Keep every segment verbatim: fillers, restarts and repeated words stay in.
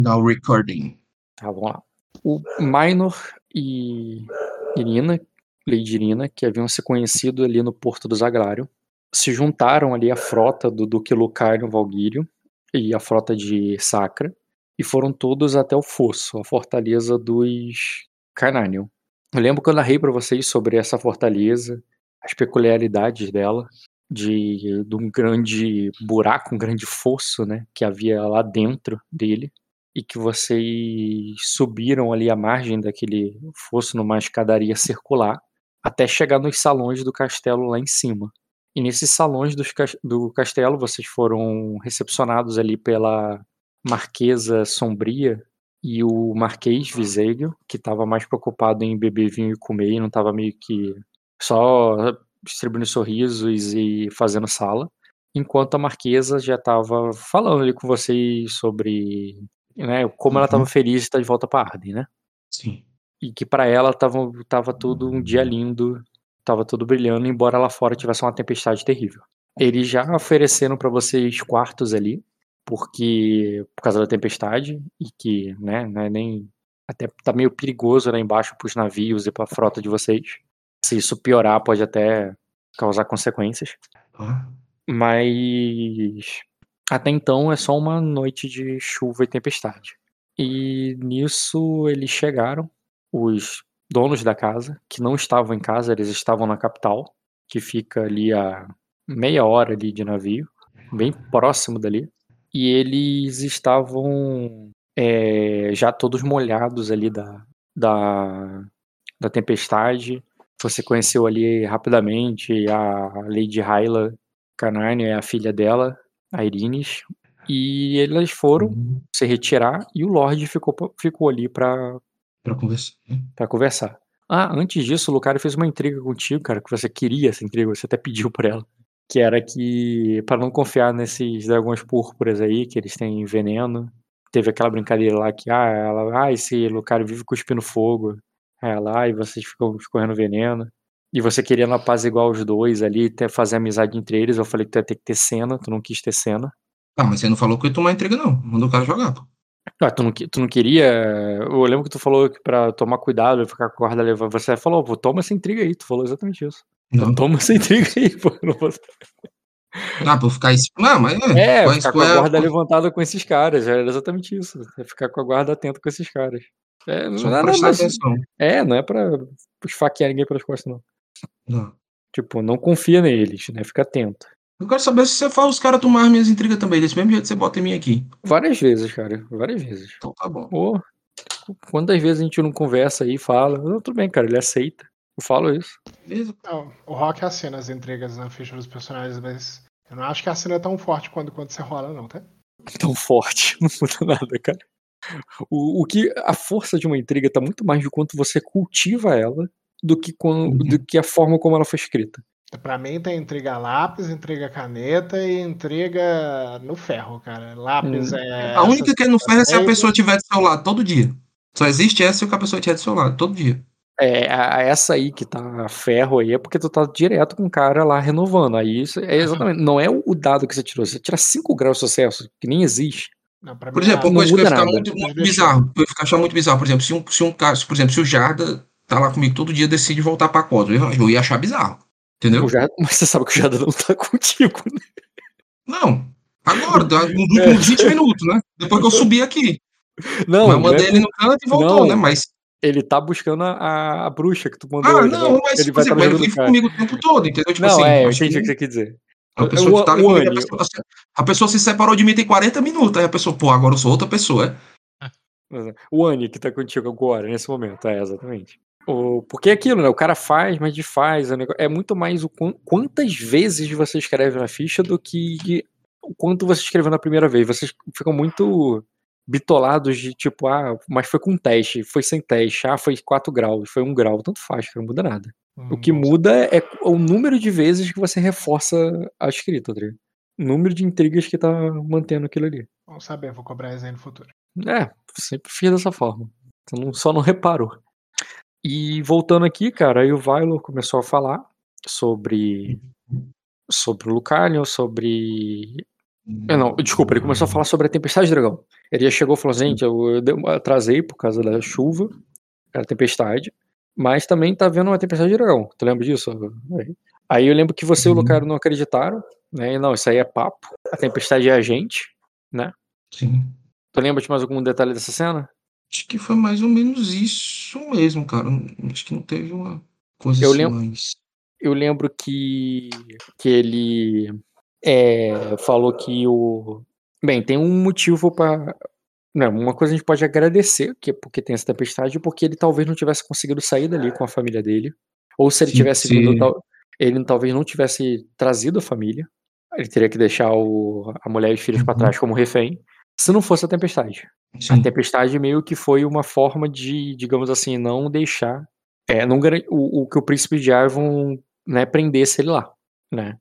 Now recording. Tá, vamos lá. O Minor e Irina, Lady Irina, que haviam se conhecido ali no Porto do Zagrário, se juntaram ali à frota do Duque Lucario Valguírio e a frota de Sacra, e foram todos até o Fosso, a fortaleza dos Carnanion. Eu lembro que eu narrei pra vocês sobre essa fortaleza, as peculiaridades dela, de, de um grande buraco, um grande fosso, né, que havia lá dentro dele, e que vocês subiram ali a margem daquele fosso numa escadaria circular, até chegar nos salões do castelo lá em cima. E nesses salões dos, do castelo, vocês foram recepcionados ali pela Marquesa Sombria e o Marquês Visênio, que estava mais preocupado em beber vinho e comer, e não estava meio que só distribuindo sorrisos e fazendo sala, enquanto a Marquesa já estava falando ali com vocês sobre, né, como ela estava Uhum. feliz de estar de volta para Arden, né? Sim. E que para ela tava, tava tudo um dia lindo, tava tudo brilhando, embora lá fora tivesse uma tempestade terrível. Eles já ofereceram para vocês quartos ali, porque por causa da tempestade, e que, né, não é nem até tá meio perigoso lá embaixo pros navios e pra frota de vocês. Se isso piorar, pode até causar consequências. Ah. Mas até então é só uma noite de chuva e tempestade. E nisso eles chegaram, os donos da casa, que não estavam em casa, eles estavam na capital, que fica ali a meia hora ali de navio, bem próximo dali. E eles estavam é, já todos molhados ali da, da, da tempestade. Você conheceu ali rapidamente a Lady Hyla Carnarne, é a filha dela, a Irines. E elas foram Uhum. se retirar e o Lorde ficou, ficou ali pra, Pra conversar. Né? pra conversar. Ah, antes disso, o Lucario fez uma intriga contigo, cara, que você queria essa intriga, você até pediu por ela. Que era que, pra não confiar nesses dragões púrpuras aí, que eles têm veneno, teve aquela brincadeira lá que, ah, ela, ah, esse Lucario vive cuspindo fogo. Aí ela, ah, e vocês ficam escorrendo veneno. E você querendo apaziguar os dois ali, até fazer amizade entre eles. Eu falei que tu ia ter que ter cena, tu não quis ter cena. Ah, mas você não falou que eu ia tomar entrega, não. Mandou o cara jogar, pô. Ah, tu não, tu não queria. Eu lembro que tu falou que pra tomar cuidado, ficar com a guarda levando. Você falou, pô, toma essa intriga aí. Tu falou exatamente isso. Pô, Não. toma essa intriga aí, pô. Não vou... Ah, pra eu ficar. Isso. Não, mas é. É, Qual é, ficar com qual a é, guarda levantada com esses caras. Era exatamente isso. É ficar com a guarda atenta com esses caras. É, só não pra é, não, prestar mas, atenção. é, não é pra esfaquear ninguém pelas costas, não. Não. Tipo, não confia neles, né? Fica atento. Eu quero saber se você faz os caras tomar as minhas intrigas também, desse mesmo jeito que você bota em mim aqui. Várias vezes, cara. Várias vezes. Então tá bom. Pô, quantas vezes a gente não conversa aí e fala? Não, tudo bem, cara, ele aceita. Eu falo isso. Beleza. Não, o Rock assina as entregas na ficha dos personagens, mas eu não acho que a cena é tão forte quando, quando você rola, não, tá? Tão forte, não muda nada, cara. O, o que a força de uma intriga tá muito mais de quanto você cultiva ela do que, com, Uhum. do que a forma como ela foi escrita. Pra mim tem intriga lápis, intriga caneta e intriga no ferro, cara. Lápis Hum. é. A única essas que não faz é se a coisas pessoa estiver do seu lado todo dia. Só existe essa se a pessoa estiver do seu lado todo dia. É, a- essa aí que tá ferro aí é porque tu tá direto com o cara lá renovando. Aí isso é exatamente. Não é o o dado que você tirou. Você tira cinco graus de sucesso, que nem existe. Não, pra Por mim exemplo, é uma Não coisa que eu ia muda ficar nada. muito, muito bizarro. Eu ia ficar achar muito bizarro. Por exemplo, se um, se um caso, por exemplo, se o Jarda tá lá comigo todo dia decide voltar pra Cosmo, eu, eu ia achar bizarro. Entendeu? O Jada- mas você sabe que o Jada não tá contigo, né? Não. Agora, tá, nos últimos vinte minutos, né? Depois que eu subi aqui. Não, Mas eu não é mandei ele por... no canto e voltou, Não, né? Mas. ele tá buscando a, a bruxa que tu mandou. Ah, Ele vai não, mas, ele por vai estar exemplo, ele jogando vive cara. comigo o tempo todo, entendeu? Tipo Não, assim, é, eu acho que entendi o que você quer dizer. a O, pessoa que tá ali o comigo, a Anny, pessoa, a pessoa se separou de mim tem quarenta minutos. Aí a pessoa, pô, agora eu sou outra pessoa. É? o Anny que tá contigo agora, nesse momento, é, exatamente. O, porque é aquilo, né? O cara faz, mas desfaz. É, negócio, é muito mais o qu- quantas vezes você escreve na ficha do que o quanto você escreveu na primeira vez. Vocês ficam muito bitolados de tipo, ah, mas foi com teste, foi sem teste, ah, foi quatro graus, foi um grau, tanto faz, cara, não muda nada. O que Hum, muda é o número de vezes que você reforça a escrita, tá ligado? O número de intrigas que tá mantendo aquilo ali. Vamos saber, vou cobrar isso aí no futuro. É, sempre fiz dessa forma. Então, só não reparou. E voltando aqui, cara, aí o Vailor começou a falar sobre sobre o Lucalion, sobre É, não, desculpa, ele começou a falar sobre a tempestade de dragão. Ele já chegou e falou, gente, eu, eu atrasei por causa da chuva, era tempestade, mas também tá vendo uma tempestade de dragão. Tu lembra disso? Aí eu lembro que você e o Lucario não acreditaram, né? Não, isso aí é papo. A tempestade é a gente, né? Sim. Tu lembra de mais algum detalhe dessa cena? Acho que foi mais ou menos isso mesmo, cara. Acho que não teve uma coisa Eu assim lembro, mais. eu lembro que, que ele é, falou que o... Bem, tem um motivo pra... Não, uma coisa a gente pode agradecer, que é porque tem essa tempestade, porque ele talvez não tivesse conseguido sair dali com a família dele. Ou se ele Sim, tivesse se... vindo, tal- ele talvez não tivesse trazido a família. Ele teria que deixar o, a mulher e os filhos pra Uhum. trás como refém. Se não fosse a tempestade. A Sim. tempestade meio que foi uma forma de, digamos assim, não deixar. É, não garan- o, o que o príncipe de Arvon, né, prendesse ele lá, né?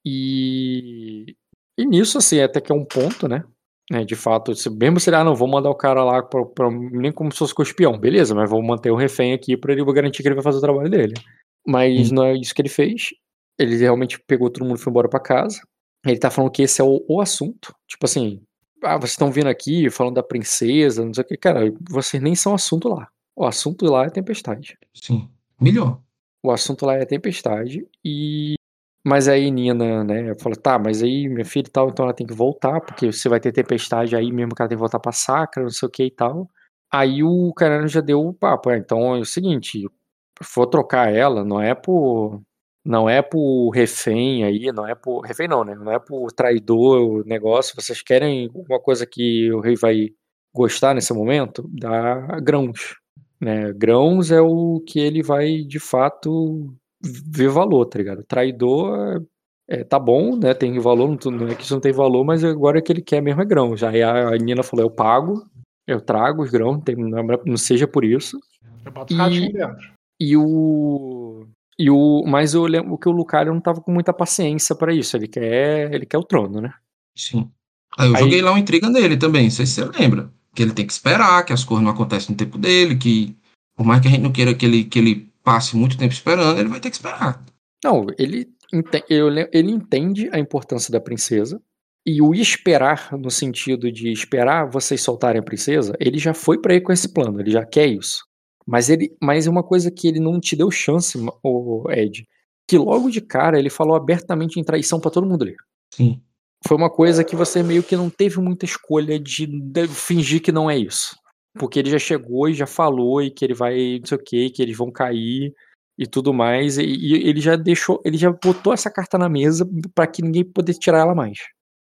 E, e nisso, assim, até que é um ponto, né? né de fato, se, mesmo se ele, ah, não, vou mandar o cara lá pra, pra, nem como se fosse com o espião, beleza, mas vou manter o refém aqui pra ele vou garantir que ele vai fazer o trabalho dele. Mas Sim. não é isso que ele fez. Ele realmente pegou todo mundo e foi embora pra casa. Ele tá falando que esse é o, o assunto. Tipo assim, ah, vocês estão vindo aqui falando da princesa, não sei o que. Cara, vocês nem são assunto lá. O assunto lá é tempestade. Sim. Melhor. O assunto lá é tempestade e... Mas aí Nina, né, fala, tá, mas aí minha filha e tal, então ela tem que voltar, porque você vai ter tempestade aí mesmo que ela tem que voltar pra Sacra, não sei o que e tal. Aí o cara já deu o papo, é, então é o seguinte, for trocar ela, não é por... Não é por refém aí, não é por... Refém não, né? Não é por traidor o negócio. Vocês querem alguma coisa que o rei vai gostar nesse momento? Dá grãos, né? Grãos é o que ele vai, de fato, ver valor, tá ligado? Traidor, é, tá bom, né? Tem valor, não, não é que isso não tem valor, mas agora o que ele quer mesmo é grãos. Aí a, a Nina falou, eu pago, eu trago os grãos, não, tem, não, não seja por isso. Eu boto os ratinhos dentro. E o... E o, mas eu lembro que o Lucario não tava com muita paciência pra isso. Ele quer, ele quer o trono, né? Sim. Aí eu Aí- joguei lá uma intriga nele também, não sei se você lembra. Que ele tem que esperar, que as coisas não acontecem no tempo dele, que por mais que a gente não queira que ele, que ele passe muito tempo esperando, ele vai ter que esperar. Não, ele, ente- eu le- ele entende a importância da princesa. E o esperar, no sentido de esperar vocês soltarem a princesa, ele já foi pra ele com esse plano, ele já quer isso. Mas ele, mas é uma coisa que ele não te deu chance, o Ed, que logo de cara ele falou abertamente em traição pra todo mundo ali. Sim. Foi uma coisa que você meio que não teve muita escolha de, de fingir que não é isso. Porque ele já chegou e já falou e que ele vai, não sei o que, que eles vão cair e tudo mais. E, e ele já deixou, ele já botou essa carta na mesa pra que ninguém pudesse tirar ela mais.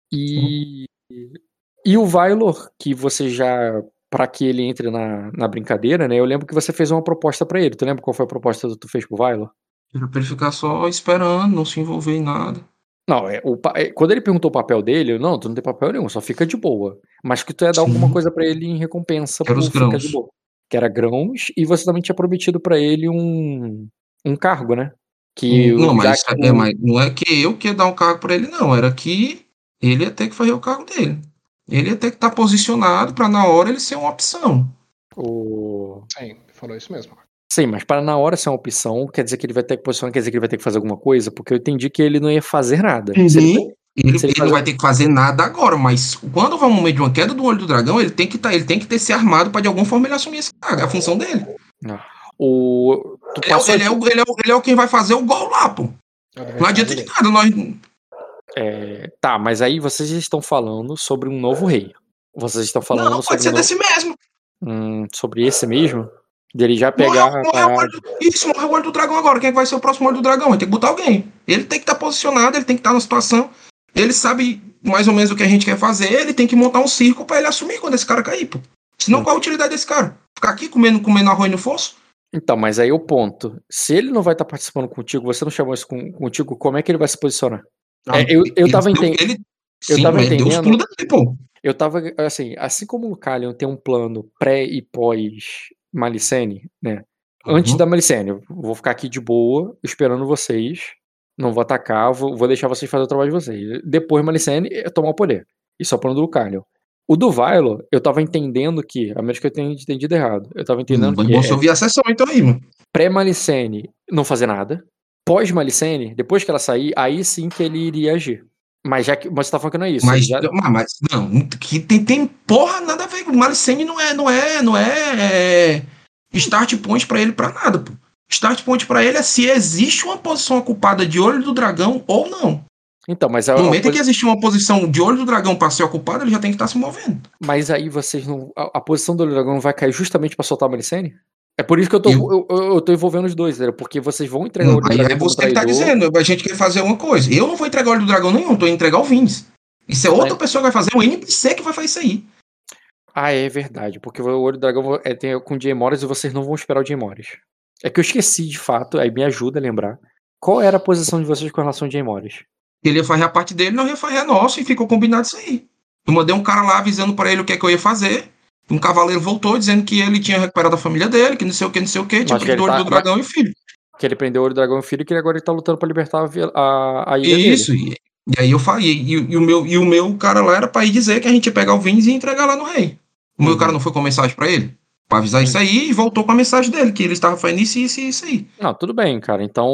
E, e o Vailor, que você já, pra que ele entre na, na brincadeira, né? Eu lembro que você fez uma proposta pra ele. Tu lembra qual foi a proposta que tu fez pro Vailor? Era pra ele ficar só esperando, não se envolver em nada. Não, é, o, pa- é, quando ele perguntou o papel dele, eu, não, tu não tem papel nenhum, só fica de boa. Mas que tu ia dar Sim. alguma coisa pra ele em recompensa Que era por os ficar grãos. de boa. Que era grãos, e você também tinha prometido pra ele um, um cargo, né? Que Hum, Não, o- já mas, que é, o, mas não é que eu que ia dar um cargo pra ele, não. Era que ele ia ter que fazer o cargo dele. Ele ia ter que estar posicionado pra na hora ele ser uma opção. o... Sim, falou isso mesmo. Sim, mas para na hora ser uma opção, quer dizer que ele vai ter que posicionar, quer dizer que ele vai ter que fazer alguma coisa, porque eu entendi que ele não ia fazer nada. Se ele, Ele, ele, se ele ele não fazer- vai ter que fazer nada agora, mas quando vai o momento de uma queda do olho do dragão, ele tem que, tá, ele tem que ter se armado pra de alguma forma ele assumir esse cargo, é a função dele. Não. O, tu Ele é, o- passou ele, é, aqui- o- ele, é, o- ele é o quem vai fazer o gol lá, pô. Eu Não adianta de nada, nós. é, tá, mas aí vocês estão falando sobre um novo rei. Vocês estão falando Não, sobre pode ser um novo- desse mesmo. Hum, sobre esse mesmo? Dele já pegar Morreu, a morreu o parada. olho do, isso, morreu o olho do dragão agora. Quem é que vai ser o próximo olho do dragão? Ele tem que botar alguém. Ele tem que estar posicionado, ele tem que estar na situação. Ele sabe mais ou menos o que a gente quer fazer. Ele tem que montar um circo pra ele assumir quando esse cara cair, pô. Senão Hum. qual a utilidade desse cara? Ficar aqui comendo, comendo arroz no fosso? Então, mas aí o ponto. Se ele não vai estar participando contigo, você não chamou isso com- contigo, como é que ele vai se posicionar? É, eu, eu Ele tava deu- entendendo. ele, eu sim, tava mas ele deu os entendendo- pulos dele, pô. Eu tava, assim, assim como o Kalion tem um plano pré e pós Malicene, né? Antes Uhum. da Malicene, eu vou ficar aqui de boa, esperando vocês. Não vou atacar, vou, vou deixar vocês fazerem o trabalho de vocês. Depois Malicene, é tomar o poder. Isso é o plano do Kalion. O do Vailor, eu tava entendendo que, a menos que eu tenha entendido errado, eu tava entendendo Foi que bom é se eu ouvir a sessão então aí, mano. pré-Malicene não fazer nada. Pós-Malicene, depois que ela sair, aí sim que ele iria agir. Mas já que mas você tá falando que não é isso. Mas, Já... mas, mas não, que tem, tem porra nada a ver. O Malicene não é, não é, não é, é start point pra ele pra nada, pô. Start point pra ele é se existe uma posição ocupada de Olho do Dragão ou não. Então, mas a, no a momento posi... em que existe uma posição de Olho do Dragão pra ser ocupada, ele já tem que estar se movendo. Mas aí vocês não. A, a posição do Olho do Dragão vai cair justamente pra soltar o Malicene? É por isso que eu tô, eu, eu, eu tô envolvendo os dois, entendeu? Porque vocês vão entregar o Olho do Aí Dragão é como você que traidor. tá dizendo, a gente quer fazer uma coisa. Eu não vou entregar o Olho do Dragão nenhum, tô indo entregar o Vindes. Isso é outra Mas... pessoa que vai fazer, um N P C que vai fazer isso aí. Ah, é verdade, porque o Olho do Dragão é, tem com o Jay Morris e vocês não vão esperar o Jay Morris. É que eu esqueci, de fato, aí me ajuda a lembrar. Qual era a posição de vocês com relação ao Jay Morris? Ele ia fazer a parte dele, não ia fazer a nossa, e ficou combinado isso aí. Eu mandei um cara lá avisando pra ele o que é que eu ia fazer. Um cavaleiro voltou dizendo que ele tinha recuperado a família dele, que não sei o que, não sei o que, tinha perdido o Olho do Dragão e o filho. Que ele prendeu o Olho do Dragão e o filho, e que agora ele tá lutando pra libertar a, a, a ilha isso, dele. Isso, e, e aí eu falei, e, e, o meu, e o meu cara lá era pra ir dizer que a gente ia pegar o Vindes e entregar lá no rei. O uhum. meu cara não foi com mensagem pra ele? Pra avisar uhum. isso aí, e voltou com a mensagem dele, que ele estava fazendo isso, isso e isso aí. Não, tudo bem, cara. Então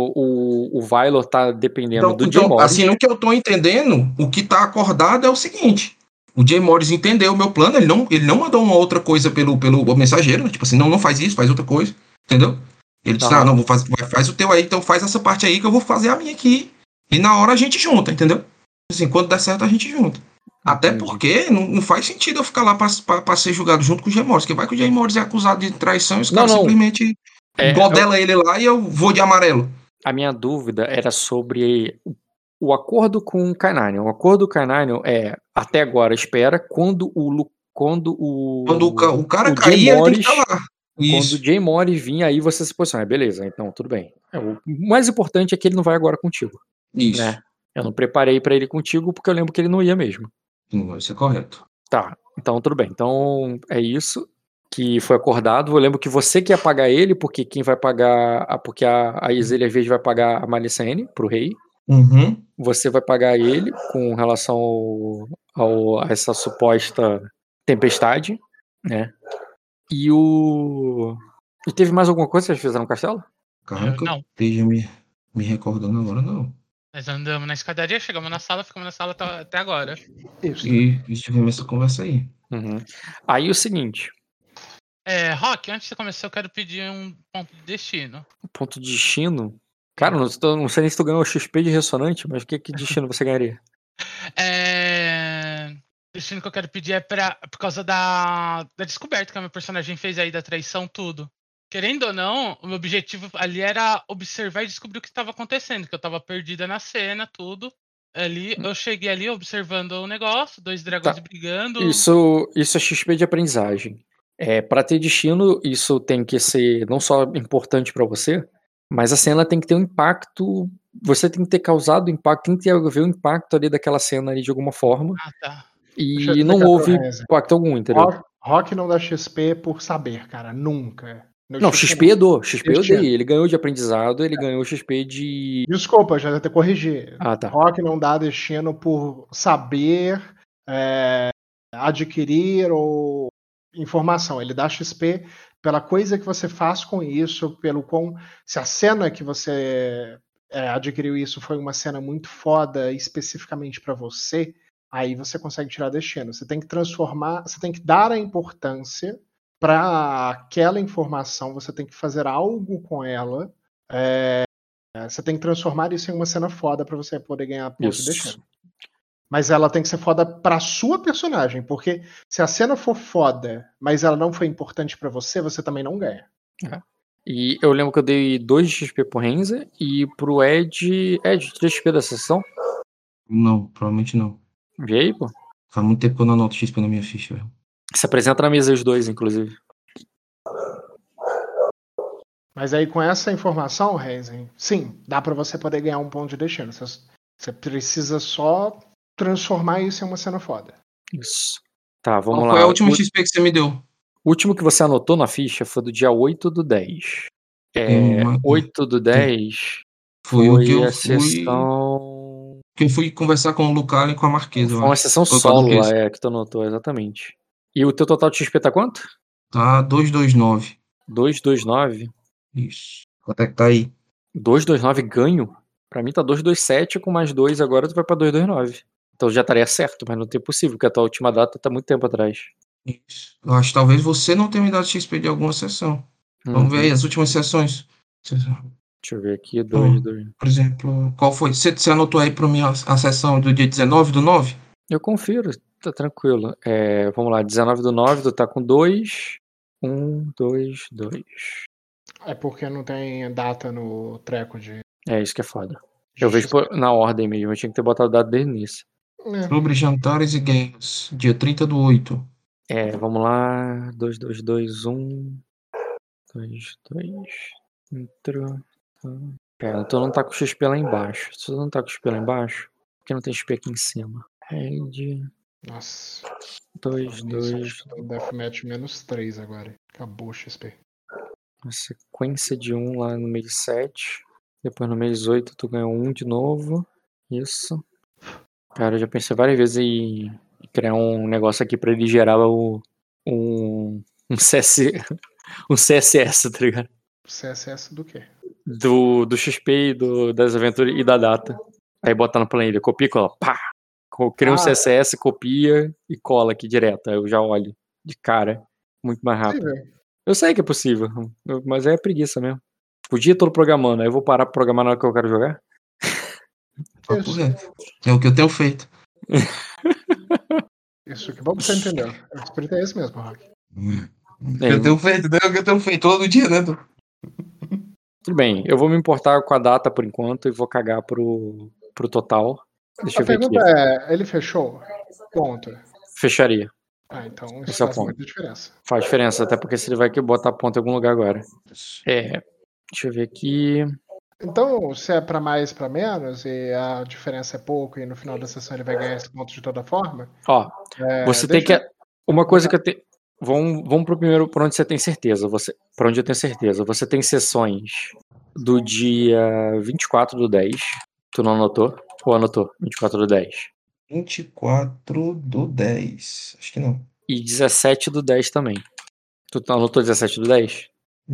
o, o Vailor tá dependendo então, do então, Jay Morris. Assim, no que eu tô entendendo, o que tá acordado é o seguinte: o Jay Morris entendeu o meu plano, ele não, ele não mandou uma outra coisa pelo, pelo mensageiro, né? Tipo assim, não, não faz isso, faz outra coisa, entendeu? Ele disse, uhum. ah, não, vou fazer, faz o teu aí, então faz essa parte aí que eu vou fazer a minha aqui. E na hora a gente junta, entendeu? Assim, quando der certo a gente junta. Até Entendi. Porque não, não faz sentido eu ficar lá pra, pra, pra ser julgado junto com o Jay Morris, porque vai que o Jay Morris é acusado de traição e os caras simplesmente é, godela eu... ele lá e eu vou de amarelo. A minha dúvida era sobre o acordo com o Carnarion. O acordo do Carnarion é, até agora, espera, quando o quando o, quando o, o cara o cair, ele tem que estar lá. Isso. Quando o Jay Morris vir, aí você se posiciona. Beleza, então tudo bem. O mais importante é que ele não vai agora contigo. Isso. Né? Eu não preparei pra ele contigo porque eu lembro que ele não ia mesmo. Sim, isso é correto. Tá, então tudo bem. Então é isso que foi acordado. Eu lembro que você que ia pagar ele, porque quem vai pagar. Porque a, a Iselia às vezes vai pagar a Malicene pro rei. Uhum. Você vai pagar ele com relação ao, ao, a essa suposta tempestade, né? E o. E teve mais alguma coisa que vocês fizeram no castelo? Cara, que eu esteja me, me recordando agora, não. Nós andamos na escadaria, chegamos na sala, ficamos na sala até agora. Isso. E, e tivemos essa conversa aí. Uhum. Aí o seguinte. É, Rock, antes de começar, eu quero pedir um ponto de destino. Um ponto de destino? Cara, não, não sei nem se tu ganhou o X P de ressonante, mas que, que destino você ganharia? É. O destino que eu quero pedir é pra, por causa da, da descoberta que a minha personagem fez aí, da traição, tudo. Querendo ou não, o meu objetivo ali era observar e descobrir o que estava acontecendo, que eu estava perdida na cena, tudo. Ali, eu cheguei ali observando o negócio, dois dragões tá. brigando. Isso, isso é X P de aprendizagem. É, para ter destino, isso tem que ser não só importante para você, mas a cena tem que ter um impacto. Você tem que ter causado impacto, tem que ter haver um impacto ali daquela cena ali de alguma forma. Ah, tá. E não houve impacto algum, entendeu? Rock, Rock não dá X P por saber, cara. Nunca. No não, X P eu dou. X P eu dei. Ele ganhou de aprendizado, ele é. ganhou X P de... Desculpa, já até corrigir. Ah, tá. Rock não dá destino por saber, é, adquirir ou informação. Ele dá X P pela coisa que você faz com isso, pelo quão... Se a cena que você é, adquiriu isso foi uma cena muito foda especificamente para você, aí você consegue tirar destino. Você tem que transformar, você tem que dar a importância para aquela informação, você tem que fazer algo com ela. É, você tem que transformar isso em uma cena foda para você poder ganhar ponto de destino. Mas ela tem que ser foda para sua personagem, porque se a cena for foda, mas ela não foi importante para você, você também não ganha. É. E eu lembro que eu dei dois de X P pro Renza e pro Ed. Ed, três X P da sessão? Não, provavelmente não. Vê aí, pô. Faz muito tempo que eu não anoto X P na minha ficha, velho. Se apresenta na mesa os dois, inclusive. Mas aí com essa informação, Renzen, sim, dá pra você poder ganhar um ponto de destino. Você, você precisa só transformar isso em uma cena foda. Isso. Tá, vamos Qual lá. Qual foi a última o... X P que você me deu? O último que você anotou na ficha foi do dia oito do dez. É, uma... oito do dez foi, foi o que eu a fui... sessão... que eu fui conversar com o Lucali e com a Marquesa. Foi uma sessão solo lá, é, que tu anotou, exatamente. E o teu total de X P tá quanto? Tá duzentos e vinte e nove. duzentos e vinte e nove? Isso. Quanto é que tá aí? duzentos e vinte e nove ganho? Pra mim tá dois dois sete com mais dois agora tu vai pra dois dois nove. Então já estaria certo, mas não tem possível, porque a tua última data tá muito tempo atrás. Isso. Eu acho que talvez você não tenha me dado X P de alguma sessão. Vamos ver aí as últimas sessões. Deixa eu ver aqui, dois, dois. Por exemplo, qual foi? Você, você anotou aí pra mim a, a sessão do dia dezenove do nove? Eu confiro, tá tranquilo. É, vamos lá, dezenove do nove, tu tá com dois. um, dois, dois. É porque não tem data no treco de. É, isso que é foda. Eu vejo por- na ordem mesmo, eu tinha que ter botado dado desde o início. É. Sobre jantares e games. Dia trinta do oito. É, vamos lá. dois, dois, dois, um. dois, dois. Entrou. Pera, tu não tá com X P lá embaixo. Se tu não tá com X P lá embaixo, por que não tem X P aqui em cima? Red. Nossa. dois, Isso, dois. acho que tô no Deathmatch menos três agora. Acabou o X P. Uma sequência de um lá no mês sete. Depois no mês oito tu ganhou um de novo. Isso. Cara, eu já pensei várias vezes em criar um negócio aqui pra ele gerar o, um, um, C S, um C S S, tá ligado? C S S do quê? Do, do X P e do, das aventuras e da data. Aí bota na planilha, copia e cola. Pá! Cria um Ah. C S S, copia e cola aqui direto. Aí eu já olho de cara. Muito mais rápido. Possível. Eu sei que é possível, mas é preguiça mesmo. O dia todo programando, aí eu vou parar pra programar na hora que eu quero jogar? Isso. É o que eu tenho feito. Isso que bom que você entendeu. O espírito é esse mesmo, Rock. O que eu tenho feito, né? O que eu tenho feito todo dia, né? Du? Tudo bem, eu vou me importar com a data por enquanto e vou cagar pro, pro total. Deixa A eu ver aqui. pergunta é, ele fechou? Ponto. Fecharia. Ah, então isso Esse é o faz ponto. muita diferença. Faz diferença, até porque se ele vai que botar ponto em algum lugar agora. É. Deixa eu ver aqui. Então, se é pra mais, pra menos, e a diferença é pouco, e no final da sessão ele vai ganhar esse ponto de toda forma. Ó, é, você tem deixa- que. Uma coisa que eu tenho. Vamos, vamos pro primeiro, por onde você tem certeza. Você, por onde eu tenho certeza. Você tem sessões do dia vinte e quatro do dez. Tu não anotou? Ou anotou? vinte e quatro do dez. vinte e quatro do dez. Acho que não. E dezessete do dez também. Tu anotou dezessete do dez?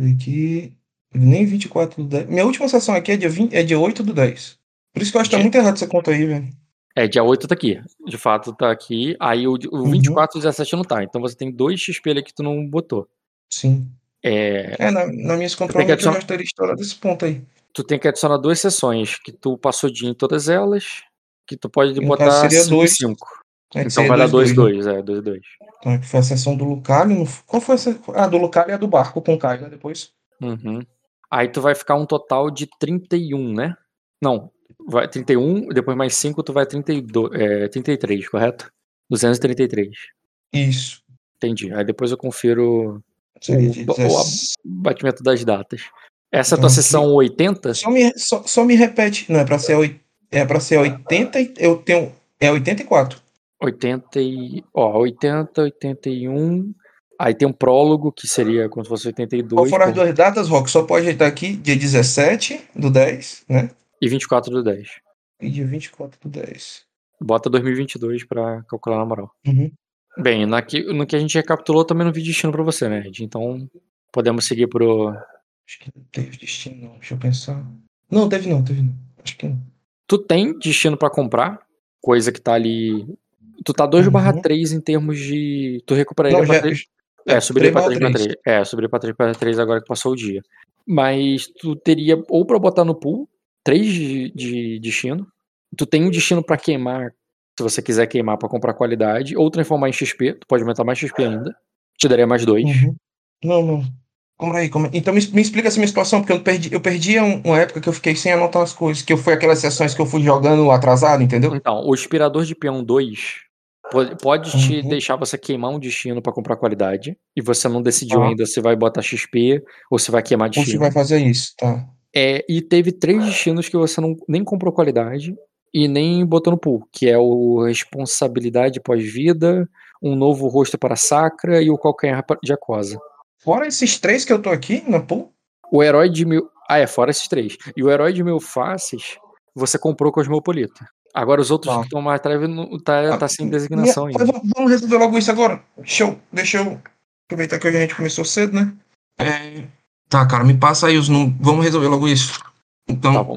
Aqui. Nem vinte e quatro do dez. Minha última sessão aqui é dia, vinte, é dia oito do dez. Por isso que eu acho que tá Dia- muito errado essa conta aí, velho. É, dia oito tá aqui. De fato, tá aqui. Aí o, o Uhum. vinte e quatro e dezessete não tá. Então você tem dois X P ali que tu não botou. Sim. É, É, na, na minha tem que provavelmente eu adicionar- já estaria estourado esse ponto aí. tu tem que adicionar duas sessões. Que tu passou dia em todas elas. Que tu pode No botar caso, seria cinco e dois. cinco. É, que Então seria vai dar dois, dois dois, dois. É, dois dois. Então, que foi a sessão do Lucario. No... Qual foi essa? Ah, do Lucario e a do barco com o Caio, né? Depois. Uhum. Aí tu vai ficar um total de trinta e um, né? Não. Vai trinta e um, depois mais cinco, tu vai trinta e dois, é, trinta e três, correto? duzentos e trinta e três. Isso. Entendi. Aí depois eu confiro Seria o, de o dezessete. batimento das datas. Essa é a Então, tua sessão oitenta? Só me, só, só me repete. Não, é pra ser, oi- é pra ser oitenta. e- Eu tenho. É oitenta e quatro. oitenta e... Ó, oitenta, oitenta e um... Aí tem um prólogo, que seria como se fosse oitenta e Qual dois. foram as pô, duas datas, Rock? Só pode ajeitar aqui. Dia dezessete do dez, né? E vinte e quatro do dez. E dia vinte e quatro do dez. Bota dois mil e vinte e dois pra calcular na moral. Uhum. Bem, naqui, no que a gente recapitulou, também não vi destino pra você, né, Ed? Então, podemos seguir pro... Acho que não teve destino, não. Deixa eu pensar. Não, teve não, teve não. Acho que não. Tu tem destino pra comprar, coisa que tá ali... Tu tá dois barra três em termos de... Tu recuperaria Não, pra já. três... É, É, subiria pra três três barra pra três. três. É, subiria pra três pra três agora que passou o dia. Mas tu teria ou pra botar no pool três de, de destino. Tu tem um destino pra queimar, se você quiser queimar pra comprar qualidade, ou transformar em X P. Tu pode aumentar mais X P ainda. Te daria mais dois. Uhum. Não, não. Como aí, como... Então me, me explica essa minha situação, porque eu perdi, eu perdi um- uma época que eu fiquei sem anotar as coisas, que eu fui aquelas sessões que eu fui jogando atrasado, entendeu? Então, o Inspirador de Peão dois pode, pode te Uhum. deixar você queimar um destino pra comprar qualidade, e você não decidiu Tá. ainda se vai botar X P ou se vai queimar Ou se destino. vai fazer isso, tá? É, e teve três destinos que você não, nem comprou qualidade e nem botou no pool, que é o Responsabilidade Pós-Vida, Um Novo Rosto para Sacra e o Calcanhar de Aquosa. Fora esses três que eu tô aqui na pool. O Herói de Mil... Ah, é, fora esses três. E o Herói de Mil Faces, você comprou Cosmopolita. Agora os outros Tá. que estão mais atrás não- tá, tá sem designação Minha- ainda. Vamos vamos resolver logo isso agora. Deixa eu, deixa eu aproveitar que a gente começou cedo, né? É, Tá, cara, me passa aí os números. Vamos resolver logo isso. Então, Tá bom.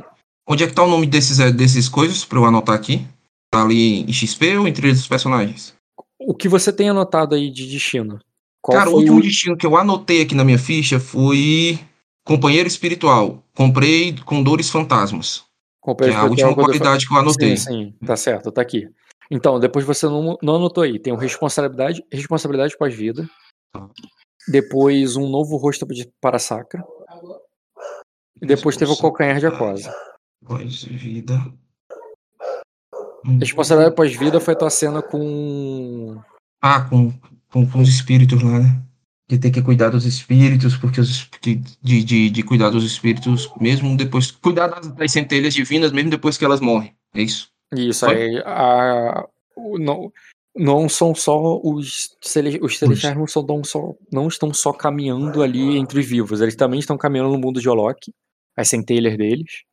Onde é que tá o nome desses, desses coisas pra eu anotar aqui? Tá ali em X P ou em trilha dos personagens? O que você tem anotado aí de destino? Qual Cara, o foi último o... destino que eu anotei aqui na minha ficha foi Companheiro Espiritual. Comprei com Dores Fantasmas. Que Companheiro é a espiritual última quando eu fa- qualidade que eu anotei. Sim, sim, tá certo, tá aqui. Então, depois você não, não anotou aí. Tem o responsabilidade, responsabilidade pós-vida. Depois um novo rosto de para sacra. E depois teve o calcanhar de aquosa. Pós-vida. Responsabilidade pós-vida foi a tua cena com. Ah, com, com, com os espíritos lá, né? De ter que cuidar dos espíritos, porque os de, de, de, de cuidar dos espíritos, mesmo depois. Cuidar das, das centelhas divinas, mesmo depois que elas morrem. É isso? Isso, Foi? aí. A, o- não, não são só os. cele- Os celestiais não, são, não, só, não estão só caminhando ali entre os vivos, eles também estão caminhando no mundo de Olok, as centelhas deles.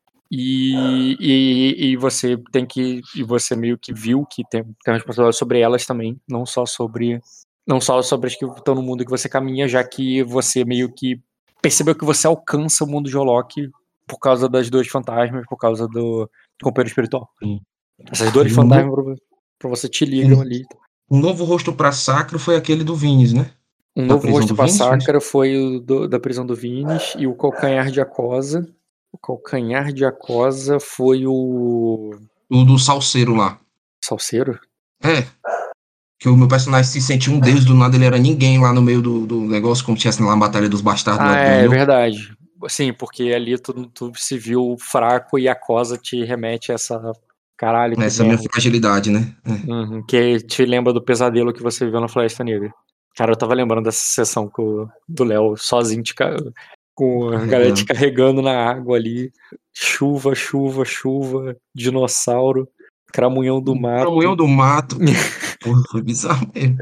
E, e, e você tem que. E você meio que viu que tem, tem uma responsabilidade sobre elas também, não só sobre. Não só sobre as que estão no mundo que você caminha, já que você meio que percebeu que você alcança o mundo de Olok por causa das duas fantasmas, por causa do companheiro espiritual. Sim. Essas dores E um, no- fantasmas pra, pra você te ligam ali. um novo rosto pra sacro foi aquele do Vinis, né? Um Da novo prisão rosto do pra Vinis, foi isso? sacra foi o do- da prisão do Vines e o calcanhar de aquosa. O calcanhar de aquosa foi o. O do salseiro lá. Salseiro? É. Que o meu personagem se sentia um deus, do nada ele era ninguém lá no meio do, do negócio, como tivesse lá a Batalha dos Bastardos Ah, lá de é, é Dunil. verdade. Sim, porque ali tu, tu se viu fraco e a cosa te remete a essa. Caralho, que Essa minha merda. fragilidade, né? É. Uhum, que te lembra do pesadelo que você viveu na Floresta Negra. Cara, eu tava lembrando dessa sessão com, do Léo sozinho, te ca- com a galera te carregando na água ali. Chuva, chuva, chuva, dinossauro, cramunhão do mato. Cramunhão do mato. Porra, foi bizarro mesmo.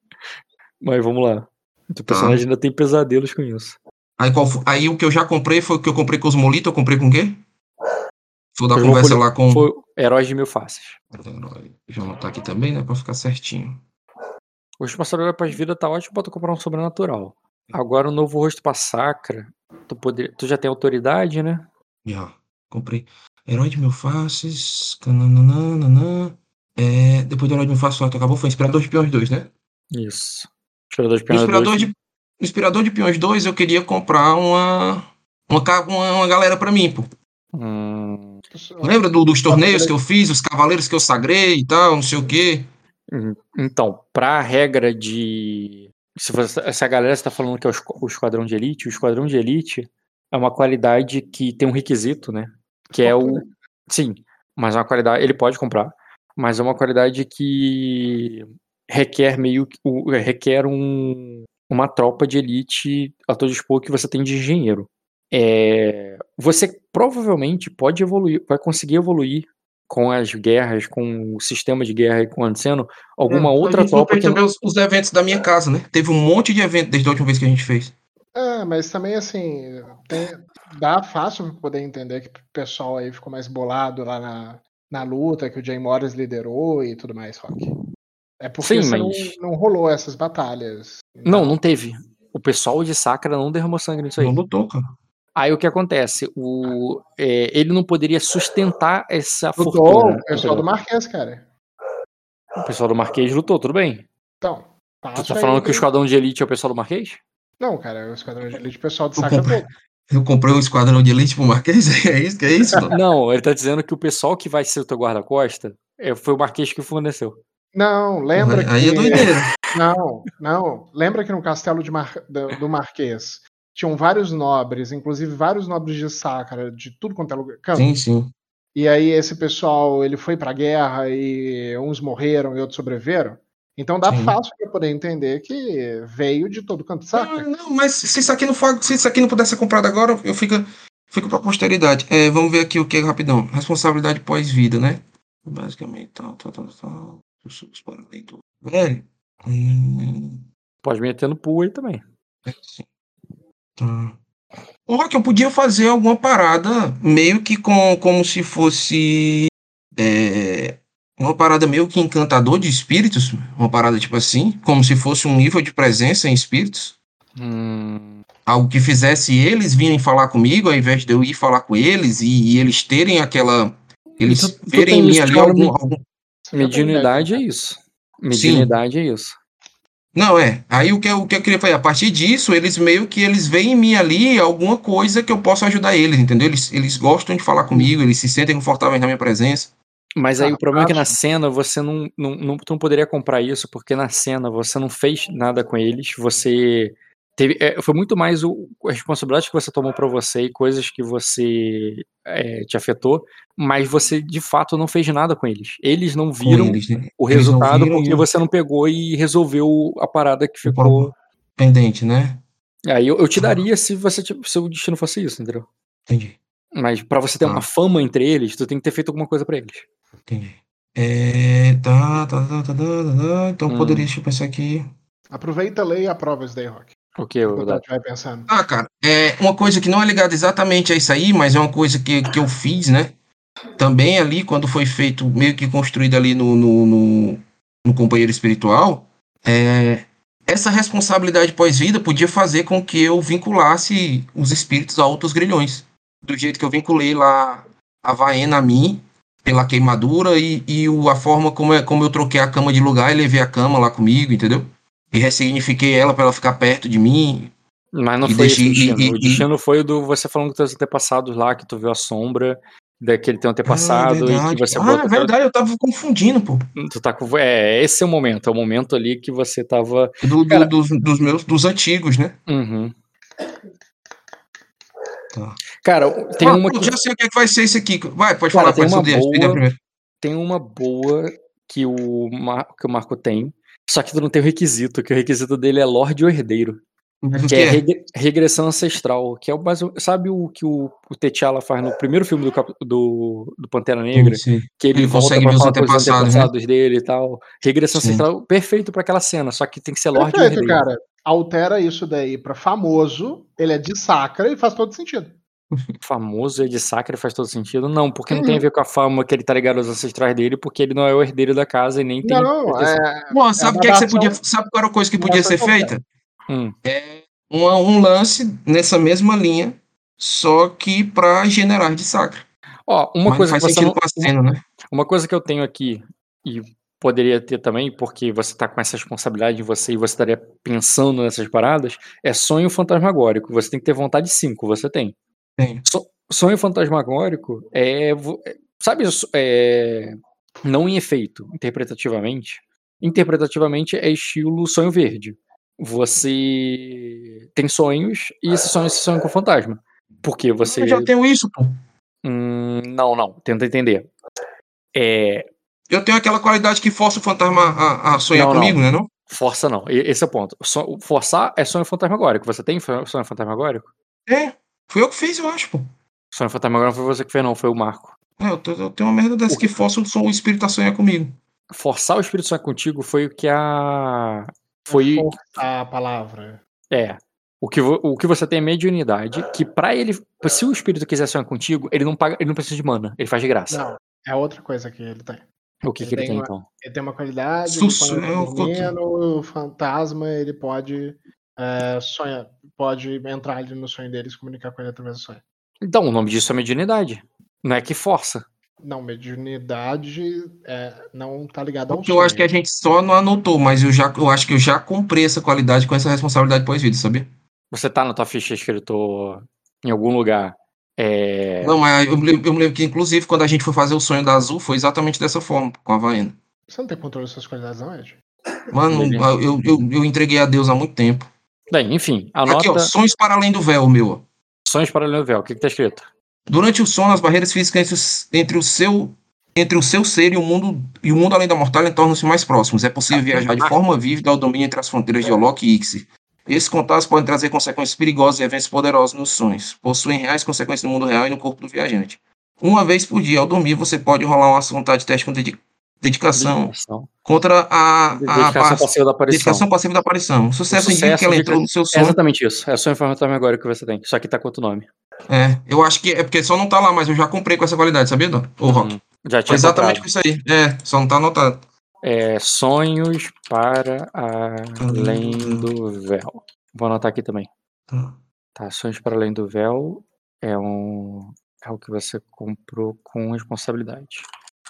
Mas vamos lá. O teu Tá. personagem ainda tem pesadelos com isso. Aí, qual foi- aí o que eu já comprei foi o que eu comprei com os molitos. Eu comprei com o quê? Foi o da Cosmopolita conversa lá com. Foi Heróis de Mil Faces. Deixa eu anotar aqui também, né? Pra ficar certinho. O Responsabilidade Pós-Vida tá ótimo pra tu comprar um sobrenatural. Agora o novo rosto pra sacra. Tu, poder... tu já tem autoridade, né? Já. Comprei. Herói de Mil Faces. Nananana. É, depois do Herói de Mil Faces, acabou. Foi Inspirador de Peões dois, né? Isso. Inspirador de No Peões Inspirador dois. de, no Inspirador de Peões dois, eu queria comprar uma. Uma, ca- uma, uma galera pra mim, pô. Hum, Lembra do- dos torneios que eu fiz, os cavaleiros que eu sagrei e tal, não sei o quê? hum, então, pra regra de. Se, você, se a galera está falando que é o, esqu- o esquadrão de elite, o esquadrão de elite é uma qualidade que tem um requisito, né? Que é o. Sim, mas é uma qualidade. Ele pode comprar, mas é uma qualidade que requer meio que. o- requer um, uma tropa de elite a todo dispor que você tem de engenheiro. É, você provavelmente pode evoluir, vai conseguir evoluir com as guerras, com o sistema de guerra acontecendo, alguma É, outra a gente não tropa fez que também os, os eventos da minha casa, né? Teve um monte de evento desde a última vez que a gente fez. É, mas também assim, tem, dá fácil pra poder entender que o pessoal aí ficou mais bolado lá na, na luta que o Jay Morris liderou e tudo mais, Rock. É porque Sim, você mas- não, não rolou essas batalhas. Não, não teve. O pessoal de Sacra não derramou sangue nisso aí. Não lutou, cara. Aí o que acontece? O, é, ele não poderia sustentar essa Lutou fortuna. o pessoal do entendeu? Marquês, cara. O pessoal do Marquês lutou, tudo bem. Então, Tu fácil tá aí. falando que o esquadrão de elite é o pessoal do Marquês? Não, cara, o esquadrão de elite, o pessoal de Eu Sacra comprei, todo. eu comprei um esquadrão de elite pro Marquês, é isso? Que é isso? Não? Não, ele tá dizendo que o pessoal que vai ser o teu guarda-costa é, foi o Marquês que forneceu. Não, lembra Aí que. é doideira. Não, não. Lembra que no castelo de Mar... do, do Marquês tinham vários nobres, inclusive vários nobres de Sacra, de tudo quanto é lugar. Canto. Sim, sim. E aí esse pessoal, ele foi pra guerra e uns morreram e outros sobreviveram. Então dá Sim. fácil pra poder entender que veio de todo canto de Não, Sacra. não, mas se isso aqui não for, se isso aqui não pudesse ser comprado agora, eu fico, fico pra posteridade. É, vamos ver aqui o que é rapidão. Responsabilidade pós-vida, né? Basicamente, tal, tal, tal, tal. Velho. Hum, Pode meter no pool aí também. é assim. Tá. Ô, Rock, eu podia fazer alguma parada meio que com, como se fosse é, uma parada meio que encantador de espíritos, uma parada tipo assim, como se fosse um nível de presença em espíritos. Hum. Algo que fizesse eles virem falar comigo, ao invés de eu ir falar com eles, e, e eles terem aquela... Eles Tu- tu verem tem em mim isso ali chamado algum... me- algum... Mediunidade é isso. Mediunidade é isso. Não, é. Aí o que, eu, o que eu queria fazer, a partir disso, eles meio que eles veem em mim ali alguma coisa que eu possa ajudar eles, entendeu? Eles, eles gostam de falar comigo, eles se sentem confortáveis na minha presença. Mas aí Cara, o problema é que na acho- cena você não, não, não, tu não poderia comprar isso, porque na cena você não fez nada com eles, você teve, é, foi muito mais o, a responsabilidade que você tomou pra você e coisas que você é, te afetou, mas você de fato não fez nada com eles. Eles não Com viram eles, né? o Eles não resultado viram porque e você não pegou e resolveu a parada que o ficou. problema pendente, né? Aí eu, eu te daria se você se o destino fosse isso, entendeu? Entendi, Mas pra você ter Tá. uma fama entre eles, tu tem que ter feito alguma coisa pra eles. entendi. É, tá, tá, tá, tá, tá, tá. Então Hum. poderia, deixa eu pensar aqui. Aproveita, leia e aprova isso daí, Rock. O que eu Enquanto a gente vai pensando. Ah, cara, é uma coisa que não é ligada exatamente a isso aí, mas é uma coisa que, que eu fiz, né? Também ali, quando foi feito, meio que construído ali no, no, no, no companheiro espiritual, é, essa responsabilidade pós-vida podia fazer com que eu vinculasse os espíritos a outros grilhões. Do jeito que eu vinculei lá a Vaena a mim, pela queimadura, e, e o, a forma como, é, como eu troquei a cama de lugar e levei a cama lá comigo, entendeu? E ressignifiquei ela para ela ficar perto de mim. Mas não E foi deixei- esse o destino. e- e- o destino foi o do você falando com teus antepassados lá, que tu viu a sombra daquele teu Ah, antepassado e que verdade. você Ah, botou. é verdade, eu tava confundindo, pô. Tu tá com. É, esse é o momento. É o momento ali que você tava. Do, do- Cara- dos, dos meus, dos antigos, né? Uhum. Tá. Cara, tem Ah, uma pô, que. já sei o que, é que vai ser esse aqui. Vai, pode Cara, falar tem qual é uma o seu ideia boa- primeiro. Tem uma boa que o, Mar... que o Marco tem. Só que tu não tem o requisito, que o requisito dele é Lorde ou Herdeiro. Mas o Que que é, é? regre- regressão ancestral. Que é o mais. Sabe o que o, o T'Challa faz no primeiro filme do, Cap- do, do Pantera Negra? Sim, sim. Que ele, Ele volta consegue pra ver os falar com os antepassados, né? antepassados dele e tal. Regressão Sim. ancestral perfeito pra aquela cena, só que tem que ser Lorde ou Perfeito, Herdeiro. cara. Altera isso daí pra famoso, ele é de sacra e faz todo sentido. Famoso é de sacra faz todo sentido? Não, porque não Uhum. tem a ver com a fama que ele tá ligado aos ancestrais dele, porque ele não é o herdeiro da casa e nem tem. Não, é. Bom, sabe o uma que, é que você nação- podia. Sabe qual era a coisa que podia nação ser completa. feita? Hum. Um, um lance nessa mesma linha, só que pra generais de sacra. Ó, uma Mas coisa não que faz você sentido não. com a cena, né? Uma coisa que eu tenho aqui, e poderia ter também, porque você tá com essa responsabilidade em você e você estaria pensando nessas paradas, é sonho fantasmagórico. Você tem que ter vontade cinco, você tem. Tem. So- sonho fantasmagórico é. vo- é- Sabe, isso, é, não em efeito, interpretativamente. Interpretativamente é estilo sonho verde. Você tem sonhos e esses sonhos se sonham com fantasma. Porque você. Eu já tenho isso, pô. Hum, não, não, tenta entender. É, Eu tenho aquela qualidade que força o fantasma a, a sonhar Não, não. comigo, né? Não? força não. E- Esse é o ponto. So- Forçar é sonho fantasmagórico. Você tem sonho sonho fantasmagórico? É. Fui eu que fiz, eu acho, pô. Sonho fantasmagórico não foi você que fez, não, foi o Marco. É, eu, tô- eu tenho uma merda dessa O que força o, som- o espírito a sonhar comigo. Forçar o espírito sonhar contigo foi o que a. Foi. Forçar a palavra. É. O que, vo- o que você tem é mediunidade, que pra ele. Se o espírito quiser sonhar contigo, ele não paga, ele não precisa de mana, ele faz de graça. Não, é outra coisa que ele tem. O que, Ele que ele tem tem, uma- então? Ele tem uma qualidade, ele, Sus- quando ele tá eu- dormindo, o fantasma ele pode é, sonhar, pode entrar ali no sonho dele e se comunicar com ele através do sonho. Então, o nome disso é mediunidade. Não é que força. Não, mediunidade é, não tá ligado ao Porque eu sonho. acho que a gente só não anotou, mas eu, já, eu acho que eu já comprei essa qualidade com essa responsabilidade pós-vida, sabia? Você tá na tua ficha escrito em algum lugar. É... Não, mas eu, me lembro- eu me lembro que, inclusive, quando a gente foi fazer o sonho da Azul, foi exatamente dessa forma, com a Vaena. Você não tem controle das suas qualidades, não, Ed? Mano, Beleza. eu, eu, eu entreguei a Deus há muito tempo. Bem, enfim, Aqui, anota ó, sonhos para além do véu, meu. ó. sonhos para além do véu. O que, que tá escrito? Durante o sono, as barreiras físicas entre, os- entre o seu entre o seu ser e o mundo e o mundo além da mortalha tornam-se mais próximos. É possível viajar de forma vívida ao domínio entre as fronteiras de Olok e Ixi. Esses contatos podem trazer consequências perigosas e eventos poderosos nos sonhos. Possuem reais consequências no mundo real e no corpo do viajante. Uma vez por dia, ao dormir, você pode rolar uma vontade de teste com dedi- dedicação Dedicação. contra a, a, Dedicação a passiva da aparição. dedicação passiva da aparição. O sucesso O indica que ela sucesso entrou no seu É sonho. exatamente isso. É sonho fantasmagórico que você tem. Só que tá com outro nome. É, eu acho que é porque só não tá lá, mas eu já comprei com essa qualidade, sabia, Dó? Ô, Rock? Uhum. Já Foi tinha exatamente comprado. com isso aí. É, só não tá anotado. É sonhos para além do véu. Vou anotar aqui também. Tá. Tá, Sonhos para Além do Véu é um é o que você comprou com responsabilidade.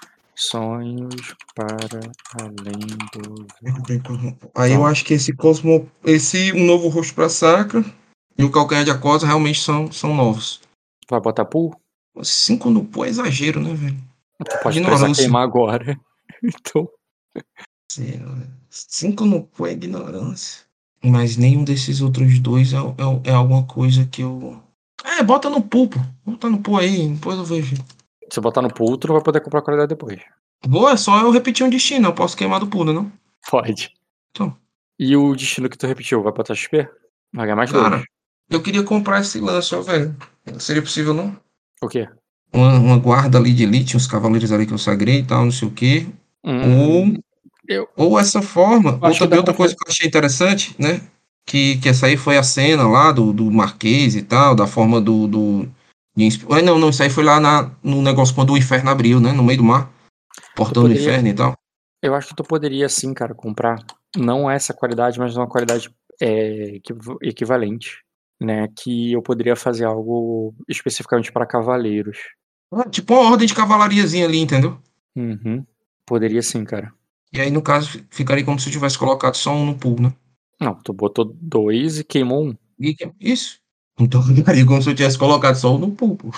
Sonhos para Além do Véu. Aí eu Pronto. acho que esse Cosmo, esse um novo rosto pra Sacra e o calcanhar de Aquosa realmente são, são novos. Vai botar pool? Cinco no pô é exagero, né, velho? Tu pode precisar Ignorância. queimar agora. Então, Sei lá, velho. Cinco no pô é ignorância. Mas nenhum desses outros dois é, é, é alguma coisa que eu. É, bota no pool, pô. Bota no pool aí, depois eu vejo. se botar no pool, tu não vai poder comprar qualidade depois. Boa, é só eu repetir um destino, eu posso queimar do pool, né, não? Pode. Então, E o destino que tu repetiu, vai botar X P? Vai ganhar mais cara, dois. eu queria comprar esse lance, ó, velho. Seria possível, não? O quê? Uma, uma guarda ali de elite, uns cavaleiros ali que eu sagrei e tal, não sei o quê. Hum, Ou, eu ou essa forma, ou acho que dá também outra pra coisa fazer. que eu achei interessante, né? Que, que essa aí foi a cena lá do, do Marquês e tal, da forma do. do de insp- Ai, não, não, isso aí foi lá na, no negócio quando o inferno abriu, né? No meio do mar, Tu portão do poderia. inferno e tal. Eu acho que tu poderia sim, cara, comprar não essa qualidade, mas uma qualidade é, equiv- equivalente, né? Que eu poderia fazer algo especificamente para cavaleiros. Ah, tipo uma ordem de cavalariazinha ali, entendeu? Uhum. Poderia sim, cara. E aí, no caso, fi- ficaria como se eu tivesse colocado só um no pool, né? Não, tu botou dois e queimou um. E que- Isso. Então ficaria como se eu tivesse colocado só um no pool, pô.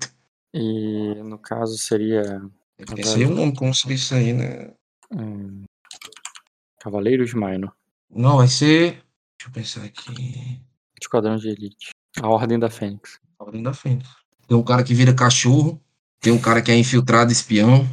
E no caso seria É porque esse aí é o nome, como se diz isso aí, né? hum, Cavaleiros Minor. Não, vai ser. Deixa eu pensar aqui. Esquadrão de Elite. A Ordem da Fênix. Ordem da Fênix. Tem um cara que vira cachorro. Tem um cara que é infiltrado espião.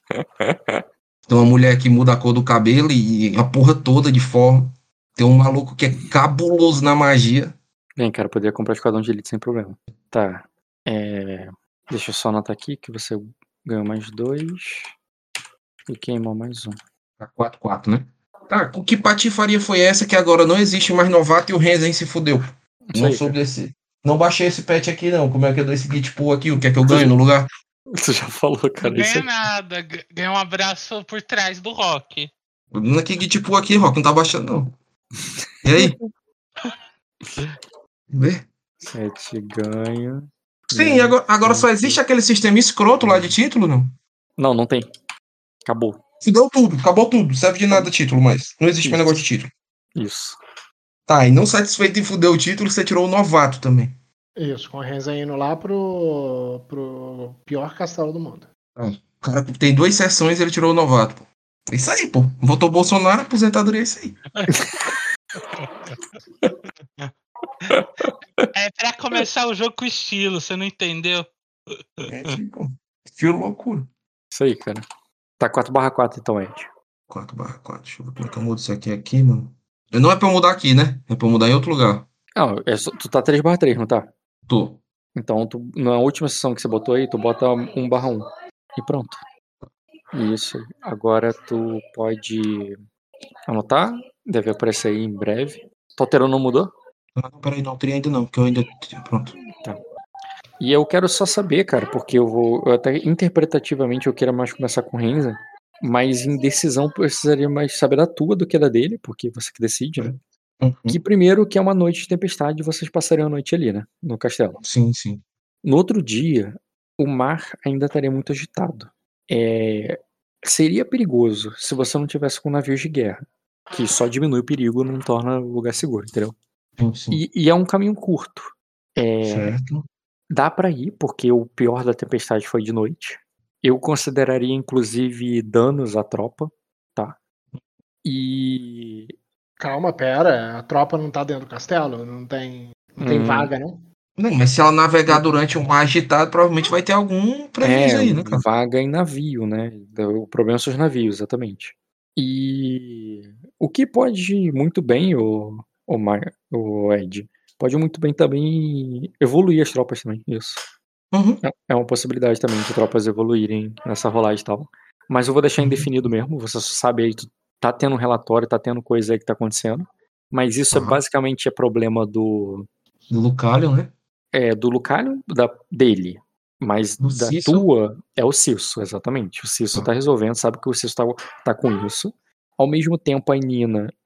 Tem uma mulher que muda a cor do cabelo e a porra toda de forma. Tem um maluco que é cabuloso na magia. Bem, cara, poderia comprar Esquadrão de Elite sem problema. Tá. É... Deixa eu só anotar aqui que você ganhou mais dois e queimou mais um. Tá quatro quatro, né? Tá, que patifaria foi essa que agora não existe mais novato e o Renzen se fudeu? Isso Não aí, soube cara. desse. Não baixei esse patch aqui, não. Como é que eu dou esse git pool aqui? O que é que eu ganho no lugar? Você já falou, Não cara. Isso ganha aí. nada, g- ganha um abraço por trás do Rock. Tô dando aqui git pool aqui, Rock. Não tá baixando, não. E aí? Vê? Sete ganho. Sim, menos agora, agora só cinco. existe aquele sistema escroto lá de título, não? Não, não tem. Acabou. Fudeu tudo, acabou tudo. Serve de nada título mais. Não existe mais Isso. negócio de título. Isso. Tá, e não satisfeito em fuder o título, você tirou o novato também. Isso, com o Renzen indo lá pro, pro pior castelo do mundo. Ah, o cara tem duas sessões e ele tirou o novato, pô. É isso aí, pô. Votou Bolsonaro, aposentadoria é isso aí. É pra começar o jogo com estilo, você não entendeu? É tipo, estilo loucura. Isso aí, cara. Tá quatro barra quatro então, Ed. quatro barra quatro. Deixa eu ver como é que eu mudo isso aqui, aqui, mano. Não é pra eu mudar aqui, né? É pra eu mudar em outro lugar. Não, é só- tu tá três barra três, não tá? Tô. Então, tu, na última sessão que você botou aí, tu bota um barra um. E pronto. Isso. Agora tu pode anotar. Deve aparecer aí em breve. Tua alterando não mudou? Ah, não, peraí, não alterei ainda não, porque eu ainda. Pronto. E eu quero só saber, cara, porque eu vou. Eu até interpretativamente eu quero mais começar com Renza, mas em decisão eu precisaria mais saber da tua do que da dele, porque você que decide, né? Uhum. Que primeiro que é uma noite de tempestade, vocês passariam a noite ali, né? No castelo. Sim, sim. No outro dia, o mar ainda estaria muito agitado. É, seria perigoso se você não tivesse com navios de guerra, que só diminui o perigo, não torna o lugar seguro, entendeu? Sim, sim. E, e é um caminho curto. É, Certo. dá pra ir, porque o pior da tempestade foi de noite. Eu consideraria, inclusive, danos à tropa, tá? E. Calma, pera, a tropa não tá dentro do castelo? Não tem, não tem Hum, vaga, não? Não, mas se ela navegar durante um mar agitado, provavelmente vai ter algum prejuízo é, aí, né, cara? vaga em navio, né? O problema são os navios, exatamente. E o que pode ir muito bem, o, o, Mar, o Ed, pode muito bem também evoluir as tropas também, isso. Uhum. É- É uma possibilidade também de tropas evoluírem nessa rolagem e tal. Mas eu vou deixar Uhum. indefinido mesmo. Você só sabe aí, tu tá tendo um relatório, tá tendo coisa aí que tá acontecendo. Mas isso é Tá. basicamente é problema do, Do Lucalion, né? é, do Lucalion, da, dele. Mas Do da Cício. tua é o Cisso, exatamente. O Cisso Tá. tá resolvendo, sabe que o Cisso tá, tá com isso. Ao mesmo tempo, a Nina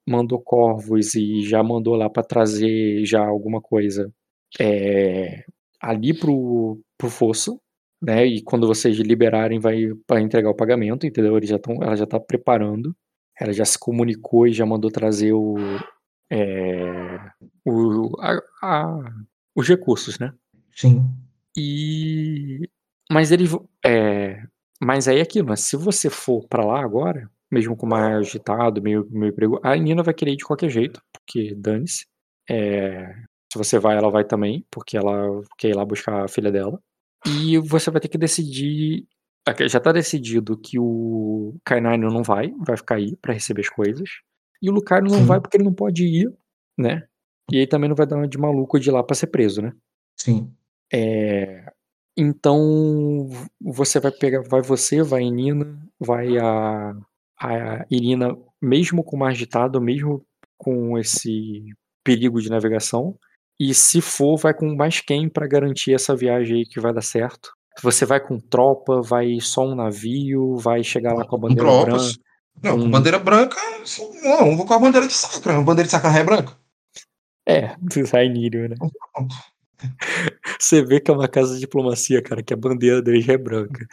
mandou corvos e já mandou lá pra trazer já alguma coisa é, ali pro, pro fosso, né? E quando vocês liberarem, vai para entregar o pagamento, entendeu? Eles já tão, ela já tá preparando. Ela já se comunicou e já mandou trazer o, é, o, a, a, os recursos, né? Sim. E mas ele é, mas aí é aquilo, mas se você for pra lá agora, mesmo com mais agitado, meio meio perigo, a Nina vai querer ir de qualquer jeito, porque dane-se. É, se você vai, ela vai também, porque ela quer ir lá buscar a filha dela. E você vai ter que decidir. Já tá decidido que o Kainaino não vai, vai ficar aí pra receber as coisas. E o Lucario não Sim. vai porque ele não pode ir, né? E aí também não vai dar uma de maluco de ir lá pra ser preso, né? Sim. É, então você vai pegar, vai você, vai a Nina, vai a, a Irina, mesmo com mais agitado, mesmo com esse perigo de navegação. E se for, vai com mais quem pra garantir essa viagem aí que vai dar certo. Você vai com tropa, vai só um navio, vai chegar lá com a Com bandeira branca. tropas. Não, com Um... bandeira branca, assim, não, vou com a bandeira de Sacra. A bandeira de Sacra é branca. É, sai Nírio, né? Pronto. Você vê que é uma casa de diplomacia, cara, que a bandeira deles é branca.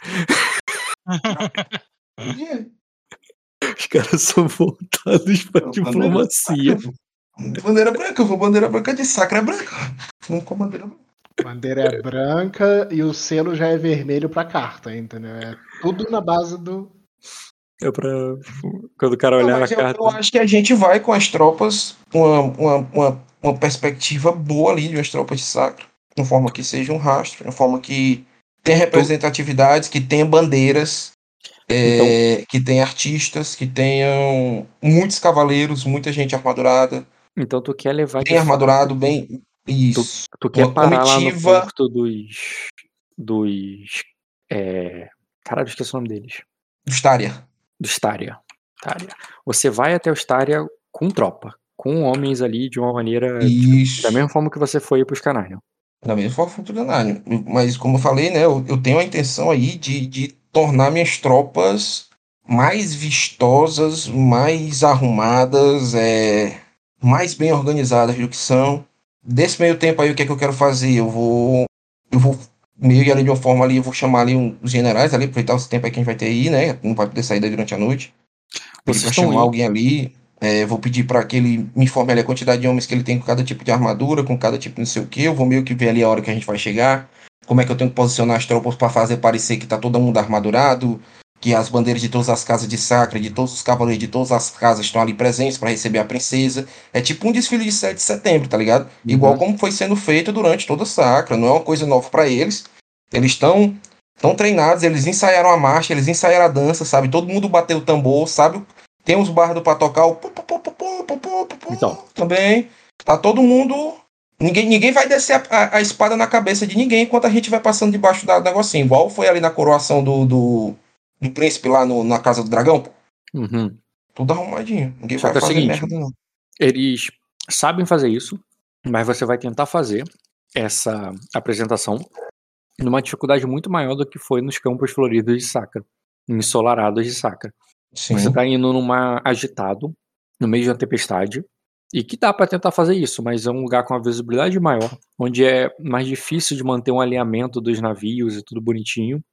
Os caras são voltados pra diplomacia. Bandeira branca, eu vou bandeira branca de Sacra é branca. Vamos com a bandeira branca. Bandeira é branca e o selo já é vermelho pra carta, entendeu? É tudo na base do. É pra. Quando o cara Não, olhar mas na eu, carta. eu acho que a gente vai com as tropas, uma, uma, uma, uma perspectiva boa ali de umas tropas de Sacra. De uma forma que seja um rastro, de uma forma que tenha representatividades, que tenha bandeiras, é, Então, que tenha artistas, que tenham muitos cavaleiros, muita gente armadurada, então tu quer levar de bem fato. armadurado, bem. Isso. Tu, tu quer Uma parar lá no comitiva. porto dos. Dos. É... Caralho, esqueci o nome deles. Staria. Do Staria. Staria. Você vai até o Staria com tropa. Com homens ali de uma maneira. Isso. Da mesma forma que você foi pros Canarios. Da mesma forma funcionário. Mas, como eu falei, né, eu, eu tenho a intenção aí de, de tornar minhas tropas mais vistosas, mais arrumadas, é, mais bem organizadas do que são. Desse meio tempo aí, o que é que eu quero fazer? Eu vou. Eu vou meio que ali de uma forma ali, eu vou chamar ali um- os generais ali, aproveitar esse tempo aí que a gente vai ter aí, né? Não vai poder sair daí durante a noite. Pedir Vocês pra estão chamar indo. alguém ali. É, vou pedir para que ele me informe ali a quantidade de homens que ele tem com cada tipo de armadura, com cada tipo de não sei o que. Eu vou meio que ver ali a hora que a gente vai chegar. Como é que eu tenho que posicionar as tropas para fazer parecer que tá todo mundo armadurado. Que as bandeiras de todas as casas de Sacra, de todos os cavaleiros de todas as casas estão ali presentes para receber a princesa. É tipo um desfile de sete de setembro, tá ligado? Uhum. Igual como foi sendo feito durante toda a Sacra. Não é uma coisa nova para eles. Eles estão tão treinados, eles ensaiaram a marcha, eles ensaiaram a dança, sabe? Todo mundo bateu o tambor, sabe? Tem os bardos pra tocar o pu, pu, pu, pu, pu, pu, pu, pu, Então. também. Tá todo mundo. Ninguém, ninguém vai descer a, a, a espada na cabeça de ninguém enquanto a gente vai passando debaixo da- do negocinho. Igual foi ali na coroação do, do, do príncipe lá no, na Casa do Dragão. Uhum. Tudo arrumadinho. Ninguém Só vai que é o fazer seguinte, merda, não. eles sabem fazer isso, mas você vai tentar fazer essa apresentação numa dificuldade muito maior do que foi nos campos floridos de Sacra, ensolarados de Sacra. Sim. Você tá indo numa agitado, no meio de uma tempestade, e que dá pra tentar fazer isso, mas é um lugar com uma visibilidade maior, onde é mais difícil de manter um alinhamento dos navios e tudo bonitinho.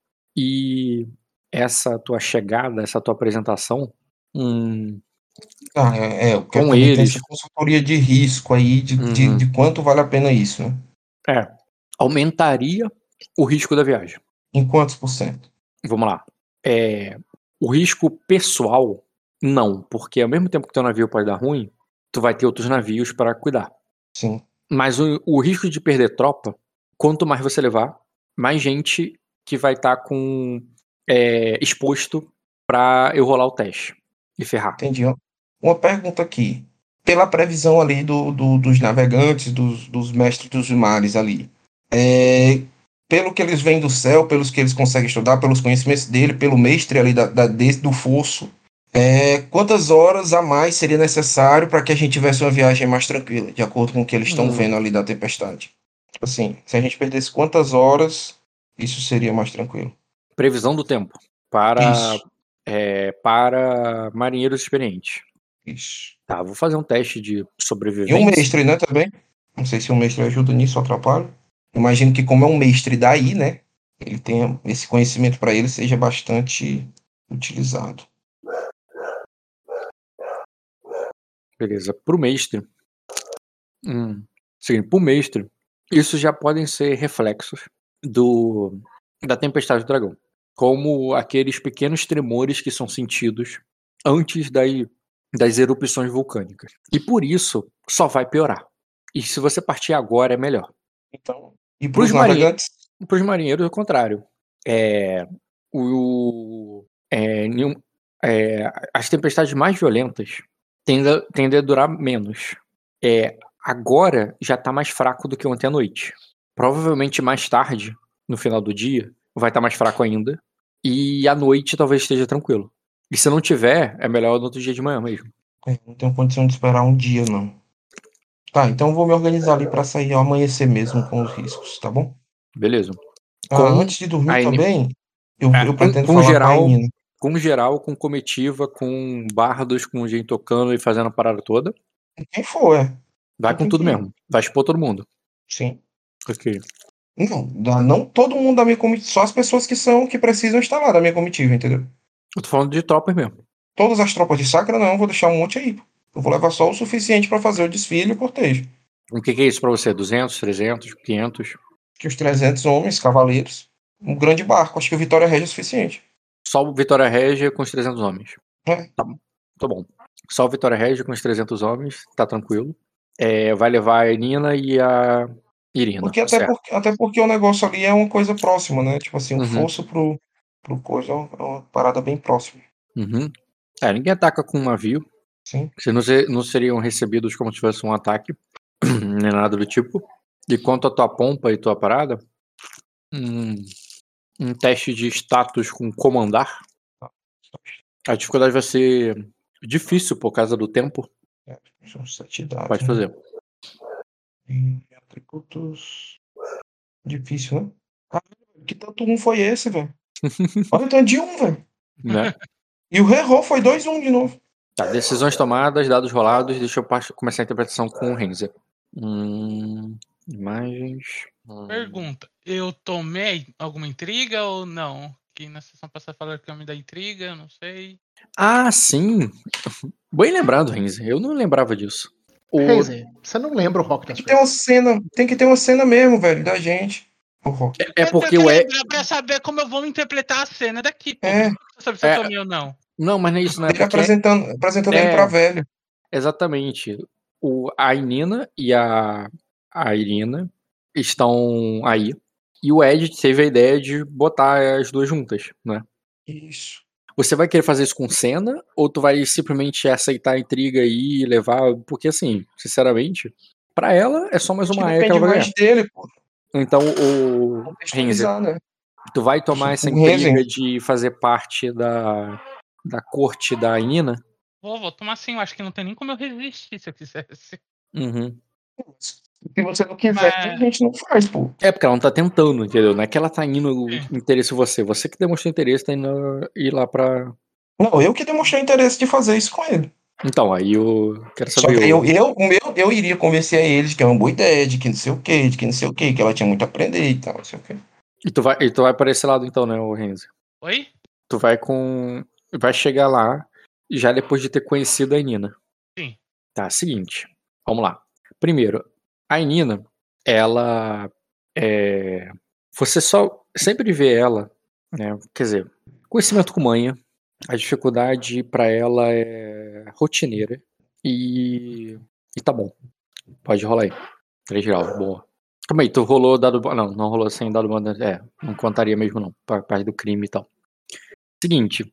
E essa tua chegada, essa tua apresentação, hum, Ah, é, é, eu quero com também ter eles, essa consultoria de risco aí, de, de, uhum, de quanto vale a pena isso, né? é, aumentaria o risco da viagem. Em quantos por cento? Vamos lá. É, o risco pessoal, não, porque ao mesmo tempo que teu navio pode dar ruim, tu vai ter outros navios para cuidar. Sim. Mas o, o risco de perder tropa, quanto mais você levar, mais gente que vai estar tá com é, exposto para eu rolar o teste e ferrar. Entendi. Uma pergunta aqui. Pela previsão ali do, do- dos navegantes, dos, dos mestres dos mares ali, é, pelo que eles veem do céu, pelos que eles conseguem estudar, pelos conhecimentos dele, pelo mestre ali da, da- desse- do fosso, é, quantas horas a mais seria necessário para que a gente tivesse uma viagem mais tranquila, de acordo com o que eles estão Hum. vendo ali da tempestade? Tipo assim, se a gente perdesse quantas horas, isso seria mais tranquilo? Previsão do tempo para, Isso. é, para marinheiros experientes. Isso. Tá, vou fazer um teste de E sobrevivência. um mestre, né, também. Não sei se o mestre ajuda nisso ou atrapalha. Imagino que como é um mestre daí, né, ele tenha esse conhecimento para ele seja bastante utilizado. Beleza. Pro mestre. Hum, sim, pro mestre, isso já podem ser reflexos do da tempestade do dragão. Como aqueles pequenos tremores que são sentidos antes das, das erupções vulcânicas. E por isso, só vai piorar. E se você partir agora, é melhor. Então, e para Pros os marinhe- navegantes? Pros marinheiros, é o contrário. É, o, é, nenhum- é, as tempestades mais violentas tendem a, tendem a durar menos. É, agora já tá mais fraco do que ontem à noite. Provavelmente mais tarde, no final do dia, vai estar mais fraco ainda. E à noite talvez esteja tranquilo. E se não tiver, é melhor no outro dia de manhã mesmo. É, não tenho condição de esperar um dia, não. Tá, então eu vou me organizar ali para sair ao amanhecer mesmo com os riscos, tá bom? Beleza. Ah, Com antes de dormir a Eni- também, eu, É, eu com, pretendo com falar com a geral, Enina. com geral, com comitiva, com bardos, com gente tocando e fazendo a parada toda. Quem for, é. Vai Eu com tenho tudo que ir. mesmo. Vai expor todo mundo. Sim. Ok. Não, dá- não todo mundo da minha comitiva, só as pessoas que são, que precisam estar lá da minha comitiva, entendeu? Eu tô falando de tropas mesmo. Todas as tropas de Sacra, não, eu vou deixar um monte aí. Pô. Eu vou levar só o suficiente para fazer o desfile e o cortejo. O que, que é isso pra você? duzentos, trezentos, quinhentos? Que os trezentos homens, cavaleiros, um grande barco. Acho que o Vitória Regia é suficiente. Só o Vitória Régia com os trezentos homens. É. Tá, tá bom. Só o Vitória Régia com os trezentos homens, tá tranquilo. É, vai levar a Nina e a Irina. Porque até, certo. porque até porque o negócio ali é uma coisa próxima, né? Tipo assim, o Uhum. fosso pro, pro coisa é uma, é uma parada bem próxima. Uhum. É, ninguém ataca com um navio. Sim. Vocês não, se- não seriam recebidos como se tivesse um ataque, nem nada do tipo. E quanto à tua pompa e tua parada, um, um teste de status com comandar. A dificuldade vai ser difícil por causa do tempo. É, são sete dados. Pode né? fazer. E atributos. Difícil, né? Caralho, que tanto um foi esse, velho? Olha o tanto de um, velho. Né? E o reroll foi dois um de novo. Tá, decisões tomadas, dados rolados. Deixa eu pas- começar a interpretação com o Renzer. Hum, imagens. Hum. Pergunta, eu tomei alguma intriga ou não? Que na sessão passada falaram que eu me da intriga, eu não sei. Ah, sim. Bem lembrado, Renzer. Eu não lembrava disso. O... Hazy, você não lembra o Rock Tem das que ter uma Coisas? cena, tem que ter uma cena mesmo, velho, da gente. O rock. É Eu porque tenho o que E... lembrar pra saber como eu vou interpretar a cena daqui, pô. É. Por que você sabe se É. eu tomei ou não? Não, mas não é isso, não é Ele porque... apresentando, apresentando É. ele pra velho. Exatamente. O, a Nina e a, a Irina estão aí. E o Ed teve a ideia de botar as duas juntas, né? Isso. Você vai querer fazer isso com cena? Ou tu vai simplesmente aceitar a intriga aí e levar... Porque assim, sinceramente, pra ela é só mais Acho que uma aia que depende ela vai mais ganhar. dele, pô. Então o Renzer, Contextualizar, né? tu vai tomar essa O Renzer. intriga de fazer parte da, da corte da Nina? Vou, vou tomar sim, eu acho que não tem nem como eu resistir se eu quisesse. Uhum. Se você não quiser, Mas- a gente não faz, pô. É porque ela não tá tentando, entendeu? Não é que ela tá indo Sim. interesse em você. Você que demonstrou interesse, tá indo ir lá pra. Não, eu que demonstrei interesse de fazer isso com ele. Então, aí eu quero Só saber. que o- eu, eu, o meu, eu iria convencer a ele de que é uma boa ideia, de que não sei o quê, de que não sei o quê, que ela tinha muito a aprender e tal, não sei o quê. E tu vai, e tu vai para esse lado então, né, o Renzi? Oi? Tu vai com. Vai chegar lá já depois de ter conhecido a Nina. Sim. Tá, seguinte. Vamos lá. Primeiro, a Nina, ela é. Você só sempre vê ela, né? Quer dizer, conhecimento com manha. A dificuldade pra ela é rotineira. E. E tá bom. Pode rolar aí. três graus, boa. Calma aí, tu rolou dado. Não, não rolou sem dado bom. É, não contaria mesmo não. Pra parte do crime e tal. Seguinte.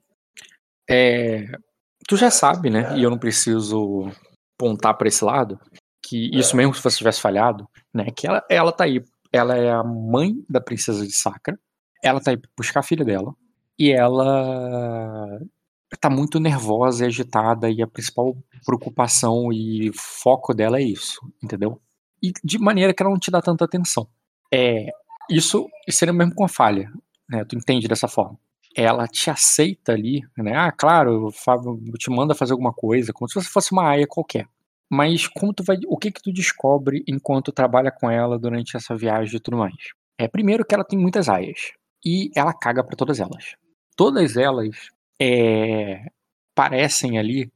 É. Tu já sabe, né? E eu não preciso apontar pra esse lado. Que isso mesmo se você tivesse falhado, né? Que ela, ela tá aí. Ela é a mãe da princesa de Sacra. Ela tá aí pra buscar a filha dela. E ela tá muito nervosa e agitada. E a principal preocupação e foco dela é isso, entendeu? E de maneira que ela não te dá tanta atenção. É, isso seria mesmo com a falha, né? Tu entende dessa forma. ela te aceita ali, né? Ah, claro, te manda fazer alguma coisa, como se você fosse uma aia qualquer. Mas como tu vai, o que que tu descobre enquanto trabalha com ela durante essa viagem e tudo mais? É, primeiro que ela tem muitas aias e ela caga pra todas elas. Todas elas é, parecem ali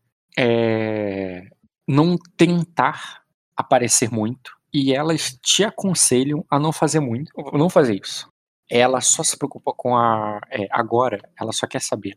é, não tentar aparecer muito e elas te aconselham a não fazer muito, não fazer isso. Ela só se preocupa com a é, agora, ela só quer saber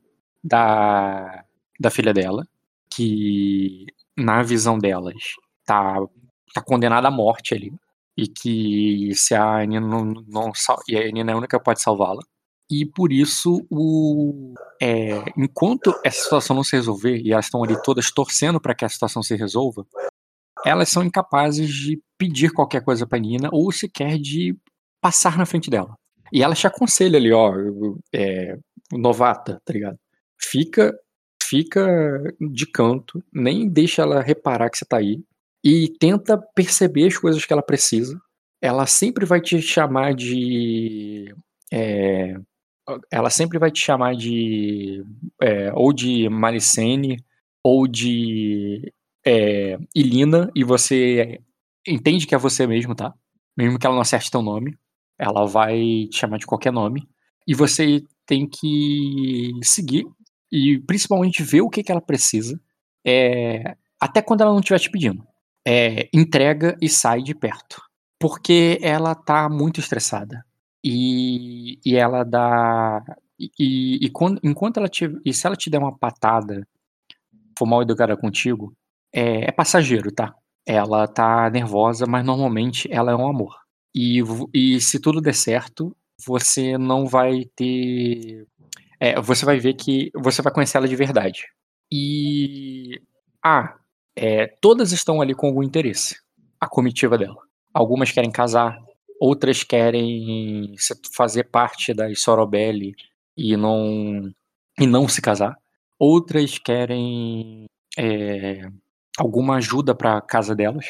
da da filha dela, que na visão delas tá tá condenada à morte ali e que se a Nina não, não e a Nina é a única que pode salvá-la. E por isso, o, é, enquanto essa situação não se resolver, e elas estão ali todas torcendo para que a situação se resolva, elas são incapazes de pedir qualquer coisa pra Nina ou sequer de passar na frente dela. E ela te aconselha ali, ó, é, novata, tá ligado? Fica, fica de canto, nem deixa ela reparar que você tá aí, e tenta perceber as coisas que ela precisa. Ela sempre vai te chamar de... É, ela sempre vai te chamar de é, ou de Malicene ou de é, Ilina, e você entende que é você mesmo, tá? Mesmo que ela não acerte teu nome, ela vai te chamar de qualquer nome, e você tem que seguir e principalmente ver o que, que ela precisa, é, até quando ela não estiver te pedindo. É, entrega e sai de perto, porque ela tá muito estressada. E, e ela dá. E, e, e quando, enquanto ela te. E se ela te der uma patada, for mal educada contigo, é, é passageiro, tá? Ela tá nervosa, mas normalmente ela é um amor. E, e se tudo der certo, você não vai ter. É, você vai ver que. Você vai conhecer ela de verdade. E. Ah, é, todas estão ali com algum interesse. A comitiva dela. Algumas querem casar, outras querem fazer parte da Sorobelli e não, e não se casar. Outras querem é, alguma ajuda para a casa delas.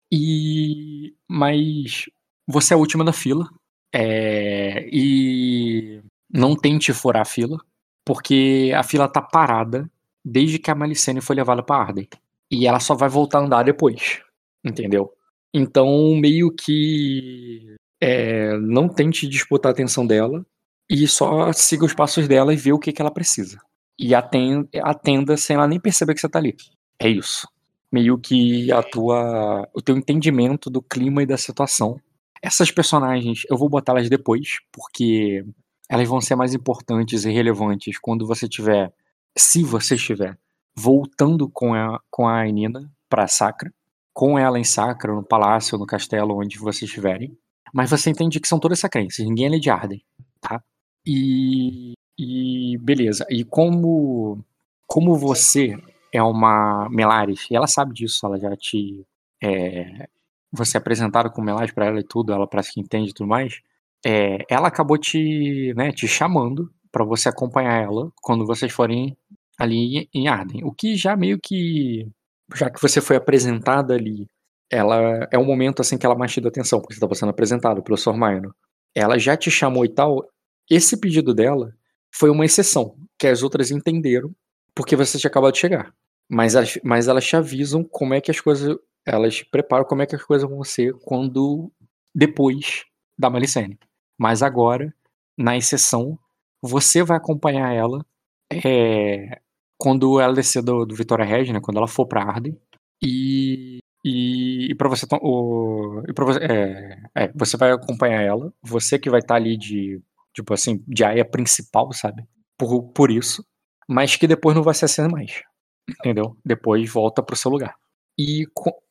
E mas você é a última da fila. É, e não tente furar a fila, porque a fila tá parada desde que a Malicene foi levada para Arden. E ela só vai voltar a andar depois, entendeu? Então, meio que é, não tente disputar a atenção dela e só siga os passos dela e vê o que, que ela precisa. E atenda, atenda sem ela nem perceber que você tá ali. É isso. Meio que a tua, o teu entendimento do clima e da situação. Essas personagens, eu vou botá-las depois, porque elas vão ser mais importantes e relevantes quando você tiver, se você estiver, voltando com a, com a Nina pra Sacra, com ela em Sacra, no palácio, no castelo, onde vocês estiverem. Mas você entende que são todas sacrenses, ninguém é Lady Arden, tá? E, e beleza. E como, como você é uma Melares, e ela sabe disso, ela já te... É, você é apresentado como Melares pra ela e tudo, ela parece que entende e tudo mais. É, ela acabou te, né, te chamando pra você acompanhar ela quando vocês forem ali em Arden. O que já meio que... Já que você foi apresentada ali, ela é um momento assim que ela mais te dá atenção, porque você estava sendo apresentado pelo Sr. Minor. Ela já te chamou e tal. Esse pedido dela foi uma exceção, que as outras entenderam, porque você tinha acabado de chegar. Mas elas, mas elas te avisam como é que as coisas... Elas te preparam como é que as coisas vão ser quando... Depois da Malicene. Mas agora, na exceção, você vai acompanhar ela é, quando ela descer do, do Vitória Regina, quando ela for pra Arden. E... E, e para você, o, e pra você, é, é, você vai acompanhar ela, você que vai estar tá ali de, tipo assim, de aia principal, sabe? Por, por isso, mas que depois não vai ser assim mais, entendeu? Depois volta pro seu lugar. E,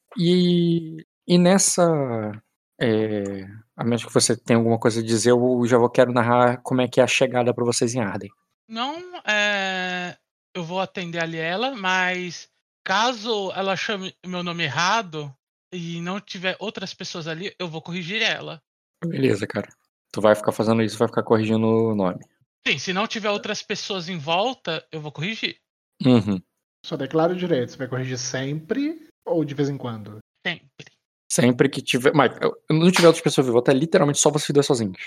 e, e nessa, é, a menos que você tenha alguma coisa a dizer, eu já vou quero narrar como é que é a chegada para vocês em Arden. Não, é, eu vou atender ali ela, mas caso ela chame meu nome errado e não tiver outras pessoas ali, eu vou corrigir ela. Beleza, cara. Tu vai ficar fazendo isso, vai ficar corrigindo o nome. Sim, se não tiver outras pessoas em volta, eu vou corrigir. Uhum. Só declara o direito. Você vai corrigir sempre ou de vez em quando? Sempre. Sempre que tiver... Mas não tiver outras pessoas em volta, é literalmente só vocês dois sozinhos.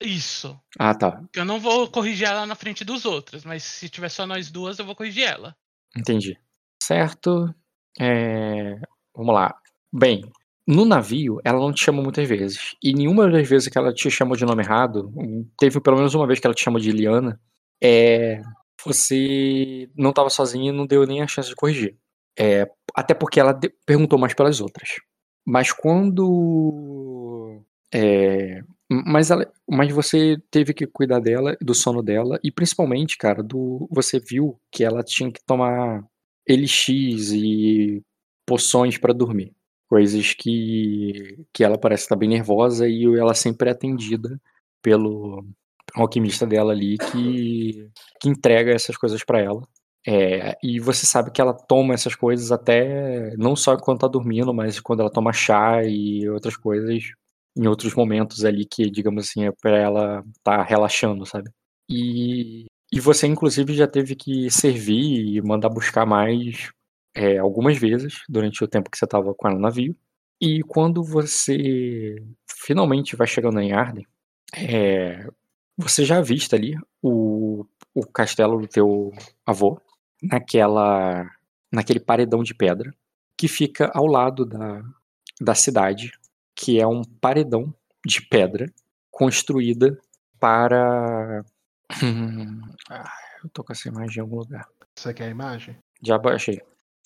Isso. Ah, tá. Eu não vou corrigir ela na frente dos outros, mas se tiver só nós duas, eu vou corrigir ela. Entendi. Certo. É... Vamos lá. Bem, no navio, ela não te chama muitas vezes. E nenhuma das vezes que ela te chamou de nome errado, teve pelo menos uma vez que ela te chamou de Liana, é... você não estava sozinha e não deu nem a chance de corrigir. É... Até porque ela de... perguntou mais pelas outras. Mas quando... É... Mas, ela, mas você teve que cuidar dela, do sono dela, e principalmente, cara, do, você viu que ela tinha que tomar elixir e poções pra dormir. Coisas que, que ela parece estar bem nervosa e ela sempre é atendida pelo alquimista dela ali que, que entrega essas coisas pra ela. É, e você sabe que ela toma essas coisas até, não só quando tá dormindo, mas quando ela toma chá e outras coisas em outros momentos ali que, digamos assim, é pra ela tá relaxando, sabe? E, e você, inclusive, já teve que servir e mandar buscar mais é, algumas vezes durante o tempo que você tava com ela no navio. E quando você finalmente vai chegando em Arden, é, você já avista ali o, o castelo do teu avô, naquela, naquele paredão de pedra, que fica ao lado da, da cidade, que é um paredão de pedra construída para... Hum, ah, eu tô com essa imagem em algum lugar. Você quer a imagem? Já baixei.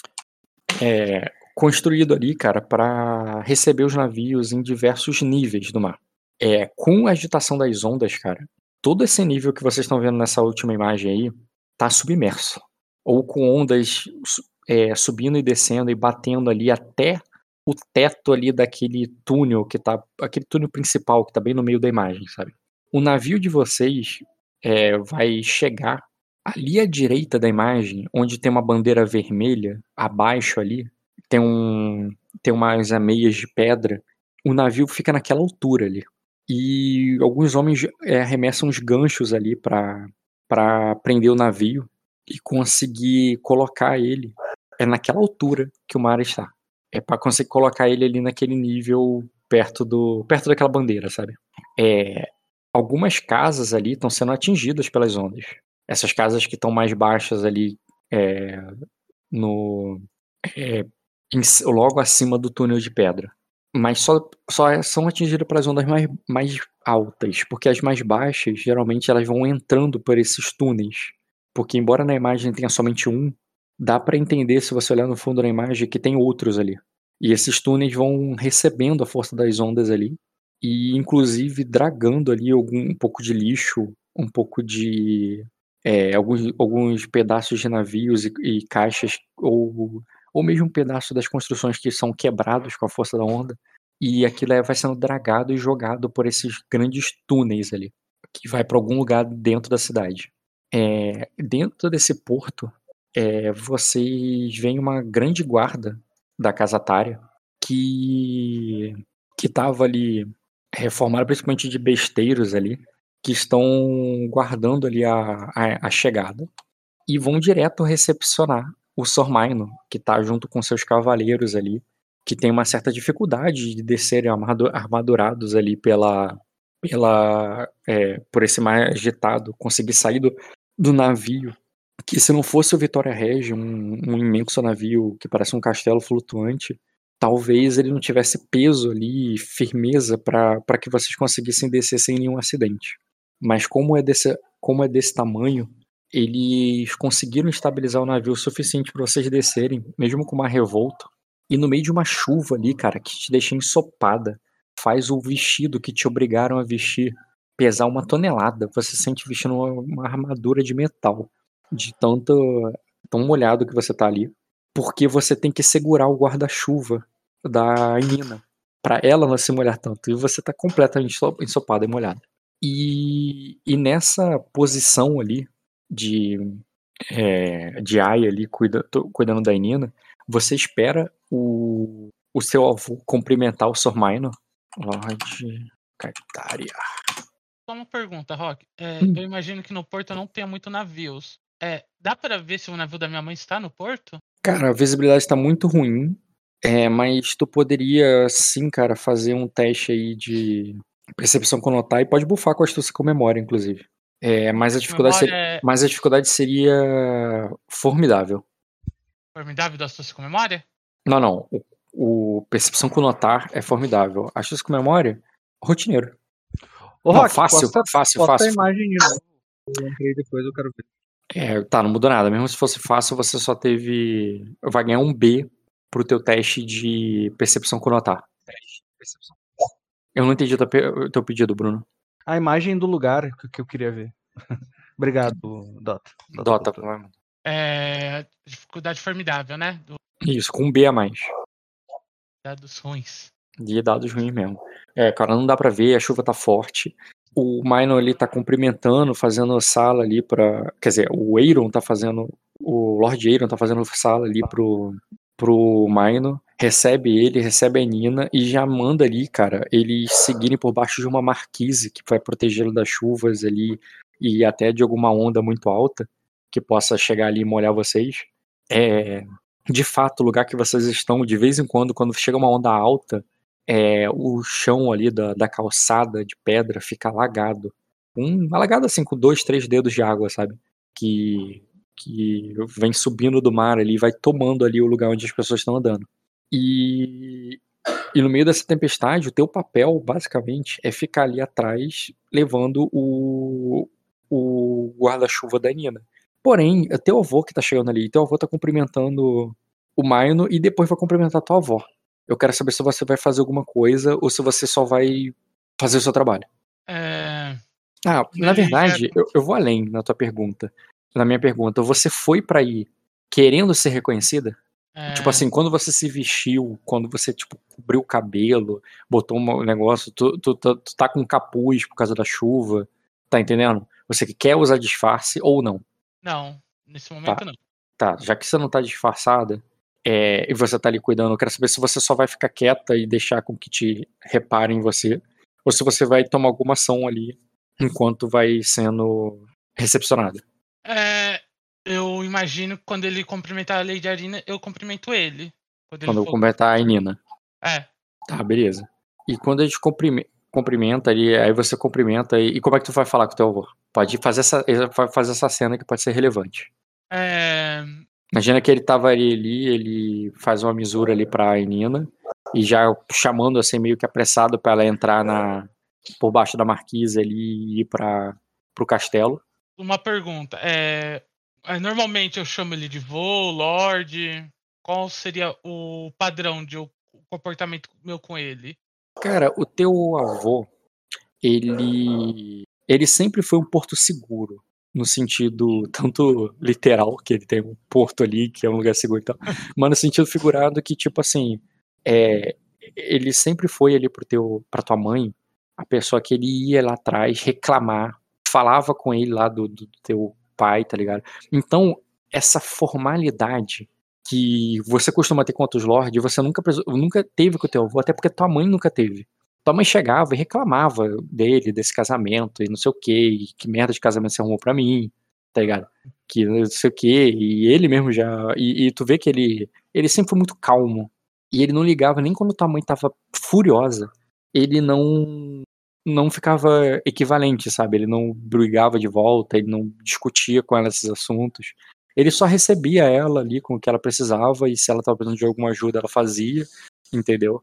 É construído ali, cara, para receber os navios em diversos níveis do mar. É, com a agitação das ondas, cara, todo esse nível que vocês estão vendo nessa última imagem aí tá submerso. Ou com ondas é, subindo e descendo e batendo ali até o teto ali daquele túnel que tá. Aquele túnel principal que tá bem no meio da imagem, sabe? O navio de vocês é, vai chegar ali à direita da imagem, onde tem uma bandeira vermelha, abaixo ali, tem um. Tem umas ameias de pedra. O navio fica naquela altura ali. E alguns homens é, arremessam uns ganchos ali pra, pra prender o navio e conseguir colocar ele é naquela altura que o mar está. É pra conseguir colocar ele ali naquele nível perto do perto daquela bandeira, sabe? É, algumas casas ali estão sendo atingidas pelas ondas. Essas casas que estão mais baixas ali é, no é, em, logo acima do túnel de pedra. Mas só, só são atingidas pelas ondas mais, mais altas, porque as mais baixas, geralmente, elas vão entrando por esses túneis. Porque embora na imagem tenha somente um, dá pra entender, se você olhar no fundo da imagem, que tem outros ali. E esses túneis vão recebendo a força das ondas ali, e inclusive dragando ali algum, um pouco de lixo, um pouco de... É, alguns, alguns pedaços de navios e, e caixas, ou ou mesmo um pedaço das construções que são quebrados com a força da onda, e aquilo é, vai sendo dragado e jogado por esses grandes túneis ali, que vai para algum lugar dentro da cidade. É, dentro desse porto, é, vocês veem uma grande guarda da Casa Tária, que que estava ali, é, formada principalmente de besteiros ali, que estão guardando ali a, a, a chegada, e vão direto recepcionar o Sormaino, que tá junto com seus cavaleiros ali, que tem uma certa dificuldade de descerem armadurados ali pela, pela é, por esse mar agitado, conseguir sair do, do navio, que se não fosse o Vitória Regia, um, um imenso navio que parece um castelo flutuante, talvez ele não tivesse peso ali, firmeza para que vocês conseguissem descer sem nenhum acidente. Mas como é desse, como é desse tamanho, eles conseguiram estabilizar o navio o suficiente para vocês descerem, mesmo com uma revolta. E no meio de uma chuva ali, cara, que te deixa ensopada, faz o vestido que te obrigaram a vestir pesar uma tonelada. Você se sente vestindo uma, uma armadura de metal, de tanto tão molhado que você tá ali, porque você tem que segurar o guarda-chuva da Nina para ela não se molhar tanto. E você tá completamente ensopada e molhada. E, e nessa posição ali de, é, de Aya ali cuida, cuidando da Nina, você espera o, o seu avô cumprimentar o Sormaino. Lorde Cactária. Só uma pergunta, Rock. É, Hum. Eu imagino que no porto não tenha muito navios. É, dá pra ver se o navio da minha mãe está no porto? Cara, a visibilidade está muito ruim, é, mas tu poderia sim, cara, fazer um teste aí de Percepção com notar e pode bufar com astúcia com memória, inclusive. É, mas, a dificuldade Memória seria, é mas a dificuldade seria formidável. formidável da astúcia com memória? Não, não. O, o percepção com notar é formidável. Astúcia com memória, rotineiro. Ô, Não, Rock, fácil, posta, fácil, posta a fácil. imagem de novo. Eu entrei depois, eu quero ver. É, tá, não mudou nada. Mesmo se fosse fácil, você só teve. Vai ganhar um B pro teu teste de percepção com notar. Eu não entendi o teu, pe- o teu pedido, Bruno. A imagem do lugar que, que eu queria ver. Obrigado, Dota. Dota, postou. vai. É. Dificuldade formidável, né? Do Isso, com um B a mais. dados ruins. De dados ruins mesmo. É, cara, não dá pra ver, a chuva tá forte. O Minor ali tá cumprimentando, fazendo sala ali pra. Quer dizer, o Aeron tá fazendo. O Lord Aeron tá fazendo sala ali pro, pro Minor. Recebe ele, recebe a Nina e já manda ali, cara, eles seguirem por baixo de uma marquise que vai protegê-lo das chuvas ali e até de alguma onda muito alta que possa chegar ali e molhar vocês. É. De fato, o lugar que vocês estão, de vez em quando, quando chega uma onda alta, é, o chão ali da, da calçada de pedra fica alagado. Um, alagado assim, com dois, três dedos de água, sabe? Que, que vem subindo do mar ali, vai tomando ali o lugar onde as pessoas estão andando. E, e no meio dessa tempestade, o teu papel, basicamente, é ficar ali atrás, levando o, o guarda-chuva da Nina. Porém, é teu avô que tá chegando ali, teu avô tá cumprimentando o Maino e depois vai cumprimentar tua avó. Eu quero saber se você vai fazer alguma coisa ou se você só vai fazer o seu trabalho. É. Ah, na Ele verdade, eu, eu vou além na tua pergunta. Na minha pergunta, você foi pra ir querendo ser reconhecida? É, Tipo assim, quando você se vestiu, quando você, tipo, cobriu o cabelo, botou um negócio, tu, tu, tu, tu tá com um capuz por causa da chuva, tá entendendo? Você quer usar disfarce ou não? não, nesse momento não. Tá, já que você não tá disfarçada, é, e você tá ali cuidando, eu quero saber se você só vai ficar quieta e deixar com que te reparem em você, ou se você vai tomar alguma ação ali enquanto vai sendo recepcionada. É, eu imagino que quando ele cumprimentar a Lady Arina, eu cumprimento ele. Quando, ele Quando eu for... comentar a Nina. É. Tá, beleza. E quando a gente cumprimenta, cumprimenta ali, aí você cumprimenta, e, e como é que tu vai falar com o teu avô? Pode fazer essa, fazer essa cena que pode ser relevante. É... Imagina que ele tava ali, ali, ele faz uma misura ali pra Nina, e já chamando assim, meio que apressado pra ela entrar na, por baixo da marquise ali e ir pra, pro castelo. Uma pergunta. É... é, Normalmente eu chamo ele de vô, Lorde. Qual seria o padrão de o comportamento meu com ele? Cara, o teu avô, ele, ele sempre foi um porto seguro. No sentido tanto literal, que ele tem um porto ali, que é um lugar seguro e tal, mas no sentido figurado que, tipo assim, é, ele sempre foi ali pro teu, pra tua mãe, a pessoa que ele ia lá atrás reclamar, falava com ele lá do, do teu pai, tá ligado? Então, essa formalidade que você costuma ter com outros lords, você nunca, nunca teve com o teu avô, até porque tua mãe nunca teve. Tua mãe chegava e reclamava dele, desse casamento, e não sei o que, que merda de casamento você arrumou pra mim, tá ligado? Que não sei o que, e ele mesmo já. E, e tu vê que ele, ele sempre foi muito calmo. E ele não ligava nem quando tua mãe tava furiosa. Ele não não ficava equivalente, sabe? Ele não brigava de volta, ele não discutia com ela esses assuntos. Ele só recebia ela ali com o que ela precisava, e se ela tava precisando de alguma ajuda, ela fazia, entendeu?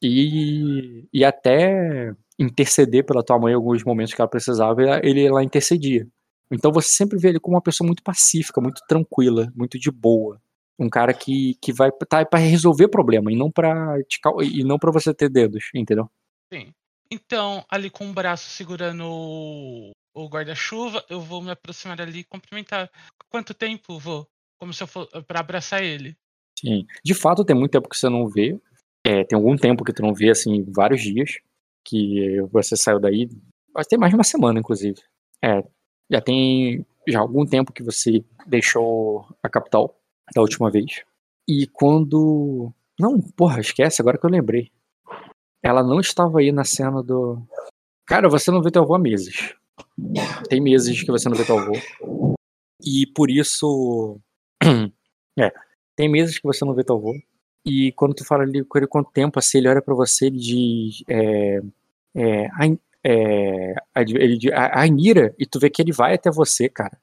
E, e até interceder pela tua mãe em alguns momentos que ela precisava, ele lá intercedia. Então você sempre vê ele como uma pessoa muito pacífica, muito tranquila, muito de boa. Um cara que, que vai tá para resolver problema e não para e não para você ter dedos, entendeu? Sim. Então, ali com o braço segurando o, o guarda-chuva, eu vou me aproximar ali e cumprimentar. Quanto tempo vou? Como se eu for para abraçar ele. Sim. De fato, tem muito tempo que você não vê. É, tem algum tempo que tu não vê, assim, vários dias que você saiu daí. Vai ter mais de uma semana, inclusive. É, já tem já algum tempo que você deixou a capital da última vez. E quando... Não, porra, esquece, agora que eu lembrei. Ela não estava aí na cena do... Cara, você não vê teu avô há meses. Tem meses que você não vê teu avô. E por isso... é, tem meses que você não vê teu avô. E quando tu fala ali com ele quanto tempo, assim, ele olha pra você e diz... É, é, a, É, ele, a, a Nira, e tu vê que ele vai até você, cara.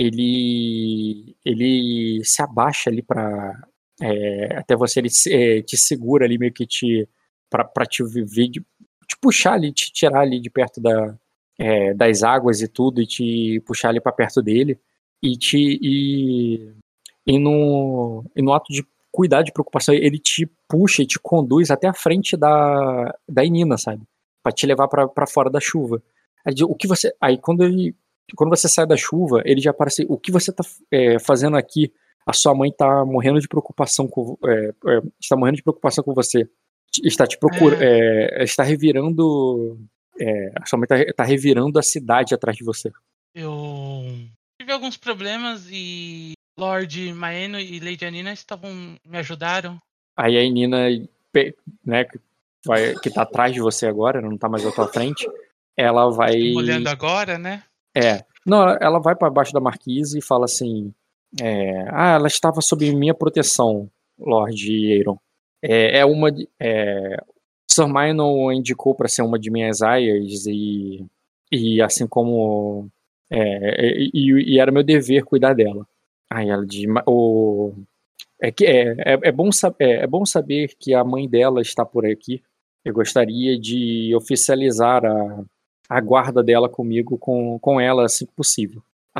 Ele, ele se abaixa ali pra. É, até você, ele é, te segura ali, meio que te. Pra, pra te viver, de, te puxar ali, te tirar ali de perto da, é, das águas e tudo, e te puxar ali pra perto dele. E te. E, e, no, e no ato de cuidar de preocupação, ele te puxa e te conduz até a frente da, da Inina, sabe? Pra te levar pra, pra fora da chuva. Aí, o que você, aí quando ele. Quando você sai da chuva, ele já parece. O que você tá é, fazendo aqui? A sua mãe tá morrendo de preocupação com. É, é, está morrendo de preocupação com você. Está te procurando. É. É, está revirando. É, a sua mãe tá, tá revirando a cidade atrás de você. Eu tive alguns problemas e Lord Maeno e Lady Anina estavam. Me ajudaram. Aí a Nina, né, que, vai, que tá atrás de você agora, não tá mais à tua frente, ela vai. Olhando agora, né? É. Não, ela vai para baixo da marquise e fala assim: é, ah, ela estava sob minha proteção, Lord Aeron. É, é uma. De, é, Sir Minor indicou para ser uma de minhas aias e, e assim como. É, e, e era meu dever cuidar dela. Aí ela diz: o, é, que, é, é, é, bom, é, é bom saber que a mãe dela está por aqui. Eu gostaria de oficializar a a guarda dela comigo, com, com ela, assim que possível.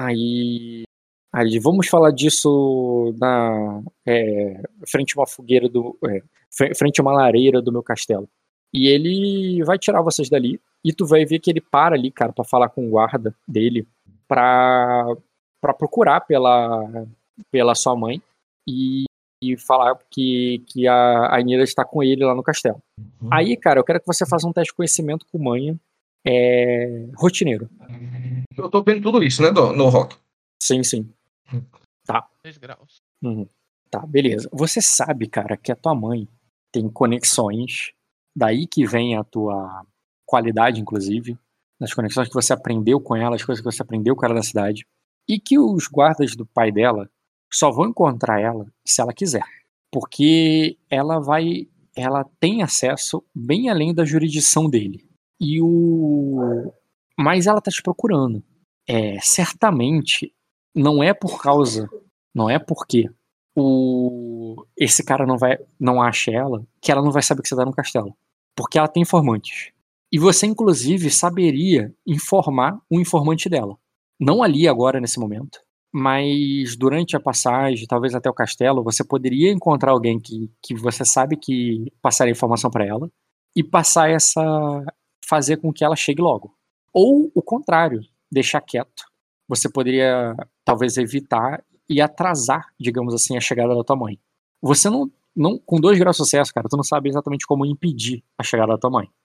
Aí, aí vamos falar disso na é, frente a uma fogueira do, é, frente a uma lareira do meu castelo. E ele vai tirar vocês dali e tu vai ver que ele para ali, cara, para falar com o guarda dele, para para procurar pela pela sua mãe e, e falar que que a Anira está com ele lá no castelo. Uhum. Aí, cara, eu quero que você faça um teste de conhecimento com manha. É rotineiro. Eu tô vendo tudo isso, né, do, no rock. Sim, sim. Tá. dez graus. Uhum. Tá, beleza. Você sabe, cara, que a tua mãe tem conexões, daí que vem a tua qualidade, inclusive, nas conexões que você aprendeu com ela, as coisas que você aprendeu com ela na cidade, e que os guardas do pai dela só vão encontrar ela se ela quiser. Porque ela vai. Ela tem acesso bem além da jurisdição dele. E o. Mas ela tá te procurando. É, certamente não é por causa, não é porque o esse cara não vai, não acha ela, que ela não vai saber que você tá no castelo, porque ela tem informantes. E você inclusive saberia informar um informante dela. Não ali agora nesse momento, mas durante a passagem, talvez até o castelo, você poderia encontrar alguém que, que você sabe que passaria informação para ela e passar essa fazer com que ela chegue logo. Ou o contrário, deixar quieto. Você poderia, talvez, evitar e atrasar, digamos assim, a chegada da tua mãe. Você não, não com dois graus de sucesso, cara, tu não sabe exatamente como impedir a chegada da tua mãe.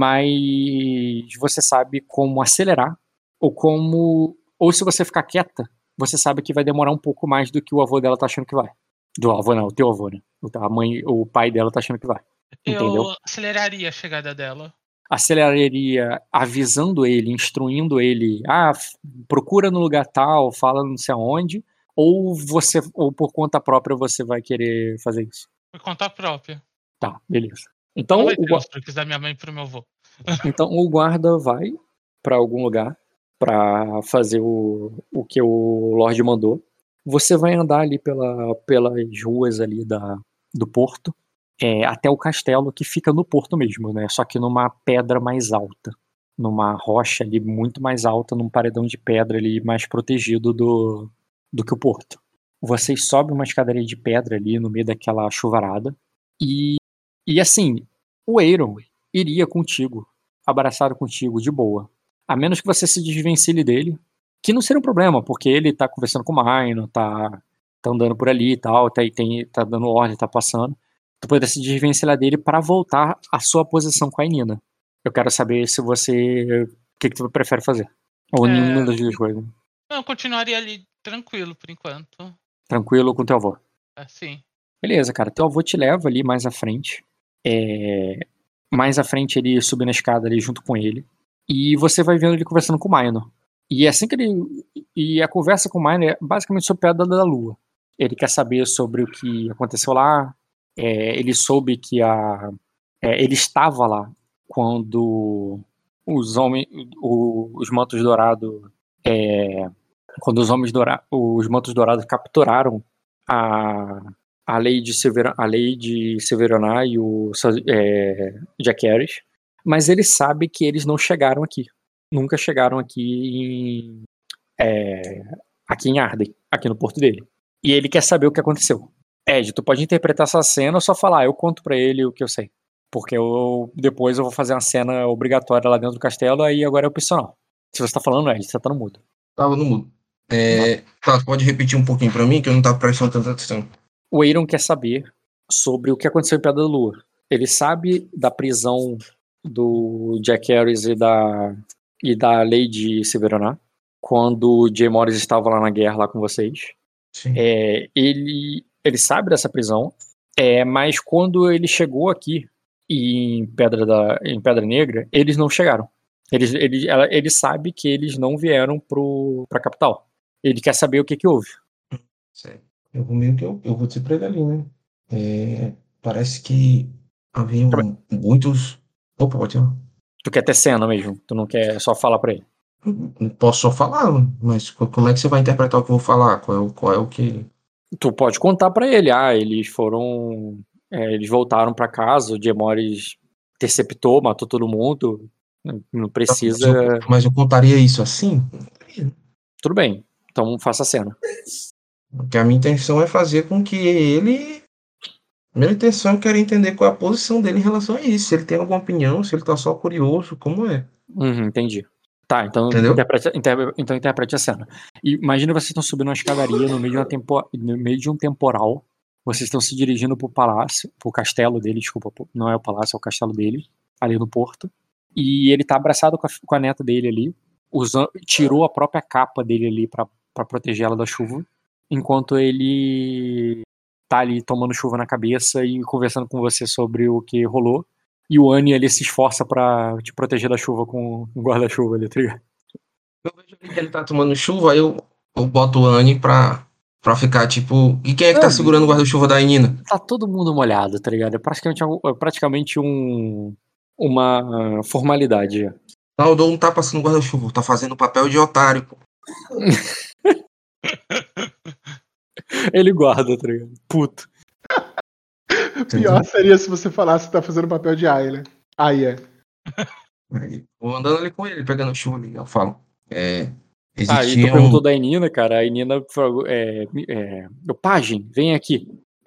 Mas você sabe como acelerar, ou como, ou se você ficar quieta, você sabe que vai demorar um pouco mais do que o avô dela tá achando que vai. Do avô não, o teu avô, né? A mãe, o pai dela tá achando que vai. Entendeu? Eu aceleraria a chegada dela. Aceleraria avisando ele, instruindo ele, ah, procura no lugar tal, fala não sei aonde, ou você, ou por conta própria você vai querer fazer isso? Por conta própria. Tá, beleza. Então, não vai ter o gua... os truques da minha mãe pro meu avô. Então o guarda vai pra algum lugar pra fazer o, o que o Lorde mandou. Você vai andar ali pela, pelas ruas ali da, do porto. É, até o castelo que fica no porto mesmo, né? Só que numa pedra mais alta, numa rocha ali muito mais alta, num paredão de pedra ali mais protegido do, do que o porto. Vocês sobem uma escadaria de pedra ali no meio daquela chuvarada e, e assim, o Aeron iria contigo, abraçado contigo de boa, a menos que você se desvencilhe dele, que não seria um problema, porque ele tá conversando com o Maino, tá, tá andando por ali e tal, tá, tem, tá dando ordem, tá passando. Tu poderia se desvencilhar dele para voltar à sua posição com a Nina. Eu quero saber se você... O que, que tu prefere fazer? Ou é... nenhuma das duas coisas. Não, eu continuaria ali tranquilo por enquanto. Tranquilo com teu avô? É, sim. Beleza, cara. Teu avô te leva ali mais à frente. É... Mais à frente ele subindo na escada ali junto com ele. E você vai vendo ele conversando com o Minor. E assim que ele... E a conversa com o Minor é basicamente sobre a Pedra da Lua. Ele quer saber sobre o que aconteceu lá. É, ele soube que a, é, ele estava lá quando os homens, o, os mantos dourados, é, quando os homens dourados, os mantos dourados capturaram a a lei de Severa, a lei de Severoná e o é, Jack Harris, mas ele sabe que eles não chegaram aqui, nunca chegaram aqui em, é, aqui em Arden, aqui no porto dele, e ele quer saber o que aconteceu. Ed, tu pode interpretar essa cena ou só falar, eu conto pra ele o que eu sei. Porque eu, depois eu vou fazer uma cena obrigatória lá dentro do castelo, aí agora é opcional. Se você tá falando, Ed, você tá no mudo. Tava no mudo. É, tá, pode repetir um pouquinho pra mim, que eu não tava prestando tanta atenção. O Aeron quer saber sobre o que aconteceu em Pedra da Lua. Ele sabe da prisão do Jack Harris e da, e da Lady Severoná, quando o Jay Morris estava lá na guerra lá com vocês. Sim. É, ele, ele sabe dessa prisão, é, mas quando ele chegou aqui em Pedra, da, em Pedra Negra, eles não chegaram. Eles, ele, ela, ele sabe que eles não vieram para a capital. Ele quer saber o que, que houve. Certo. Eu vou meio que eu, eu vou dizer pra ele ali, né? É, parece que haviam muitos. Opa, pode ir. Tu quer ter cena mesmo, tu não quer só falar pra ele. Não posso só falar, mas como é que você vai interpretar o que eu vou falar? Qual é o, qual é o que. Tu pode contar pra ele, ah, eles foram. É, eles voltaram pra casa, o Jay Morris interceptou, matou todo mundo. Não precisa. Mas eu, mas eu contaria isso assim? Tudo bem, então faça a cena. Porque a minha intenção é fazer com que ele. A minha intenção é querer entender qual é a posição dele em relação a isso. Se ele tem alguma opinião, se ele tá só curioso, como é. Uhum, entendi. Tá, então interprete, inter, então interprete a cena. E imagina vocês estão subindo uma escadaria no meio de, uma tempo, no meio de um temporal. Vocês estão se dirigindo pro palácio, pro castelo dele, desculpa, não é o palácio, é o castelo dele, ali no porto. E ele tá abraçado com a, com a neta dele ali, usando, tirou a própria capa dele ali pra, pra proteger ela da chuva, enquanto ele tá ali tomando chuva na cabeça e conversando com você sobre o que rolou. E o Annie, ele se esforça pra te proteger da chuva com um guarda-chuva ali, tá ligado? Eu vejo que ele tá tomando chuva, aí eu, eu boto o Annie pra, pra ficar tipo... E quem é que tá segurando o guarda-chuva da Nina? Tá todo mundo molhado, tá ligado? É praticamente, é praticamente um, uma formalidade. Não, o Dom não tá passando guarda-chuva, tá fazendo o papel de otário. Ele guarda, tá ligado? Puto. Pior seria se você falasse que tá fazendo papel de Aya. Aya. Vou andando ali com ele, pegando chuva ali, eu falo. É, ah, e tu perguntou da Nina, cara. A Nina falou: é, é, Pajem, vem aqui.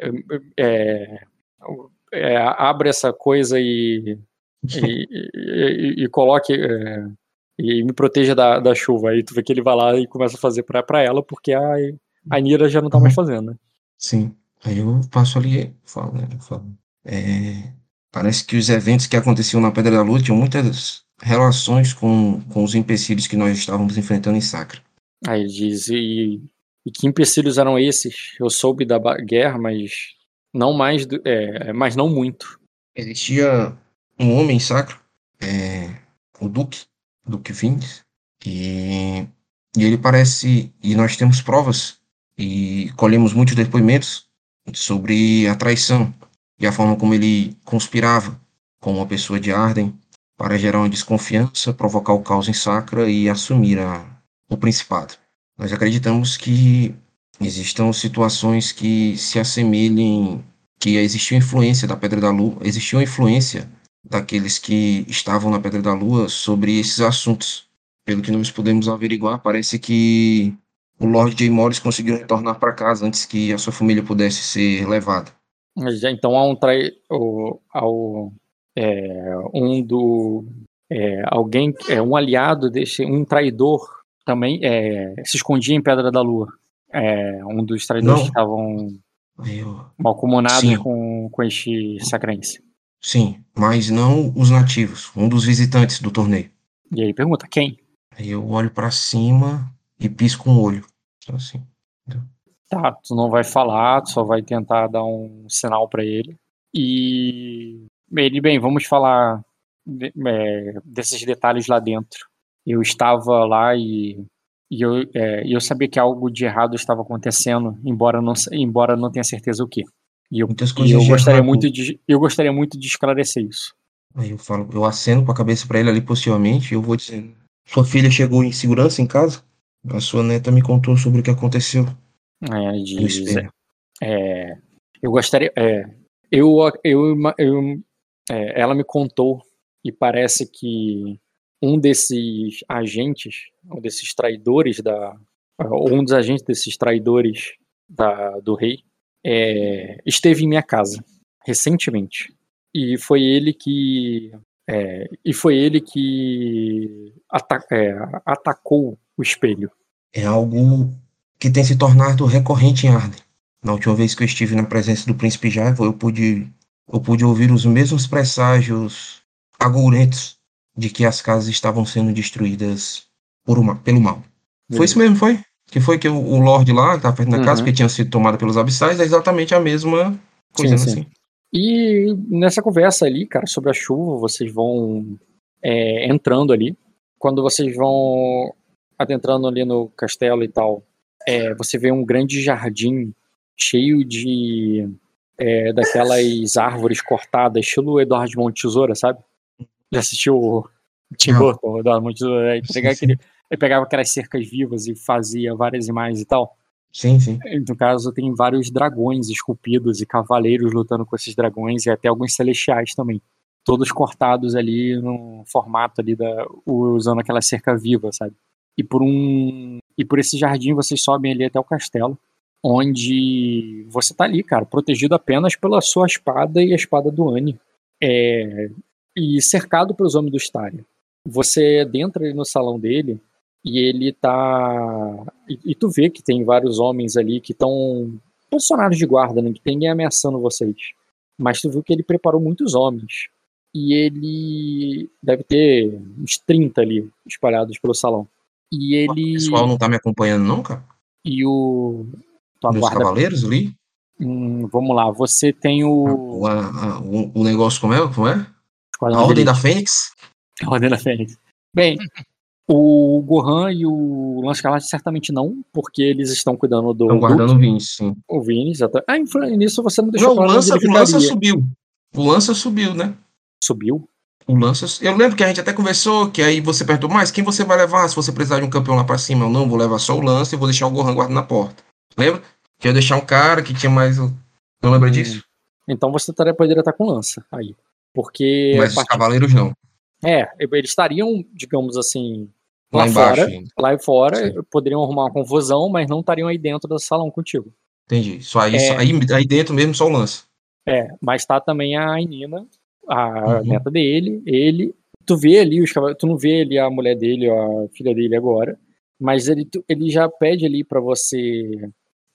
É, é, abre essa coisa e, e, e, e coloque. É, e me proteja da, da chuva. Aí tu vê que ele vai lá e começa a fazer pra, pra ela, porque a, a Nira já não tá mais fazendo, né? Sim. Aí eu passo ali, falo, né? Eu falo. É, parece que os eventos que aconteciam na Pedra da Lua tinham muitas relações com, com os empecilhos que nós estávamos enfrentando em Sacra. Aí ele diz, e, e que empecilhos eram esses? Eu soube da guerra, mas não mais, do, é, mas não muito. Existia um homem sacro, é, o Duque, Duque Vindes, e, e ele parece, e nós temos provas, e colhemos muitos depoimentos sobre a traição, e a forma como ele conspirava com uma pessoa de Arden, para gerar uma desconfiança, provocar o caos em Sacra e assumir a, o principado. Nós acreditamos que existam situações que se assemelhem, que existiu influência da Pedra da Lua, existiu influência daqueles que estavam na Pedra da Lua sobre esses assuntos. Pelo que nós podemos averiguar, parece que o Lord Jay Morris conseguiu retornar para casa antes que a sua família pudesse ser levada. Então há um trai... ao É, um do é, alguém é um aliado desse, um traidor também é, se escondia em Pedra da Lua, é, um dos traidores Não. que estavam Eu... malcomunados com, com este sacrense. Sim, mas não os nativos, um dos visitantes do torneio. E aí pergunta, quem? Aí eu olho para cima e pisco um olho, assim. Entendeu? Tá, tu não vai falar, tu só vai tentar dar um sinal para ele. E ele, bem, vamos falar de, é, desses detalhes lá dentro. Eu estava lá e, e eu, é, eu sabia que algo de errado estava acontecendo, embora não, embora não tenha certeza o que. E eu, Muitas e coisas eu de gostaria errado. muito de, eu gostaria muito de esclarecer isso. Aí eu falo, eu aceno com a cabeça pra ele ali possivelmente, e eu vou dizendo: sua filha chegou em segurança em casa? A sua neta me contou sobre o que aconteceu. Aí ela Eu diz, espero. é, eu gostaria, é, eu, eu, eu é, ela me contou e parece que um desses agentes, um desses traidores da, ou um dos agentes desses traidores da, do rei, é, esteve em minha casa recentemente e foi ele que é, e foi ele que ata- é, atacou o espelho. É algo que tem se tornado recorrente em Arden. Na última vez que eu estive na presença do príncipe Jaivo, eu pude, eu pude ouvir os mesmos presságios agourentos de que as casas estavam sendo destruídas por uma, pelo mal. Foi isso mesmo, foi? Que foi que o, o Lorde lá, que estava perto da casa, Uhum. que tinha sido tomada pelos abissais, é exatamente a mesma coisa, Sim, né? sim. Assim. E nessa conversa ali, cara, sobre a chuva, vocês vão é, entrando ali. Quando vocês vão adentrando ali no castelo e tal, é, você vê um grande jardim cheio de é, daquelas árvores cortadas, estilo Eduardo de Mão de Tesoura, sabe? Já assistiu o Tim Já. Burton, o Eduardo de Mão de Tesoura? Aí Sim, pegava, sim. aquele, aí pegava aquelas cercas vivas e fazia várias imagens e tal. Sim, sim. No caso, tem vários dragões esculpidos e cavaleiros lutando com esses dragões e até alguns celestiais também. Todos cortados ali no formato ali da usando aquela cerca viva, sabe? E por um e por esse jardim vocês sobem ali até o castelo, onde você tá ali, cara, protegido apenas pela sua espada e a espada do Annie. É, e cercado pelos homens do Staria. Você entra ali no salão dele e ele tá. E, e tu vê que tem vários homens ali que estão posicionados de guarda, né? Que tem ninguém ameaçando vocês. Mas tu viu que ele preparou muitos homens. E ele deve ter uns trinta ali espalhados pelo salão. E O ele. pessoal não tá me acompanhando, não, cara? E o. Tua Meus guarda. cavaleiros ali? Hum, vamos lá, você tem O, o. a- a- o, o negócio como é? Como é? Esquadrão A de Ordem da Elite. Fênix? A Ordem da Fênix. Bem, o Gohan e o Lance Escarlate certamente não, porque eles estão cuidando Estão do guardando o Duke, Vince, sim. o Vini, exato. Ah, influ- nisso você não deixou Não, o claro onde Lança, ele o Lança ficaria. subiu. O Lança subiu, né? Subiu? O Lança. Eu lembro que a gente até conversou, que aí você perguntou, mas quem você vai levar se você precisar de um campeão lá pra cima? Eu não, vou levar só o Lança e vou deixar o Gohan guardando na porta. Lembra? Que eu ia deixar um cara que tinha mais. Não lembra Hum, disso? Então você taria- poderia estar com lança aí. Porque a Mas os partir. cavaleiros não. É, eles estariam, digamos assim, Lá lá embaixo fora. ainda. Lá fora, Sim. poderiam arrumar uma confusão, mas não estariam aí dentro do salão contigo. Entendi. Só aí, só- É, aí, aí dentro mesmo só o Lança. é, mas tá também a Nina, a Uhum. neta dele, ele. Tu vê ali os cavaleiros, tu não vê ali a mulher dele, a filha dele agora, mas ele, tu- ele já pede ali pra você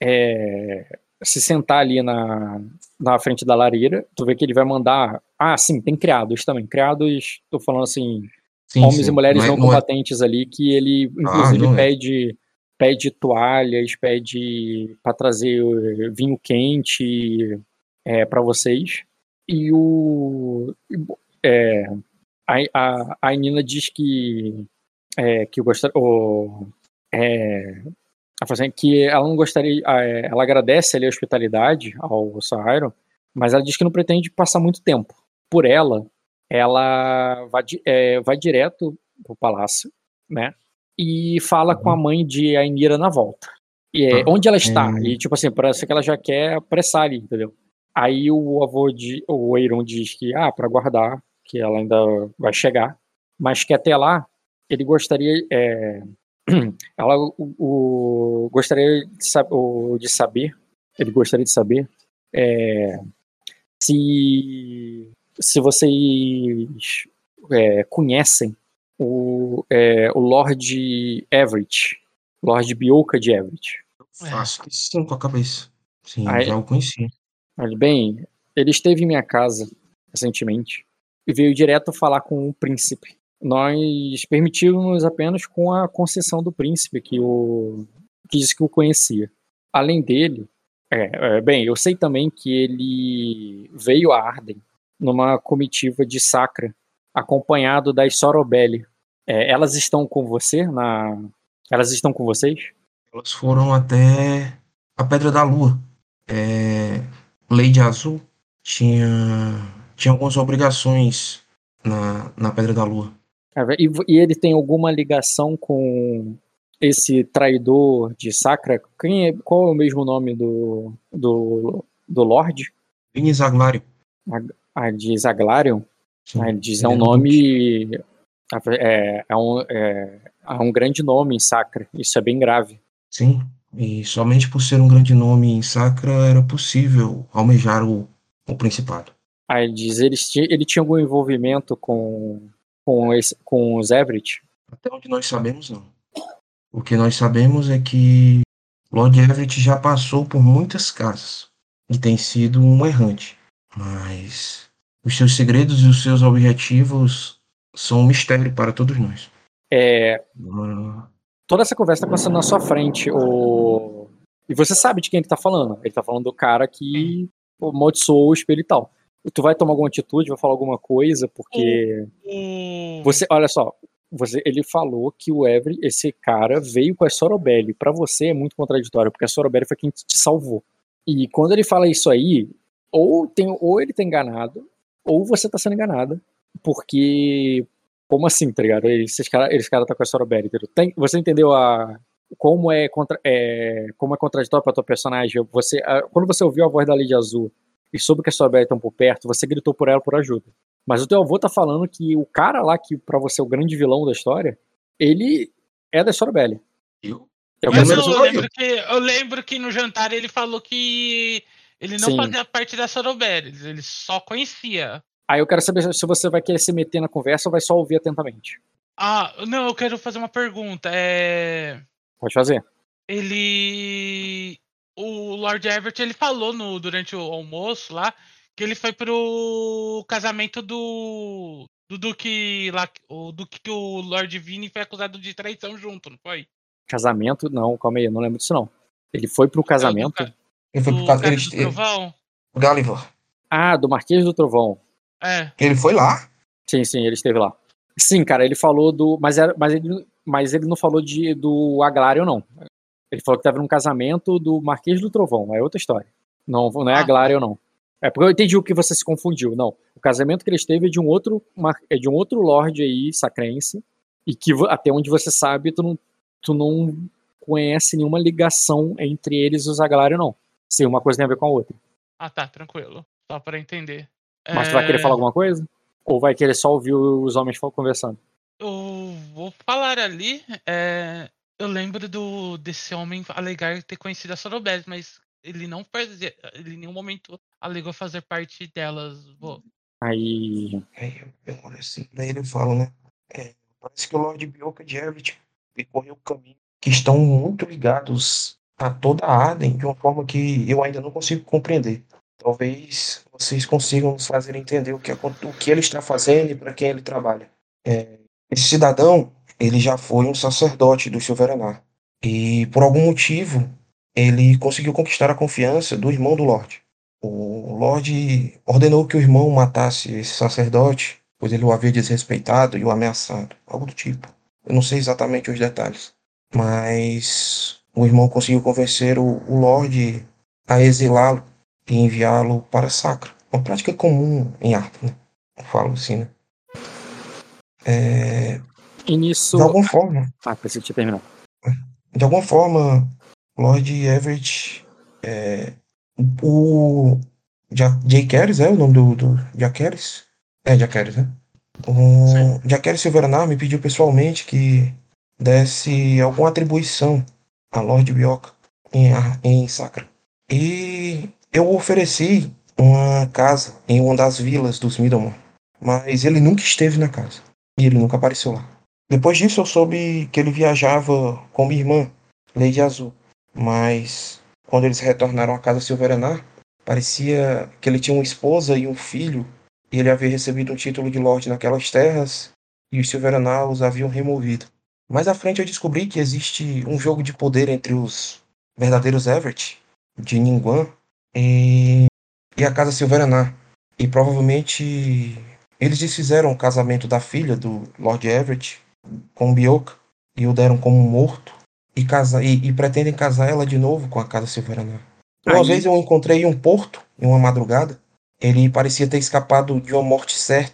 é, se sentar ali na, na frente da lareira. Tu vê que ele vai mandar. Ah, sim, tem criados também. Criados, tô falando assim, Sim, homens sim. e mulheres Não é, não, não é... combatentes ali, que ele Ah, inclusive não é. pede pede toalhas, pede para trazer eh, vinho quente é, para vocês. E o é, a, a, a Nina diz que é, que gostaria o, é, que ela não gostaria, é, ela agradece ali a hospitalidade ao Sahiro, mas ela diz que não pretende passar muito tempo. Por ela, ela vai, é, vai direto pro palácio, né? E fala Uhum. com a mãe de Ainira na volta. E é, Tá. onde ela está? É... E tipo assim, parece que ela já quer apressar ali, entendeu? Aí o avô de o Eiron diz que ah, para guardar, que ela ainda vai chegar, mas que até lá ele gostaria é, ela o, o, gostaria de, sab, o, de saber ele gostaria de saber é, se se vocês é, conhecem o, é, o Lord Everett, Lord Bioka de Everett. Faço que sim com a cabeça. Sim, Aí, já o conheci. bem, ele esteve em minha casa recentemente e veio direto falar com o príncipe. Nós permitimos apenas com a concessão do príncipe que, o, que disse que o conhecia. Além dele, é, é, bem, eu sei também que ele veio a Arden numa comitiva de Sacra, acompanhado das Sorobelli. É, elas estão com você? Na... Elas estão com vocês? Elas foram até a Pedra da Lua. É... Lady Azul tinha, tinha algumas obrigações na, na Pedra da Lua. E, e ele tem alguma ligação com esse traidor de Sacra? Quem é, qual é o mesmo nome do, do, do Lorde? Vini Zaglarion. Ah, de Zaglarion? Sim, Ah, ele diz, é ele um é do nome... É, é, um, é, é um grande nome em Sacra. Isso é bem grave. Sim, e somente por ser um grande nome em Sacra era possível almejar o, o Principado. Aí ele diz, ele, ele tinha algum envolvimento com, com, esse, com os Everett? Até onde nós sabemos, não. O que nós sabemos é que Lord Everett já passou por muitas casas e tem sido um errante. Mas os seus segredos e os seus objetivos são um mistério para todos nós. É... Uh... Toda essa conversa está passando na sua frente, o... e você sabe de quem ele está falando. Ele está falando do cara que amaldiçoou o espelho e tal. Tu vai tomar alguma atitude, vai falar alguma coisa, porque... Hum. Você, olha só, você, ele falou que o Everett, esse cara, veio com a Sorobelli. Pra você é muito contraditório, porque a Sorobelli foi quem te salvou. E quando ele fala isso aí, ou, tem, ou ele tá enganado, ou você tá sendo enganada. Porque... Como assim, tá ligado? Esses caras esse cara tá com a Sorobelli. Tem, você entendeu a... Como é, contra, é, como é contraditório pra tua personagem? Você, a, quando você ouviu a voz da Lady Azul e soube que a Sorobelli estão por perto, você gritou por ela por ajuda. Mas o teu avô tá falando que o cara lá, que pra você é o grande vilão da história, ele é da Sorobelli. Eu? Eu, Mas quero eu, saber... lembro que, eu lembro que no jantar ele falou que ele não Sim. fazia parte da Sorobelli, ele só conhecia. Aí eu quero saber se você vai querer se meter na conversa ou vai só ouvir atentamente. Ah, não, eu quero fazer uma pergunta. É... Pode fazer. Ele... O Lord Everett, ele falou no, durante o almoço lá que ele foi pro casamento do... do Duque lá, o Duque que o Lord Vini foi acusado de traição junto, não foi? Casamento? Não, calma aí, eu não lembro disso não. Ele foi pro casamento? Do, Ele foi do pro caso. cara Ele, do Trovão? o Gulliver. Ah, do Marquês do Trovão. É. Ele foi lá? Sim, sim, ele esteve lá. Sim, cara, ele falou do... Mas, era, mas, ele, mas ele não falou de, do Aglário, não. Ele falou que tava num casamento do Marquês do Trovão, é outra história. Não, não é Ah. Aglário, não. É porque eu entendi o que você se confundiu. Não, o casamento que ele esteve é de um outro, é de um outro lorde aí, sacrense, e que até onde você sabe, tu não, tu não conhece nenhuma ligação entre eles e os Aglário, não. Sim, uma coisa tem a ver com a outra. Ah, tá, tranquilo. Só pra entender. Mas é... tu vai querer falar alguma coisa? Ou vai querer só ouvir os homens conversando? Eu vou falar ali. É... Eu lembro do, desse homem alegar ter conhecido a Sorobelli, mas ele não fazia. Ele em nenhum momento alegou fazer parte delas. Vou. Aí. Aí eu, eu olho assim, daí ele fala, né? É, parece que o Lord Bioka de Everett percorreu o caminho, que estão muito ligados a toda a Arden de uma forma que eu ainda não consigo compreender. Talvez vocês consigam nos fazer entender o que, o que ele está fazendo e para quem ele trabalha. É, esse cidadão, ele já foi um sacerdote do Silveranar. E por algum motivo, ele conseguiu conquistar a confiança do irmão do Lorde. O Lorde ordenou que o irmão matasse esse sacerdote, pois ele o havia desrespeitado e o ameaçado. Algo do tipo. Eu não sei exatamente os detalhes. Mas o irmão conseguiu convencer o, o Lorde a exilá-lo e enviá-lo para Sacra. Uma prática comum em arte, né? Eu falo assim, né? É... E nisso. De alguma forma. Ah, pensei que tinha terminado. De alguma forma, Lord Everett. É... O. Jay Keres, é o nome do. do... Jaqueris? É, Jaqueris, né? O Jaqueris Silveranar me pediu pessoalmente que desse alguma atribuição a Lord Bioka em, em Sacra. E eu ofereci uma casa em uma das vilas dos Middlemore, mas ele nunca esteve na casa e ele nunca apareceu lá. Depois disso eu soube que ele viajava com minha irmã, Lady Azul, mas quando eles retornaram à casa Silveranar, parecia que ele tinha uma esposa e um filho, e ele havia recebido um título de Lorde naquelas terras e os Silveranar os haviam removido. Mais à frente eu descobri que existe um jogo de poder entre os verdadeiros Everett de Ningguang e, e a casa Silveranar. E provavelmente eles desfizeram o casamento da filha do Lord Everett com Bioka e o deram como morto e, casa, e, e pretendem casar ela de novo com a casa Silveranar. Uma Aí... vez eu o encontrei em um porto, em uma madrugada. Ele parecia ter escapado de uma morte certa,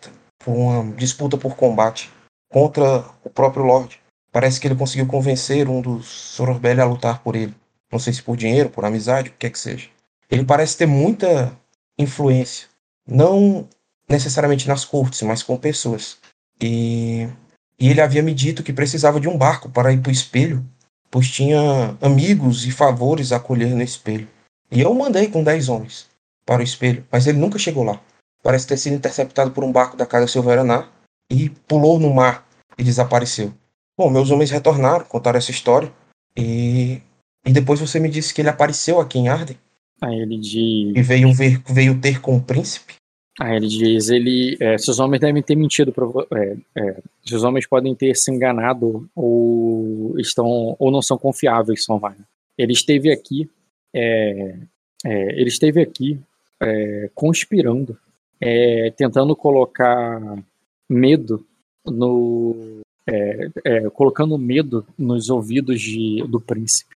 por uma disputa por combate contra o próprio Lorde. Parece que ele conseguiu convencer um dos Sororbelli a lutar por ele. Não sei se por dinheiro, por amizade, o que quer que seja. Ele parece ter muita influência. Não necessariamente nas cortes, mas com pessoas. E, e ele havia me dito que precisava de um barco para ir para o espelho, pois tinha amigos e favores a colher no espelho. E eu mandei com dez homens para o espelho, mas ele nunca chegou lá. Parece ter sido interceptado por um barco da casa Silveraná e pulou no mar e desapareceu. Bom, meus homens retornaram, contaram essa história e, e depois você me disse que ele apareceu aqui em Arden. Aí ele diz... E veio, ver, veio ter com o príncipe. Aí ele diz, ele, é, seus homens devem ter mentido, pra, é, é, seus homens podem ter se enganado ou, estão, ou não são confiáveis, São Vaina. Ele esteve aqui, é, é, ele esteve aqui é, conspirando, é, tentando colocar medo no... É, é, colocando medo nos ouvidos de, do príncipe.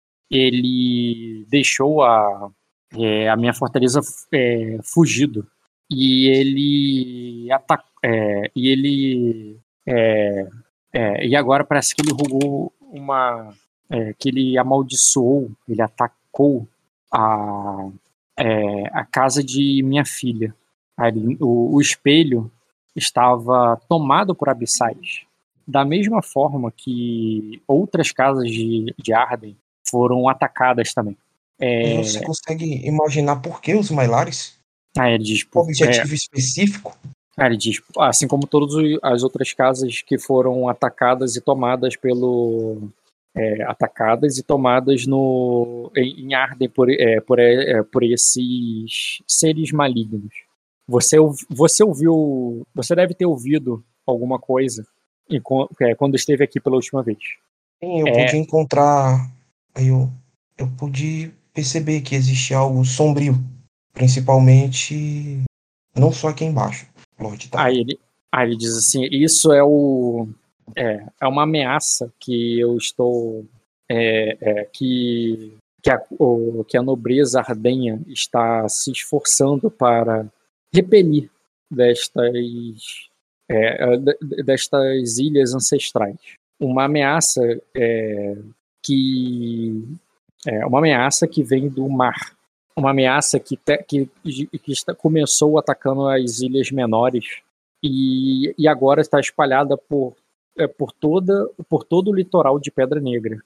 Ele deixou a, é, a minha fortaleza é, fugido. E ele atacou. É, e ele. É, é, e agora parece que ele roubou uma. É, que ele amaldiçoou, ele atacou a, é, a casa de minha filha. Ali, o, o espelho estava tomado por abissais. Da mesma forma que outras casas de, de Arden foram atacadas também. É, Você consegue imaginar por que os Mylares? Ah, ele diz, um objetivo é, específico? Ah, ele diz, assim como todas as outras casas que foram atacadas e tomadas pelo... É, atacadas e tomadas no, em, em Arden por, é, por, é, por esses seres malignos. Você, você ouviu... Você deve ter ouvido alguma coisa em, é, quando esteve aqui pela última vez. Sim, eu é, pude encontrar... Eu, eu pude perceber que existe algo sombrio. Principalmente, não só aqui embaixo. Lorde, tá? Aí, ele, aí ele diz assim, isso é o... É, é uma ameaça que eu estou... É, é, que, que, a, o, que a nobreza ardenha está se esforçando para repelir destas, é, destas ilhas ancestrais. Uma ameaça é, que... É uma ameaça que vem do mar. Uma ameaça que, te, que, que está, começou atacando as ilhas menores e, e agora está espalhada por, é, por, toda, por todo o litoral de Pedra Negra.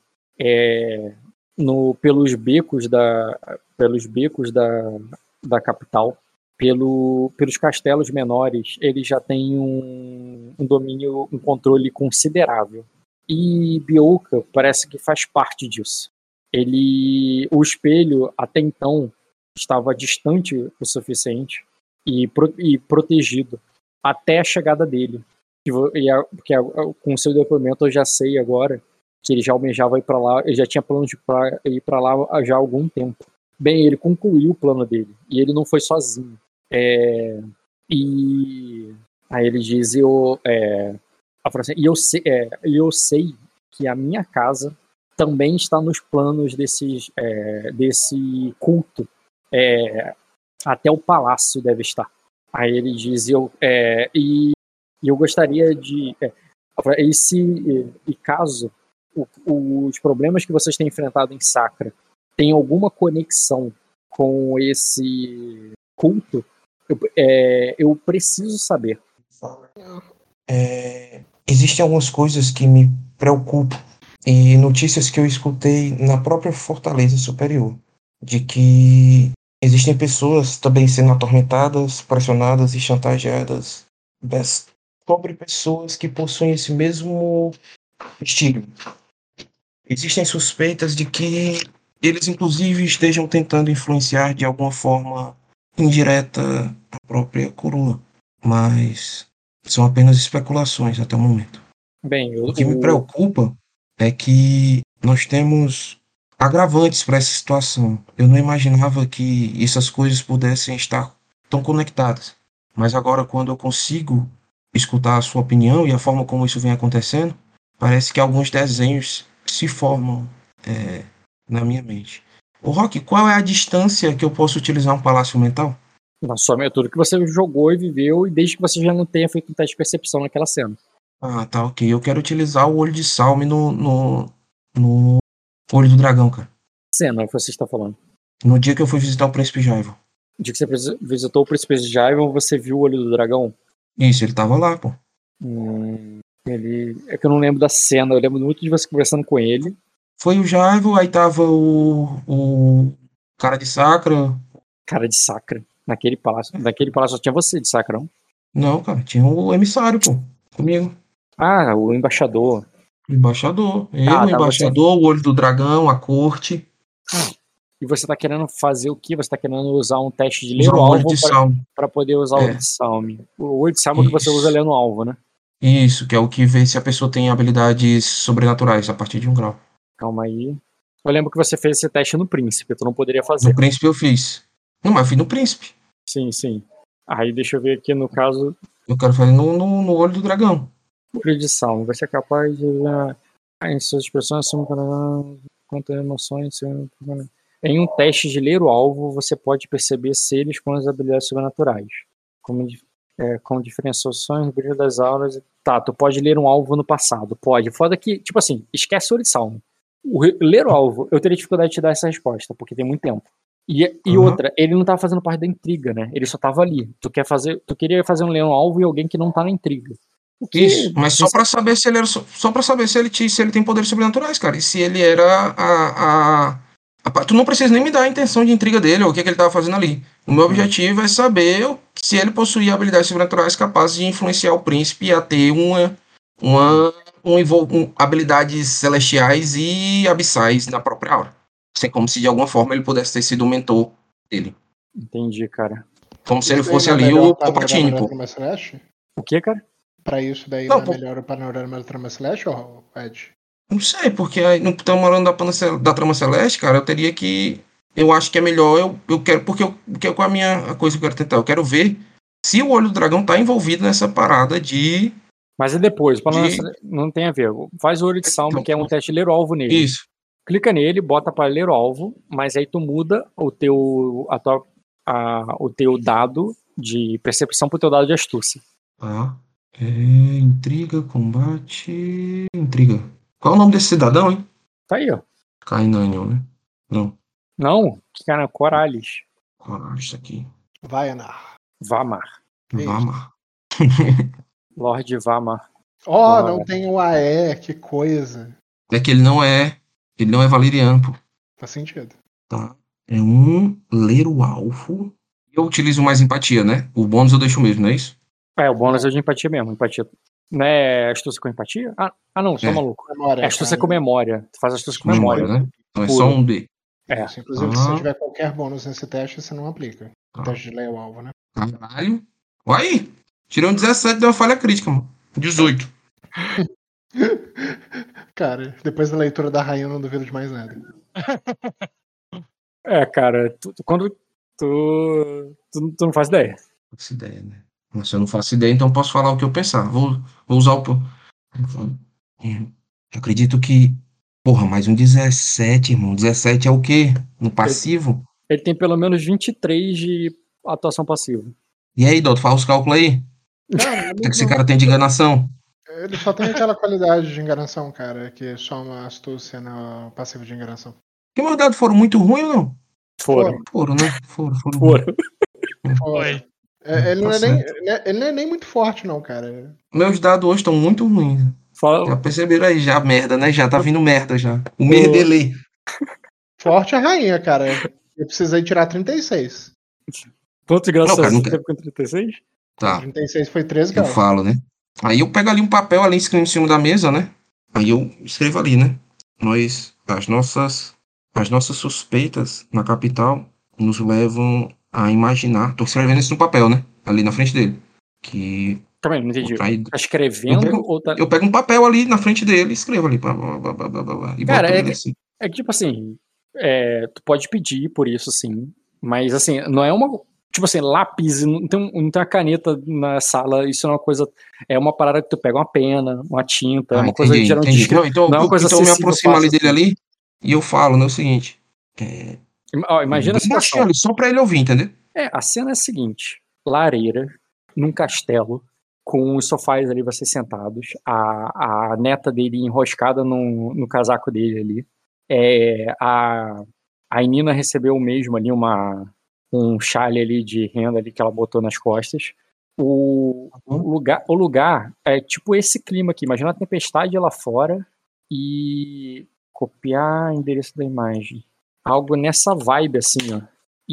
É, no, pelos becos da, pelos becos da, da capital, pelo, pelos castelos menores, ele já tem um, um domínio, um controle considerável. E Biouca parece que faz parte disso. Ele, o espelho, até então, estava distante o suficiente e, pro, e protegido até a chegada dele. E a, porque a, com o seu depoimento eu já sei agora que ele já almejava ir para lá, ele já tinha plano de pra, ir para lá já há algum tempo. Bem, ele concluiu o plano dele e ele não foi sozinho. É, e aí ele diz, eu, é, assim, e eu, sei, é, eu sei que a minha casa também está nos planos desses, é, desse culto. É, até o palácio deve estar. Aí ele diz, eu, é, e, e eu gostaria de... É, e, se, e, e caso o, os problemas que vocês têm enfrentado em Sacra tem alguma conexão com esse culto, eu, é, eu preciso saber. É, existem algumas coisas que me preocupam e notícias que eu escutei na própria Fortaleza Superior, de que existem pessoas também sendo atormentadas, pressionadas e chantageadas sobre pessoas que possuem esse mesmo estilo. Existem suspeitas de que eles, inclusive, estejam tentando influenciar de alguma forma indireta a própria coroa, mas são apenas especulações até o momento. Bem, eu, o que me preocupa é que nós temos agravantes para essa situação. Eu não imaginava que essas coisas pudessem estar tão conectadas, mas agora, quando eu consigo escutar a sua opinião e a forma como isso vem acontecendo, parece que alguns desenhos se formam é, na minha mente. Ô Rock, qual é a distância que eu posso utilizar um palácio mental? Na sua é tudo que você jogou e viveu, e desde que você já não tenha feito um teste de percepção naquela cena. Ah, tá, ok. Eu quero utilizar o olho de Salme no, no, no olho do dragão, cara. Cena que você está falando. No dia que eu fui visitar o Príncipe Jaivo. No dia que você visitou o Príncipe Jaivo, você viu o olho do dragão? Isso, ele tava lá, pô. Hum, ele... É que eu não lembro da cena, eu lembro muito de você conversando com ele. Foi o Jaivo, aí tava o, o cara de Sacra. Cara de Sacra. Naquele palácio. Naquele palácio só tinha você de Sacra, não? Não, cara, tinha o emissário, pô, comigo. Ah, o embaixador. O embaixador. Eu, Ah, o tá, embaixador, o olho do dragão, a corte. E você tá querendo fazer o quê? Você tá querendo usar um teste de ler Usar o o olho alvo de pra, Salme. pra poder usar o É. olho de Salme. O olho de Salme é o que você Isso. usa lendo o alvo, né? Isso, que é o que vê se a pessoa tem habilidades sobrenaturais a partir de um grau. Calma aí. Eu lembro que você fez esse teste no príncipe, tu não poderia fazer. No príncipe eu fiz. Não, mas eu fiz no príncipe. Sim, sim. Aí deixa eu ver aqui no caso Eu quero fazer no, no, no olho do dragão. olho de Salme. Você é capaz de uh, em suas expressões quanto emoções. Em um teste de ler o alvo, você pode perceber seres com as habilidades sobrenaturais. Como É, com diferenciações no brilho das auras. Tá, tu pode ler um alvo no passado. Pode. Foda que, tipo assim, esquece o olho de Salme. O ler o alvo, eu teria dificuldade de te dar essa resposta, porque tem muito tempo. E, e Uhum. outra, ele não tava fazendo parte da intriga, né? Ele só tava ali. Tu quer fazer, tu queria fazer um ler um alvo e alguém que não tá na intriga. O que, Isso, mas só pra saber se ele era só, só para saber se ele tinha, se ele tem poderes sobrenaturais, cara. E se ele era a, a, a- tu não precisa nem me dar a intenção de intriga dele ou o que, que ele tava fazendo ali. O meu objetivo é saber se ele possuía habilidades sobrenaturais capazes de influenciar o príncipe a ter uma uma um, envol- um, habilidades celestiais e abissais na própria aura. Assim, como se de alguma forma ele pudesse ter sido o mentor dele. Entendi, cara. Como se Isso ele daí fosse não é ali melhor o panorama Palpatine, da pô. Trama Celeste? O que, cara? Pra isso daí Não, não, é pô. melhor o panorama da Trama Celeste, ou Ed? Não sei, porque aí não estamos falando da, pana cel- da trama celeste, cara. Eu teria que. Eu acho que é melhor. Eu, eu quero. Porque eu, porque com a minha a coisa que eu quero tentar. Eu quero ver se o olho do dragão tá envolvido nessa parada de. Mas é depois, pra não, De- não tem a ver. Faz o olho de Salme, Então, que é um teste de ler o alvo nele. Isso. Clica nele, bota para ler o alvo, mas aí tu muda o teu, a tua, a, o teu dado de percepção pro teu dado de astúcia. Tá. É, intriga, combate. Intriga. Qual é o nome desse cidadão, hein? Tá aí, ó. Cainanion, né? Não. Não, que cara, Corales. Qual é isso aqui? Vaenar. Vamar. Isso. Vamar. Lorde Vamar. Oh, Ah. não tem o A E, que coisa. É que ele não é. Ele não é valeriano, pô. Faz sentido. Tá. É um ler o alvo. Eu utilizo mais empatia, né? O bônus eu deixo mesmo, não é isso? É, o bônus é de empatia mesmo, empatia. Não é astúcia com empatia? Ah, ah não, sou É. maluco. Memória, É astúcia cara. com memória. Tu faz astúcia com memória. Memória, né? Então é Puro. só um D. É. Isso, inclusive, Ah. se você tiver qualquer bônus nesse teste, você não aplica. O Ah. teste de ler o alvo, né? Caralho. Olha aí. Tirei um dezessete, deu uma falha crítica, mano. dezoito. Cara, depois da leitura da rainha eu não duvido de mais nada. É, cara, tu, tu- quando tu, tu. Tu não faz ideia. Não faço ideia, né? Mas se eu não faço ideia, então posso falar o que eu pensar. Vou, vou usar o. Eu acredito que. Porra, mais um dezessete, irmão. dezessete é o quê? No passivo? Ele tem pelo menos vinte e três de atuação passiva. E aí, Doutor, faz os cálculos aí. Não, não é O que, que muito esse não. cara tem de enganação? Ele só tem aquela qualidade de enganação, cara, que soma astúcia no passivo de enganação. Que meus dados foram muito ruins ou não? Foram. Foram, né? Foram, foram. Foram. Foi. É, ele, Tá não é nem, certo. ele é- ele não é nem muito forte, não, cara. Meus dados hoje estão muito ruins. Já Fala, perceberam aí, já merda, né? Já tá vindo merda já. O merdelê. Forte é a rainha, cara. Eu precisei tirar trinta e seis. quantos graus Não, cara, você nunca- teve com trinta e seis? Tá, trinta e seis foi treze eu graus. falo, né? Aí eu pego ali um papel ali escrito em cima da mesa, né? Aí eu escrevo ali, né? Nós, as nossas, as nossas suspeitas na capital nos levam a imaginar. Tô escrevendo isso no papel, né? Ali na frente dele. Que Calma aí, não entendi. o traído- Tá escrevendo Eu pego- ou tá. Eu pego um papel ali na frente dele, escrevo ali. Blá, blá, blá, blá, blá, blá, e Cara, boto é ele que- assim. É que, tipo assim, é, tu pode pedir por isso, sim. Mas, assim, não é uma. Tipo assim, lápis, não tem, um- não tem uma caneta na sala, isso é uma coisa. É uma parada que tu pega uma pena, uma tinta, é Ah, uma coisa que entendi, geralmente. entendi. escreve- Não, então não é uma eu, coisa então eu me acessível, aproximo ali fácil, dele assim. ali e eu falo, né? O seguinte. É, Ó, imagina a bem baixinho situação. ali, só pra ele ouvir, entendeu? É, a cena é a seguinte. Lareira, num castelo, com os sofás ali, vocês sentados, a, a neta dele enroscada no, no casaco dele ali. É, a, a Nina recebeu mesmo ali uma, um chale ali de renda ali que ela botou nas costas. O, o, lugar, o lugar é tipo esse clima aqui. Imagina a tempestade lá fora e copiar endereço da imagem. Algo nessa vibe assim, ó.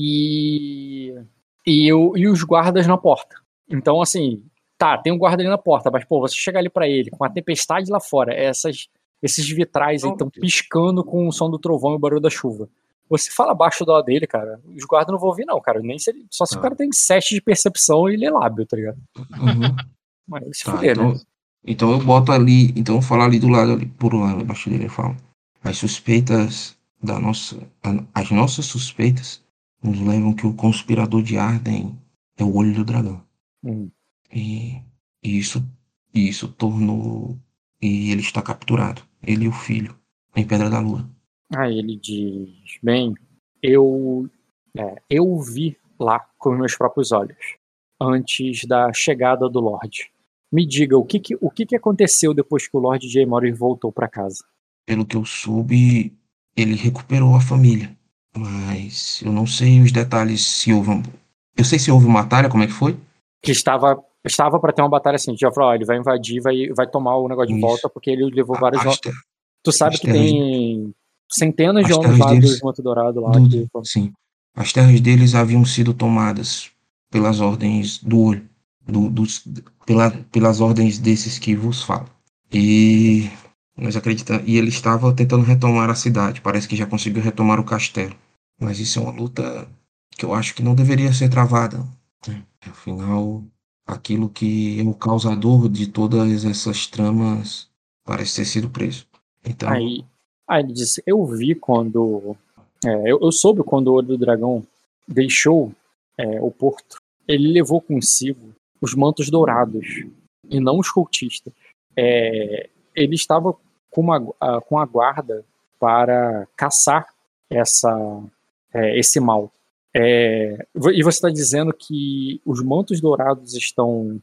E, e, eu, e os guardas na porta. Então, assim, tá, tem um guarda ali na porta, mas, pô, você chega ali pra ele com a tempestade lá fora, essas, esses vitrais aí estão piscando com o som do trovão e o barulho da chuva. Você fala abaixo do lado dele, cara, os guardas não vão ouvir, não, cara. Nem se ele, só se ah. o cara tem sete de percepção e lê lábio, tá ligado? Uhum. Mas se tá, fuder, então, né? Então eu boto ali, então eu falo ali do lado, ali, por lá, abaixo dele, eu falo. As suspeitas da nossa, as nossas suspeitas nos levam que o conspirador de Arden é o olho do dragão. Hum. E, e isso, e isso tornou, e ele está capturado, ele e o filho, em Pedra da Lua. Aí ele diz, bem, eu, é, eu vi lá com meus próprios olhos, antes da chegada do Lorde. Me diga, o que, que, o que, que aconteceu depois que o Lord J. Morris voltou para casa? Pelo que eu soube, ele recuperou a família. Mas eu não sei os detalhes se houve... Um... Eu sei se houve uma batalha, como é que foi? Que estava estava para ter uma batalha assim. Já falou, ó, ele vai invadir, vai, vai tomar o negócio de Isso. volta, porque ele levou vários... As ter... Tu sabe que tem centenas as de homens lá deles... do Manto Dourado. Lá do... que... Sim. As terras deles haviam sido tomadas pelas ordens do olho. Do, dos, pela, pelas ordens desses que vos falo. E nós acreditamos, e ele estava tentando retomar a cidade. Parece que já conseguiu retomar o castelo. Mas isso é uma luta que eu acho que não deveria ser travada. Afinal, aquilo que é o causador de todas essas tramas parece ter sido preso. Então, aí, aí ele disse, eu vi quando... É, eu, eu soube quando o Olho do Dragão deixou é, o porto. Ele levou consigo os mantos dourados, e não os cultistas. É, ele estava com, uma, a, com a guarda para caçar essa, é, esse mal. É, e você está dizendo que os mantos dourados estão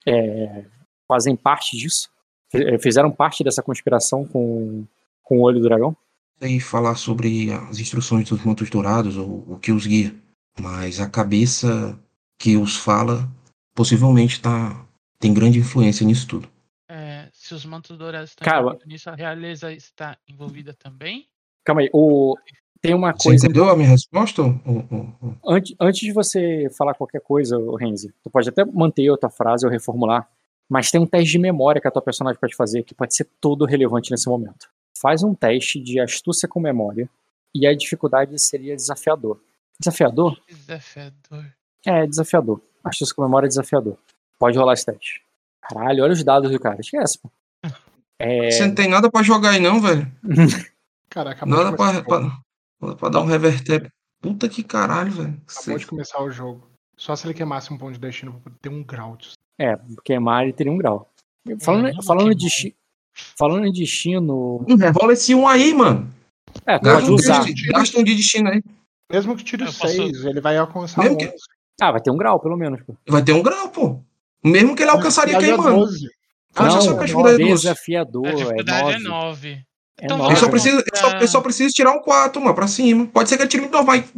é, fazem parte disso? Fizeram parte dessa conspiração com, com o Olho do Dragão? Não sei falar sobre as instruções dos mantos dourados ou o que os guia, mas a cabeça que os fala possivelmente tá, tem grande influência nisso tudo. É, se os mantos dourados estão Calma. envolvidos nisso, a realeza está envolvida também? Calma aí, o... tem uma Você coisa... entendeu a minha resposta? Ou, ou, ou... Antes, antes de você falar qualquer coisa, Renzi, tu pode até manter outra frase ou reformular, mas tem um teste de memória que a tua personagem pode fazer que pode ser todo relevante nesse momento. Faz um teste de astúcia com memória e a dificuldade seria desafiador. Desafiador? Desafiador. É, desafiador. Astúcia com memória é desafiador. Pode rolar esse teste. Caralho, olha os dados do cara. Esquece, pô. É... Você não tem nada pra jogar aí não, velho? Caraca, nada pra, pra, pra dar um reverter. Puta que caralho, velho. Acabou de começar o jogo. Só se ele queimasse um ponto de destino pra ter um grau. De... É, queimar ele teria um grau. Falando, é, falando, de, falando em destino... Rola esse um aí, mano. É, tu pode usar. Gasta um de destino aí. Mesmo que tire seis, posso... ele vai alcançar Mesmo um que... Ah, vai ter um grau, pelo menos. Pô. Vai ter um grau, pô. Mesmo que ele alcançaria queimando. Não, não é desafiador, é nove. É nove. É nove. Eu, só preciso, eu, só, eu só preciso tirar um quatro, mano, pra cima. Pode ser que ele tire muito normal.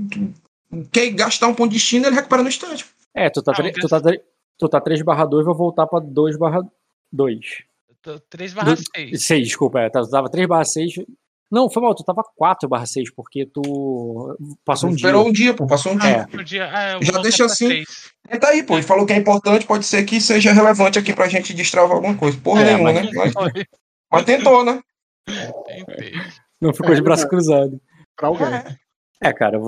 Quer gastar um ponto de destino, ele recupera no instante. É, tu tá, ah, tu tá, tu tá três barra dois, vai voltar pra dois barra dois. três barra seis. seis, desculpa, é, tu tava três barra seis. Não, foi mal, tu tava quatro barra seis, porque tu passou um dia. Esperou um dia, pô, passou um é. dia. Ah, já deixa assim. É, tá aí, pô, ele falou que é importante, pode ser que seja relevante aqui pra gente destravar alguma coisa. Porra é, nenhuma, mas... né? Mas, mas tentou, né? Tentei. Não ficou de braço cruzado. Pra alguém. É, cara,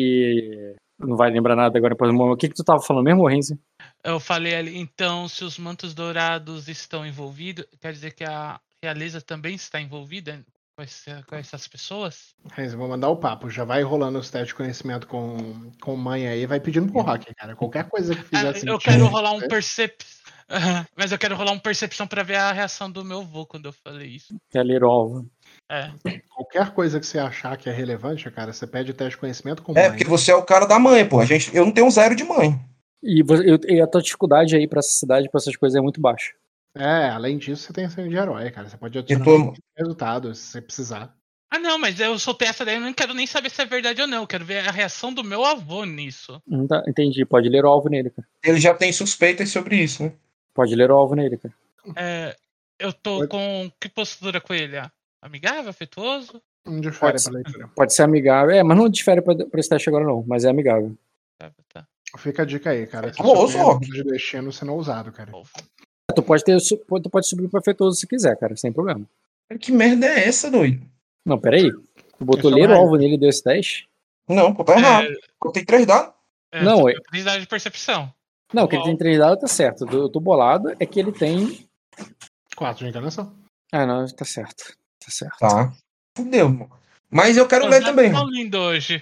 você não vai lembrar nada agora depois do momento. O que que tu tava falando mesmo, Renzi? Eu falei ali, então, se os mantos dourados estão envolvidos, quer dizer que a realeza também está envolvida com, essa, com essas pessoas? Renzi, vou mandar o papo. Já vai rolando os testes de conhecimento com, com mãe aí, vai pedindo pro hacker, cara. Qualquer coisa que fizer ah, sentido. Eu quero rolar um percepção. Uhum. Mas eu quero rolar um percepção pra ver a reação do meu avô quando eu falei isso. Telerova. É. Qualquer coisa que você achar que é relevante, cara, você pede teste de conhecimento com É, mãe. porque você é o cara da mãe, pô. A gente, eu não tenho zero de mãe. E, vo- eu- e a tua dificuldade aí pra essa cidade, pra essas coisas, é muito baixa. É, além disso, você tem sangue de herói, cara. Você pode adicionar tô- mais resultados se você precisar. Ah, não, mas eu soltei essa daí, eu não quero nem saber se é verdade ou não. Eu quero ver a reação do meu avô nisso. Não tá- entendi. Pode ler o alvo nele, cara. Ele já tem suspeitas sobre isso, né? Pode ler o alvo nele, cara. É, eu tô Oi? com que postura com ele? ah? Amigável, afetuoso? Não difere Pode pra ser. leitura. Pode ser amigável. É, mas não difere pra, pra esse teste agora, não. Mas é amigável. Tá, tá. Fica a dica aí, cara. Se Famoso, souber ó. de destino sendo ousado, cara. Tu pode, ter, su- tu pode subir pro afetuoso se quiser, cara. Sem problema. Que merda é essa, doido? Não, peraí. Tu botou Esse é o ler o raio. alvo nele e deu esse teste? Não, pô, tá errado. Eu tenho três dados. É, Não, não, é- habilidade de percepção. Não, que ele tem três dados, tá certo. Eu tô bolado é que ele tem. Quatro de enganação. Ah, não, tá certo. Tá certo. Tá. Fudeu, mano. Mas eu quero Os ler dados também. tão lindo hoje.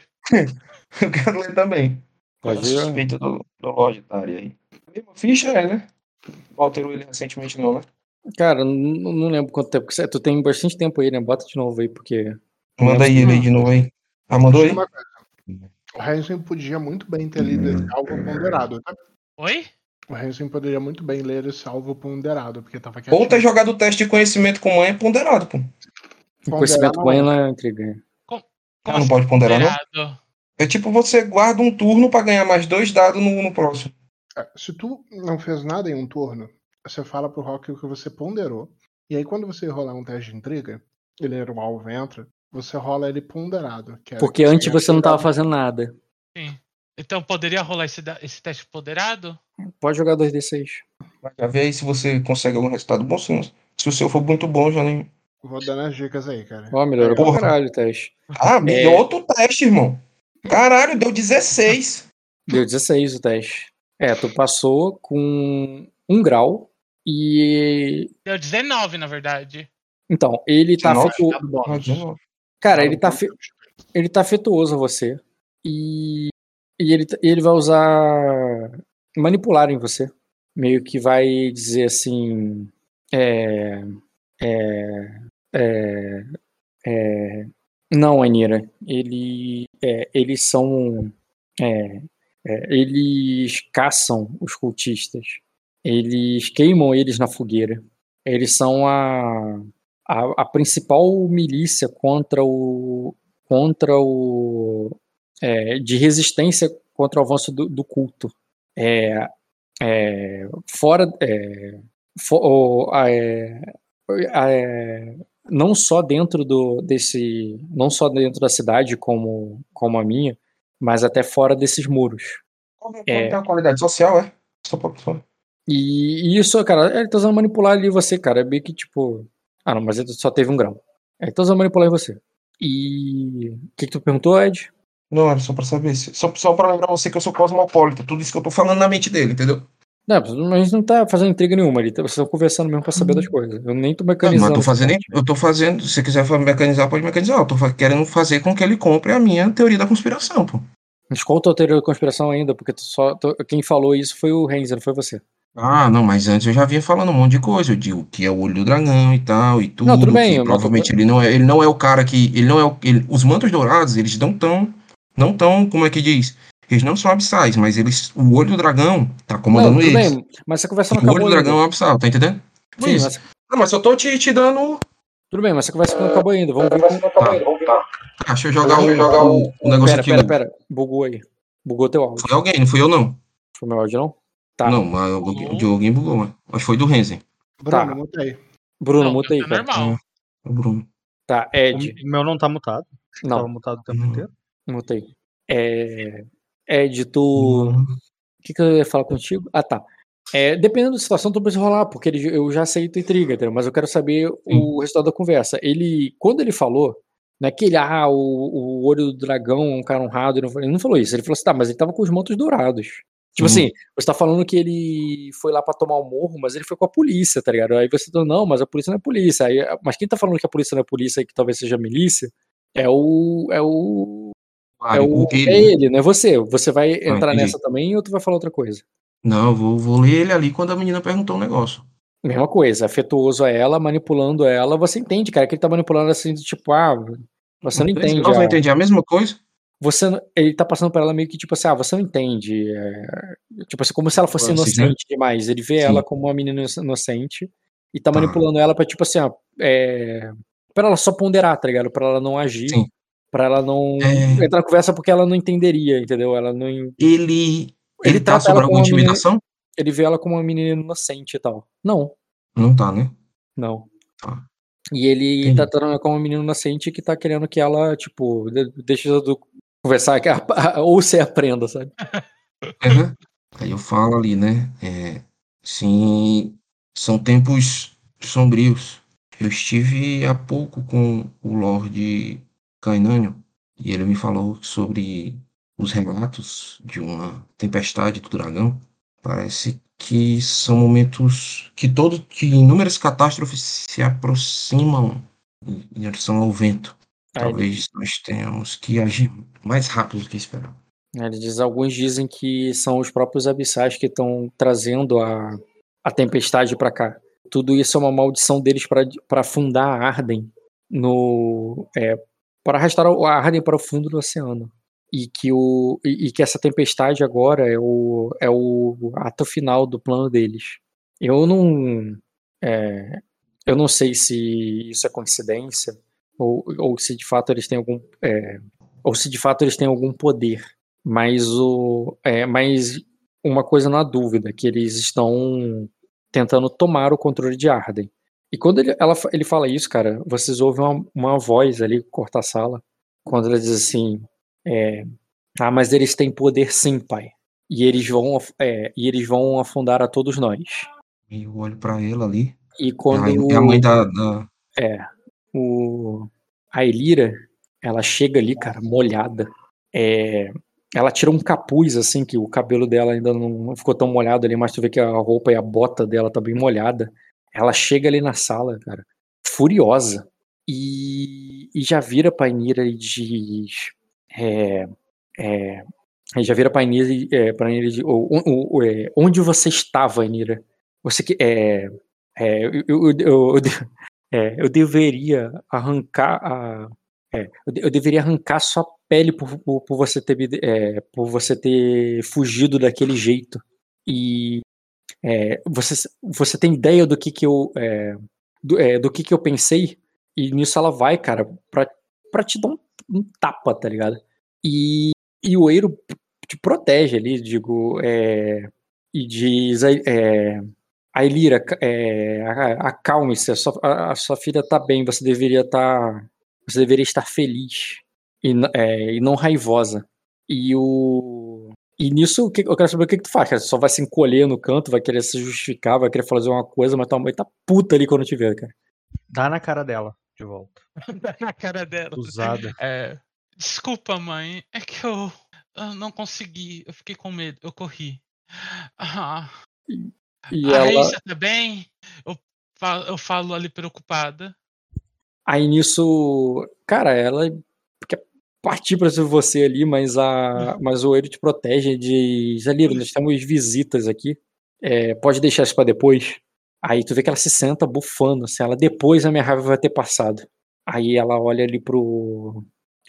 Eu quero ler também. Pode Pode suspeita do, do Loditário aí. A mesma ficha é, né? Não alterou ele recentemente, não, né? Cara, não, não lembro quanto tempo que você. Tu tem bastante tempo aí, né? Bota de novo aí, porque. Manda aí ele aí de novo aí. Ah, mandou aí? Uma coisa. O Harrison podia muito bem ter lido esse alvo ponderado, tá? Oi? O Harrison poderia muito bem ler esse alvo ponderado, porque tava Ou quietinho. ter jogado o teste de conhecimento com mãe é ponderado, pô. Conhecimento não banho é. na intriga. Como Ah, não pode ponderar, não? ponderado? É tipo você guarda um turno pra ganhar mais dois dados no, no próximo. É, se tu não fez nada em um turno, você fala pro Rock o que você ponderou. E aí, quando você rolar um teste de intriga, ele era o alvo entra, você rola ele ponderado. Que é Porque que antes ganha você não tava dado. fazendo nada. Sim. Então poderia rolar esse, da- esse teste poderado? Pode jogar dois D seis. Já vê aí se você consegue algum resultado bom. Se, não- se o seu for muito bom, já nem. Vou dando as dicas aí, cara. Ó, melhorou pra Porra. caralho o teste. Ah, me É. deu outro teste, irmão. Caralho, deu dezesseis. Deu dezesseis o teste. É, tu passou com um grau e. Deu dezenove, na verdade. Então, ele tá dezenove? afetuoso. Dado bônus. Ah, dezenove. Cara, ele tá, afe- ele tá afetuoso a você. E, e ele, ele vai usar manipular em você. Meio que vai dizer assim. É. É. É. é não, Anira. Ele, é, eles são. É, é, eles caçam os cultistas. Eles queimam eles na fogueira. Eles são a, a, a principal milícia contra o. Contra o. É, de resistência contra o avanço do, do culto. É, é, fora. É, for, é, é, não só dentro do, desse. Não só dentro da cidade como, como a minha, mas até fora desses muros. Como É. tem uma qualidade social, é? Só pra só. E, e isso, cara, ele tá usando manipular ali você, cara. É meio que tipo. Ah, não, mas ele só teve um grau. Ele tá usando manipular em você. E. O que, que tu perguntou, Ed? Não, era só pra saber. se- Só, só pra lembrar você que eu sou cosmopolita. Tudo isso que eu tô falando na mente dele, entendeu? Não, mas a gente não tá fazendo intriga nenhuma ali. Vocês estão conversando mesmo pra saber das coisas. Eu nem tô Não, mas mecanizando. eu tô essa fazendo. parte. Eu tô fazendo. Se você quiser mecanizar, pode mecanizar. Eu tô fa- querendo fazer com que ele compre a minha teoria da conspiração, pô. Mas qual a tua teoria da conspiração ainda? Porque tu só, tu- quem falou isso foi o Renzer, não foi você. Ah, não, mas antes eu já vinha falando um monte de coisa. Eu digo que é o olho do dragão e tal, e tudo. Não, tudo bem, que eu não tô- provavelmente ele não é. Ele não é o cara que. Ele não é o. ele- os mantos dourados, eles não tão. Não tão, como é que diz? Eles não são abissais, mas eles. O olho do dragão tá comandando Não, tudo eles. bem, mas essa conversa E não o olho acabou do dragão é ainda. um abissal, tá entendendo? Sim, Isso. mas, Não, mas eu tô te, te dando. tudo bem, mas essa conversa não acabou ainda. Vamos ver como... Tá. Tá, deixa eu jogar, o, jogar o, o negócio Pera, aqui. pera, o- pera. Bugou aí. Bugou teu áudio. Foi alguém, não fui eu não. Foi meu áudio, não? Tá. Não, mas o, o de alguém bugou, mas acho que foi do Renzen. Bruno, Tá. muta aí. Bruno, Não, muta aí, tá cara. normal. É o Bruno. Tá, Ed. O meu não tá mutado. Tava Não, mutado o tempo Não. inteiro. mutei. É... Ed, tu... Uhum. O que, que eu ia falar contigo? Ah, tá. É, dependendo da situação, tu precisa rolar, porque ele, eu já aceito intriga, entendeu? Mas eu quero saber o resultado da conversa. Ele, quando ele falou, não é que ele, ah, o, o olho do dragão é um cara honrado, ele não, ele não falou isso. Ele falou assim, tá, mas ele tava com os mantos dourados. Tipo Uhum. assim, você tá falando que ele foi lá pra tomar o morro, mas ele foi com a polícia, tá ligado? Aí você tá, não, mas a polícia não é polícia. Aí, mas quem tá falando que a polícia não é polícia e que talvez seja milícia, é o... É o Ah, é, o, o ele, é né? ele, não é você. Você vai entrar entendi. nessa também ou tu vai falar outra coisa? Não, eu vou, vou ler ele ali quando a menina perguntou o negócio. Mesma coisa, afetuoso a ela, manipulando ela. Você entende, cara, que ele tá manipulando assim, do tipo, ah, Você não Três entende. graus, eu A, entendi a mesma coisa. você, não- ele tá passando pra ela meio que tipo assim, ah, você não entende. é, tipo assim, como se ela fosse Nuances, né? inocente demais. Ele vê Sim. ela como uma menina ino- inocente e tá Tá. manipulando ela pra, tipo assim, ó, é, pra ela só ponderar, tá ligado? Pra ela não agir, Sim. pra ela não É, entrar na conversa porque ela não entenderia, entendeu? Ela não. ele, Ele ele tá trata ela sob como alguma uma menina. intimidação? Ele vê ela como uma menina inocente e tal. Não, Não tá, né? não. Tá. E ele Entendi. tá tratando ela como uma menina inocente que tá querendo que ela, tipo, de- deixe eu conversar, que a- a- ou você aprenda, sabe? Uhum. Aí eu falo ali, né? É, sim, são tempos sombrios. Eu estive há pouco com o Lorde Cainânio e ele me falou sobre os relatos de uma tempestade do dragão. Parece que são momentos que todo, que inúmeras catástrofes se aproximam em em direção ao vento. Aí ele, Talvez nós tenhamos que agir mais rápido do que esperar. aí ele diz, alguns dizem que são os próprios abissais que estão trazendo a, a tempestade pra cá. Tudo isso é uma maldição deles pra pra afundar a Arden no, é, para arrastar a Arden para o fundo do oceano. E que, o, e, e que essa tempestade agora é o, é o ato final do plano deles. Eu não, é, eu não sei se isso é coincidência ou, ou se de fato eles têm algum, é, ou se de fato eles têm algum poder. Mas o, é, mas uma coisa não há dúvida, que eles estão tentando tomar o controle de Arden. E quando ele, ela, ele fala isso, cara, vocês ouvem uma, uma voz ali cortar a sala, quando ela diz assim, é, ah, mas eles têm poder sim, pai. E eles vão, é, e eles vão afundar a todos nós. E eu olho pra ela ali. E É a, quando é a mãe da, da- é, o, a Elira, ela chega ali, cara, molhada. É, ela tira um capuz, assim, que o cabelo dela ainda não, não ficou tão molhado ali, mas tu vê que a roupa e a bota dela tá bem molhada. Ela chega ali na sala, cara, furiosa. E, e já vira pra Enira e diz. É, é, aí já vira pra Enira, e- é, pra Enira e diz, o, o, o, é, onde você estava, Enira? Você que. É, é, eu, eu, eu, eu, é, eu deveria arrancar a. É, eu, de- eu deveria arrancar sua pele por, por, por você ter, me- é, por você ter fugido daquele jeito. E é, você, você tem ideia do que que eu, é, do, é, do que que eu pensei? E nisso ela vai, cara, pra, pra te dar um, um tapa, tá ligado? E, e o Eiro te protege ali, digo, é, e diz, é, a Elira, é, a- acalme-se, a sua, a, a sua filha tá bem, você deveria estar, você deveria estar feliz e, n- é, e não raivosa. E o e nisso o que- eu quero saber o que, que tu faz, cara. Tu só vai se encolher no canto, vai querer se justificar, vai querer fazer uma coisa, mas tua mãe tá puta ali quando te vê, cara. Dá na cara dela, de volta. Dá na cara dela. Usada. É, desculpa, mãe. É que eu, eu não consegui. Eu fiquei com medo. Eu corri. Ah, E a ela, Raíssa tá bem? Eu, fa- eu falo ali preocupada. aí nisso, cara, ela quer partir pra cima de você ali, mas a, mas o Eiro te protege e diz, Alira, nós temos visitas aqui, é, pode deixar isso pra depois. Aí tu vê que ela se senta bufando, assim, ela depois a minha raiva vai ter passado. Aí ela olha ali pro,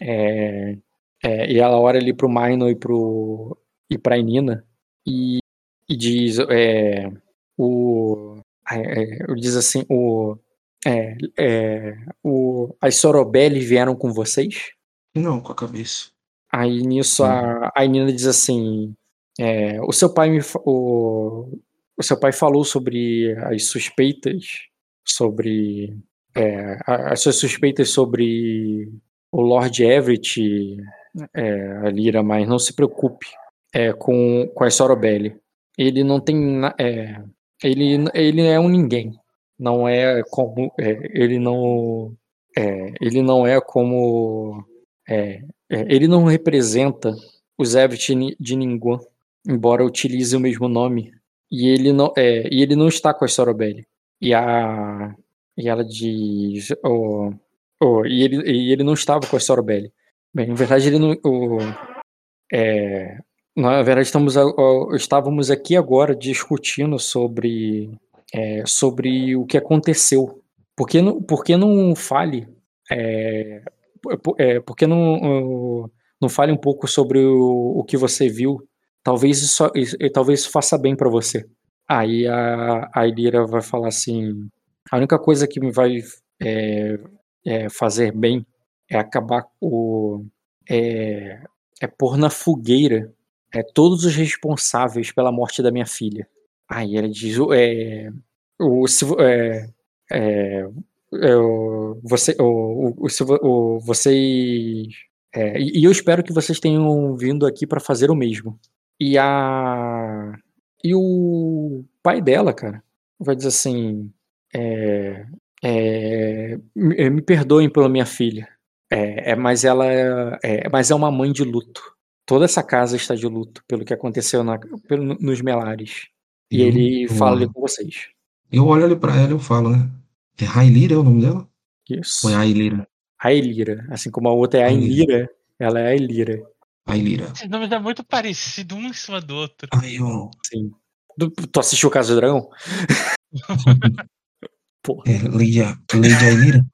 é, é, e ela olha ali pro Minor e pro e pra Nina e, e diz, é, o, é, é, diz assim, o é, é, o, as Sorobelli vieram com vocês? Não, com a cabeça. Aí nisso Sim. a, a Nina diz assim: é, o seu pai me, fa- o, o seu pai falou sobre as suspeitas, sobre é, a- as suas suspeitas sobre o Lord Everett, é, a Lyra, mas não se preocupe é, com, com as Sorobelli. Ele não tem. na- É, ele, ele é um ninguém. Não é como. É, ele não. É, ele não é como. É, é, ele não representa os Everett ni- de Ninguém, embora utilize o mesmo nome. E ele não, é, e ele não está com a Sorobelli. E, a, e ela diz. Oh, oh, e, ele, e ele não estava com a Sorobelli. Bem, na verdade, ele não. Oh, é, na verdade, estamos, a- ó, estávamos aqui agora discutindo sobre, é, sobre o que aconteceu. Por que não, por que não fale? É, é, por que não, não fale um pouco sobre o, o que você viu? Talvez isso, isso, talvez isso faça bem pra você. Aí a, a Ilira vai falar assim: a única coisa que me vai é, é, fazer bem é acabar o. É, é pôr na fogueira é, todos os responsáveis pela morte da minha filha. Aí ele diz: é, o, se, é, é, é, o, você, o, o, se, o, vocês. É, e eu espero que vocês tenham vindo aqui para fazer o mesmo. E a. E o pai dela, cara, vai dizer assim: é, é, me, me perdoem pela minha filha. É, é, mas ela é, mas é uma mãe de luto. Toda essa casa está de luto pelo que aconteceu na, pelo, nos Melares. E Eu, ele fala ali eu, com vocês. eu olho ali pra ela e eu falo, né? É Railira é o nome dela? Ou é Isso. Ailira? A Elira. Assim como a outra é a Ailira. Enira, ela é a Elira. Ailira. Esses nomes é muito parecido um em cima do outro. Aí eu. Sim. Tu, tu assistiu Casa do Dragão? Pô. É, Lady, Lady Ailira?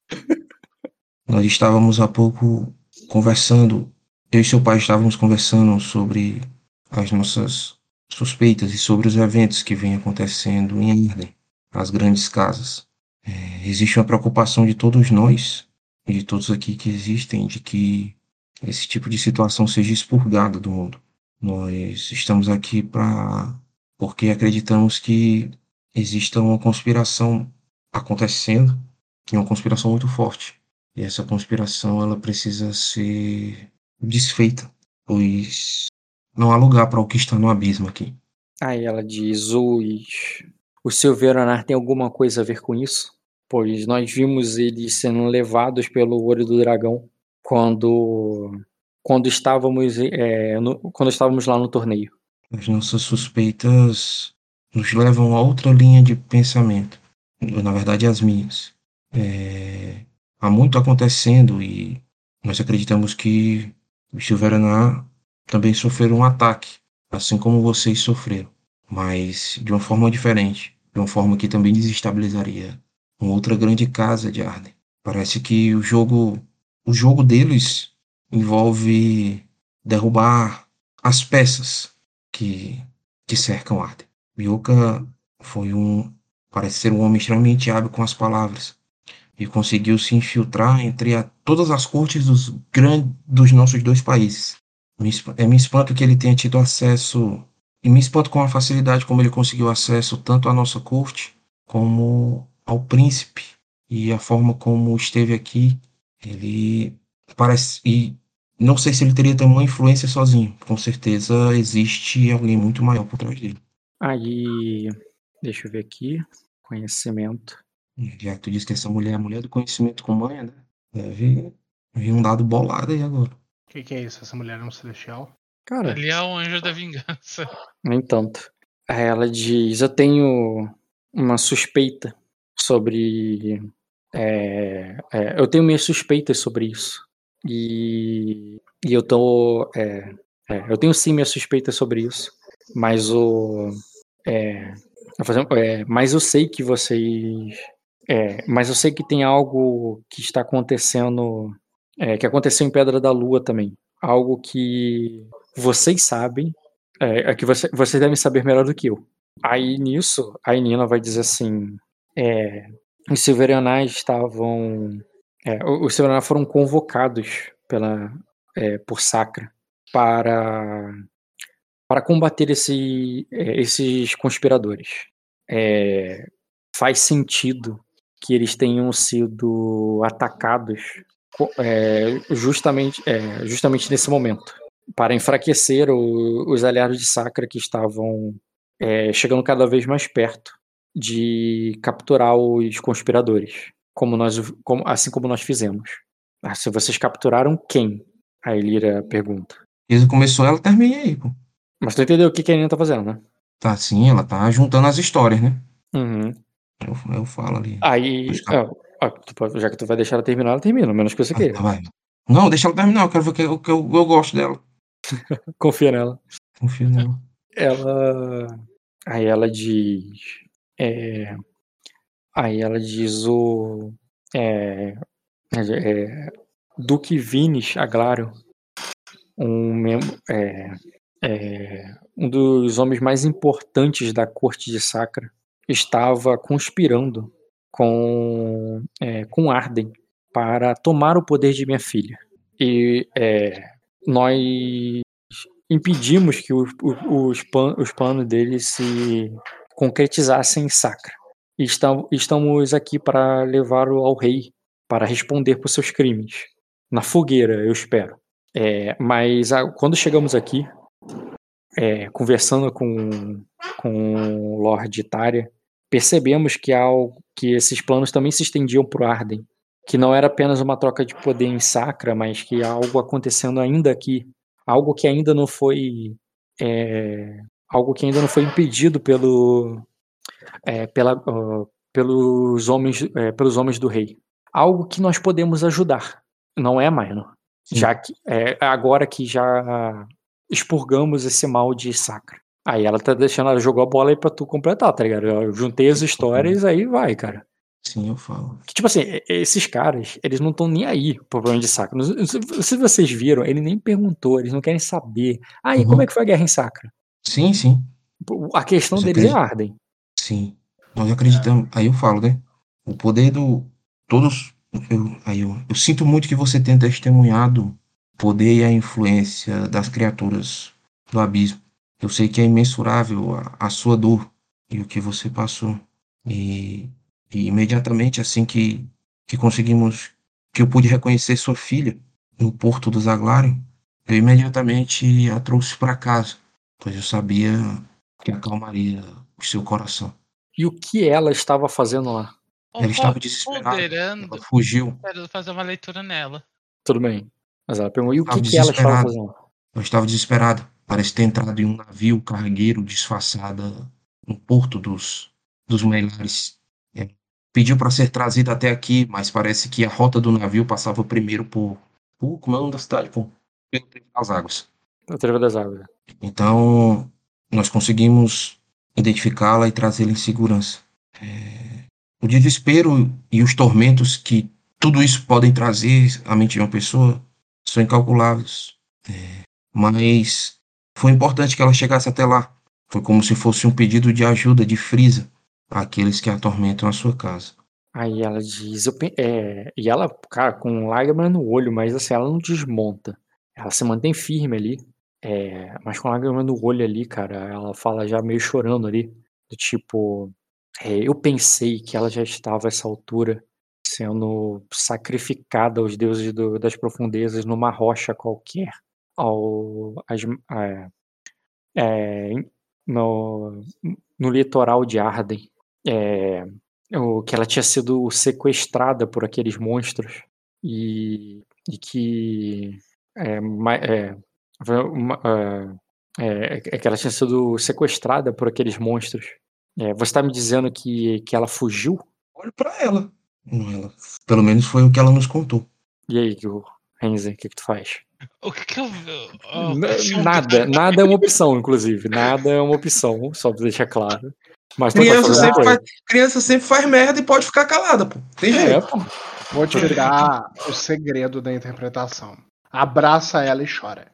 Nós estávamos há pouco conversando. Eu e seu pai estávamos conversando sobre as nossas suspeitas e sobre os eventos que vêm acontecendo em Arden, as grandes casas. É, existe uma preocupação de todos nós, e de todos aqui que existem, de que esse tipo de situação seja expurgado do mundo. Nós estamos aqui para porque acreditamos que exista uma conspiração acontecendo, e uma conspiração muito forte. E essa conspiração ela precisa ser desfeita, pois não há lugar para o que está no abismo aqui. Aí ela diz: os, o seu Veronar tem alguma coisa a ver com isso? Pois nós vimos eles sendo levados pelo olho do dragão quando, quando, estávamos, é, no, quando estávamos lá no torneio. As nossas suspeitas nos levam a outra linha de pensamento. Na verdade, as minhas. É, há muito acontecendo e nós acreditamos que os Silveranar também sofreram um ataque, assim como vocês sofreram, mas de uma forma diferente, de uma forma que também desestabilizaria uma outra grande casa de Arden. Parece que o jogo, o jogo deles envolve derrubar as peças que, que cercam Arden. Mioka foi um, parece ser um homem extremamente hábil com as palavras e conseguiu se infiltrar entre a, todas as cortes dos, grandes, dos nossos dois países. Me, é, me espanto que ele tenha tido acesso, e me espanto com a facilidade como ele conseguiu acesso tanto à nossa corte como ao príncipe, e a forma como esteve aqui, ele parece, e não sei se ele teria tamanha influência sozinho, com certeza existe alguém muito maior por trás dele. Aí, deixa eu ver aqui, conhecimento. Já que tu disse que essa mulher é a mulher do conhecimento com manha, né? Deve vir um dado bolado aí agora. O que, que é isso? Essa mulher é um celestial? Cara, Ele é o anjo da vingança. nem tanto. Aí ela diz: eu tenho uma suspeita sobre. É, é, eu tenho minhas suspeitas sobre isso. E, e eu tô. É, é, eu tenho sim minhas suspeitas sobre isso. Mas o. É, é, mas eu sei que vocês. É, mas eu sei que tem algo que está acontecendo. É, que aconteceu em Pedra da Lua também. Algo que vocês sabem. É, é que você, vocês devem saber melhor do que eu. Aí nisso, a Nina vai dizer assim: é, os Silverianais estavam. É, os Silverianais foram convocados pela, é, por Sacra para, para combater esse, é, esses conspiradores. É, faz sentido que eles tenham sido atacados é, justamente, é, justamente nesse momento, para enfraquecer o, os aliados de Sacra que estavam é, chegando cada vez mais perto de capturar os conspiradores, como nós, como, assim como nós fizemos. Ah, se vocês capturaram quem? A Elira pergunta. Desde que começou, ela termina aí, pô. Mas tu entendeu o que, que a Nina tá fazendo, né? Tá sim, ela tá juntando as histórias, né? Uhum. Eu, eu falo ali. Aí, Cap... ó, ó, já que tu vai deixar ela terminar, ela termina, menos que você ah, queira. tá, vai. Não, deixa ela terminar, eu quero ver o que eu, eu, eu gosto dela. Confia nela. Confio nela. Ela. Aí ela diz. É... Aí ela diz o. É... É... Duque Vinis Aglário, um membro, é, é, um dos homens mais importantes da corte de Sacra, estava conspirando com, é, com Arden para tomar o poder de minha filha. E é, nós impedimos que o, o, os, plan, os planos dele se concretizassem em Sacra. E estamos, estamos aqui para levá-lo ao rei para responder por seus crimes. Na fogueira, eu espero. É, mas a, quando chegamos aqui, é, conversando com, com o Lord Tária, percebemos que, algo, que esses planos também se estendiam para o Arden. Que não era apenas uma troca de poder em Sacra, mas que algo acontecendo ainda aqui. Algo que ainda não foi... É, algo que ainda não foi impedido pelo, é, pela, uh, pelos, homens, é, pelos homens do rei. Algo que nós podemos ajudar. Não é, Minor? Já que, é, agora que já expurgamos esse mal de Sacra. Aí ela tá deixando, ela jogou a bola aí pra tu completar, tá ligado? Eu juntei as histórias, aí vai, cara. Sim, eu falo. Que, tipo assim, esses caras, eles não estão nem aí pro problema de Sacra. Se vocês viram, ele nem perguntou, eles não querem saber. Ah, e uhum. como é que foi a guerra em Sacra? Sim, sim. A questão Você deles acredita? é Arden. Sim. Nós acreditamos. Aí eu falo, né? O poder do... Todos... Eu, aí eu, eu sinto muito que você tenha testemunhado o poder e a influência das criaturas do abismo. Eu sei que é imensurável a, a sua dor e o que você passou. E, e imediatamente, assim que, que conseguimos... Que eu pude reconhecer sua filha no Porto do Zaglário, eu imediatamente a trouxe para casa, pois eu sabia que acalmaria o seu coração. E o que ela estava fazendo lá? Ela estava desesperada. Ela fugiu. Quero fazer uma leitura nela. Tudo bem. Mas ela perguntou, e o que, que ela estava fazendo? Eu estava desesperado. Parece ter entrado em um navio cargueiro disfarçada no porto dos, dos Melares. É. Pediu para ser trazida até aqui, mas parece que a rota do navio passava primeiro por... por como é o nome da cidade? Por, pelo Trevo das Águas. O Trevo das Águas. Então, nós conseguimos identificá-la e trazê-la em segurança. É... O desespero e os tormentos que tudo isso podem trazer à mente de uma pessoa são incalculáveis. É... Mas foi importante que ela chegasse até lá. Foi como se fosse um pedido de ajuda de Frieza àqueles que atormentam a sua casa. Aí ela diz, eu, é, e ela, cara, com lágrimas no olho, mas assim, ela não desmonta. Ela se mantém firme ali, é, mas com lágrimas no olho ali, cara, ela fala já meio chorando ali, do tipo, é, eu pensei que ela já estava a essa altura sendo sacrificada aos deuses do, das profundezas numa rocha qualquer, ao, as, é, é, no, no litoral de Arden. É, o, que ela tinha sido sequestrada por aqueles monstros e, e que é, é, é, é que ela tinha sido sequestrada por aqueles monstros. É, você está me dizendo que, que ela fugiu? Olha para ela. ela. Pelo menos foi o que ela nos contou. E aí, Renzer, o que, que tu faz? O que, que eu. Oh, nada, nada é uma opção, inclusive. Nada é uma opção, só pra deixar claro. Mas criança, sempre faz, criança sempre faz merda e pode ficar calada, pô. Tem jeito. É, pô. Vou te dar o segredo da interpretação. Abraça ela e chora.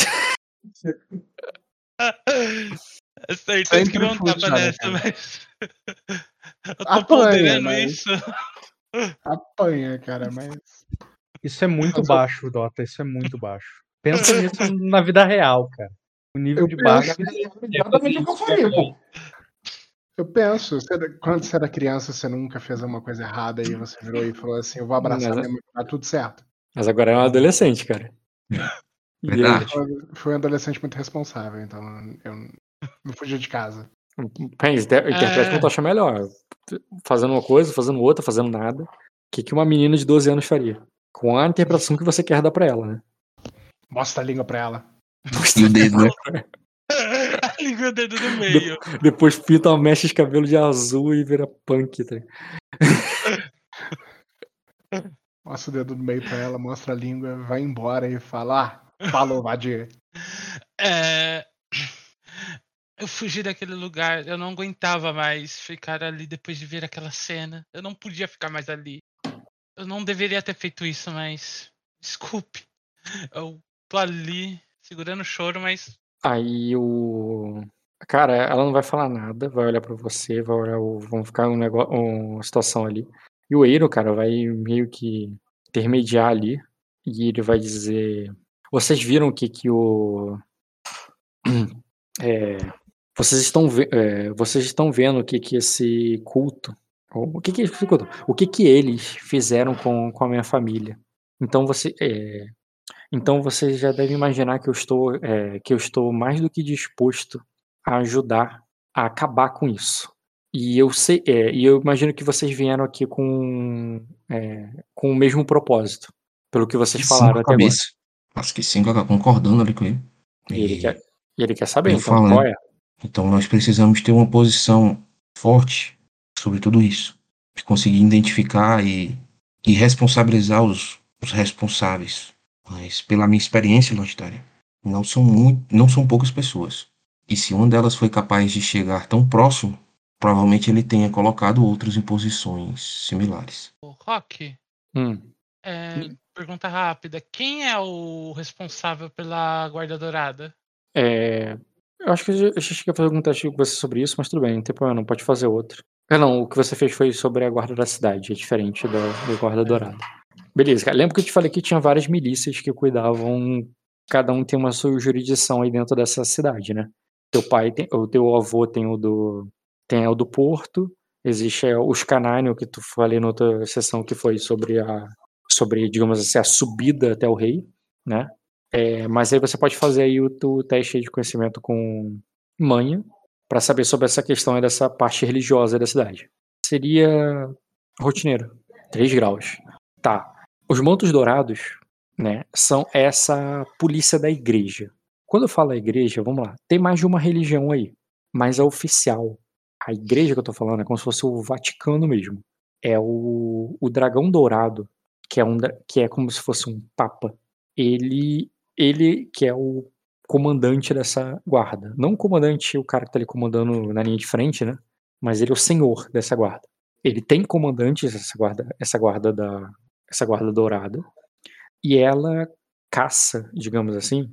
É certeza que não tava nessa, mas. Eu tô Apanha, ponderando mas... isso. Apanha, cara, mas. Isso é muito mas baixo, eu... Dota. Isso é muito baixo. Pensa nisso na vida real, cara. O nível eu de baixo. Exatamente o que eu faria, pô. Eu penso, você, quando você era criança, você nunca fez uma coisa errada e você virou e falou assim, eu vou abraçar minha mãe, tá tudo certo. Mas agora é um adolescente, cara. Verdade. Foi um adolescente muito responsável, então eu não fugi de casa. Pens, interpreta como tu acha melhor. Fazendo uma coisa, fazendo outra, fazendo nada. O que, que uma menina de doze anos faria? Com a interpretação que você quer dar pra ela, né? Mostra a língua pra ela. E o dedo, né? A língua o dedo no meio. De- depois pinta, mexe os cabelos de azul e vira punk, tá? Mostra o dedo no meio pra ela, mostra a língua, vai embora e fala, ah, falou, vadia. É... Eu fugi daquele lugar, eu não aguentava mais ficar ali depois de ver aquela cena. Eu não podia ficar mais ali. Eu não deveria ter feito isso, mas Desculpe. Eu tô ali segurando o choro, mas. Aí o. Cara, ela não vai falar nada, vai olhar pra você, vai olhar o. Vão ficar um negócio, uma situação ali. E o Eiro, cara, vai meio que intermediar ali. E ele vai dizer. Vocês viram o que que o. É, vocês estão ve- é, vocês estão vendo o que que esse culto. O que que esse culto? O que que eles fizeram com, com a minha família. Então você. é, Então você já deve imaginar que eu estou, é, que eu estou mais do que disposto a ajudar a acabar com isso. E eu sei, é, e eu imagino que vocês vieram aqui com, é, com o mesmo propósito, pelo que vocês Que sim com falaram a até agora. cabeça. Acho que sim, Cacá, concordando ali com ele. E ele quer, E e ele quer saber, eu então, qual falando, é? então nós precisamos ter uma posição forte sobre tudo isso. De conseguir identificar e, e responsabilizar os, os responsáveis. Mas pela minha experiência, Lantária, não são muito, não são poucas pessoas. E se uma delas foi capaz de chegar tão próximo, provavelmente ele tenha colocado outros em posições similares. Ô, Rock, Hum. é, pergunta rápida. Quem é o responsável pela Guarda Dourada? É, eu acho que eu já eu já cheguei a fazer algum teste com você sobre isso, mas tudo bem, não tem problema, não pode fazer outro. Ah, não, o que você fez foi sobre a guarda da cidade, é diferente da, da guarda dourada. Beleza, cara. Lembra que eu te falei que tinha várias milícias que cuidavam, cada um tem uma sua jurisdição aí dentro dessa cidade, né? Teu pai tem, o teu avô tem o do, tem o do Porto, existe é, os Canânio que tu falei na outra sessão que foi sobre a, sobre, digamos assim, a subida até o rei, né? É, mas aí você pode fazer aí o teu teste de conhecimento com manha para saber sobre essa questão aí dessa parte religiosa da cidade. Seria rotineiro, três graus. Tá. Os mantos dourados, né, são essa polícia da igreja. Quando eu falo igreja, vamos lá, tem mais de uma religião aí, mas a oficial, a igreja que eu tô falando é como se fosse o Vaticano mesmo. É o, o dragão dourado, que é, um, que é como se fosse um papa. Ele, ele que é o comandante dessa guarda. Não o comandante, o cara que tá ali comandando na linha de frente, né? Mas ele é o senhor dessa guarda. Ele tem comandantes, essa guarda, essa guarda da, essa guarda dourada, e ela caça, digamos assim,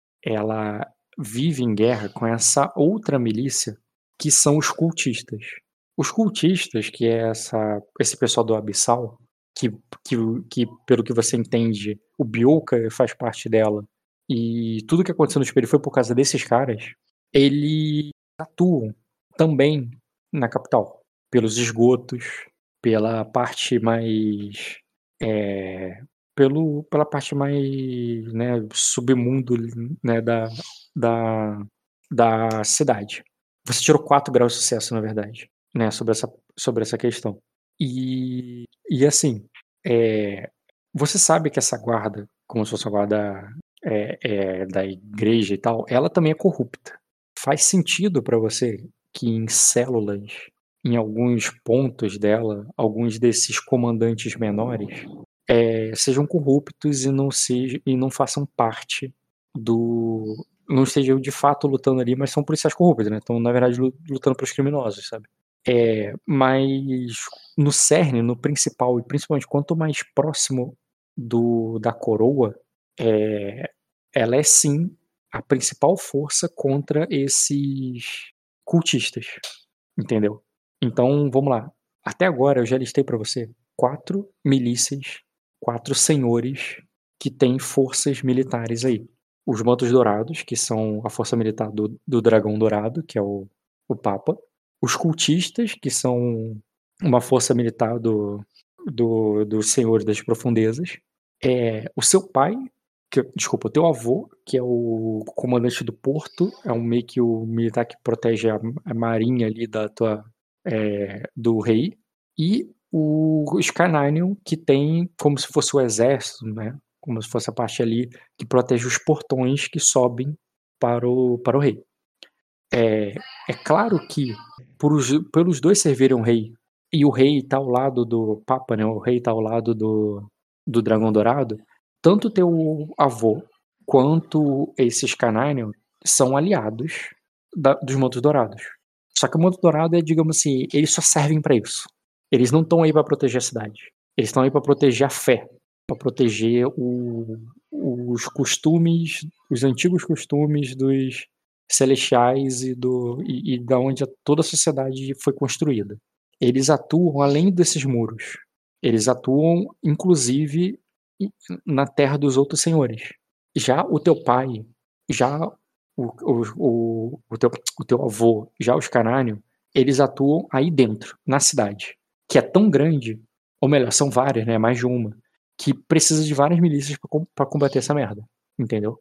ela vive em guerra com essa outra milícia que são os cultistas. Os cultistas, que é essa, esse pessoal do Abissal, que, que, que pelo que você entende, o Bioka faz parte dela, e tudo que aconteceu no espelho foi por causa desses caras, eles atuam também na capital, pelos esgotos, pela parte mais é, pelo, pela parte mais, né, submundo, né, da, da, da cidade. Você tirou quatro graus de sucesso, na verdade, né, sobre essa, sobre essa questão. E, e assim, é, você sabe que essa guarda, como se fosse a guarda é, é, da igreja e tal, ela também é corrupta. Faz sentido para você que em células, em alguns pontos dela, alguns desses comandantes menores é, sejam corruptos e não, sejam, e não façam parte do. Não estejam de fato lutando ali, mas são policiais corruptos, né? Estão, na verdade, lutando para os criminosos, sabe? É, mas no cerne, no principal, e principalmente quanto mais próximo do, da coroa, é, ela é sim a principal força contra esses cultistas, entendeu? Então, vamos lá. Até agora eu já listei para você quatro milícias, quatro senhores que têm forças militares aí. Os Mantos Dourados, que são a força militar do, do Dragão Dourado, que é o, o Papa. Os cultistas, que são uma força militar do, do, dos Senhores das Profundezas. É, o seu pai, que, desculpa, o teu avô, que é o comandante do porto, é um meio que o militar que protege a, a marinha ali da tua, é, do rei. E o Scananium, que tem como se fosse o exército, né? Como se fosse a parte ali que protege os portões que sobem para o, para o rei. É, é claro que por os, pelos dois servirem o rei, e o rei está ao lado do Papa, né? O rei está ao lado do, do Dragão Dourado, tanto teu avô quanto esses Scananium são aliados da, dos Mantos Dourados. Só que o Manto Dourado é, digamos assim, eles só servem para isso. Eles não estão aí para proteger a cidade. Eles estão aí para proteger a fé para proteger o, os costumes, os antigos costumes dos celestiais e, do, e, e da onde toda a sociedade foi construída. Eles atuam além desses muros. Eles atuam, inclusive, na terra dos outros senhores. Já o teu pai, já o, o, o, o, teu, o teu avô, já os Carânio, eles atuam aí dentro, na cidade, que é tão grande, ou melhor, são várias, né, mais de uma, que precisa de várias milícias para combater essa merda, entendeu?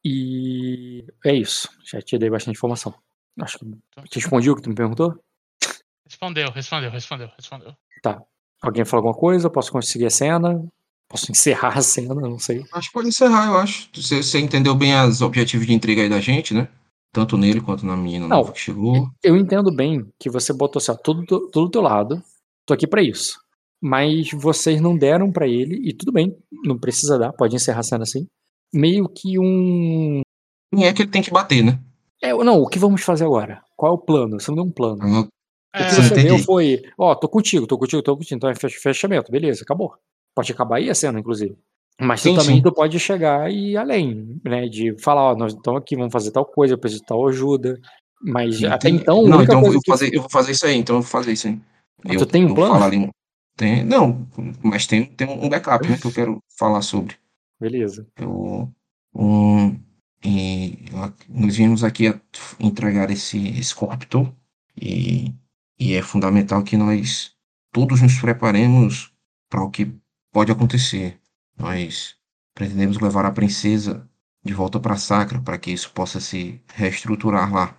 E é isso, já te dei bastante informação. Acho que te respondi o que tu me perguntou? Respondeu, respondeu, respondeu, respondeu. Tá. Alguém falou alguma coisa? Posso conseguir a cena? Posso encerrar a cena? Não sei. Acho que pode encerrar, eu acho. Você, você entendeu bem os objetivos de intriga aí da gente, né? Tanto nele quanto na menina Não, nova que chegou. Eu entendo bem que você botou assim, ó, tudo, tudo do teu lado, tô aqui pra isso. Mas vocês não deram pra ele, e tudo bem, não precisa dar, pode encerrar a cena assim. Meio que um... Quem é que ele tem que bater, né? É, não, o que vamos fazer agora? Qual é o plano? Você não deu um plano. Eu, O que É, você entendi. deu foi, ó, tô contigo, tô contigo, tô contigo, então é fech- fechamento, beleza, acabou. Pode acabar aí a cena, inclusive. Mas tu Sim, também sim. tu pode chegar e ir além, né, de falar, ó, nós estamos aqui, vamos fazer tal coisa, eu preciso de tal ajuda. Mas até Entendi. então, a Não, única então eu coisa vou que... fazer, eu vou fazer isso aí, então eu vou fazer isso aí. Ah, Eu, tu tem um eu plano? falo ali. um- Tem, não, mas tem, tem um backup, né, que eu quero falar sobre. Beleza. Eu, um, e, eu- nós viemos aqui a entregar esse, esse corruptor e, e é fundamental que nós todos nos preparemos para o que pode acontecer. Nós pretendemos levar a princesa de volta para Sacra para que isso possa se reestruturar lá.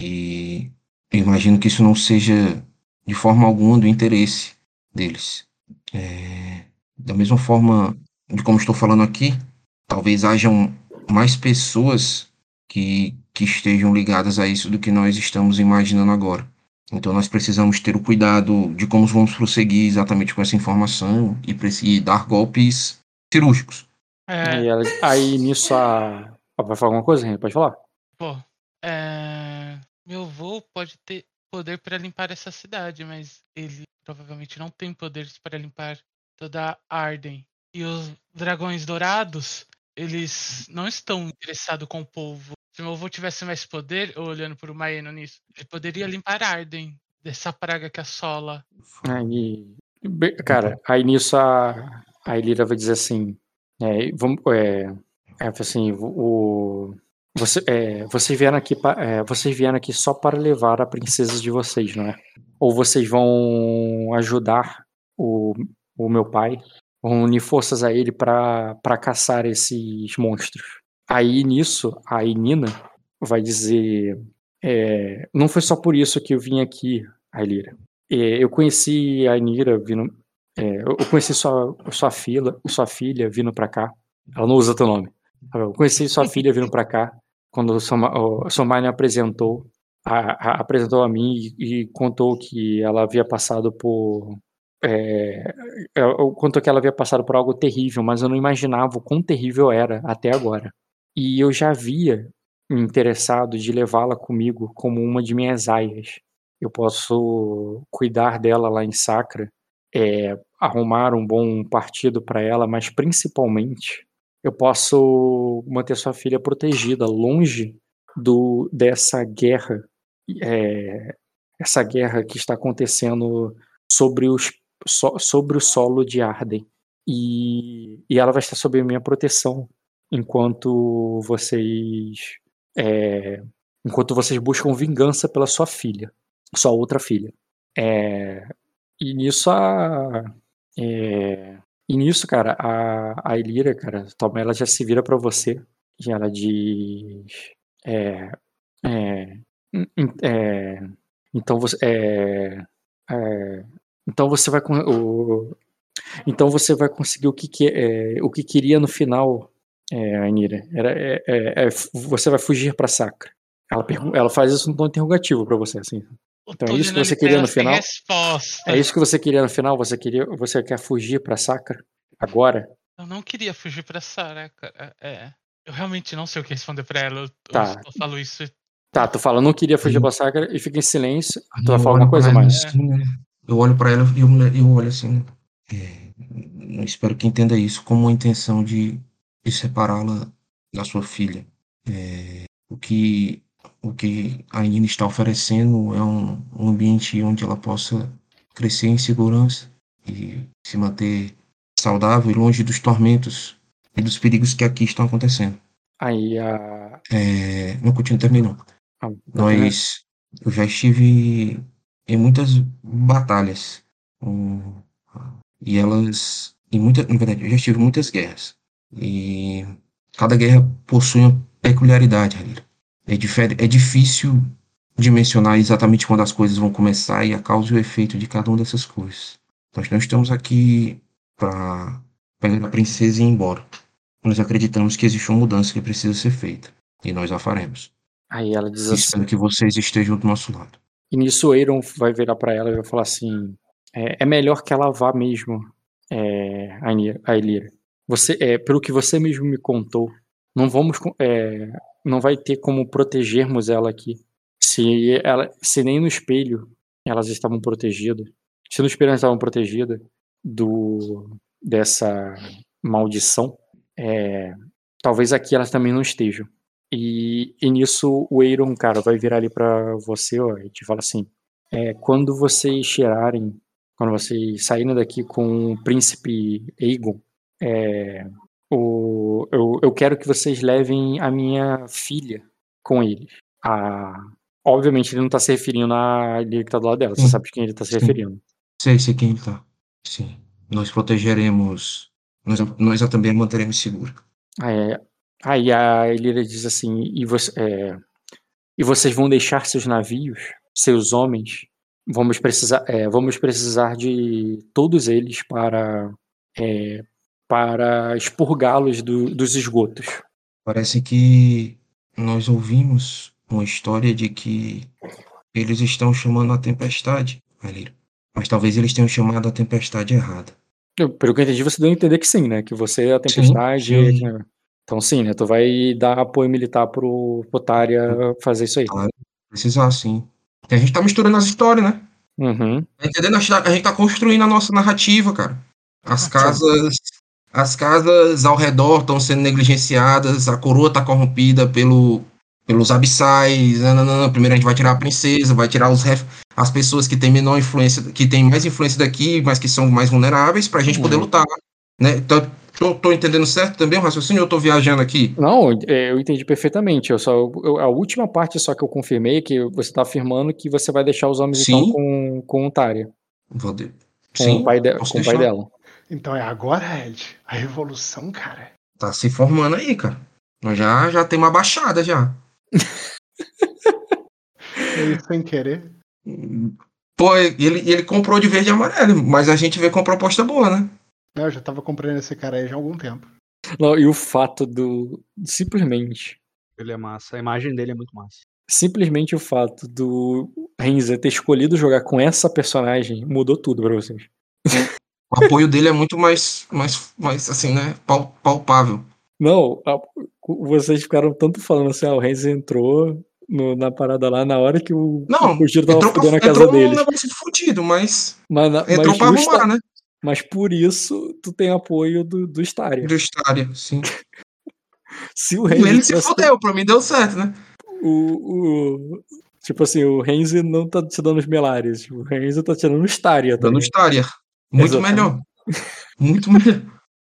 E eu imagino que isso não seja de forma alguma do interesse deles. É, da mesma forma de como estou falando aqui, talvez hajam mais pessoas que, que estejam ligadas a isso do que nós estamos imaginando agora. Então nós precisamos ter o cuidado de como vamos prosseguir exatamente com essa informação e, preci- e dar golpes cirúrgicos. é, Aí, ela- aí nisso a. Ah, vai falar alguma coisa, Henrique? Pode falar? pô, é, meu avô pode ter poder para limpar essa cidade, mas ele provavelmente não tem poderes para limpar toda Arden. E os dragões dourados, eles não estão interessados com o povo. Se meu avô tivesse mais poder, eu olhando por uma Maeno nisso, ele poderia limpar Arden dessa praga que assola. Aí. be- Cara, aí nisso a, a Elira vai dizer assim. É, vamos, é, é assim, o. Você, é, vocês vieram aqui pa- é, vocês vieram aqui só para levar a princesa de vocês, não é? Ou vocês vão ajudar o, o meu pai, vão unir forças a ele para para caçar esses monstros. Aí nisso a Inina vai dizer, é, não foi só por isso que eu vim aqui, Ailira. É, eu conheci a Inira vindo, é, eu conheci sua sua filha, sua filha vindo para cá. Ela não usa teu nome. Eu conheci sua filha vindo para cá quando o Soma- o Somai me apresentou, a, a, apresentou a mim e, e contou que ela havia passado por é, eu- contou que ela havia passado por algo terrível, mas eu não imaginava o quão terrível era até agora. E eu já havia me interessado de levá-la comigo como uma de minhas aias. Eu posso cuidar dela lá em Sacra, é, arrumar um bom partido para ela, mas principalmente eu posso manter sua filha protegida, longe do dessa guerra, é, essa guerra que está acontecendo sobre, os, so, sobre o solo de Arden. E, e ela vai estar sob a minha proteção enquanto vocês é, enquanto vocês buscam vingança pela sua filha, sua outra filha. É, e nisso a é, e nisso, cara, a, a Elira, cara, toma, ela já se vira pra você e ela diz é, é, é, então você é, é, então você vai con- o, então você vai conseguir o que, que é, o que queria no final, é, Anira. Era é, é, é, você vai fugir pra Sacra. Ela, pergun- ela faz isso num tom interrogativo pra você, assim. O Então é isso que Tolino, você ele queria tá no sem final? resposta. É isso que você queria no final? Você queria, você quer fugir pra Sacra agora? Eu não queria fugir pra Sarah, cara. É. Eu realmente não sei o que responder pra ela. Eu, Tá. eu falo isso. Tá, tu fala, não queria fugir Aí- pra Sacra e fica em silêncio. Tu eu vai falar olho alguma pra coisa ela mais? assim, né? Eu olho pra ela e eu, eu olho assim. É, eu espero que entenda isso como uma intenção de, de separá-la da sua filha. É, o que o que a Nina está oferecendo é um, um ambiente onde ela possa crescer em segurança e se manter saudável e longe dos tormentos e dos perigos que aqui estão acontecendo. Aí a. É, não continue, terminou. Ah, tá terminando? Nós, eu já estive em muitas batalhas, um, e elas, em muita, na verdade, eu já estive em muitas guerras, e cada guerra possui uma peculiaridade, Halil. É, difere, é difícil de mencionar exatamente quando as coisas vão começar e a causa e o efeito de cada uma dessas coisas. Nós não estamos aqui para pegar a princesa e ir embora. Nós acreditamos que existe uma mudança que precisa ser feita, e nós a faremos. Aí ela diz assim. Espero que vocês estejam do nosso lado. E nisso o Aeron vai virar pra ela e vai falar assim: é, é melhor que ela vá mesmo, é, a Elira. Você, é, pelo que você mesmo me contou, não vamos, é, não vai ter como protegermos ela aqui. Se ela, se nem no espelho elas estavam protegidas, se no espelho elas estavam protegidas do dessa maldição, é, talvez aqui elas também não estejam. E, e nisso o Aeron, cara, vai virar ali pra você, ó, e te fala assim: é, quando vocês cheirarem, quando vocês saírem daqui com o príncipe Aegon, é, o, eu, eu quero que vocês levem a minha filha com eles. A, obviamente ele não tá se referindo à Elira que tá do lado dela, Sim. você sabe de quem ele tá se Sim. referindo. Sei, sei quem ele tá. Sim. Nós protegeremos. Nós, nós a também manteremos segura. É, aí a Elira diz assim: e, você, é, e vocês vão deixar seus navios, seus homens, vamos precisar, é, vamos precisar de todos eles para, é, para expurgá-los do, dos esgotos. Parece que nós ouvimos uma história de que eles estão chamando a tempestade, Alira. Mas talvez eles tenham chamado a tempestade errada. Eu, pelo que eu entendi, você deu a entender que sim, né? Que você é a tempestade. Sim, sim. Então sim, né? Tu vai dar apoio militar pro Potaria fazer isso aí. Claro, precisar sim. E a gente tá misturando as histórias, né? Uhum. Tá entendendo? A gente tá construindo a nossa narrativa, cara. As Ah, casas, as casas ao redor estão sendo negligenciadas, a coroa tá corrompida pelo, pelos abissais. Não, não, não. Primeiro a gente vai tirar a princesa, vai tirar os ref, as pessoas que têm menor influência, que têm mais influência daqui, mas que são mais vulneráveis, pra gente poder Uhum. lutar, né? Então, tô, tô entendendo certo também o raciocínio, ou eu tô viajando aqui? Não, é, eu entendi perfeitamente. Eu só, eu, a última parte só que eu confirmei é que você tá afirmando que você vai deixar os homens então Sim. com, com o Tária. Vou de... Com, Sim, o pai, de, posso com o pai deixar. dela. Então é agora, Ed? A revolução, cara? Tá se formando aí, cara. Nós já, já tem uma baixada já. Meio sem querer. Pô, ele, ele comprou de verde e amarelo, mas a gente vê com uma proposta boa, né? Eu já tava comprando esse cara aí já há algum tempo. Não, e o fato do. Simplesmente. Ele é massa. A imagem dele é muito massa. Simplesmente o fato do Renzer ter escolhido jogar com essa personagem mudou tudo pra vocês. O apoio dele é muito mais, mais, mais assim, né? Pal, palpável. Não, a, vocês ficaram tanto falando assim, ah, o Renzer entrou no, na parada lá na hora que o, Não, o Giro tava entrou, pra, fudendo a casa entrou num deles. negócio fudido, mas Mas, na- entrou mas, pra justa- arrumar, né? mas por isso tu tem apoio do, do Staria. Do Staria, sim. Se o Renzer Ele se tivesse fudeu, pra mim deu certo, né? o, o- tipo assim, o Renzi não tá te dando os Melares, o Renzi tá tirando o Staria, tá Dando ligado? Staria. Muito Exatamente. melhor. Muito melhor.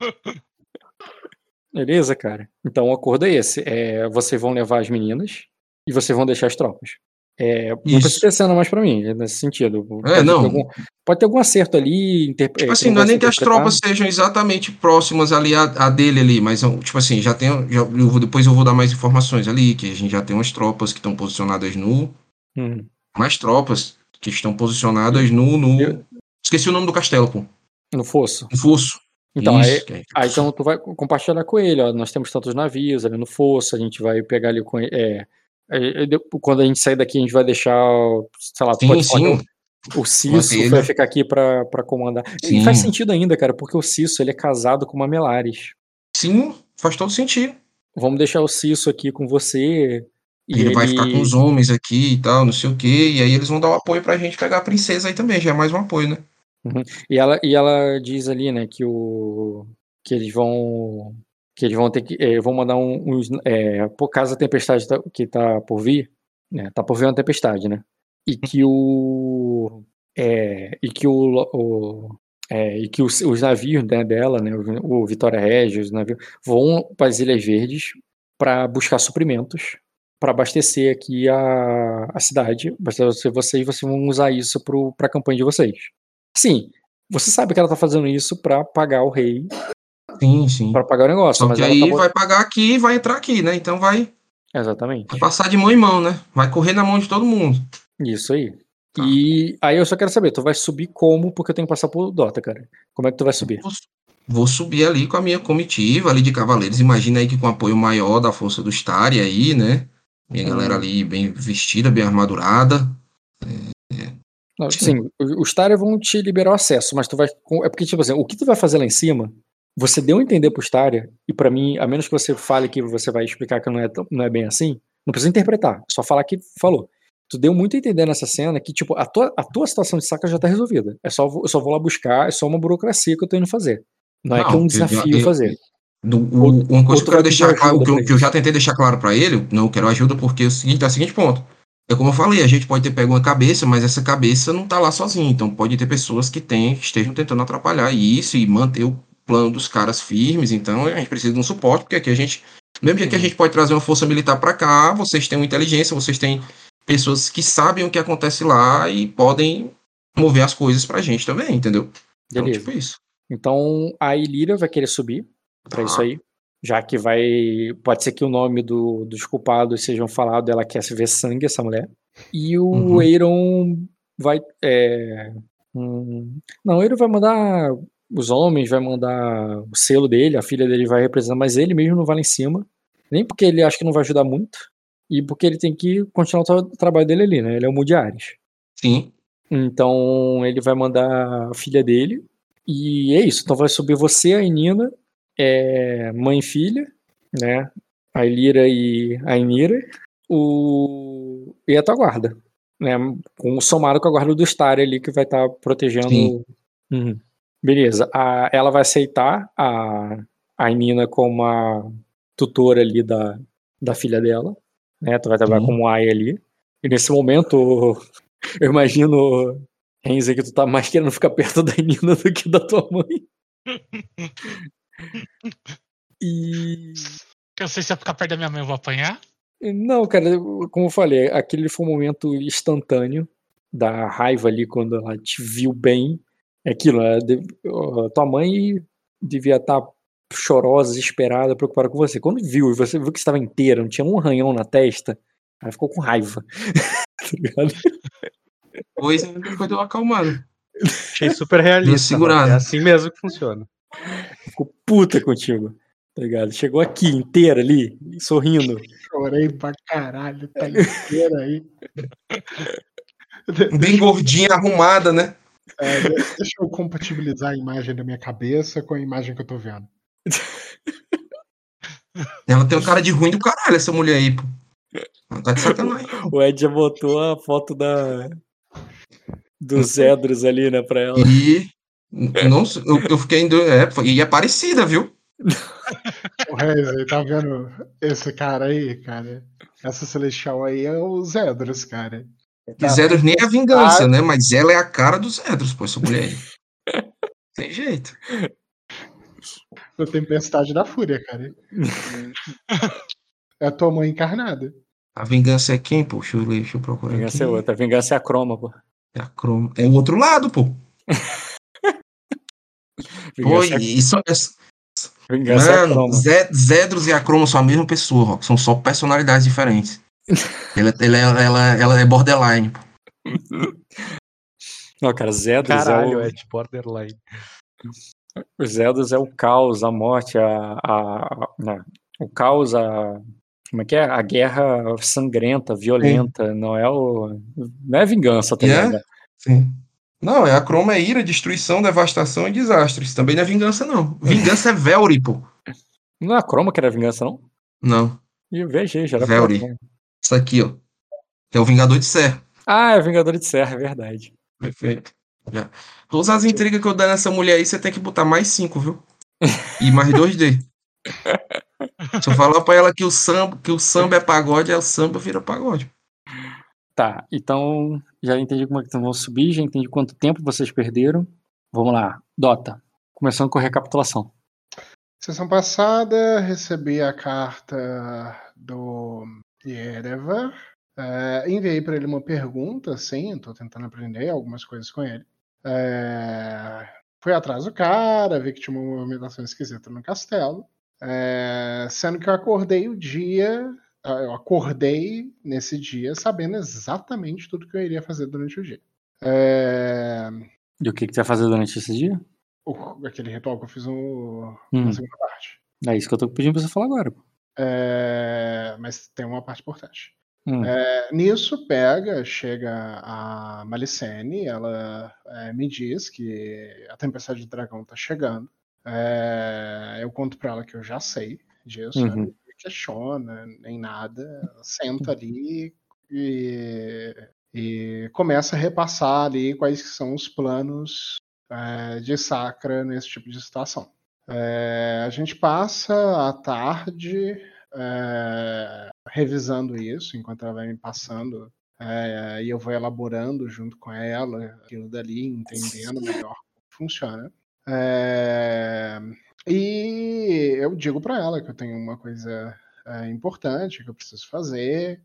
Beleza, cara? Então o acordo é esse. É, vocês vão levar as meninas e vocês vão deixar as tropas. É, não Isso. precisa ter cena mais pra mim, nesse sentido. Pode, É, não. Ter algum, pode ter algum acerto ali. Inter, Tipo é, assim, não não é vai nem ser que as interpretado. tropas sejam exatamente próximas ali a, a dele ali, mas tipo assim, já tem, já, eu vou, depois eu vou dar mais informações ali, que a gente já tem umas tropas que estão posicionadas no, Hum. mais tropas que estão posicionadas no, no, Eu- esqueci o nome do castelo, pô, No fosso. no fosso. Então, Isso, aí, que é- aí então tu vai compartilhar com ele, ó, nós temos tantos navios ali no fosso, a gente vai pegar ali com ele, é, é, é, quando a gente sair daqui a gente vai deixar, sei lá, tu Sim, pode falar sim. que o, o Cisso Manter ele. vai ficar aqui pra, pra comandar. E Sim. faz sentido ainda, cara, porque o Cisso, ele é casado com uma Melares. Sim, faz todo sentido. Vamos deixar o Cisso aqui com você e Ele, ele... vai ficar com os homens aqui e tal, não sei o que, e aí eles vão dar o apoio pra gente pegar a princesa aí também, já é mais um apoio, né? Uhum. E, ela, e ela diz ali, né, que, o, que eles vão. Que eles vão ter que. eh, vão mandar um- uns. É, por causa da tempestade tá- que tá por vir. Né, tá por vir uma tempestade, né? E que o. É, e que o. o é, e que os, os navios, né, dela, né, o, o Vitória Regia, os navios, vão para as Ilhas Verdes para buscar suprimentos para abastecer aqui a, a cidade. Abastecer vocês, vocês vão usar isso para a campanha de vocês. Sim, você sabe que ela tá fazendo isso para pagar o rei, Sim, sim. para pagar o negócio, Só mas que ela aí tá. vai pagar aqui e vai entrar aqui, né? Então vai, Exatamente. vai passar de mão em mão, né? Vai correr na mão de todo mundo. Isso aí. Tá. E aí eu só quero saber, tu vai subir como? Porque eu tenho que passar por Dota, cara. Como é que tu vai subir? Vou, vou subir ali com a minha comitiva ali de cavaleiros. Imagina aí que com apoio maior da força do Stari aí, né? Minha Hum. galera ali bem vestida, bem armadurada. Não, Sim. sim, o- os Tária vão te liberar o acesso, mas tu vai. com- É porque, tipo assim, o que tu vai fazer lá em cima, você deu a entender pro Tária, e pra mim, a menos que você fale que você vai explicar que não é, tão- não é bem assim, não precisa interpretar, só falar que falou. Tu deu muito a entender nessa cena que, tipo, a tua, a tua situação de saca já tá resolvida. É só, eu só vou lá buscar, é só uma burocracia que eu tô indo fazer. Não é que é um Não, eu já- desafio eu- fazer. Do, Ou- o, uma coisa ou que tu eu vai quero pedir deixar claro, o ajuda que eu, pra que eu já isso. tentei deixar claro para ele, não eu quero ajuda porque é o seguinte, da seguinte ponto. É como eu falei, a gente pode ter pego uma cabeça, mas essa cabeça não tá lá sozinha. Então pode ter pessoas que tem, que estejam tentando atrapalhar isso e manter o plano dos caras firmes. Então a gente precisa de um suporte, porque aqui a gente, mesmo que aqui a Uhum. gente pode trazer uma força militar para cá, vocês têm uma inteligência, vocês têm pessoas que sabem o que acontece lá e podem mover as coisas pra gente também, entendeu? Então, Beleza. tipo isso. Então a Ilíria vai querer subir pra Tá. isso aí. Já que vai. Pode ser que o nome do, dos culpados sejam falado, ela quer se ver sangue, essa mulher. E o Uhum. Eiron vai. É, hum, não, o Eiron vai mandar os homens, vai mandar o selo dele, a filha dele vai representar, mas ele mesmo não vai lá em cima. Nem porque ele acha que não vai ajudar muito, e porque ele tem que continuar o tra- trabalho dele ali, né? Ele é o Mudiares. Sim. Então ele vai mandar a filha dele. E é isso. Então vai subir você, a Inina, é, mãe e filha, né? A Ilira e a Inira. O... E a tua guarda. Né? Com, somado com a guarda do Stari ali que vai estar protegendo. Sim. Uhum. Beleza. A, ela vai aceitar a, a Inina como a tutora ali da, da filha dela. Né? Tu vai trabalhar Sim. como Aya ali. E nesse momento, eu imagino, Renzi, que tu tá mais querendo ficar perto da Nina do que da tua mãe. E. Eu não sei se eu ficar perto da minha mãe eu vou apanhar. Não, cara, eu- como eu falei, aquele foi um momento instantâneo da raiva ali quando ela te viu bem. É aquilo, ela deve- ó, tua mãe devia estar chorosa, desesperada, preocupada com você. Quando viu, e você viu que estava inteira, não tinha um arranhão na testa, ela ficou com raiva. Tá ligado? Depois ainda foi deu uma acalmada. Achei super realista. segurada. Dota. É assim mesmo que funciona. Ficou puta contigo, tá ligado? Chegou aqui inteira ali, sorrindo. Chorei pra caralho, tá inteira aí. De- Bem gordinha, arrumada, né? é, de- deixa eu compatibilizar a imagem da minha cabeça com a imagem que eu tô vendo. Ela tem uma cara de ruim do caralho, essa mulher aí, pô. Ela tá de sacanagem. O Ed já botou a foto da dos Zedros ali, né, pra ela. E. Nossa, eu, eu fiquei indo. É, foi- e é parecida, viu? O Reis, aí tá vendo esse cara aí, cara? Essa Celestial aí é o Zedros, cara. E Zedros nem é a vingança, né? Mas ela é a cara dos Zedros, pô, essa mulher aí. Tem jeito. Da Tempestade da Fúria, cara. É a tua mãe encarnada. A vingança é quem, pô? Deixa eu, ler, deixa eu A procurar vingança aqui. é outra. A vingança é a croma, pô. É, a Chroma. É o outro lado, pô. Pô, Vingança, é- e isso, vingança é a mano, croma. Zé- Zedros e a Chroma são a mesma pessoa, Rock. São só personalidades diferentes. ela, ela, ela, ela é borderline, pô. Não, cara, Zedros Caralho, é o... é de borderline. O Zedros é o caos, a morte, a... a... Não, o caos, a... Como é que é? A guerra sangrenta, violenta. Não é o... Não é vingança, tá E ligado? é? Sim. Não, é a Chroma é ira, destruição, devastação e desastres. Também não é vingança, não. Vingança é Velry, pô. Não é a croma que era vingança, não? Não. E eu viajei, já era Velry. pra... Isso aqui, ó. Que é o Vingador de Serra. Ah, é Vingador de Serra, é verdade. Perfeito. Já. Todas as intrigas que eu der nessa mulher aí, você tem que botar mais cinco, viu? E mais dois D. Se eu falar pra ela que o samba, que o samba é pagode, aí o samba vira pagode. Tá, então já entendi como é que vocês vão subir, já entendi quanto tempo vocês perderam. Vamos lá, Dota. Começando com a recapitulação. Sessão passada, recebi a carta do Yerevar. É, enviei para ele uma pergunta, sim, estou tentando aprender algumas coisas com ele. É, fui atrás do cara, vi que tinha uma movimentação esquisita no castelo. É, sendo que eu acordei o dia, eu acordei nesse dia sabendo exatamente tudo que eu iria fazer durante o dia. É, E o que, que você vai fazer durante esse dia? o- aquele ritual que eu fiz no, Hum. na segunda parte. É isso que eu tô pedindo pra você falar agora. Pô. É, mas tem uma parte importante. Hum. É, nisso pega, chega a Malicene, ela é, me diz que a tempestade de dragão tá chegando. É, eu conto pra ela que eu já sei disso, Uhum. ela não me questiona nem nada, ela senta ali e, e começa a repassar ali quais que são os planos é, de Sacra nesse tipo de situação. É, a gente passa a tarde é, revisando isso, enquanto ela vai me passando, é, e eu vou elaborando junto com ela aquilo dali, entendendo melhor como funciona. É, e eu digo para ela que eu tenho uma coisa é, importante que eu preciso fazer,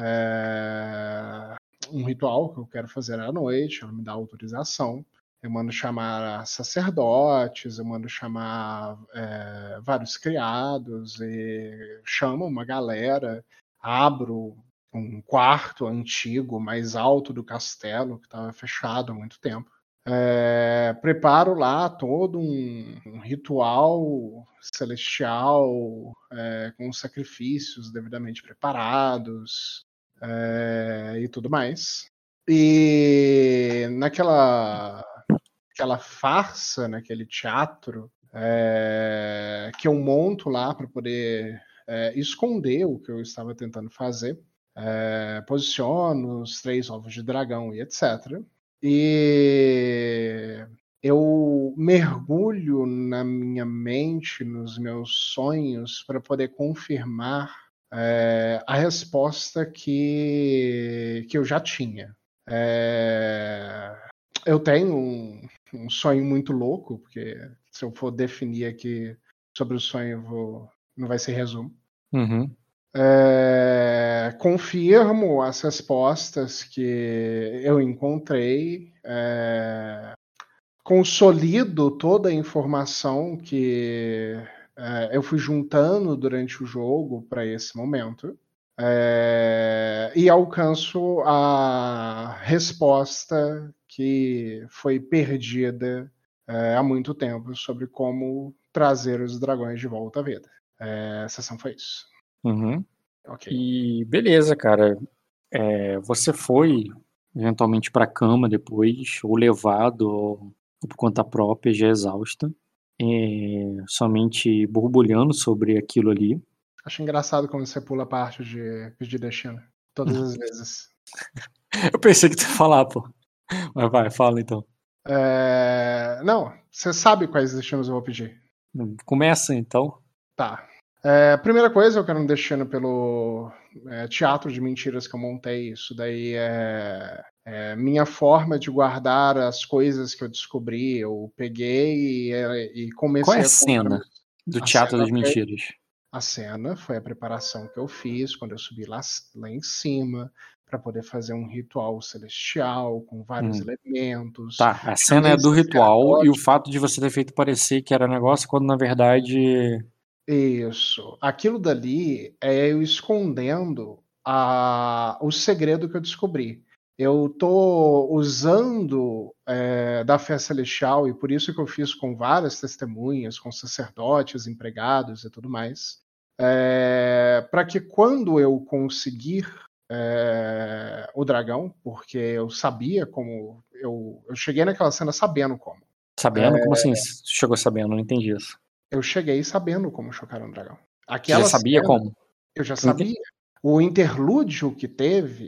é, um ritual que eu quero fazer à noite, ela me dá autorização. Eu mando chamar sacerdotes, eu mando chamar é, vários criados, e chamo uma galera, abro um quarto antigo, mais alto do castelo, que estava fechado há muito tempo. É, preparo lá todo um, um ritual celestial, é, com sacrifícios devidamente preparados é, e tudo mais. E naquela aquela farsa, naquele teatro, é, que eu monto lá para poder é, esconder o que eu estava tentando fazer. É, posiciono os três ovos de dragão e etcétera. E eu mergulho na minha mente, nos meus sonhos, para poder confirmar é, a resposta que, que eu já tinha. É, eu tenho um, um sonho muito louco, porque se eu for definir aqui sobre o sonho, eu vou, não vai ser resumo. Uhum. É, confirmo as respostas que eu encontrei, é, consolido toda a informação que é, eu fui juntando durante o jogo para esse momento. É, e alcanço a resposta que foi perdida é, há muito tempo sobre como trazer os dragões de volta à vida. É, a sessão foi isso. Uhum. Ok. E beleza, cara. É, você foi eventualmente pra cama depois, ou levado, ou, ou por conta própria, já exausta, é, somente borbulhando sobre aquilo ali. Acho engraçado como você pula a parte de pedir destino. Todas as vezes. Eu pensei que tu ia falar, pô. Mas vai, fala então. É, não, você sabe quais destinos eu vou pedir. Começa então. Tá. É, primeira coisa, eu quero um destino pelo é, teatro de mentiras que eu montei. Isso daí é, é minha forma de guardar as coisas que eu descobri. Eu peguei e, e comecei Qual é a a cena do a Teatro cena das foi- Mentiras? A cena foi a preparação que eu fiz quando eu subi lá, lá em cima para poder fazer um ritual celestial com vários Hum. elementos. Tá, a cena é do ritual e o fato de você ter feito parecer que era negócio quando na verdade. Isso. Aquilo dali é eu escondendo a, o segredo que eu descobri. Eu tô usando é, da fé celestial, e por isso que eu fiz com várias testemunhas, com sacerdotes, empregados e tudo mais, é, para que quando eu conseguir é, o dragão, porque eu sabia como. Eu, eu cheguei naquela cena sabendo como. Sabendo? Como assim você chegou sabendo? Não entendi isso. Eu cheguei sabendo como chocar um dragão. Você já sabia cena, como? Eu já sabia. O interlúdio que teve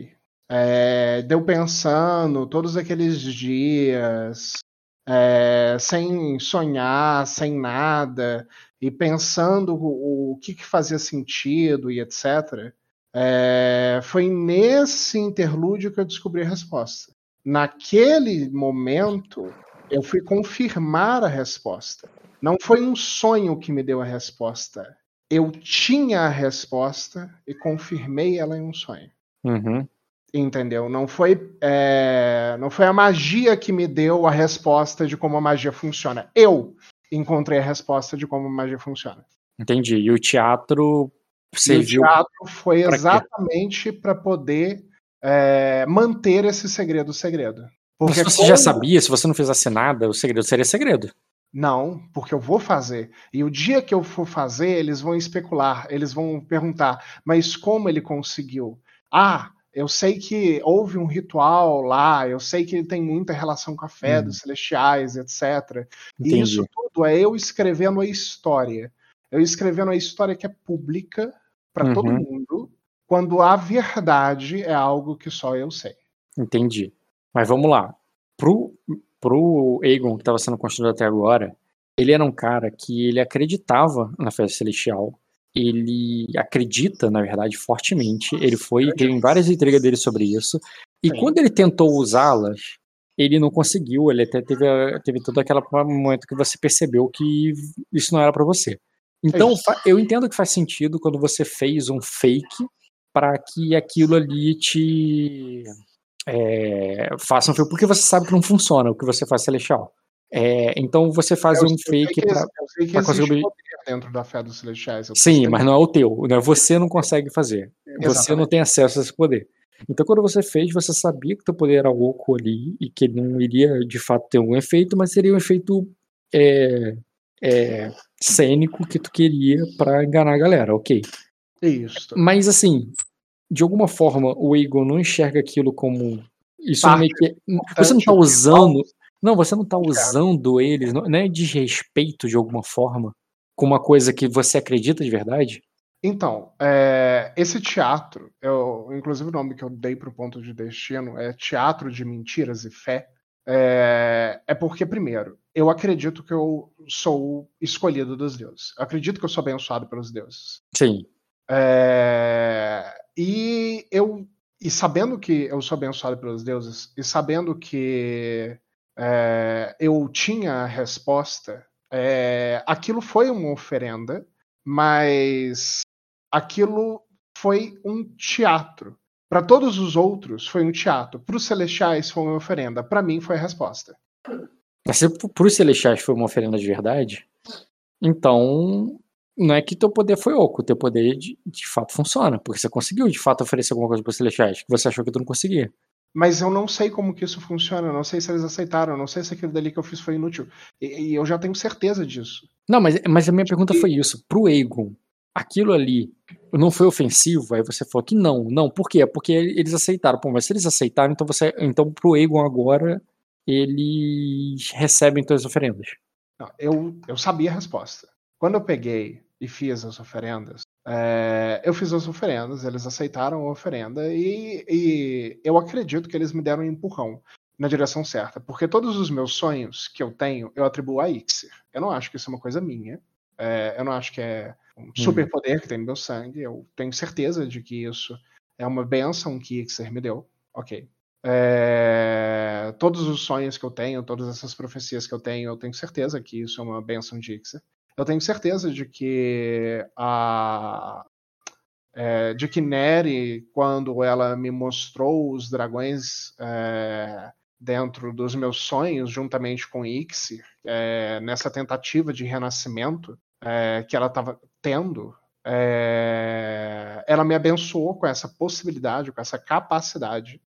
É, deu pensando todos aqueles dias, é, sem sonhar, sem nada, e pensando o, o que, que fazia sentido e etcétera. É, foi nesse interlúdio que eu descobri a resposta. Naquele momento, eu fui confirmar a resposta. Não foi um sonho que me deu a resposta. Eu tinha a resposta e confirmei ela em um sonho. Uhum. Entendeu? Não foi, é, não foi a magia que me deu a resposta de como a magia funciona. Eu encontrei a resposta de como a magia funciona. Entendi. E o teatro E o serviu teatro foi pra quê? exatamente para poder é, manter esse segredo segredo. Mas Porque se você como... já sabia, se você não fizesse nada, o segredo seria segredo. Não, porque eu vou fazer. E o dia que eu for fazer, eles vão especular, eles vão perguntar, mas como ele conseguiu? Ah, eu sei que houve um ritual lá, eu sei que ele tem muita relação com a fé Hum. dos celestiais, etcétera. E Entendi. isso tudo é eu escrevendo a história. Eu escrevendo a história que é pública para todo Uhum. mundo, quando a verdade é algo que só eu sei. Entendi. Mas vamos lá. Pro, pro Aegon, que estava sendo construído até agora, ele era um cara que ele acreditava na fé celestial. Ele acredita, na verdade, fortemente. Ele foi, teve várias intrigas dele sobre isso. E Sim. quando ele tentou usá-las, ele não conseguiu. Ele até teve, a- teve todo aquele momento que você percebeu que isso não era pra você. Então, Isso. fa- eu entendo que faz sentido quando você fez um fake para que aquilo ali te é, faça um fake, porque você sabe que não funciona o que você faz celestial. É, então você faz Eu, um eu sei fake que, pra, ex- eu sei que pra conseguir. existe obje- poder dentro da fé dos celestiais. Eu tô Sim, mas testemunhando. não é o teu, né? Você não consegue fazer. Você não Exatamente. tem acesso a esse poder. Então quando você fez, você sabia que teu poder era oco ali e que ele não iria de fato ter um efeito, mas seria um efeito é, é, cênico que tu queria pra enganar a galera, ok. Isso. Mas assim, de alguma forma o Aegon não enxerga aquilo como isso não meio Parte que você não importante tá do ritual. usando, não, você não tá Enxerga. usando eles, não, não é desrespeito de alguma forma com uma coisa que você acredita de verdade? Então, é, esse teatro, eu, inclusive o nome que eu dei para o ponto de destino é Teatro de Mentiras e Fé. É, é porque, primeiro, eu acredito que eu sou escolhido dos deuses. Eu acredito que eu sou abençoado pelos deuses. Sim. É, e eu e sabendo que eu sou abençoado pelos deuses e sabendo que é, eu tinha a resposta, é, aquilo foi uma oferenda, mas aquilo foi um teatro. Para todos os outros foi um teatro. Para os celestiais foi uma oferenda. Para mim foi a resposta. Mas se pros celestiais foi uma oferenda de verdade, então não é que teu poder foi oco, teu poder de, de fato funciona, porque você conseguiu de fato oferecer alguma coisa pros celestiais que você achou que tu não conseguia. Mas eu não sei como que isso funciona, eu não sei se eles aceitaram, eu não sei se aquilo dali que eu fiz foi inútil. E, e eu já tenho certeza disso. Não, mas, mas a minha pergunta E- foi isso. Pro Aegon, aquilo ali não foi ofensivo? Aí você falou que não. Não, por quê? Porque eles aceitaram. Pô, mas se eles aceitaram, então você. Então pro Aegon agora, eles recebem todas as oferendas. Não, eu, eu sabia a resposta. Quando eu peguei e fiz as oferendas, é, eu fiz as oferendas, eles aceitaram a oferenda e, e eu acredito que eles me deram um empurrão na direção certa, porque todos os meus sonhos que eu tenho, eu atribuo a Ixir. Eu não acho que isso é uma coisa minha, é, eu não acho que é um superpoder que tem no meu sangue, eu tenho certeza de que isso é uma benção que Ixir me deu, ok. É, todos os sonhos que eu tenho, todas essas profecias que eu tenho, eu tenho certeza que isso é uma benção de Ixir. Eu tenho certeza de que a é, de que Neri, quando ela me mostrou os dragões é, dentro dos meus sonhos, juntamente com Ixir, é, nessa tentativa de renascimento é, que ela estava tendo, é, ela me abençoou com essa possibilidade, com essa capacidade.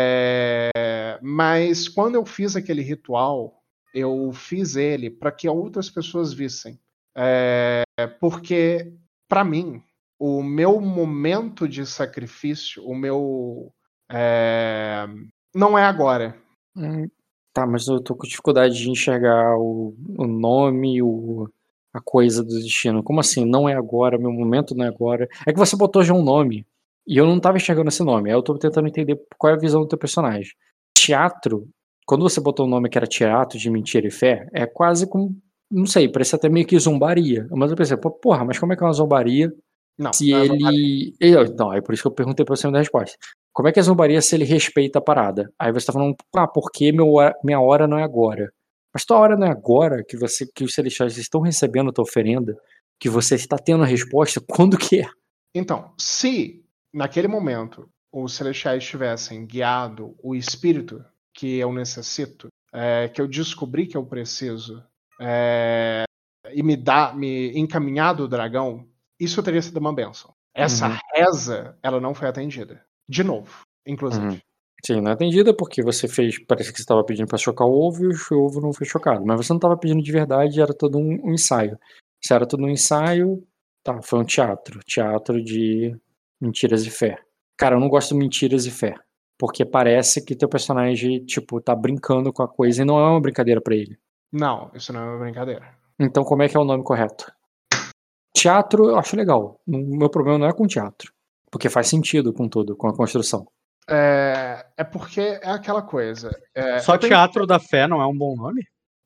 É, mas quando eu fiz aquele ritual, eu fiz ele para que outras pessoas vissem. É, porque, para mim, o meu momento de sacrifício, o meu. É, não é agora. Hum, tá, mas eu tô com dificuldade de enxergar o, o nome, o, a coisa do destino. Como assim? Não é agora, meu momento não é agora. É que você botou já um nome. E eu não tava enxergando esse nome. Aí eu tô tentando entender qual é a visão do teu personagem. Teatro, quando você botou o nome que era teatro de mentira e fé, é quase como, não sei, parece até meio que zombaria. Mas eu pensei, pô, porra, mas como é que é uma zombaria Não, se não é ele... Eu, então, é por isso que eu perguntei pra você da resposta. Como é que é zombaria se ele respeita a parada? Aí você tá falando, ah, porque meu, hora- minha hora não é agora. Mas tua hora não é agora que, você, que os celestiais estão recebendo a tua oferenda, que você está tendo a resposta, quando que é? Então, se naquele momento os celestiais tivessem guiado o espírito que eu necessito, é, que eu descobri que eu preciso, é, e me dá, me encaminhado o dragão, isso teria sido uma bênção. Essa Uhum. reza, ela não foi atendida. De novo, inclusive. Uhum. Sim, não é atendida porque você fez, parece que você estava pedindo para chocar o ovo e o ovo não foi chocado. Mas você não estava pedindo de verdade, era todo um, um ensaio. Se era todo um ensaio, tá, foi um teatro. Teatro de mentiras e fé. Cara, eu não gosto de mentiras e fé. Porque parece que teu personagem, tipo, tá brincando com a coisa e não é uma brincadeira pra ele. Não, isso não é uma brincadeira. Então como é que é o nome correto? Teatro eu acho legal. O meu problema não é com teatro. Porque faz sentido com tudo, com a construção. É, é porque é aquela coisa. É, Só eu tenho- Teatro da Fé não é um bom nome?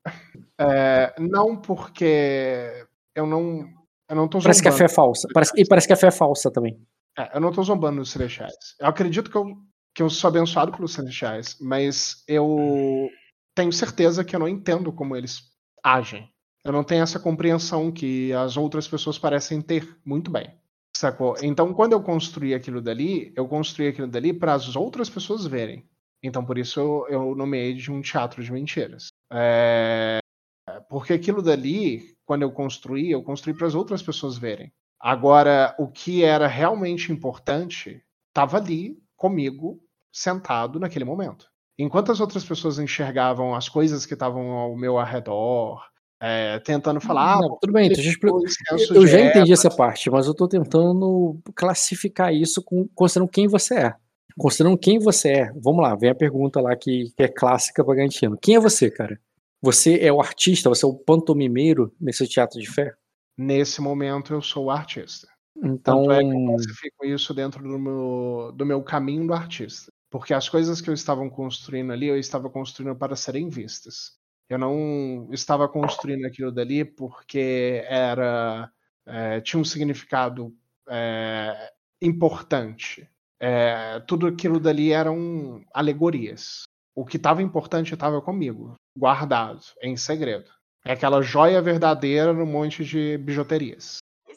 é, não porque eu não, eu não tô Parece que a zombando. fé é falsa. Parece, e parece que a fé é falsa também. É, eu não tô zombando dos celestiais. Eu acredito que eu, que eu sou abençoado pelos celestiais, mas eu tenho certeza que eu não entendo como eles agem. Eu não tenho essa compreensão que as outras pessoas parecem ter muito bem. Sacou? Então, quando eu construí aquilo dali, eu construí aquilo dali para as outras pessoas verem. Então, por isso eu, eu nomeei de um teatro de mentiras. É, porque aquilo dali, quando eu construí, eu construí para as outras pessoas verem. Agora, o que era realmente importante estava ali comigo, sentado naquele momento. Enquanto as outras pessoas enxergavam as coisas que estavam ao meu arredor, é, tentando falar, ah, Não, porque tudo bem, ele tu já explicou. ficou extenso Eu de já entendi erva. essa parte, mas eu tô tentando classificar isso com, considerando quem você é. Considerando quem você é. Vamos lá, vem a pergunta lá que, que é clássica pra Gantino. Quem é você, cara? Você é o artista? Você é o pantomimeiro nesse teatro de fé? Nesse momento eu sou o artista. Então, Tanto é que eu classifico isso dentro do meu, do meu caminho do artista. Porque as coisas que eu estava construindo ali, eu estava construindo para serem vistas. Eu não estava construindo aquilo dali porque era é, tinha um significado é, importante. É, tudo aquilo dali eram alegorias. O que estava importante estava comigo, guardado, em segredo. É aquela joia verdadeira no monte de bijuterias.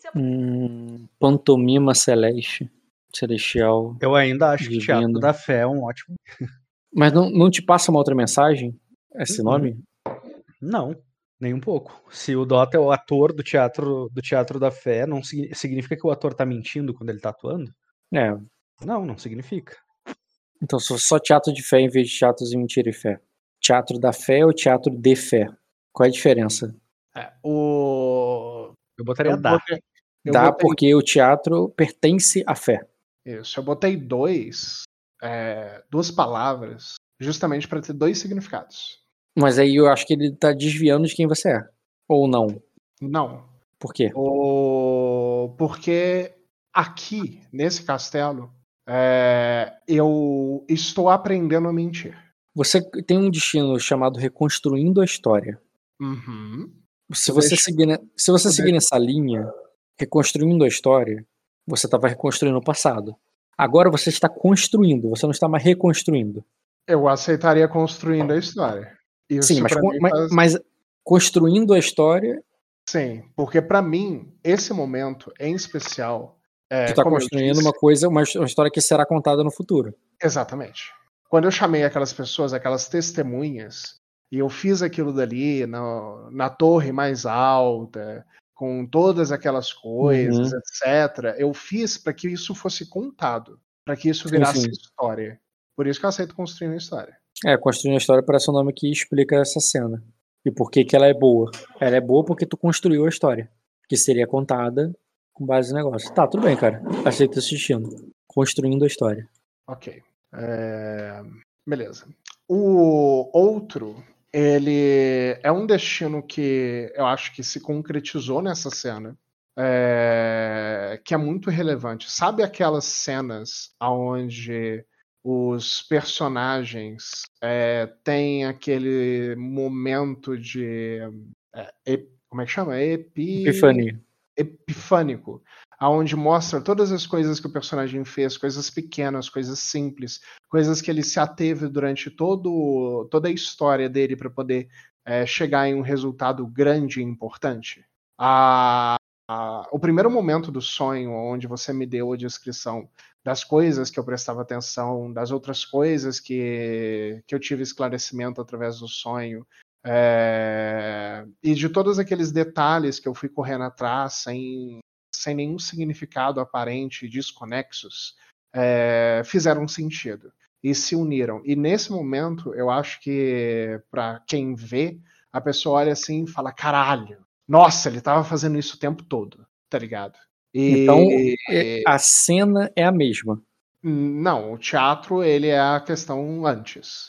hum, pantomima celeste, celestial, Eu ainda acho que Teatro divino. da Fé é um ótimo. Mas não, não te passa uma outra mensagem? Esse Uhum. nome? Não, nem um pouco. Se o Dota é o ator do teatro, do teatro da Fé, não signi- significa que o ator tá mentindo quando ele tá atuando? É, Não, não significa. então só, só teatro de fé em vez de teatros de mentira e fé. Teatro da fé ou teatro de fé? Qual é a diferença? É, o... Eu botaria Eu da. botei, eu Dá botei porque o teatro pertence à fé. isso, eu botei dois, é, duas palavras, justamente para ter dois significados. Mas aí eu acho que ele tá desviando de quem você é. Ou não. Não. Por quê? O... Porque aqui, nesse castelo, é, eu estou aprendendo a mentir. Você tem um destino chamado Reconstruindo a História. Uhum. Se Eu você, deixo- seguir, ne- se você eu seguir nessa linha, reconstruindo a história, você estava reconstruindo o passado. Agora você está construindo, você não está mais reconstruindo. Eu aceitaria construindo a história. Isso Sim, mas, pra con- mim mas, faz- mas construindo a história, Sim, porque para mim, esse momento em especial, é, tu está como eu construindo disse, uma coisa, uma, uma história que será contada no futuro. exatamente. Quando eu chamei aquelas pessoas, aquelas testemunhas, e eu fiz aquilo dali na, na torre mais alta, com todas aquelas coisas, Uhum. etcétera, eu fiz para que isso fosse contado, para que isso virasse sim. história. Por isso que eu aceito construir uma história. É, construindo a história parece um nome que explica essa cena. E por que que ela é boa. Ela é boa porque tu construiu a história, que seria contada com base no negócio. Tá, tudo bem, cara. Aceito esse destino. Construindo a história. Ok. É, beleza. O outro, ele é um destino que eu acho que se concretizou nessa cena. é, que é muito relevante. Sabe aquelas cenas onde os personagens é, têm aquele momento de... É, ep, como é que chama? Epi... Epifania. Epifânico, aonde mostra todas as coisas que o personagem fez, coisas pequenas, coisas simples, coisas que ele se ateve durante todo, toda a história dele para poder é, chegar em um resultado grande e importante. A, a, o primeiro momento do sonho, onde você me deu a descrição das coisas que eu prestava atenção, das outras coisas que, que eu tive esclarecimento através do sonho, É, e de todos aqueles detalhes que eu fui correndo atrás sem, sem nenhum significado aparente, desconexos, é, fizeram sentido e se uniram. E nesse momento, eu acho que para quem vê, a pessoa olha assim e fala: caralho, nossa, ele tava fazendo isso o tempo todo, tá ligado? E, então, a cena é a mesma. Não, o teatro ele é a questão antes.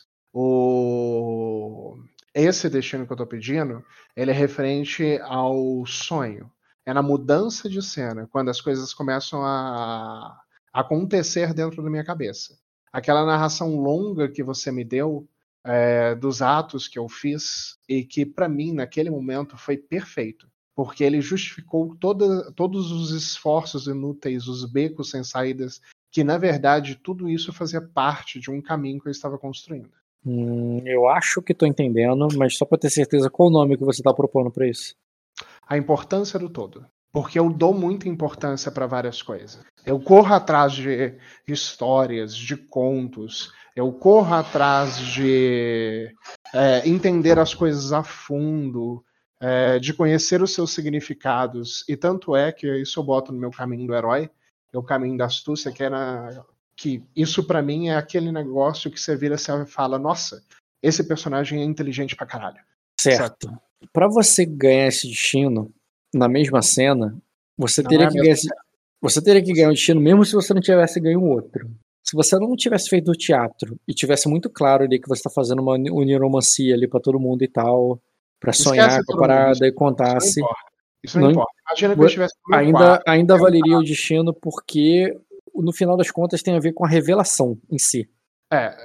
O... Esse destino que eu tô pedindo, ele é referente ao sonho. É na mudança de cena, quando as coisas começam a acontecer dentro da minha cabeça. Aquela narração longa que você me deu é, dos atos que eu fiz e que para mim naquele momento foi perfeito, porque ele justificou toda, todos os esforços inúteis, os becos sem saídas, que na verdade tudo isso fazia parte de um caminho que eu estava construindo. Hum, eu acho que estou entendendo, mas só para ter certeza, qual o nome que você está propondo para isso? A importância do todo. Porque eu dou muita importância para várias coisas. Eu corro atrás de histórias, de contos, eu corro atrás de é, entender as coisas a fundo, é, de conhecer os seus significados. E tanto é que isso eu boto no meu caminho do herói, é o caminho da astúcia, que era que isso para mim é aquele negócio que você vira assim e fala: nossa, esse personagem é inteligente pra caralho. Certo. Para você ganhar esse destino na mesma cena, você Não teria é a que mesma ganhar esse, você teria que ganhar um destino mesmo se você não tivesse ganho outro. Se você não tivesse feito o teatro e tivesse muito claro ali que você está fazendo uma uniromancia ali para todo mundo e tal, para sonhar Esquece com a todo mundo, parada isso, e contasse, isso não importa. Isso não, não importa. Imagina que eu estivesse no meu ainda quarto. ainda valeria o destino porque no final das contas tem a ver com a revelação em si. É,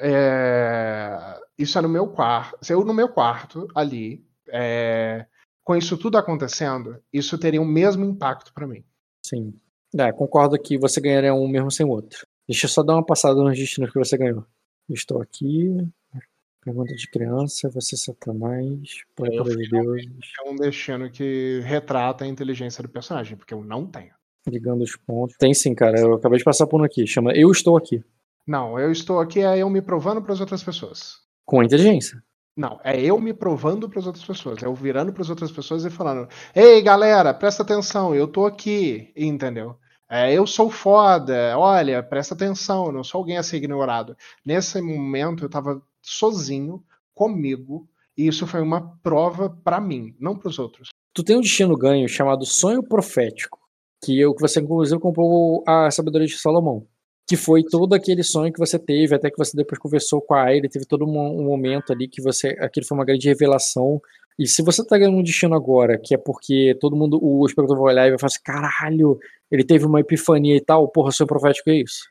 é, isso é no meu quarto. Se eu no meu quarto ali, é, com isso tudo acontecendo, isso teria o mesmo impacto para mim. Sim. É, concordo que você ganharia um mesmo sem o outro. Deixa eu só dar uma passada nos destinos que você ganhou. Estou aqui. Pergunta de criança, você Satanás, Poeta de Deus. É um destino que retrata a inteligência do personagem, porque eu não tenho. Ligando os pontos. Tem sim, cara. Eu acabei de passar por um aqui. Chama Eu Estou Aqui. Não, eu estou aqui é eu me provando para as outras pessoas. Com a inteligência. Não, é eu me provando para as outras pessoas. É eu virando para as outras pessoas e falando: ei, galera, presta atenção, eu tô aqui, entendeu? É, eu sou foda, olha, presta atenção, eu não sou alguém a ser ignorado. Nesse momento eu tava sozinho, comigo, e isso foi uma prova para mim, não para os outros. Tu tem um destino ganho chamado Sonho Profético, que eu que você inclusive comprou a Sabedoria de Salomão, que foi todo aquele sonho que você teve, até que você depois conversou com a Aire, teve todo um, um momento ali que você, aquilo foi uma grande revelação. E se você tá ganhando um destino agora, que é porque todo mundo, o espectador vai olhar e vai falar assim: caralho, ele teve uma epifania e tal, porra, Sonho Profético é isso?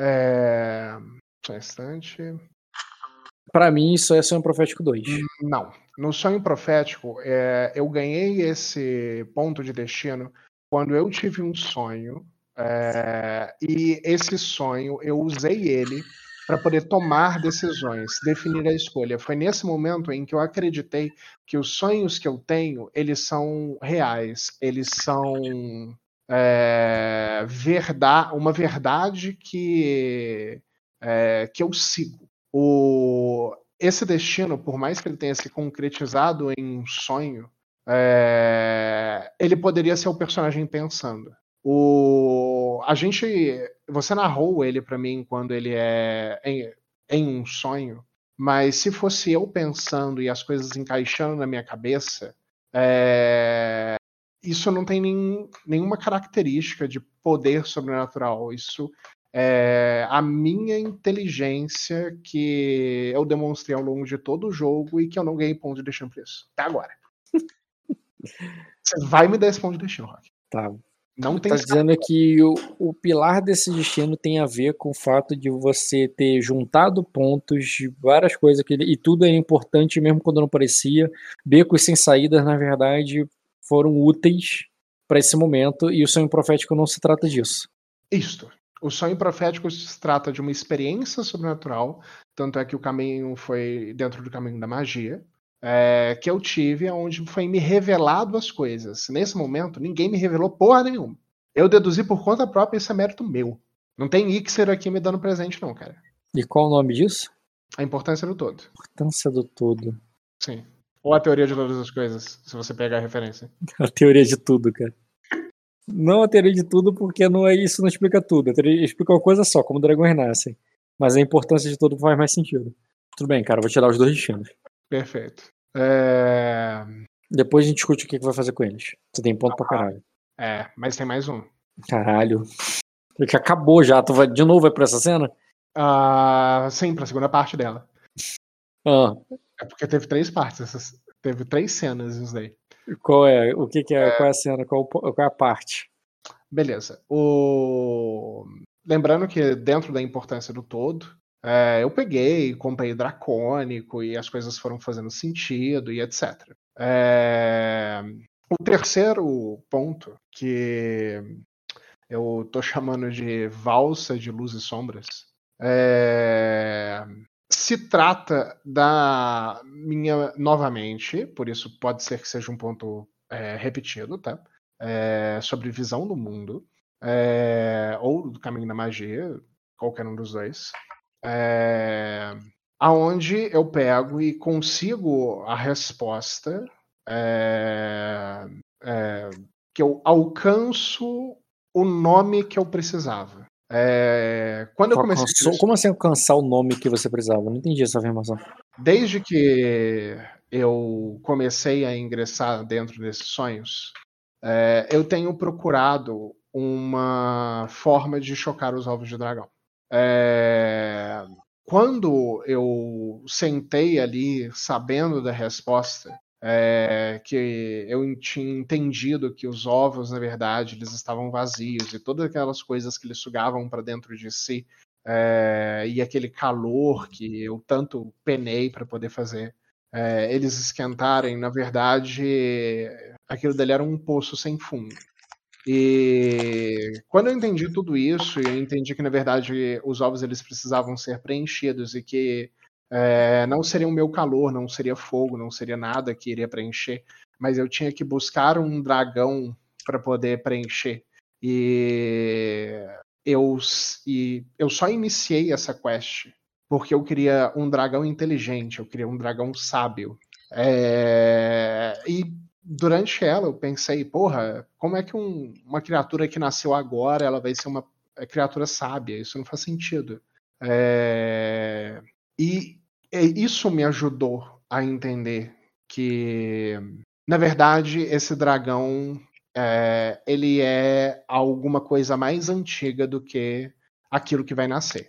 É... Só um instante. Pra mim, isso é Sonho Profético dois. Não. No Sonho Profético, é, eu ganhei esse ponto de destino quando eu tive um sonho, é, e esse sonho eu usei ele para poder tomar decisões, definir a escolha. Foi nesse momento em que eu acreditei que os sonhos que eu tenho, eles são reais, eles são é, verdade, uma verdade que, é, que eu sigo. O, esse destino, por mais que ele tenha se concretizado em um sonho, é, ele poderia ser o personagem pensando. O, a gente, você narrou ele para mim quando ele é em, em um sonho, mas se fosse eu pensando e as coisas encaixando na minha cabeça, é, isso não tem nem, nenhuma característica de poder sobrenatural. Isso é a minha inteligência que eu demonstrei ao longo de todo o jogo e que eu não ganhei ponto de destino por isso. Até agora. Você vai me dar esse ponto de destino, Rock. Tá. Não tem Tá escape. dizendo que o, o pilar desse destino tem a ver com o fato de você ter juntado pontos de várias coisas que, e tudo é importante mesmo quando não parecia. Becos sem saídas, na verdade, foram úteis para esse momento e o sonho profético não se trata disso. Isto. O sonho profético se trata de uma experiência sobrenatural, tanto é que o caminho foi dentro do caminho da magia, é, que eu tive, onde foi me revelado as coisas. Nesse momento, ninguém me revelou porra nenhuma. Eu deduzi por conta própria, isso é mérito meu. Não tem Ixer aqui me dando presente, não, cara. E qual o nome disso? A importância do todo. Importância do todo. Sim. Ou a teoria de todas as coisas, se você pegar a referência. A teoria de tudo, cara. Não a teoria de tudo, porque não é isso, não explica tudo. A teoria explica uma coisa só, como dragões nascem. Mas a importância de tudo faz mais sentido. Tudo bem, cara, eu vou tirar os dois destinos. Perfeito. É... Depois a gente discute o que vai fazer com eles. Você tem ponto pra caralho. É, mas tem mais um. Caralho. Que acabou já. Tu vai de novo vai pra essa cena? Ah, sim, pra segunda parte dela. Ah, É porque teve três partes. Essas... Teve três cenas isso daí. qual é? O que, que é? Qual é a cena? Qual, qual é a parte? Beleza. O... Lembrando que dentro da importância do todo, é, eu peguei, comprei Dracônico e as coisas foram fazendo sentido e etcétera. É... O terceiro ponto, que eu tô chamando de valsa de luz e sombras, é... se trata da minha, novamente, por isso pode ser que seja um ponto é, repetido, tá? É, sobre visão do mundo, é, ou do caminho da magia, qualquer um dos dois, é, aonde eu pego e consigo a resposta é, é, que eu alcanço o nome que eu precisava. É, quando eu comecei Alcançou, a... como assim alcançar o nome que você precisava? Não entendi essa afirmação. Desde que eu comecei a ingressar dentro desses sonhos, é, eu tenho procurado uma forma de chocar os ovos de dragão. É, quando eu sentei ali sabendo da resposta, é, que eu tinha entendido que os ovos, na verdade, eles estavam vazios e todas aquelas coisas que eles sugavam para dentro de si, é, e aquele calor que eu tanto penei para poder fazer, é, eles esquentarem, na verdade, aquilo dali era um poço sem fundo. E quando eu entendi tudo isso, eu entendi que, na verdade, os ovos eles precisavam ser preenchidos e que é, não seria o meu calor, não seria fogo, não seria nada que iria preencher, mas eu tinha que buscar um dragão para poder preencher. E eu, e eu só iniciei essa quest porque eu queria um dragão inteligente, eu queria um dragão sábio. É, e durante ela eu pensei, porra, como é que um, uma criatura que nasceu agora ela vai ser uma criatura sábia? Isso não faz sentido. É, e, e isso me ajudou a entender que, na verdade, esse dragão é, ele é alguma coisa mais antiga do que aquilo que vai nascer.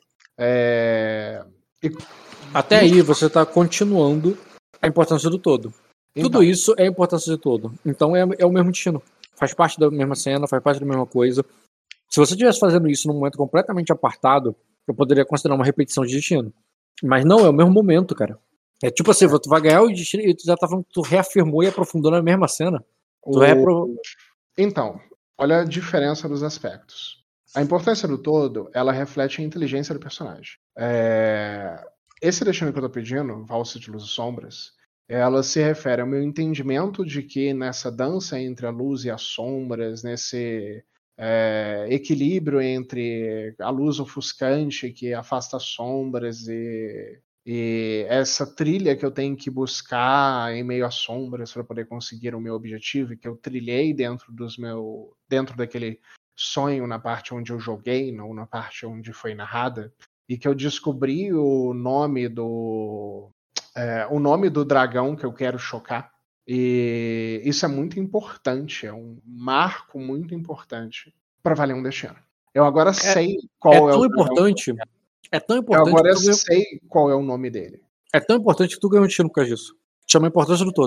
É, e, Até aí você está continuando a importância do todo. então, Tudo isso é a importância do todo. Então é, é o mesmo destino. Faz parte da mesma cena, faz parte da mesma coisa. Se você estivesse fazendo isso num momento completamente apartado, eu poderia considerar uma repetição de destino. Mas não, é o mesmo momento, cara. É tipo assim, tu vai ganhar o destino e tu já tá falando que tu reafirmou e aprofundou na mesma cena. Tu o... reapro... Então, olha a diferença dos aspectos. A importância do todo, ela reflete a inteligência do personagem. É... Esse destino que eu tô pedindo, Valsa de Luz e Sombras, ela se refere ao meu entendimento de que nessa dança entre a luz e as sombras, nesse é, equilíbrio entre a luz ofuscante que afasta as sombras e, e essa trilha que eu tenho que buscar em meio às sombras para poder conseguir o meu objetivo, que eu trilhei dentro dos meu, dentro daquele sonho na parte onde eu joguei, não na parte onde foi narrada, e que eu descobri o nome do é, o nome do dragão que eu quero chocar. E isso é muito importante, é um marco muito importante para valer um destino. Eu agora é, sei qual é, é tão o importante. É tão importante. Eu agora que tu sei qual é o nome dele. É tão importante que tu ganhou um destino por causa disso. Chama a importância do todo.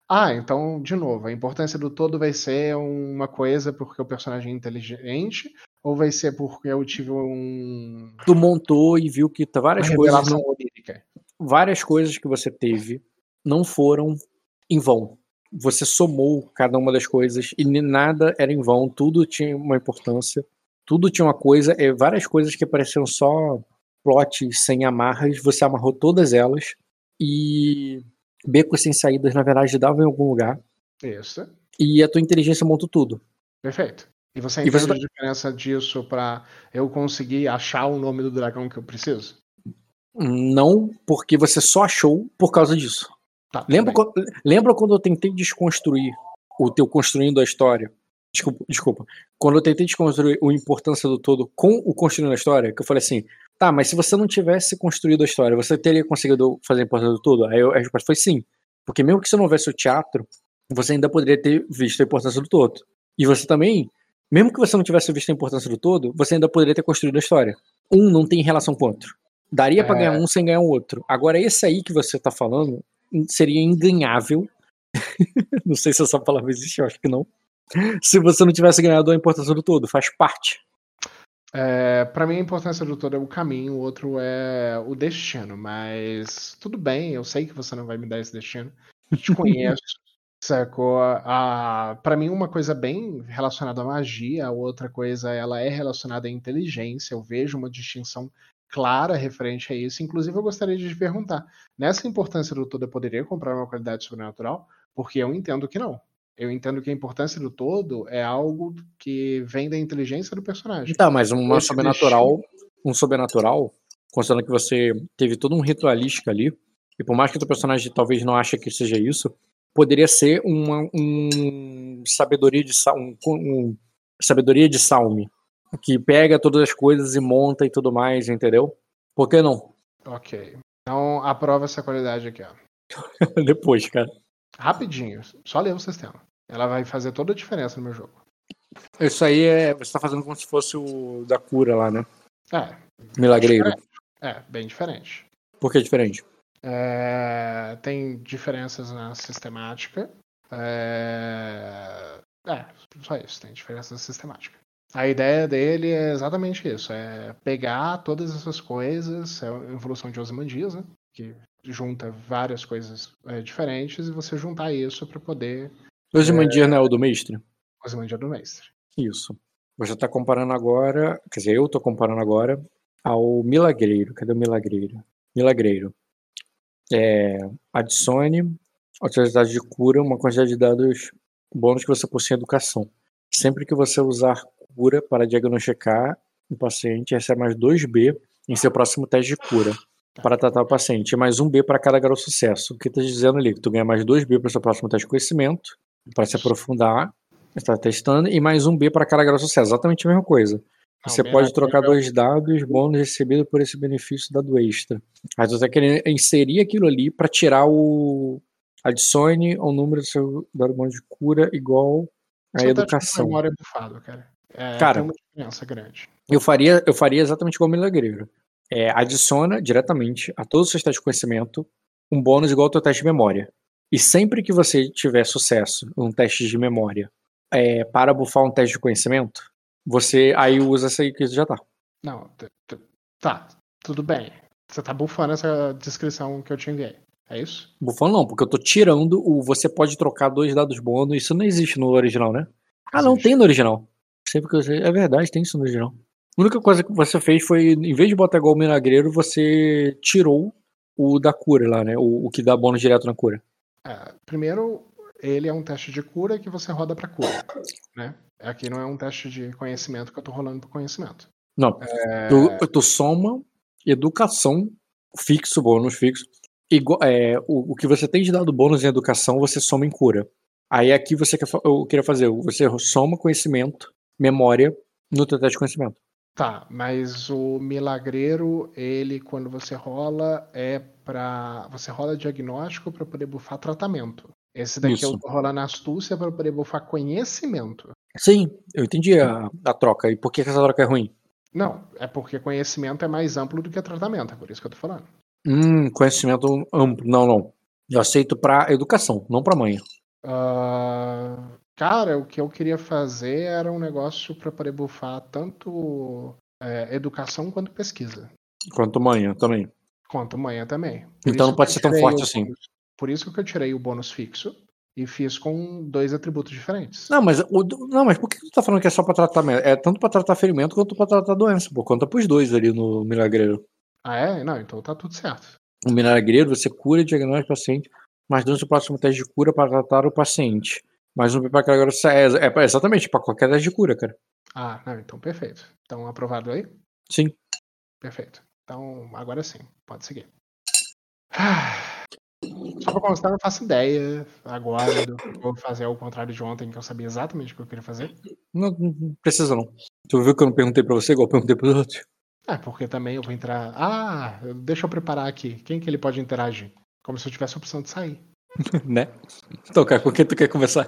Ah, então, de novo, a importância do todo vai ser uma coisa porque o personagem é inteligente, ou vai ser porque eu tive um... Tu montou e viu que tá uma várias coisas, revelação não, onírica. várias coisas que você teve não foram em vão. Você somou cada uma das coisas e nada era em vão, tudo tinha uma importância, tudo tinha uma coisa, é, várias coisas que pareciam só plots sem amarras, você amarrou todas elas e becos sem saídas, na verdade, davam em algum lugar Isso, e a tua inteligência montou tudo. perfeito. E você E entende você tá- a diferença disso pra eu conseguir achar o nome do dragão que eu preciso? Não, porque você só achou por causa disso. Tá, tudo Lembra, bem. quando- lembra quando eu tentei desconstruir o teu construindo a história? Desculpa, desculpa. Quando eu tentei desconstruir a importância do todo com o construindo a história, que eu falei assim, tá, mas se você não tivesse construído a história, você teria conseguido fazer a importância do todo? Aí eu- a resposta foi sim. Porque mesmo que você não houvesse o teatro, você ainda poderia ter visto a importância do todo. E você também, mesmo que você não tivesse visto a importância do todo, você ainda poderia ter construído a história. Um não tem relação com o outro. Daria pra É. ganhar um sem ganhar o outro. Agora, esse aí que você tá falando seria inganhável. Não sei se essa palavra existe, eu acho que não. Se você não tivesse ganhado a importância do todo, faz parte. É, para mim, a importância do todo é o caminho, o outro é o destino. Mas tudo bem, eu sei que você não vai me dar esse destino. Eu te conheço, sacou? Ah, para mim, uma coisa bem relacionada à magia, a outra coisa ela é relacionada à inteligência. Eu vejo uma distinção clara referente a isso. Inclusive, eu gostaria de te perguntar: nessa importância do todo, eu poderia comprar uma qualidade sobrenatural? Porque eu entendo que não. Eu entendo que a importância do todo é algo que vem da inteligência do personagem. Tá, mas uma Esse sobrenatural, um sobrenatural, considerando que você teve todo um ritualística ali, e por mais que o teu personagem talvez não ache que seja isso, poderia ser uma um sabedoria de sa- um, um sabedoria de Salme, que pega todas as coisas e monta e tudo mais, entendeu? Por que não? Ok. Então, aprova essa qualidade aqui, ó. Depois, cara. Rapidinho, só ler o sistema. Ela vai fazer toda a diferença no meu jogo. Isso aí é. Você tá fazendo como se fosse o da cura lá, né? É. Milagreiro. Diferente. É, bem diferente. Por que é diferente? É, tem diferenças na sistemática. É... é, só isso, tem diferença na sistemática. A ideia dele é exatamente isso: é pegar todas essas coisas, é a evolução de Ozymandias, né? Que junta várias coisas é, diferentes, e você juntar isso para poder. Ozymandias não é o do mestre? Ozymandias do mestre. Isso. Você tá comparando agora. Quer dizer, eu tô comparando agora ao Milagreiro. Cadê o Milagreiro? Milagreiro. É, adicione a utilidade de cura uma quantidade de dados bônus que você possui em educação. Sempre que você usar cura para diagnosticar o paciente, recebe mais dois B em seu próximo teste de cura para tratar o paciente, e mais um B para cada grau de sucesso. O que está dizendo ali? Que tu ganha mais dois B para o seu próximo teste de conhecimento, para se aprofundar, está testando, e mais um B para cada grau de sucesso. Exatamente a mesma coisa. Você Não, pode trocar Milagreiro- dois dados bônus recebido por esse benefício dado extra. Aí tu tá querendo inserir aquilo ali para tirar o. Adicione ao número do seu dado bônus de cura igual à Seu teste de educação. memória é bufado, cara. É, Cara, tem uma diferença grande. Eu faria, eu faria exatamente igual o Milagreiro. É, adiciona diretamente a todos os seus testes de conhecimento um bônus igual ao teu teste de memória. E sempre que você tiver sucesso num teste de memória é, para bufar um teste de conhecimento, você aí usa essa aí que já tá. Não, t- t- tá, tudo bem. Você tá bufando essa descrição que eu te enviei. É isso? Bufando não, porque eu tô tirando o você pode trocar dois dados bônus. Isso não existe no original, né? Ah, não, Existe. tem no original. Sempre que você... É verdade, tem isso no original. A única coisa que você fez foi, em vez de botar igual o Milagreiro, você tirou o da cura lá, né? O, o que dá bônus direto na cura. É, primeiro, ele é um teste de cura que você roda pra cura, né? Aqui não é um teste de conhecimento que eu tô rolando pro conhecimento. Não. É, Tu, tu soma educação fixo, bônus fixo. Igual, é, o, o que você tem de dado bônus em educação, você soma em cura. Aí aqui você quer, fa- eu queria fazer, você soma conhecimento, memória, no teu teste de conhecimento. Tá, mas o milagreiro, ele quando você rola é pra. Você rola diagnóstico pra poder bufar tratamento. Esse daqui Isso. eu tô rolando astúcia pra poder bufar conhecimento. Sim, eu entendi a, a troca. E por que que essa troca é ruim? Não, é porque conhecimento é mais amplo do que tratamento, é por isso que eu tô falando. Hum, conhecimento amplo. Não, não. Eu aceito pra educação, não pra manha. Uh, cara, o que eu queria fazer era um negócio pra poder bufar tanto é, educação quanto pesquisa. Quanto manha também. Quanto manha também. Por Então isso não pode que ser eu tão tirei forte o assim. bônus- Por isso que eu tirei o bônus fixo e fiz com dois atributos diferentes. Não, mas, o, não, mas por que tu tá falando que é só pra tratar? É tanto pra tratar ferimento quanto pra tratar doença, pô. Conta pros dois ali no milagreiro. Ah, é? Não, então tá tudo certo. No milagreiro, você cura e diagnóstico do paciente, mas durante o próximo teste de cura para tratar o paciente. Mas um para agora é, é exatamente para qualquer teste de cura, cara. Ah, não, então perfeito. Então aprovado aí? Sim. Perfeito. Então agora sim, pode seguir. Só pra constar, eu não faço ideia agora do que eu vou fazer ao contrário de ontem, que eu sabia exatamente o que eu queria fazer. Não, não precisa não. Tu viu que eu não perguntei pra você igual eu perguntei pros outros? É, porque também eu vou entrar. Ah, deixa eu preparar aqui. Quem que ele pode interagir? Como se eu tivesse a opção de sair. Né? Então, cara, com quem tu quer conversar?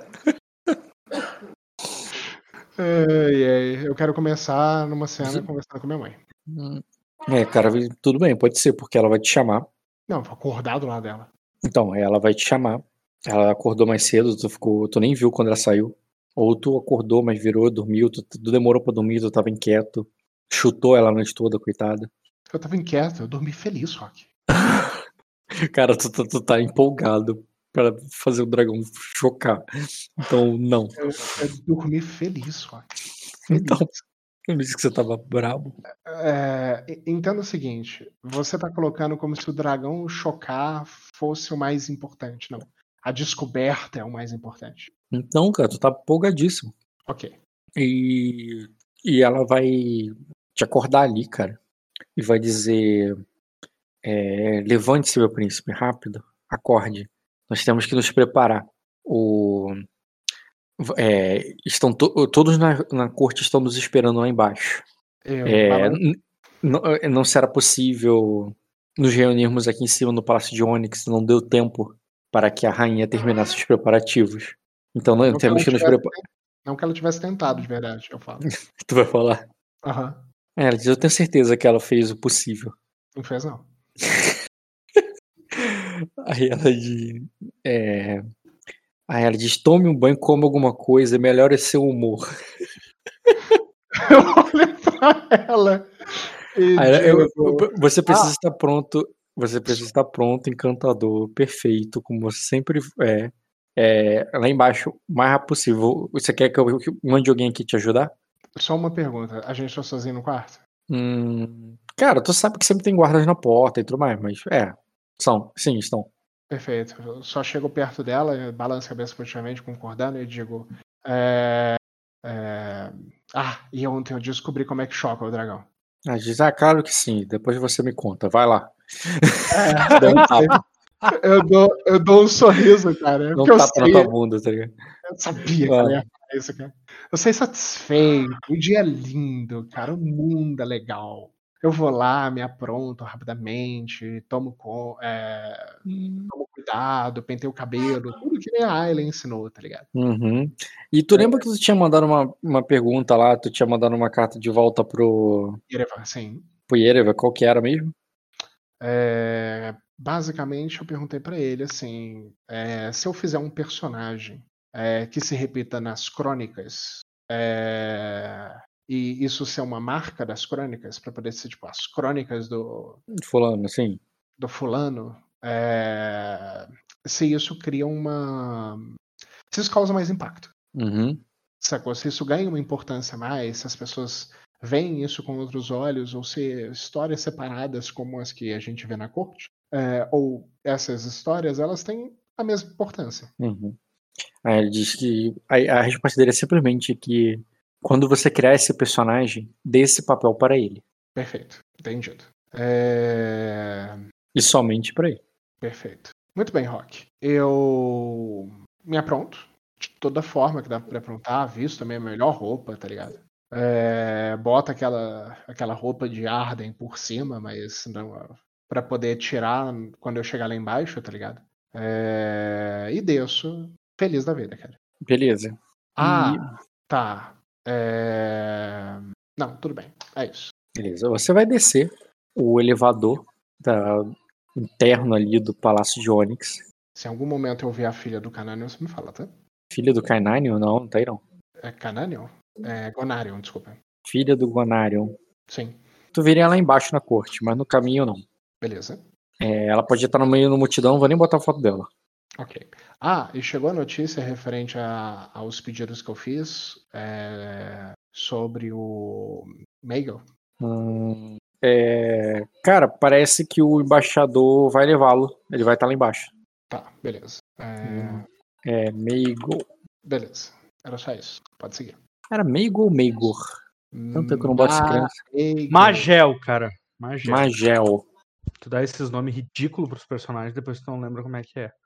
Ai, ai, eu quero começar numa cena conversando com minha mãe. É, cara, tudo bem, pode ser, porque ela vai te chamar. Não, vou acordar do lado dela. Então, ela vai te chamar. Ela acordou mais cedo, tu ficou, tu nem viu quando ela saiu. Ou tu acordou, mas virou, dormiu, tu, tu demorou pra dormir, tu tava inquieto. Chutou ela a noite toda, coitada. Eu tava inquieto, eu dormi feliz, Rock. Cara, tu, tu, tu tá empolgado pra fazer o dragão chocar. Então, não. Eu, eu dormi feliz, Rock. Feliz. Então, eu disse que você tava brabo. É, entenda o seguinte, você tá colocando como se o dragão chocar fosse o mais importante, não. A descoberta é o mais importante. Então, cara, tu tá empolgadíssimo. Ok. E, e ela vai te acordar ali, cara. E vai dizer... É, levante-se, meu príncipe, rápido. Acorde. Nós temos que nos preparar. O... É, estão to todos na, na corte estão nos esperando lá embaixo. É, não será possível nos reunirmos aqui em cima no Palácio de Onyx, não deu tempo para que a rainha terminasse os preparativos. Então não, não temos que, que nos preparar. Não que ela tivesse tentado, de verdade, eu falo. Tu vai falar? Aham. Uhum. É, ela diz, eu tenho certeza que ela fez o possível. Não fez, não. Aí ela diz... É... Aí ela diz, tome um banho, coma alguma coisa, melhore seu humor. Eu olho pra ela e Aí, digo, eu, você precisa ah. estar pronto, você precisa estar pronto, encantador, perfeito, como você sempre é, é. Lá embaixo, o mais rápido possível. Você quer que eu mande alguém aqui te ajudar? Só uma pergunta, a gente tá sozinho no quarto? Hum, cara, tu sabe que sempre tem guardas na porta e tudo mais, mas é, são, sim, estão. Perfeito. Eu só chego perto dela, balanço a cabeça positivamente, concordando, e digo. É, é... Ah, e ontem eu descobri como é que choca o dragão. Ah, diz, ah, claro que sim, depois você me conta, vai lá. É, eu, dou, eu dou um sorriso, cara. Não tapa na tua bunda, tá ligado? Eu sabia que ela ia falar isso, cara. Eu saí satisfeito, o dia é lindo, cara, o mundo é legal. Eu vou lá, me apronto rapidamente, tomo, com, é, hum. tomo cuidado, pentei o cabelo, tudo que a Ayla ensinou, tá ligado? Uhum. E tu é. lembra que tu tinha mandado uma, uma pergunta lá, tu tinha mandado uma carta de volta pro... Yereva, sim. Pro Yereva, qual que era mesmo? É, basicamente eu perguntei pra ele, assim, é, se eu fizer um personagem é, que se repita nas crônicas, é, e isso ser uma marca das crônicas, para poder ser tipo as crônicas do fulano, sim. Do fulano, é, se isso cria uma. Se isso causa mais impacto. Uhum. Sacou? Se isso ganha uma importância a mais, se as pessoas veem isso com outros olhos, ou se histórias separadas como as que a gente vê na corte, é, ou essas histórias, elas têm a mesma importância. Uhum. Aí ele diz que a, a resposta dele é simplesmente que quando você criar esse personagem, dê esse papel para ele. Perfeito, entendido. É... E somente para ele. Perfeito. Muito bem, Rock. Eu me apronto de toda forma que dá pra aprontar, visto também a melhor roupa, tá ligado? É... Bota aquela, aquela roupa de Arden por cima, mas não, pra poder tirar quando eu chegar lá embaixo, tá ligado? É... E desço feliz da vida, cara. Beleza. Ah, e... tá. É... Não, tudo bem. É isso. Beleza. Você vai descer o elevador da... interno ali do Palácio de Onyx. Se em algum momento eu ver a filha do Cananion, você me fala, tá? Filha do Carnanion? Não, não tá aí não. É Cananion? É Gonarion, desculpa. Filha do Gonarion. Sim, Tu viria lá embaixo na corte, mas no caminho não. beleza. É, ela pode estar no meio da multidão, não vou nem botar a foto dela. Ok. Ah, e chegou a notícia referente a- aos pedidos que eu fiz é, sobre o Meigel. Hum, é, cara, parece que o embaixador vai levá-lo. Ele vai estar lá embaixo. Tá, beleza. É, Hum. É Meigol. beleza. Era só isso. Pode seguir. Era Meigol ou Meigor? Tanto tempo que eu não boto esse criança. Meigel. Magel, cara. Magel. Magel. Tu dá esses nomes ridículos pros personagens, depois tu não lembra como é que é.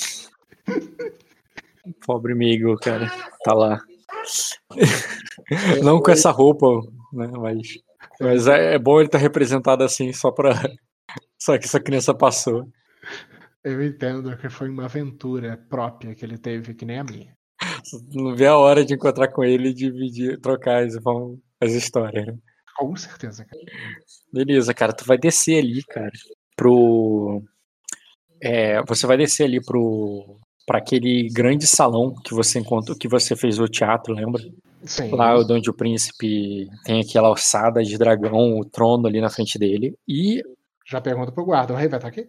Pobre Meigol, cara. Tá lá. Não com essa roupa, né? Mas, mas é, é bom ele estar representado assim, só pra. Só que essa criança passou. Eu entendo que foi uma aventura própria que ele teve, que nem a minha. Não vê a hora de encontrar com ele e dividir, trocar as, as histórias, né? Com certeza, cara. Beleza, cara, tu vai descer ali, cara, pro. É, você vai descer ali pro. Pra aquele grande salão que você encontrou, que você fez o teatro, lembra? Sim. Lá onde o príncipe tem aquela alçada de dragão, o trono ali na frente dele. E Já pergunta pro guarda, o rei vai estar aqui?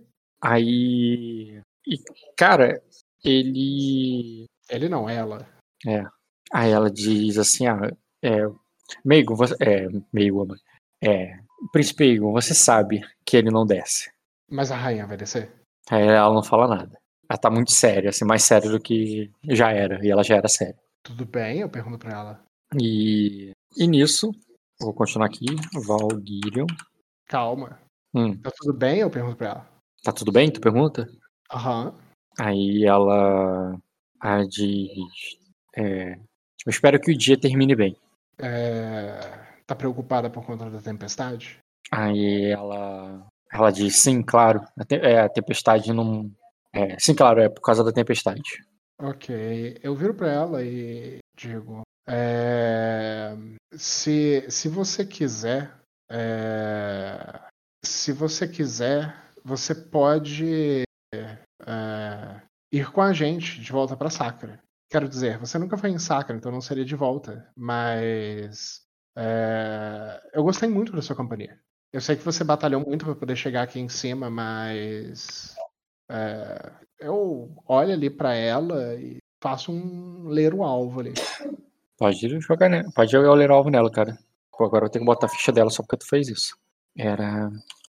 aí. E, cara, ele. Ele não, ela. É. Aí ela diz assim, ah, é. Meigo, você. É, Meigo, mãe. É. Príncipe Meigo, você sabe que ele não desce. Mas a rainha vai descer? Aí ela não fala nada. Ela tá muito séria, assim, mais séria do que já era. E ela já era séria. Tudo bem, eu pergunto pra ela. E, e nisso, vou continuar aqui. Valguirion. Calma. Hum, Tá tudo bem? Eu pergunto pra ela. tá tudo bem? Tu pergunta? Aham. Aí ela, ela diz: é, eu espero que o dia termine bem. É, Tá preocupada por conta da tempestade? Aí ela, ela diz: sim, claro. A, te- é, a tempestade não. É, sim, claro, é por causa da tempestade. Ok. Eu viro pra ela e digo: é, se, se você quiser, é, se você quiser, você pode é, ir com a gente de volta pra Sacra. Quero dizer, você nunca foi em Sacra, então não seria de volta. Mas é, eu gostei muito da sua companhia. Eu sei que você batalhou muito para poder chegar aqui em cima, mas é, eu olho ali pra ela e faço um ler o alvo ali. Pode jogar, né? Pode jogar o ler alvo nela, cara. Pô, agora eu tenho que botar a ficha dela só porque tu fez isso. Era.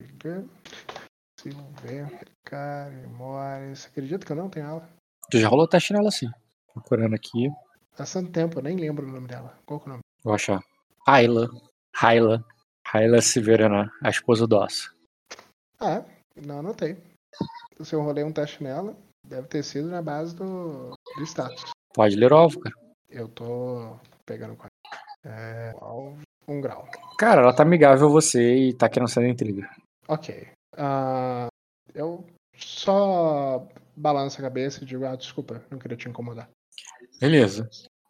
Silver, cara, memórias. Acredito que eu não tenho ela. Tu já rolou o teste nela, sim. Procurando aqui. Há tanto tempo, eu nem lembro o nome dela. Qual que é o nome? Vou achar. Ayla. Ayla. Ayla Severana, a esposa do Osso. Ah, não anotei. Se eu rolei um teste nela, deve ter sido na base do, do status. Pode ler o alvo, cara. Eu tô pegando quatro. É, alvo, um grau. Cara, ela tá amigável a você e tá querendo sair da intriga. Ok. Ah, eu só balanço a cabeça e digo, ah, desculpa, não queria te incomodar. Beleza.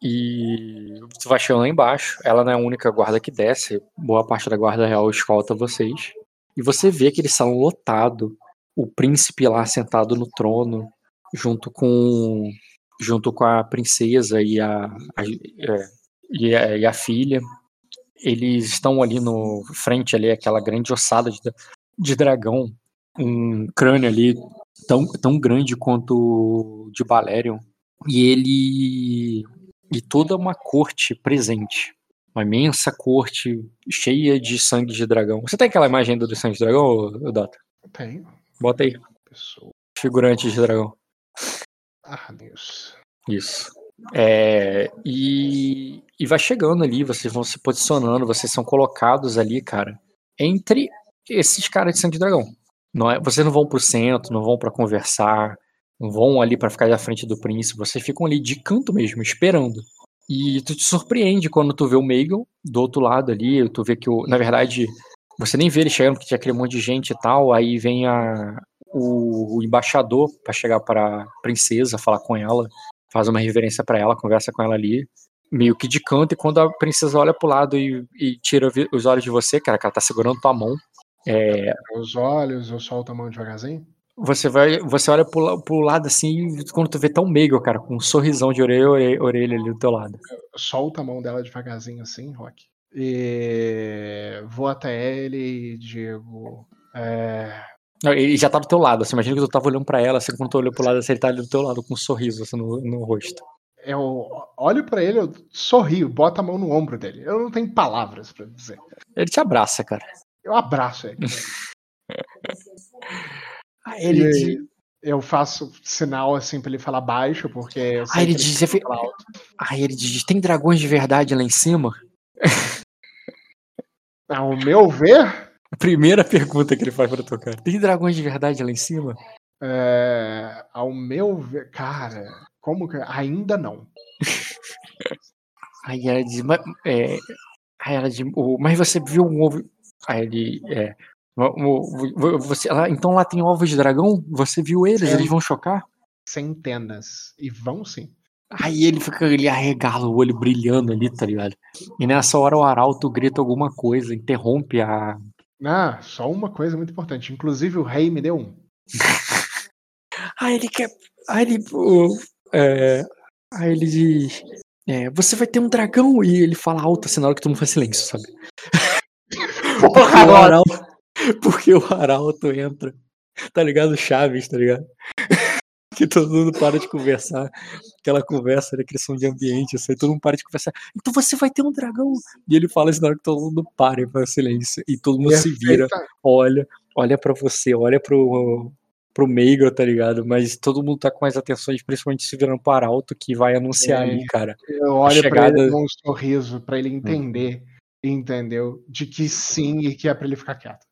E tu vai chegando lá embaixo. Ela não é a única guarda que desce. Boa parte da guarda real escolta vocês. E você vê aquele salão lotado. O príncipe lá sentado no trono. Junto com junto com a princesa e a, a, é, e a, e a filha. Eles estão ali no frente ali, aquela grande ossada de, de dragão. Um crânio ali tão, tão grande quanto o de Balerion. E ele... E toda uma corte presente. Uma imensa corte cheia de sangue de dragão. Você tem aquela imagem do sangue de dragão, ô, ô, Dota? Tenho. Bota aí. Pessoa. Figurantes de dragão. Ah, Deus. Isso. É, e, e vai chegando ali, vocês vão se posicionando, vocês são colocados ali, cara, entre esses caras de sangue de dragão. Não é, vocês não vão pro centro, não vão pra conversar, não vão ali pra ficar à frente do príncipe, vocês ficam ali de canto mesmo, esperando. E tu te surpreende quando tu vê o Meigel do outro lado ali, tu vê que, o, na verdade, você nem vê ele chegando, porque tinha aquele monte de gente e tal, aí vem a, o, o embaixador pra chegar pra princesa, falar com ela, faz uma reverência pra ela, conversa com ela ali, meio que de canto, e quando a princesa olha pro lado e, e tira os olhos de você, cara, que ela tá segurando tua mão, é... Os olhos, eu solto a mão devagarzinho? Você vai, você olha pro, la- pro lado assim, e quando tu vê tão meigo, cara, com um sorrisão de orelha a orelha, orelha ali do teu lado. Solta a mão dela devagarzinho assim, Rock. E vou até ele e digo. É... Não, ele já tá do teu lado, assim, imagina que tu tava olhando pra ela, assim, quando tu olhou pro lado, assim, ele tá ali do teu lado com um sorriso assim, no, no rosto. Eu olho pra ele, eu sorrio, boto a mão no ombro dele. Eu não tenho palavras pra dizer. Ele te abraça, cara. Eu abraço ele. Aí ele E diz, eu faço sinal assim pra ele falar baixo, porque eu sei aí ele que ele diz, fica falar alto. aí ele diz, tem dragões de verdade lá em cima? Ao meu ver, A primeira pergunta que ele faz pra tu, cara. Tem dragões de verdade lá em cima? é, ao meu ver, cara, como que ainda não? Aí ela diz, mas, é, aí ela diz, "O- mas você viu um ovo. Aí ele, é. o- o- Você, lá- então lá tem ovos de dragão? Você viu eles? Sim. Eles vão chocar? Centenas. E vão sim. Aí ele fica, ele arregala o olho brilhando ali, tá ligado? E nessa hora o arauto grita alguma coisa, interrompe a. Ah, só uma coisa muito importante. Inclusive o rei me deu um. Aí ele quer. Aí ele. o- é, aí ele diz. É, você vai ter um dragão? E ele fala alto assim na hora que todo mundo faz silêncio, sabe? Porque o arauto, porque o arauto entra. Tá ligado? Chaves, tá ligado? Que todo mundo para de conversar. Aquela conversa, né? Criação de ambiente, assim, todo mundo para de conversar. Então você vai ter um dragão. E ele fala isso na hora que todo mundo para e faz silêncio. E todo mundo se vira, Perfeita. olha, olha pra você, olha pro, pro Meigo, tá ligado? Mas todo mundo tá com mais atenções, principalmente se virando para alto, que vai anunciar É, ali, cara. Eu olho pra chegada- ele com um sorriso, pra ele entender, entendeu? De que sim e que é pra ele ficar quieto.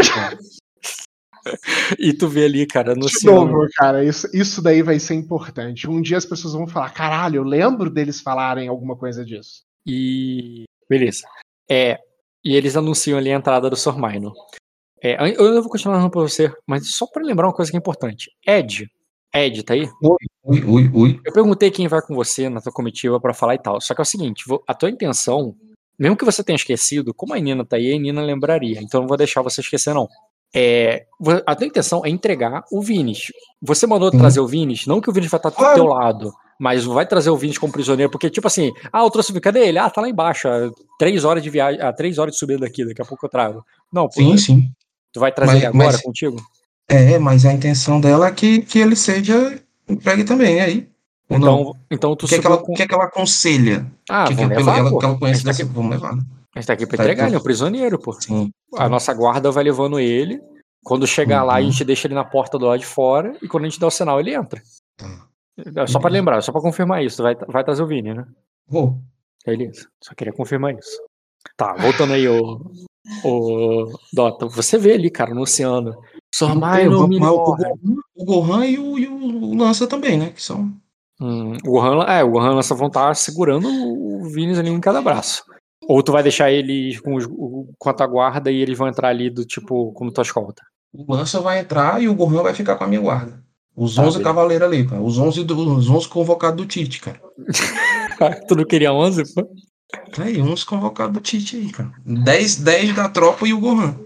E tu vê ali, cara, De anunciando. novo, cara, isso, isso daí vai ser importante. Um dia as pessoas vão falar, caralho, eu lembro deles falarem alguma coisa disso. E. Beleza. É, e eles anunciam ali a entrada do Sor Minor. É, an- eu ainda vou continuar narrando pra você, mas só pra lembrar uma coisa que é importante. Ed. Ed, tá aí? Ui, ui, ui. Eu perguntei quem vai com você na tua comitiva pra falar e tal. Só que é o seguinte, vo- a tua intenção, mesmo que você tenha esquecido, como a Nina tá aí, a Nina lembraria. Então eu não vou deixar você esquecer, não. É, vo- a tua intenção é entregar o Vinis. Você mandou Sim. trazer o Vinis, não que o Vinis vai estar do Claro. teu lado, mas vai trazer o Vinis como prisioneiro, porque, tipo assim, ah, eu trouxe o Vinis, cadê ele? Ah, tá lá embaixo, a três horas de viagem, a três horas de subida daqui, daqui a pouco eu trago. Não, pô, Sim, sim. tu vai trazer Mas- ele agora mas- contigo? É, mas a intenção dela é que, que ele seja entregue também, aí. Ou não? Então, então tu O que, é que, subiu ela, com... o que é que ela aconselha? Ah, O que, é que, vamos pelo- levar, ela, pô. que ela A conhece gente tá dessa. aqui, Vamos levar. a gente tá aqui pra Vai, entregar, vai. ele é um prisioneiro, pô. Sim. A nossa guarda vai levando ele. Quando chegar lá, a Uhum. gente deixa ele na porta do lado de fora. E quando a gente dá o sinal, ele entra. Tá. É só pra lembrar, só pra confirmar isso. Vai, vai trazer o Vini, né? Vou. Beleza. Só queria confirmar isso. Tá, voltando aí, o, o Dota. Você vê ali, cara, no oceano. Só Eu mais tenho- no vamos- mas o, Minimorra. Gohan, o Gohan e o, e o Lança também, né? Que são. Hum, o Gohan, é, o Gohan nessa vão estar segurando o Vinis ali em cada braço. Ou tu vai deixar ele com, os, o, com a tua guarda e eles vão entrar ali do tipo, como tua escolta. O Lança vai entrar e o Gohan vai ficar com a minha guarda. Os Tá, onze beleza. cavaleiros ali, cara. Os onze, do- os onze convocados do Tite, cara. Tu não queria onze, pô? Tá aí, onze convocados do Tite aí, cara. dez, dez da tropa e o Gohan.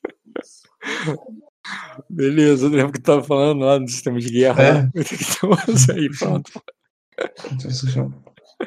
Beleza, eu lembro que tu tava falando lá no sistema de guerra. É. Né? Tem que ter onze aí, pronto. Não sei se chama.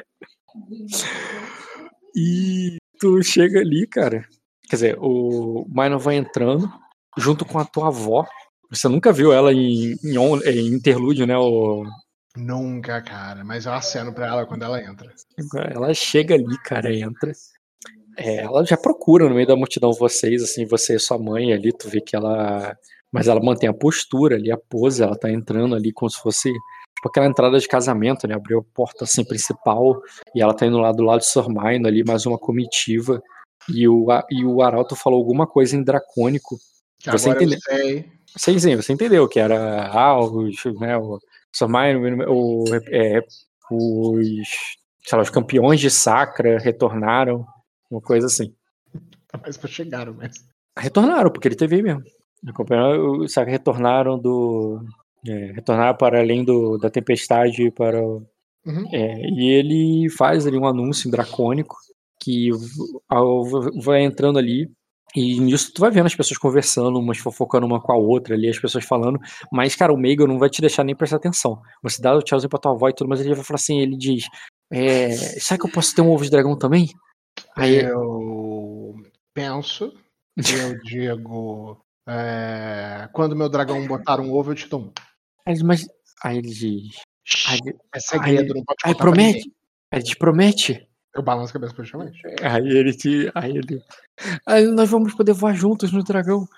E tu chega ali, cara. Quer dizer, o Minor vai entrando junto com a tua avó. Você nunca viu ela em, em, on- em interlúdio, né? O... Nunca, cara, mas eu aceno pra ela quando ela entra. Ela chega ali, cara, entra. É, ela já procura no meio da multidão vocês, assim, você e sua mãe ali, tu vê que ela. Mas ela mantém a postura ali, a pose, ela tá entrando ali como se fosse. Tipo aquela entrada de casamento, né? Abriu a porta assim principal e ela tá indo lá do lado de Sor Minor ali, mais uma comitiva. E o, a- e o Arauto falou alguma coisa em dracônico. Que Você agora entendeu? eu sei. Sim, sim, você entendeu que era ah, os, né, o Sor Minor, o, é, os, sei lá, os campeões de Sacra retornaram, uma coisa assim. Tá mais pra chegar, mas. Retornaram, porque ele teve aí mesmo. Os Sacra retornaram do. É, retornaram para além do, da tempestade para o, Uhum. é, e ele faz ali um anúncio dracônico que ao- vai entrando ali E nisso tu vai vendo as pessoas conversando, umas fofocando uma com a outra ali, as pessoas falando, mas, cara, o Meigo não vai te deixar nem prestar atenção. Você dá o tchauzinho pra tua avó e tudo, mas ele vai falar assim, ele diz, é, será que eu posso ter um ovo de dragão também? Aí, Eu penso, eu digo, é, quando meu dragão botar um ovo, eu te dou um. aí ele- mas, aí ele diz, aí, ele- É segredo, aí- não pode aí contar pra ninguém. promete, aí ele te promete, Eu balanço a cabeça positivamente. aí ele te, aí ele, aí nós vamos poder voar juntos no dragão.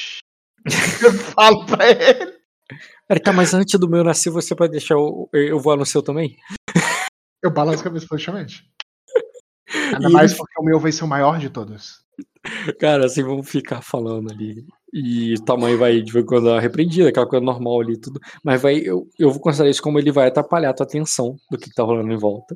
Eu falo pra ele. Ele tá, mas antes do meu nascer, você vai deixar eu, eu voar no seu também? Eu balanço a cabeça positivamente. Ainda E mais ele- porque o meu vai ser o maior de todos. Cara, assim, vamos ficar falando ali. E tua mãe vai, de vez em quando, dar uma repreendida, aquela coisa normal ali e tudo. Mas vai, eu, eu vou considerar isso como ele vai atrapalhar a tua atenção do que tá rolando em volta.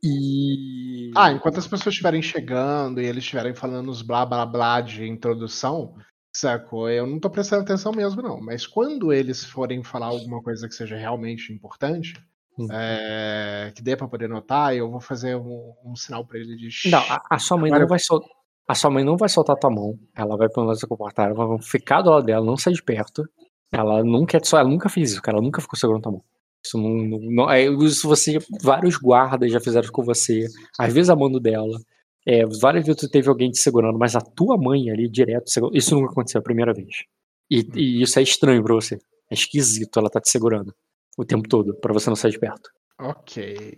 E. Ah, enquanto as pessoas estiverem chegando e eles estiverem falando os blá blá blá de introdução, sacou? Eu não tô prestando atenção mesmo, não. Mas quando eles forem falar alguma coisa que seja realmente importante, Hum. é, que dê pra poder notar, eu vou fazer um, um sinal pra ele de. Não, a, a sua mãe Agora- não vai soltar. A sua mãe não vai soltar tua mão. Ela vai pelo menos se comportar. Ela vai ficar do lado dela, não sair de perto. Ela nunca, só, ela nunca fez isso, cara. Ela nunca ficou segurando tua mão. Isso não, não, não é, isso você, vários guardas já fizeram isso com você. Às vezes a mão dela. É, várias vezes tu teve alguém te segurando, mas a tua mãe ali direto, segurando, isso nunca aconteceu a primeira vez. E, e isso é estranho pra você. É esquisito ela tá te segurando o tempo todo, pra você não sair de perto. Ok.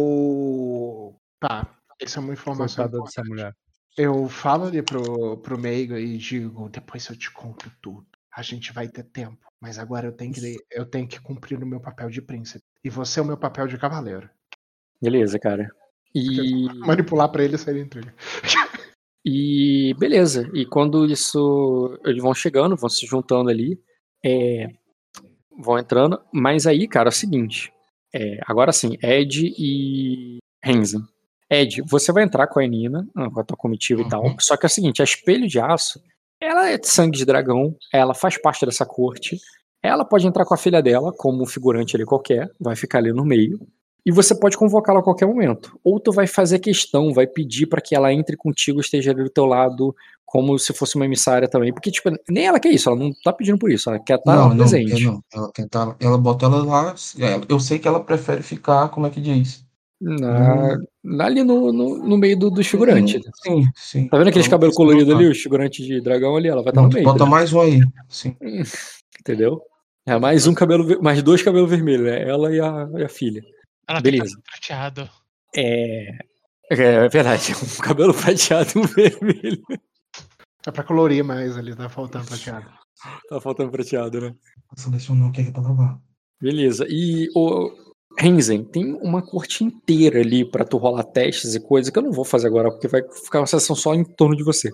Eu. Tá. Essa é uma informação. Coitada dessa mulher. Eu falo ali pro, pro Meigo e digo, depois eu te conto tudo. A gente vai ter tempo. Mas agora eu tenho que, eu tenho que cumprir o meu papel de príncipe. E você é o meu papel de cavaleiro. Beleza, cara. E. Manipular pra ele e sair da intriga. E beleza. E quando isso. Eles vão chegando, vão se juntando ali. É, vão entrando. Mas aí, cara, é o seguinte. É, agora sim, Ed e Renzen. Ed, você vai entrar com a Nina, com a tua comitiva e tal. Uhum. Só que é o seguinte, a Espelho de Aço, ela é de sangue de dragão, ela faz parte dessa corte. Ela pode entrar com a filha dela, como um figurante ali qualquer, vai ficar ali no meio. E você pode convocá-la a qualquer momento. Ou tu vai fazer questão, vai pedir pra que ela entre contigo, esteja ali do teu lado, como se fosse uma emissária também. Porque, tipo, nem ela quer isso, ela não tá pedindo por isso, ela quer estar Não, não, presente. eu não. Ela tenta, ela bota ela lá. ela- Eu sei que ela prefere ficar, como é que diz? Na, ali no, no, no meio do- dos figurantes. Sim, sim. Tá vendo aqueles Ela cabelos precisa coloridos botar. ali, os figurantes de dragão ali? Ela vai estar no Pronto, meio. bota mais um aí. Sim. Entendeu? É mais um cabelo, ver- mais dois cabelos vermelhos, né? Ela e a, e a filha. Ela Beleza. tem cabelo prateado. É, é verdade, um cabelo prateado e um vermelho. É pra colorir mais ali, tá faltando prateado. Tá faltando prateado, né? Selecionou o que é pra lavar. Beleza. E o Renzen, tem uma corte inteira ali pra tu rolar testes e coisas que eu não vou fazer agora, porque vai ficar uma sessão só em torno de você.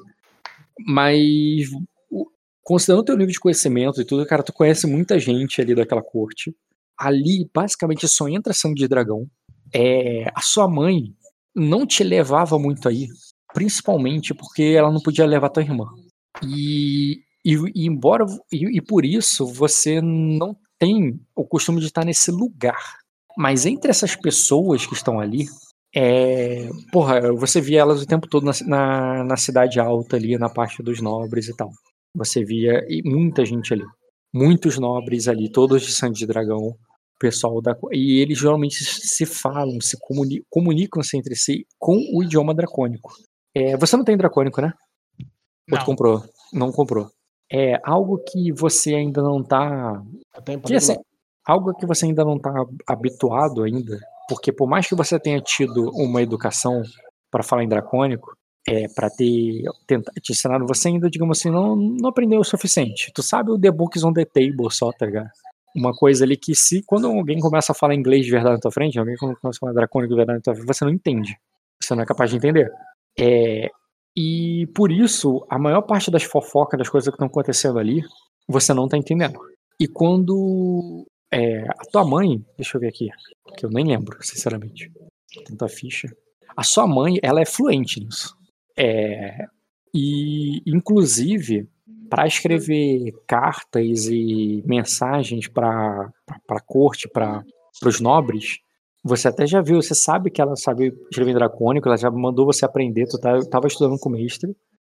Mas, o- considerando o teu nível de conhecimento e tudo, cara, tu conhece muita gente ali daquela corte. Ali, basicamente, só entra sangue de dragão. É, a sua mãe não te levava muito aí, principalmente porque ela não podia levar tua irmã. E, e, e embora e, e por isso você não tem o costume de estar nesse lugar. Mas entre essas pessoas que estão ali, é, porra, você via elas o tempo todo na, na, na cidade alta ali, na parte dos nobres e tal. Você via e muita gente ali. Muitos nobres ali, todos de sangue de dragão. Pessoal da. E eles geralmente se falam, se comuni, comunicam-se entre si com o idioma dracônico. É, você não tem dracônico, né? Ou tu Não. comprou? Não comprou. É algo que você ainda não tá. Eu tenho Que, assim, algo que você ainda não tá habituado ainda. Porque por mais que você tenha tido uma educação para falar em dracônico, é, para ter tentar, te ensinado, você ainda, digamos assim, não, não aprendeu o suficiente. Tu sabe o The Books on the Table só, tá ligado? Uma coisa ali que se quando alguém começa a falar inglês de verdade na tua frente, alguém começa a falar dracônico de verdade na tua frente, você não entende. Você não é capaz de entender. É, e por isso, a maior parte das fofocas, das coisas que estão acontecendo ali, você não tá entendendo. E quando é, a tua mãe, deixa eu ver aqui, que eu nem lembro, sinceramente. Tanta ficha. A sua mãe, ela é fluente nisso. É, e, inclusive, para escrever cartas e mensagens para a corte, para os nobres, você até já viu, você sabe que ela sabe escrever em dracônico, ela já mandou você aprender, tu tá, tava estudando com o mestre,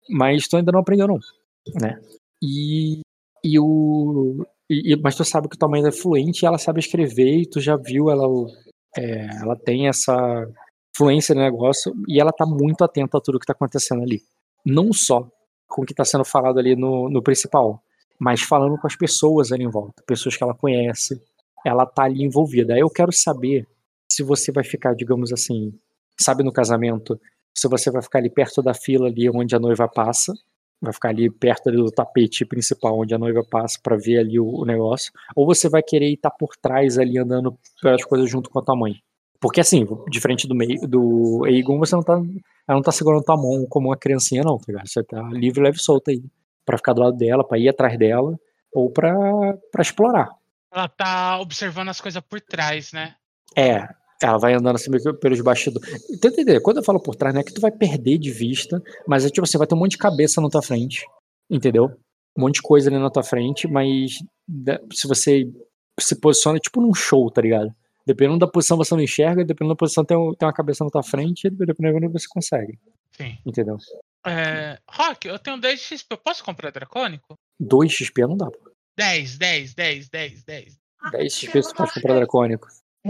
mas tu ainda não aprendeu não, né? E, e o... E, mas tu sabe que tua mãe é fluente e ela sabe escrever e tu já viu ela, é, ela tem essa fluência no negócio e ela tá muito atenta a tudo que tá acontecendo ali. Não só com o que tá sendo falado ali no, no principal, mas falando com as pessoas ali em volta, pessoas que ela conhece, ela tá ali envolvida. Aí eu quero saber se você vai ficar, digamos assim, sabe, no casamento, se você vai ficar ali perto da fila ali onde a noiva passa, vai ficar ali perto ali do tapete principal onde a noiva passa pra ver ali o, o negócio, ou você vai querer estar por trás ali andando pelas coisas junto com a tua mãe. Porque assim, diferente do, meio, do Aegon, você não tá, ela não tá segurando tua mão como uma criancinha não, tá ligado? Você tá livre, leve e solta aí, pra ficar do lado dela, pra ir atrás dela, ou pra, pra explorar. Ela tá observando as coisas por trás, né? É, ela vai andando assim pelos bastidores. Tenta entender, quando eu falo por trás, não é que tu vai perder de vista, mas é tipo assim, vai ter um monte de cabeça na tua frente, entendeu? Um monte de coisa ali na tua frente, mas se você se posiciona tipo num show, tá ligado? Dependendo da posição você não enxerga, dependendo da posição tem, tem uma cabeça na tua frente, e dependendo da você consegue. Sim. Entendeu? É... Rock, eu tenho dez X P, eu posso comprar dracônico? dois X P não dá, pô. dez, dez, dez, dez, dez. dez X P você pode comprar dracônico.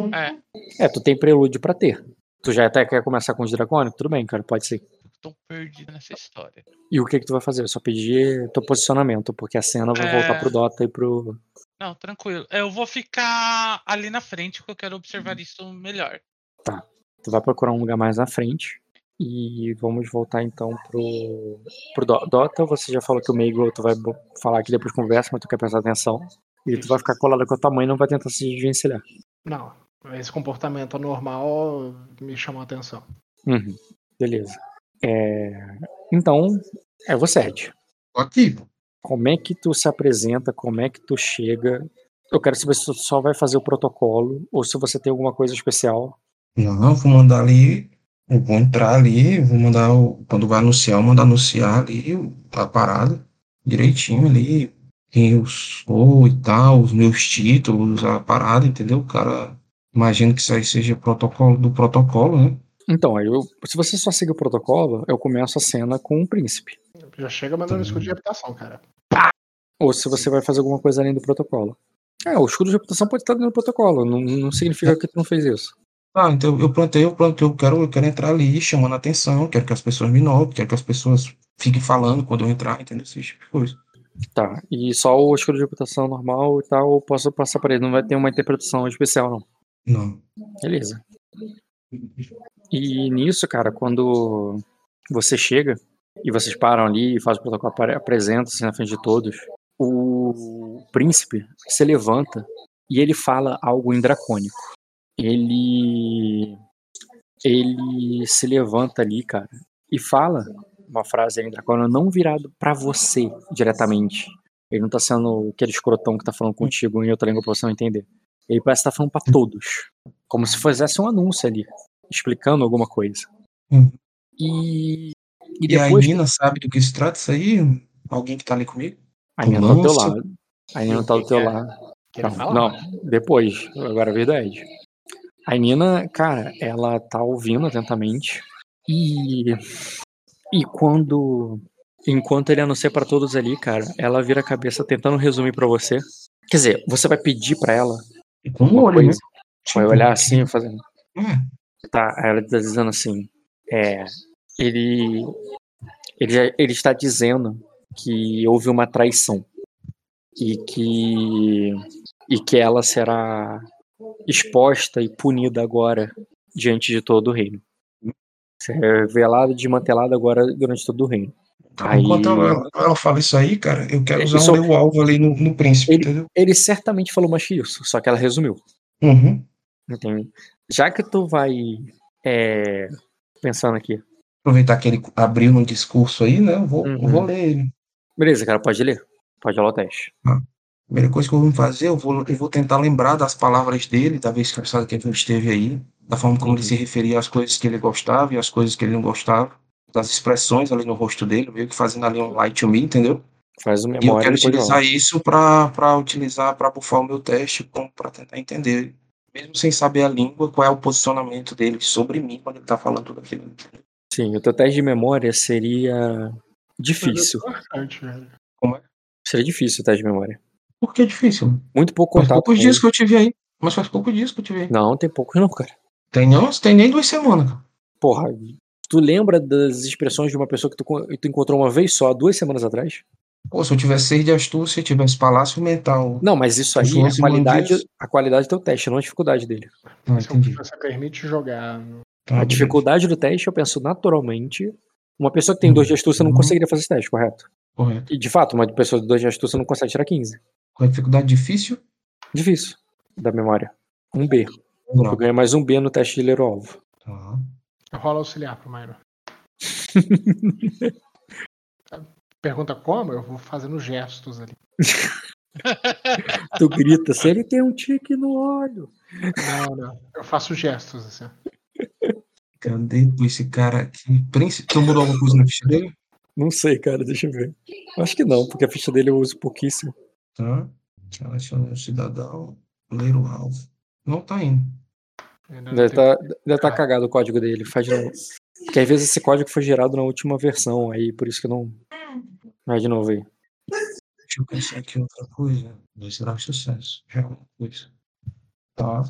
É. É, tu tem prelúdio pra ter. Tu já até quer começar com os dracônicos? Tudo bem, cara, pode ser. Tô perdido nessa história. E o que que tu vai fazer? Eu só pedir teu posicionamento, porque a cena vai É... voltar pro Dota e pro... Não, tranquilo. Eu vou ficar ali na frente, porque eu quero observar isso melhor. Tá. Tu vai procurar um lugar mais na frente. E vamos voltar então pro, pro Dota. Você já falou que o Meigo tu vai falar aqui depois conversa, mas tu quer prestar atenção. E tu vai ficar colado com a tua mãe e não vai tentar se desvencilhar. Não, esse comportamento normal me chamou a atenção. Uhum. Beleza. É... Então, é você, Ed. Aqui. Como é que tu se apresenta? Como é que tu chega? Eu quero saber se tu só vai fazer o protocolo ou se você tem alguma coisa especial. Não, eu vou mandar ali, eu vou entrar ali, vou mandar, o, quando vai anunciar, eu mandar anunciar ali a parada, direitinho ali, quem eu sou e tal, os meus títulos, a parada, entendeu? O cara, imagino que isso aí seja protocolo do protocolo, né? Então, aí eu, se você só seguir o protocolo, eu começo a cena com o príncipe. Já chega mandando Tá. escudo de reputação, cara. Ou se você vai fazer alguma coisa além do protocolo. É, o escudo de reputação pode estar dentro do protocolo, não, não significa que tu não fez isso. Ah, então eu plantei, eu plantei, eu quero, eu quero entrar ali chamando a atenção, quero que as pessoas me notem, quero que as pessoas fiquem falando quando eu entrar, entendeu? Esse tipo de coisa. Tá, e só o escudo de reputação normal e tal, eu posso passar para ele, não vai ter uma interpretação especial, não. Não. Beleza. E nisso, cara, quando você chega e vocês param ali e fazem o protocolo, apresenta-se na frente de todos, o príncipe se levanta e ele fala algo em dracônico. Ele ele se levanta ali, cara, e fala uma frase em dracônico não virado pra você diretamente. Ele não tá sendo aquele escrotão que tá falando contigo em outra língua pra você não entender. Ele parece que tá falando pra todos. Como se fizesse um anúncio ali, explicando alguma coisa. Uhum. E, e E depois... a Nina sabe do que se trata isso aí? Alguém que tá ali comigo? A Nina tá do teu Nossa. lado. A Nina tá do teu lado. Quer falar? Não, depois. Agora é verdade. A Nina, cara, ela tá ouvindo atentamente. E... E quando... Enquanto ele anuncia pra todos ali, cara, ela vira a cabeça tentando resumir pra você. Quer dizer, você vai pedir pra ela E com o uma olho, né? coisa. Vai olhar assim, fazendo... É. Tá, ela tá dizendo assim, é, ele, ele, já, ele está dizendo que houve uma traição e que, e que ela será exposta e punida agora diante de todo o reino. Será velada e desmantelada agora durante todo o reino. Então, Aí, enquanto ela, ela fala isso aí, cara, eu quero usar isso- um meu alvo ali no, no príncipe, ele, entendeu? ele certamente falou mais que isso, só que ela resumiu. Uhum. Entende? Já que tu vai é, pensando aqui. Aproveitar que ele abriu no discurso aí, né? Eu vou, Uhum. eu vou ler ele. Beleza, cara, pode ler? Pode rolar o teste. Primeira coisa que eu vou fazer, eu vou, eu vou tentar lembrar das palavras dele, da vez que ele esteve aí, da forma como Uhum. ele se referia às coisas que ele gostava e às coisas que ele não gostava, das expressões ali no rosto dele, meio que fazendo ali um light to me, entendeu? Faz o E eu memória quero e depois utilizar rola. isso para utilizar, para bufar o meu teste, para tentar entender, mesmo sem saber a língua, qual é o posicionamento dele sobre mim quando ele está falando tudo aquilo. Sim, o teu teste de memória seria Difícil. Importante, velho. Como é? Seria difícil o teste de memória. Por que é difícil? Muito pouco Faz contato. poucos com dias ele. que eu tive aí. Mas faz poucos dias que eu tive aí. Não, tem poucos não, cara. Tem não? Tem nem duas semanas, cara. Porra, tu lembra das expressões de uma pessoa que tu, con- tu encontrou uma vez só, duas semanas atrás? Pô, se eu tivesse seis de astúcia, tivesse palácio mental. Não, mas isso aí Os é a doze qualidade, dias. a qualidade do teu teste, não a dificuldade dele. Ah, Se entendi. você permite jogar. no- Tá, a beleza. dificuldade do teste, eu penso naturalmente, uma pessoa que tem dois de astúcia não Uhum. conseguiria fazer esse teste, correto? Correto. E de fato, uma pessoa de dois de astúcia não consegue tirar quinze. Qual é a dificuldade difícil? Difícil, da memória. Um B. Um grau. Tu ganha mais um B no teste de ler o alvo. Tá. Rola auxiliar pro Minor. Pergunta como? Eu vou fazendo gestos ali. Tu grita, se ele tem um tique no olho. Não, não. Eu faço gestos assim. Cadê esse cara aqui? Príncipe, tu mudou alguma coisa na ficha dele? Não sei, cara, deixa eu ver. Acho que não, porque a ficha dele eu uso pouquíssimo. Tá. Seleciona o cidadão. Ler o alvo. Não tá indo. Ainda Deve tem- tá, deve tá cagado o código dele. Faz de novo. Porque às vezes esse código foi gerado na última versão, aí por isso que não. Vai de novo aí. Deixa eu pensar aqui outra coisa. Vai ser um sucesso. Já é uma coisa. Tá.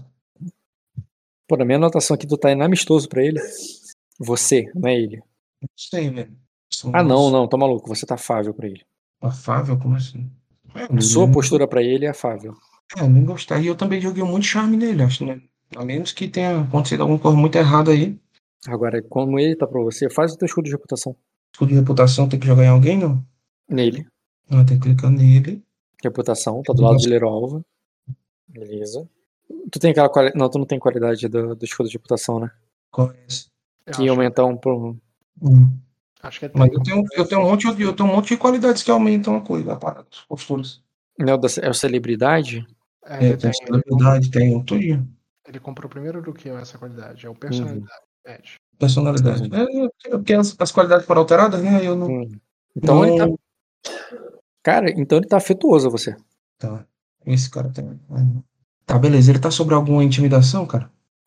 Pô, na minha anotação aqui tu tá inamistoso pra ele. Você, não é ele. Não sei, velho. São Ah, não, dois- não, tá maluco. Você tá afável pra ele. Afável? Como assim? É, A sua não- postura pra ele é afável. É, nem gostar. E eu também joguei muito charme nele, acho, né? A menos que tenha acontecido alguma coisa muito errada aí. Agora, como ele tá pra você, faz o teu escudo de reputação. Escudo de reputação tem que jogar em alguém, não? Nele. Não, tem que clicar nele. Reputação, tá do lado de ler o alvo. Beleza. Tu tem aquela qualidade. Não, tu não tem qualidade do, do escudo de reputação, né? Qual é esse? eu Que acho, aumentar um pro. Hum. acho que é Mas tem eu tenho, eu, tenho um monte de, eu tenho um monte de qualidades que aumentam a coisa, a parada, as posturas. Não, da- é o celebridade? É, É, ele, tem tem, a celebridade, tem um tudinho. ele comprou primeiro do que eu essa qualidade. É Uhum. o personalidade. Ed. Personalidade. É, é, porque as, as qualidades foram alteradas, né? Aí eu não. Hum. Então não... ele tá. Cara, então ele tá afetuoso a você. Tá. Esse cara tem. Tá, beleza. Ele tá sobre alguma intimidação, cara?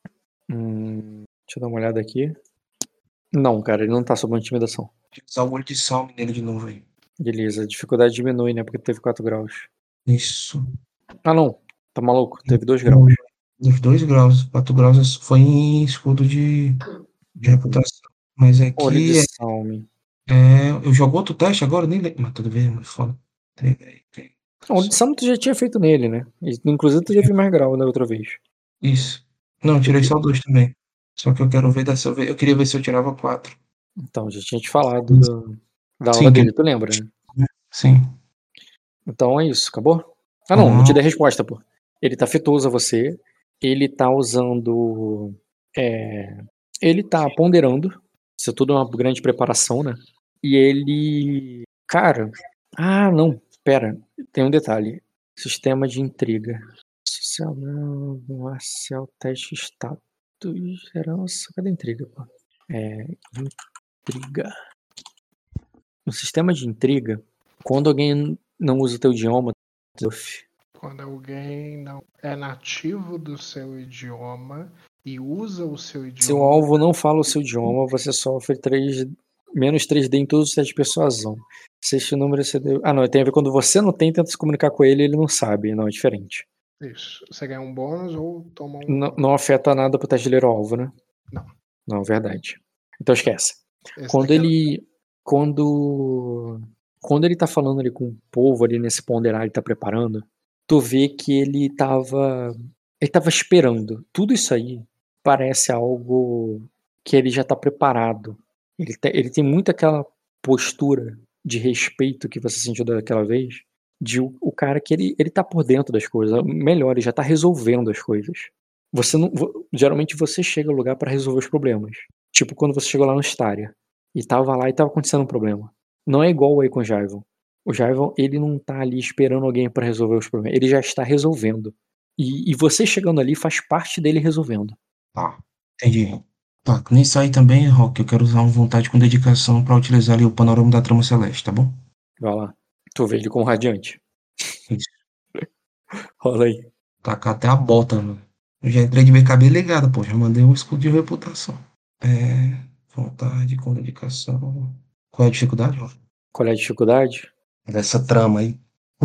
Hum, deixa eu dar uma olhada aqui. Não, cara, ele não tá sob uma intimidação. Tem que usar o olho de salme nele de novo aí. Beleza, a dificuldade diminui, né? Porque teve quatro graus. Isso. Ah, não. Tá maluco? Teve dois graus. Dos dois graus. quatro graus foi em escudo de, de reputação. Mas Olho aqui de é, salme. é. Eu jogo outro teste agora, nem lembro. Mas tudo bem, mas foda. Tem, tem, tem. Não, olho de salme tu já tinha feito nele, né? E, inclusive tu teve mais grau da outra vez. Isso. Não, eu tirei só dois também. Só que eu quero ver dessa vez. Eu queria ver se eu tirava quatro. Então, já tinha te falado do- da aula Sim, dele, tu lembra, né? Sim. Então é isso, acabou? Ah não, Ah. não te dei resposta, pô. Ele tá afetuoso a você, ele tá usando. É, ele tá ponderando. Isso tudo é uma grande preparação, né? E ele. Cara. Ah, não. Pera. Tem um detalhe. Sistema de intriga. Social. Marcial, teste, status. Herança. Cadê a intriga, pô? É. Intriga. No sistema de intriga, quando alguém não usa o teu idioma, Quando alguém não é nativo do seu idioma e usa o seu idioma. se o alvo não fala o seu idioma, você sofre três, menos três D em todos os testes de persuasão. Se este número exceder... Ah, não, tem a ver quando você não tem, tenta se comunicar com ele, ele não sabe. Não, é diferente. Isso. Você ganha um bônus ou toma um. Não, não afeta nada pro teste de ler o alvo, né? Não. Não, verdade. Então esquece. Esse Quando daqui é- ele. Quando. Quando ele tá falando ali com o povo ali nesse ponderar, ele tá preparando, tu vê que ele tava. Ele tava esperando. Tudo isso aí parece algo que ele já tá preparado. Ele, te, ele tem muito aquela postura de respeito que você sentiu daquela vez, de o, o cara que ele, ele tá por dentro das coisas. Melhor, ele já tá resolvendo as coisas. Você não, geralmente você chega ao lugar para resolver os problemas. Tipo quando você chegou lá no Staria e tava lá e tava acontecendo um problema. Não é igual aí com o Jaivon. O Jaivon, ele não tá ali esperando alguém para resolver os problemas. Ele já está resolvendo. E, e você chegando ali faz parte dele resolvendo. Tá, entendi. Tá, nisso aí também, Rock, eu quero usar uma vontade com dedicação pra utilizar ali o panorama da trama celeste, tá bom? Vai lá. Tu vê ele com radiante. Isso. Rola aí. Tacar até a bota, mano. Eu já entrei de meio cabelo ligado, pô. Já mandei um escudo de reputação. É. Vontade com dedicação. Qual é a dificuldade, Rock? Qual é a dificuldade? Dessa trama aí.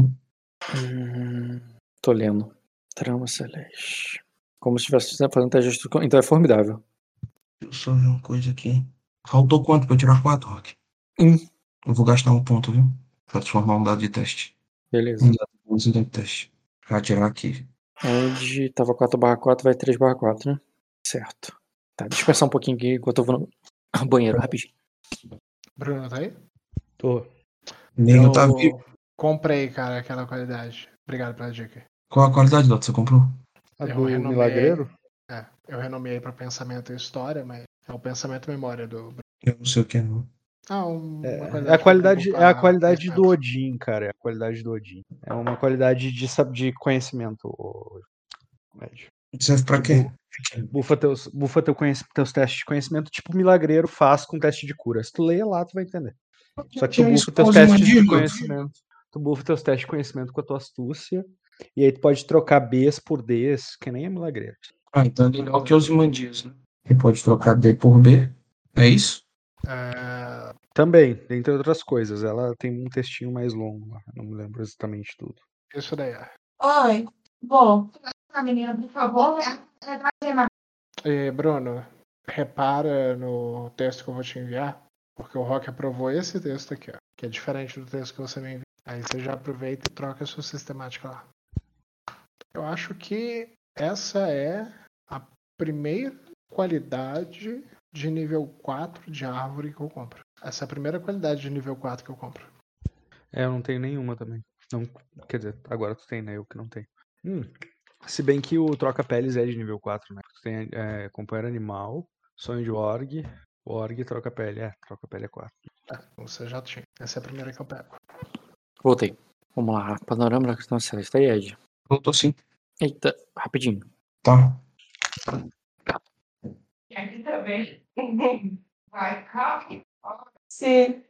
Hum, tô lendo. Trama celeste. Como se estivesse fazendo teste de instrução. Então é formidável. Deixa eu só ver uma coisa aqui. Faltou quanto pra eu tirar quatro, Rock? Um. Eu vou gastar um ponto, viu? Pra transformar um dado de teste. Beleza. Um dado um dado de teste. Pra tirar aqui. Onde tava quatro barra quatro, vai três barra quatro, né? Certo. Tá, deixa eu pensar um pouquinho aqui enquanto eu vou no banheiro, rapidinho. Bruno, tá aí? Tô. Nego eu tá vivo. comprei, cara, aquela qualidade. Obrigado pela dica. Qual a qualidade, Dota? Você comprou? A Eu do renomeei- milagreiro? É, eu renomeei pra pensamento e história, mas é o pensamento e memória do. Eu não sei o que é, não. Ah, um, É, uma é qualidade a qualidade, pra- é a qualidade pra- do Odin, cara. É a qualidade do Odin. É uma qualidade de, sab- de conhecimento, ô, Ed. Serve pra quê? Bufa, teus, bufa teu conhec- teus testes de conhecimento, tipo o milagreiro faz com teste de cura. Se tu leia lá, tu vai entender. Só que tu Que é bufa isso, teus Paulo testes de Mandíbula? conhecimento. Tu bufa teus testes de conhecimento com a tua astúcia. E aí tu pode trocar Bs por Ds, que nem é milagreiro. Ah, então é legal que Osimandias, né? Você pode trocar D por B. É isso? É, Também, dentre outras coisas. Ela tem um textinho mais longo lá. Não me lembro exatamente tudo. isso daí. é. Oi, bom. A menina, por favor. E, Bruno, repara no texto que eu vou te enviar, porque o Rock aprovou esse texto aqui, ó, que é diferente do texto que você me enviou. Aí você já aproveita e troca a sua sistemática lá. Eu acho que essa é a primeira qualidade de nível quatro de árvore que eu compro. Essa é a primeira qualidade de nível quatro que eu compro. É, eu não tenho nenhuma também. Não, quer dizer, agora tu tem, né? Eu que não tenho. Hum, se bem que o troca-peles é de nível quatro, né? Tu tem é, companheiro animal, sonho de org, org troca-pele. É, troca-pele é quatro. É, você já tinha. Essa é a primeira que eu pego. Voltei. Vamos lá. Panorama da questão celeste. Aí, Ed. Eu tô sim. Eita, rapidinho. Tá. Aqui também. Vai, calma. Sim.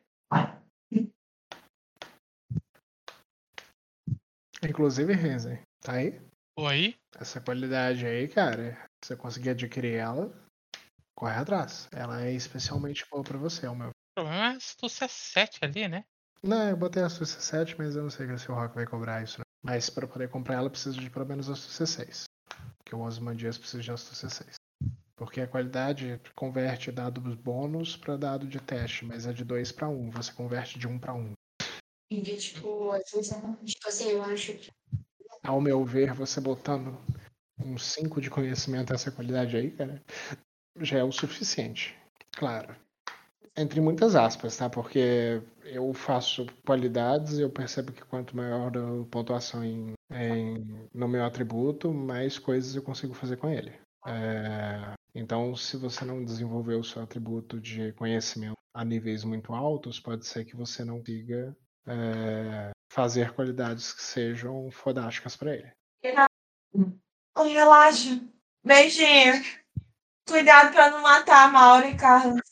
Inclusive, Renzen, tá aí? Oi? Essa qualidade aí, cara, se você conseguir adquirir ela, corre atrás. Ela é especialmente boa pra você, é o meu. O problema é a astúcia sete ali, né? Não, eu botei a astúcia sete, mas eu não sei se o Rock vai cobrar isso, né? Mas pra poder comprar ela, precisa de pelo menos astúcia seis. Porque o Ozymandias precisa de astúcia seis. Porque a qualidade converte dados bônus pra dado de teste, mas é de dois pra um. Você converte de um pra um. E, tipo, às vezes, tipo assim, eu acho que. Ao meu ver, você botando um cinco de conhecimento essa qualidade aí, cara, já é o suficiente. Claro. Entre muitas aspas, tá? Porque eu faço qualidades e eu percebo que quanto maior a pontuação em, em, no meu atributo, mais coisas eu consigo fazer com ele. É, então, se você não desenvolver o seu atributo de conhecimento a níveis muito altos, pode ser que você não consiga é, fazer qualidades que sejam fodásticas para ele. Oh, relaxa. Beijinho. Cuidado pra não matar a Maura e Carlos.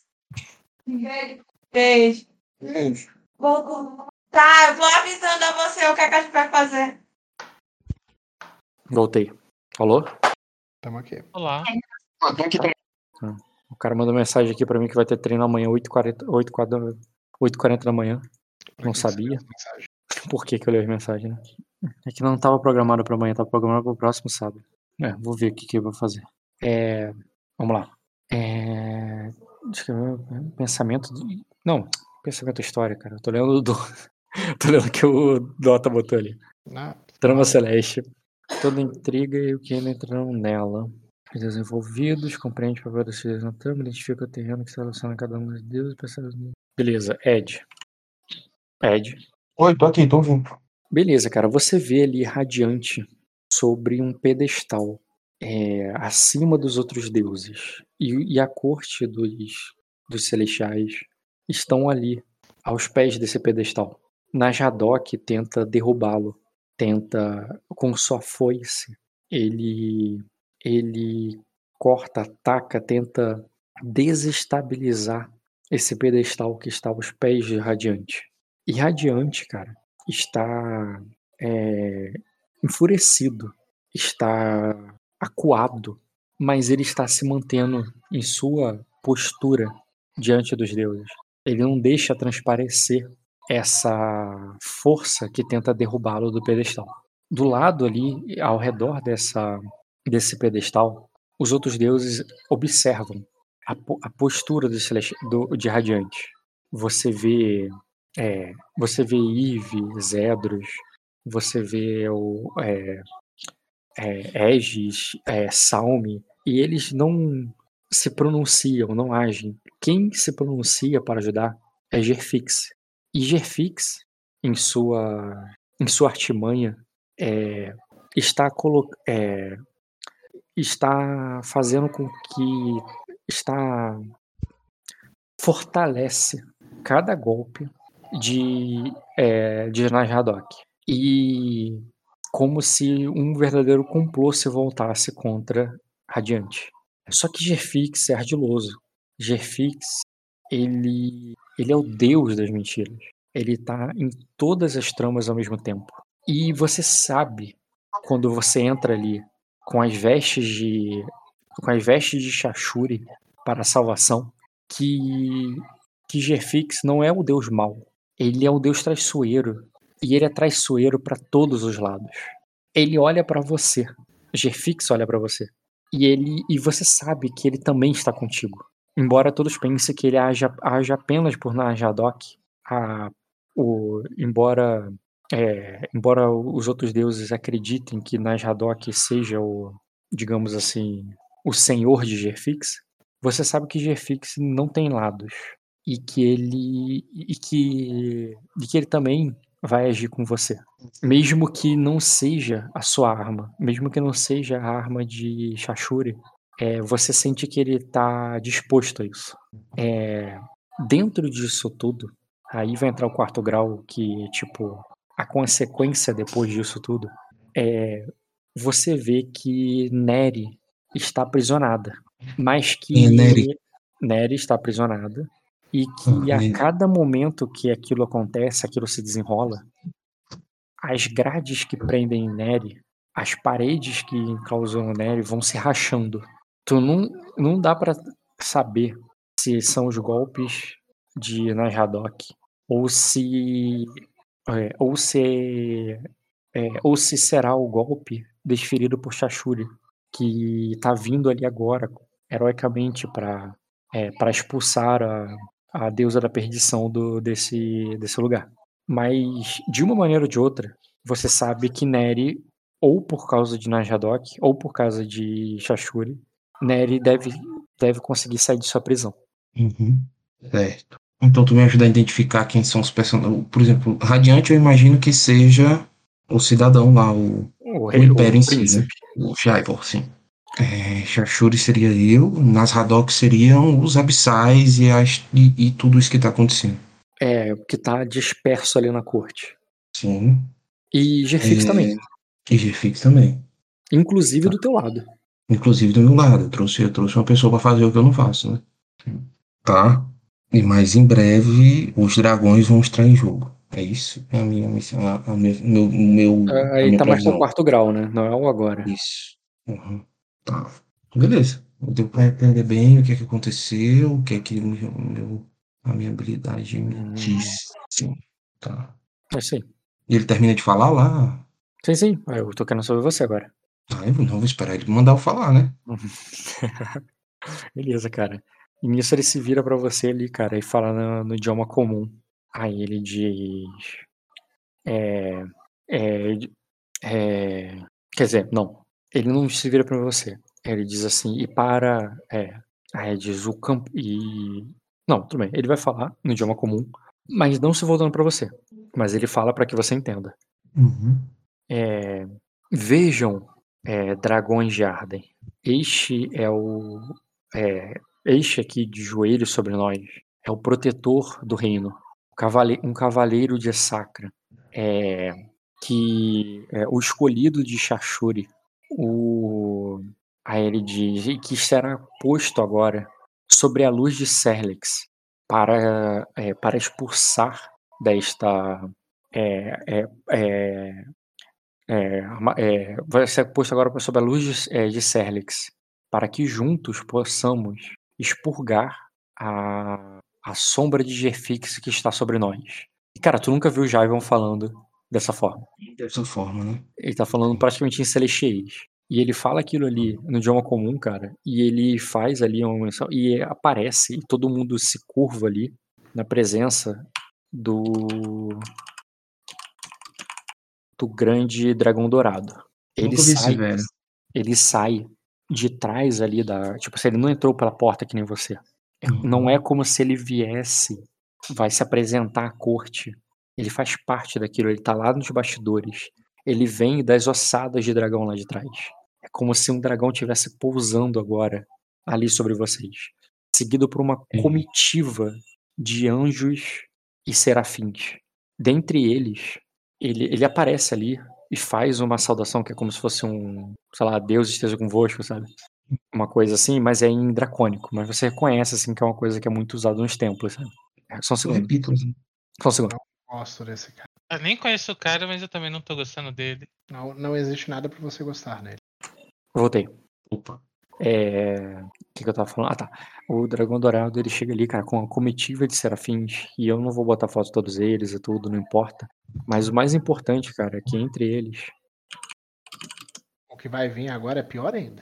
Beijo. Beijo. Vou... Tá, eu vou avisando a você o que, é que a gente vai fazer. Voltei. Alô? Tamo aqui. Olá. Ah, tô aqui também. O cara mandou mensagem aqui pra mim que vai ter treino amanhã, oito e quarenta da manhã. Pra Não que que você sabia. fez essa mensagem? Por que que eu li as mensagens, né? É que não tava programado pra amanhã, tava programado pro próximo sábado. É, vou ver o que que eu vou fazer. É... Vamos lá. É... Deixa eu ver. Pensamento... Do... Não, pensamento história, cara. Eu tô lendo do... tô lendo o que o Dota botou ali. Ah, Trama ah, celeste. Toda intriga e o que ainda entraram nela. Os desenvolvidos, compreende o papel das filhas na trama, identifica o terreno que se relaciona a cada um dos deuses e pensa... Beleza, Ed. Ed. Oi, tô aqui, tô ouvindo. Beleza, cara. Você vê ali radiante sobre um pedestal é, acima dos outros deuses. E, e a corte dos, dos celestiais estão ali, aos pés desse pedestal. Najadok tenta derrubá-lo. Tenta, com sua foice, ele, ele corta, ataca, tenta desestabilizar esse pedestal que está aos pés de Radiante. E Radiante, cara, está é, enfurecido, está acuado, mas ele está se mantendo em sua postura diante dos deuses. Ele não deixa transparecer essa força que tenta derrubá-lo do pedestal. Do lado ali, ao redor dessa, desse pedestal, os outros deuses observam a, a postura do, celesti- do, de Radiante. Você vê, é, você vê Eve, Zedros, você vê o é, é, Aegis, é, Salme, e eles não se pronunciam, não agem. Quem se pronuncia para ajudar é Gerfix. E Gerfix, em sua, em sua artimanha, é, está, colo- é, está fazendo com que está fortalece cada golpe de, é, de Najhadok. E como se um verdadeiro complô se voltasse contra Radiante. Só que Gerfix é ardiloso. Gerfix, ele, ele é o deus das mentiras. Ele tá em todas as tramas ao mesmo tempo. E você sabe, quando você entra ali com as vestes de com as vestes de Shashuri para a salvação, que que Gerfix não é o deus mau. Ele é o deus traiçoeiro. E ele é traiçoeiro para todos os lados. Ele olha para você. Gerfix olha para você. E ele e você sabe que ele também está contigo. Embora todos pensem que ele age, age apenas por Najhadok, a, o, embora, é, embora os outros deuses acreditem que Najhadok seja o, digamos assim, o senhor de Gerfix, você sabe que Gerfix não tem lados. E que ele. E que, e que ele também vai agir com você. Mesmo que não seja a sua arma, mesmo que não seja a arma de Shashuri, é, você sente que ele está disposto a isso. É, dentro disso tudo, aí vai entrar o quarto grau, que, tipo, a consequência depois disso tudo, é você vê que Neri está aprisionada. Mas Quem é Neri? que Neri está aprisionada e que Ah, a Neri. cada momento que aquilo acontece, aquilo se desenrola, as grades que prendem Neri, as paredes que enclausam Neri vão se rachando. Tu não, não dá pra saber se são os golpes de Najhadok ou se é, ou se é, ou se será o golpe desferido por Shashuri, que tá vindo ali agora heroicamente para é, para expulsar a, a deusa da perdição do, desse, desse lugar. Mas, de uma maneira ou de outra, você sabe que Neri, ou por causa de Najhadok, ou por causa de Shashuri, Neri deve, deve conseguir sair de sua prisão. Uhum. Certo. Então tu me ajuda a identificar quem são os personagens. Por exemplo, Radiante eu imagino que seja o cidadão lá, o, O, o rei, Império o em si, né? príncipe. O Jaivor, sim. É, Shashuri seria eu, Nasradok seriam os Abissais e, as, e, e tudo isso que tá acontecendo. É, que tá disperso ali na corte. Sim. E Gerfix É, também. e G-Fix também. Inclusive Tá. do teu lado. Inclusive do meu lado. Eu trouxe, eu trouxe uma pessoa para fazer o que eu não faço, né? Tá? E mais em breve os dragões vão estar em jogo. É isso? É a minha missão, a, a meu, meu, meu- a Aí minha tá mais pro previsão. quarto grau, né? Não é o agora. Isso. Uhum. Tá. Beleza. Deu para entender bem o que é que aconteceu, o que é que o meu, o meu- a minha habilidade me Hum. disse. Sim. Tá. É sim. E ele termina de falar lá. Sim, sim. Eu tô querendo saber você agora. Ah, eu não vou esperar ele mandar eu falar, né? Beleza, cara. E nisso ele se vira pra você ali, cara, e fala no, no idioma comum. Aí ele diz. É. É. é quer dizer, não. Ele não se vira pra você. Ele diz assim, e para. É. Aí ele diz o campo. E. Não, tudo bem. Ele vai falar no idioma comum, mas não se voltando pra você. Mas ele fala pra que você entenda. Uhum. É, vejam, é, dragões de Arden. Este é o. É, este aqui de joelhos sobre nós é o protetor do reino, cavale- um cavaleiro de Sacra, é, que é o escolhido de Shashuri, o aí ele diz e que será posto agora sobre a luz de Serlex para é, para expulsar desta é, é, é, é, arma- é, vai ser posto agora sob a luz de, é, de Serlex, para que juntos possamos expurgar a, a sombra de Gerfix que está sobre nós. Cara, tu nunca viu o Jaivon falando dessa forma. Dessa forma, né? Ele tá falando praticamente em celestiais. E ele fala aquilo ali no idioma comum, cara. E ele faz ali uma menção. E aparece, e todo mundo se curva ali na presença do. do grande dragão dourado. Ele Nunca vi esse sai. velho. Ele sai de trás ali da. Tipo assim, ele não entrou pela porta que nem você. É- Uhum. Não é como se ele viesse, vai se apresentar à corte. Ele faz parte daquilo, ele tá lá nos bastidores. Ele vem das ossadas de dragão lá de trás. É como se um dragão estivesse pousando agora ali sobre vocês. Seguido por uma Entendi. comitiva de anjos e serafins. Dentre eles, ele, ele aparece ali e faz uma saudação que é como se fosse um, sei lá, Deus esteja convosco, sabe? Uma coisa assim, mas é em dracônico. Mas você reconhece, assim, que é uma coisa que é muito usada nos templos, sabe? É, só um Eu segundo. repito, assim. Só um segundo. Gosto desse cara. Eu nem conheço o cara, mas eu também não tô gostando dele. Não, não existe nada pra você gostar nele. Voltei. Opa. É... O que, que eu tava falando? Ah, tá. O dragão dourado, ele chega ali, cara, com uma comitiva de serafins. E eu não vou botar foto de todos eles e tudo, não importa. Mas o mais importante, cara, é que entre eles... O que vai vir agora é pior ainda.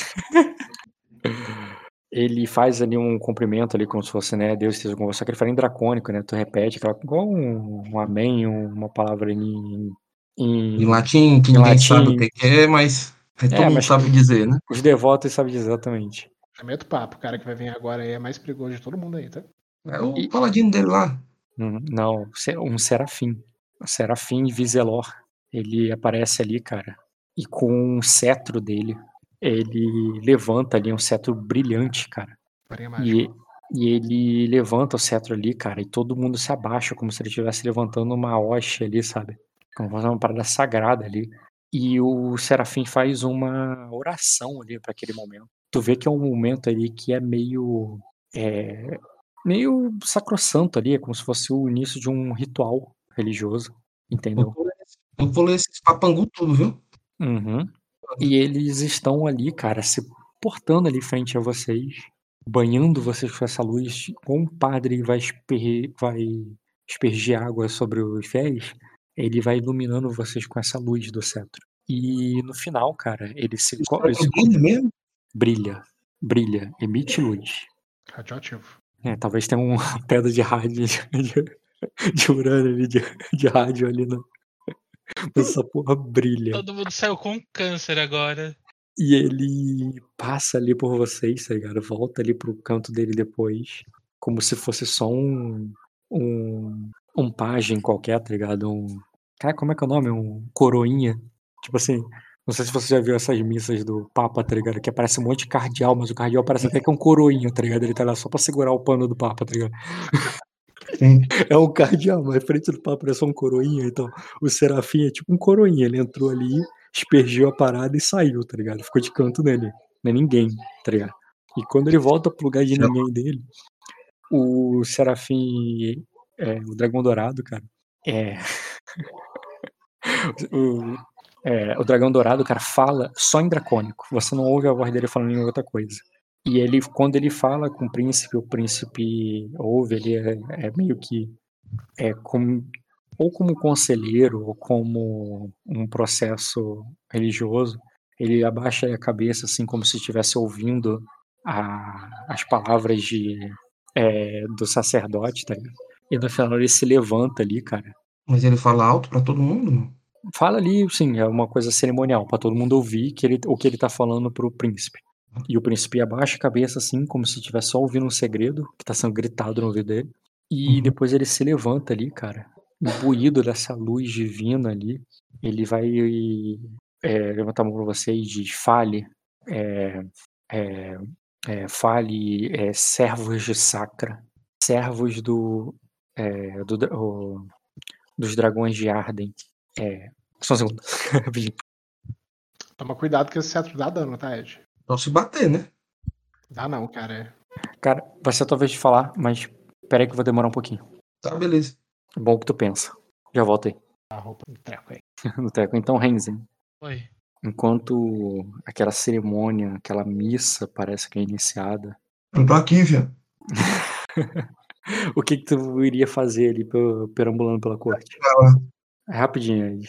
Ele faz ali um cumprimento ali, como se fosse, né, Deus esteja com você. Só que ele fala em dracônico, né? Tu repete, aquela, igual um, um amém, uma palavra em... Em em, latim, que em ninguém sabe o latim. que é, mas todo É, mundo mas sabe dizer, né? os devotos sabem exatamente. Já meto papo. O cara que vai vir agora aí é mais perigoso de todo mundo aí, tá? É o E- paladino dele lá. Hum, Não, se- um serafim. Um serafim Vizelor. Ele aparece ali, cara. E com um cetro dele, ele levanta ali um cetro brilhante, cara. Farinha E, mágica. e ele levanta o cetro ali, cara, e todo mundo se abaixa, como se ele estivesse levantando uma hoste ali, sabe? Como se fosse uma parada sagrada ali. E o serafim faz uma oração ali para aquele momento. Tu vê que é um momento ali que é meio. É, meio sacrossanto ali, é como se fosse o início de um ritual religioso, entendeu? Eu vou ler esses papangu tudo, viu? Uhum. E eles estão ali, cara, se portando ali frente a vocês, banhando vocês com essa luz. Como o padre vai, esper... vai espergir água sobre os fiéis, ele vai iluminando vocês com essa luz do cetro. E no final, cara, ele se, co- ele se co- Brilha mesmo? brilha, brilha, emite luz. Radioativo. É, talvez tenha uma pedra de rádio, de, de urânio ali, de, de rádio ali, né? Mas essa porra brilha. Todo mundo saiu com câncer agora. E ele passa ali por vocês, tá ligado? Volta ali pro canto dele depois, como se fosse só um. Um, um pajem qualquer, tá ligado? Um. Cara, como é que é o nome? Um coroinha. Tipo assim, não sei se você já viu essas missas do Papa, tá ligado? Que aparece um monte de cardeal, mas o cardeal parece até que é um coroinha, tá ligado? Ele tá lá só pra segurar o pano do Papa, tá ligado? Sim. É um cardeal, mas frente do Papa é só um coroinha, então o Serafim é tipo um coroinha. Ele entrou ali, espergiu a parada e saiu, tá ligado? Ficou de canto nele. Não é ninguém, tá ligado? E quando ele volta pro lugar de ninguém dele, o Serafim, é, o Dragão Dourado, cara, é. o, é, o Dragão Dourado, cara, fala só em dracônico. Você não ouve a voz dele falando em outra coisa. E ele, quando ele fala com o príncipe, o príncipe ouve, ele é, é meio que é como, ou como conselheiro, ou como um processo religioso. Ele abaixa a cabeça, assim, como se estivesse ouvindo a, as palavras de, é, do sacerdote, tá ligado? E no final ele se levanta ali, cara. Mas ele fala alto pra todo mundo, não? Fala ali, sim, é uma coisa cerimonial, pra todo mundo ouvir que ele, o que ele tá falando pro príncipe. E o príncipe abaixa a cabeça, assim, como se estivesse só ouvindo um segredo que tá sendo gritado no ouvido dele. E Uhum. depois ele se levanta ali, cara, imbuído dessa luz divina ali. Ele vai é, levantar a mão pra você e diz: fale, é, é, é, fale, é, servos de Sacra, servos do, é, do, o, dos dragões de Arden. É, só um segundo. Rapidinho. Toma cuidado que esse cetro dá dano, tá, Ed? Só se bater, né? Dá não, cara. Cara, vai ser a tua vez de falar, mas peraí que eu vou demorar um pouquinho. Tá, beleza. É bom que tu pensa. Já volto aí. A roupa do treco aí. No teco. Então, Renzen, Oi. enquanto aquela cerimônia, aquela missa parece que é iniciada, Eu tô aqui, viu? O que que tu iria fazer ali pe- perambulando pela corte? Fala. É rapidinho, Ed.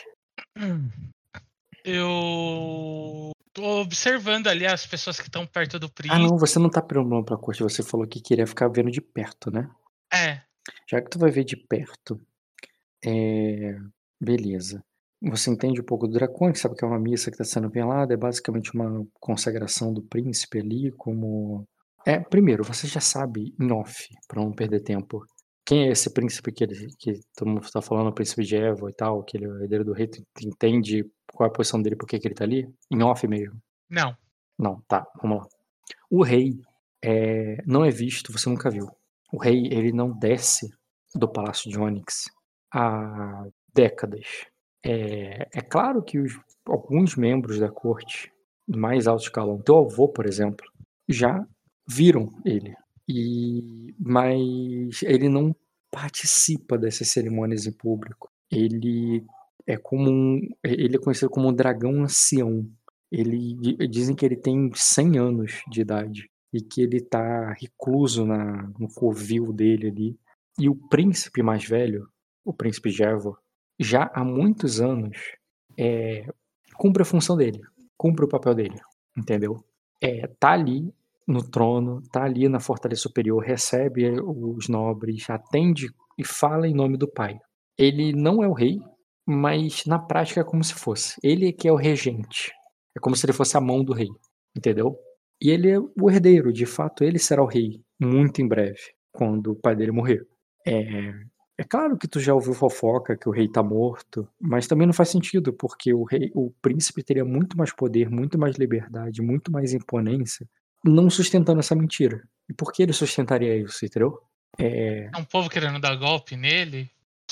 Eu tô observando ali as pessoas que estão perto do Ah, príncipe. não, você não tá perambulando pela corte, você falou que queria ficar vendo de perto, né? É, Já que tu vai ver de perto, é... beleza. Você entende um pouco do Dracon, sabe que é uma missa que está sendo velada, é basicamente uma consagração do príncipe ali, como... É, primeiro, você já sabe, em off, pra não perder tempo, quem é esse príncipe que, ele, que todo mundo tá falando, o príncipe de Evo e tal, que ele é o herdeiro do rei, tu entende qual é a posição dele, por que que ele tá ali? Em off mesmo. não. Não, tá, vamos lá. O rei é, não é visto, você nunca viu. O rei, ele não desce do Palácio de Onyx há décadas. É, é claro que os, alguns membros da corte, do mais alto escalão, teu avô, por exemplo, já viram ele. E, mas ele não participa dessas cerimônias em público. Ele é como um, ele é conhecido como um dragão ancião. Ele di- dizem que ele tem cem anos de idade e que ele tá recluso na, no covil dele ali. E o príncipe mais velho, o príncipe Gervo, já há muitos anos é, cumpre a função dele, cumpre o papel dele, entendeu? É, tá ali no trono, tá ali na fortaleza superior, recebe os nobres, atende e fala em nome do pai. Ele não é o rei, mas na prática é como se fosse. Ele que é o regente. É como se ele fosse a mão do rei, entendeu? E ele é o herdeiro, de fato, ele será o rei muito em breve, quando o pai dele morrer. É, é claro que tu já ouviu fofoca que o rei tá morto, mas também não faz sentido, porque o rei, o príncipe teria muito mais poder, muito mais liberdade, muito mais imponência, não sustentando essa mentira. E por que ele sustentaria isso, entendeu? É, É um povo querendo dar golpe nele.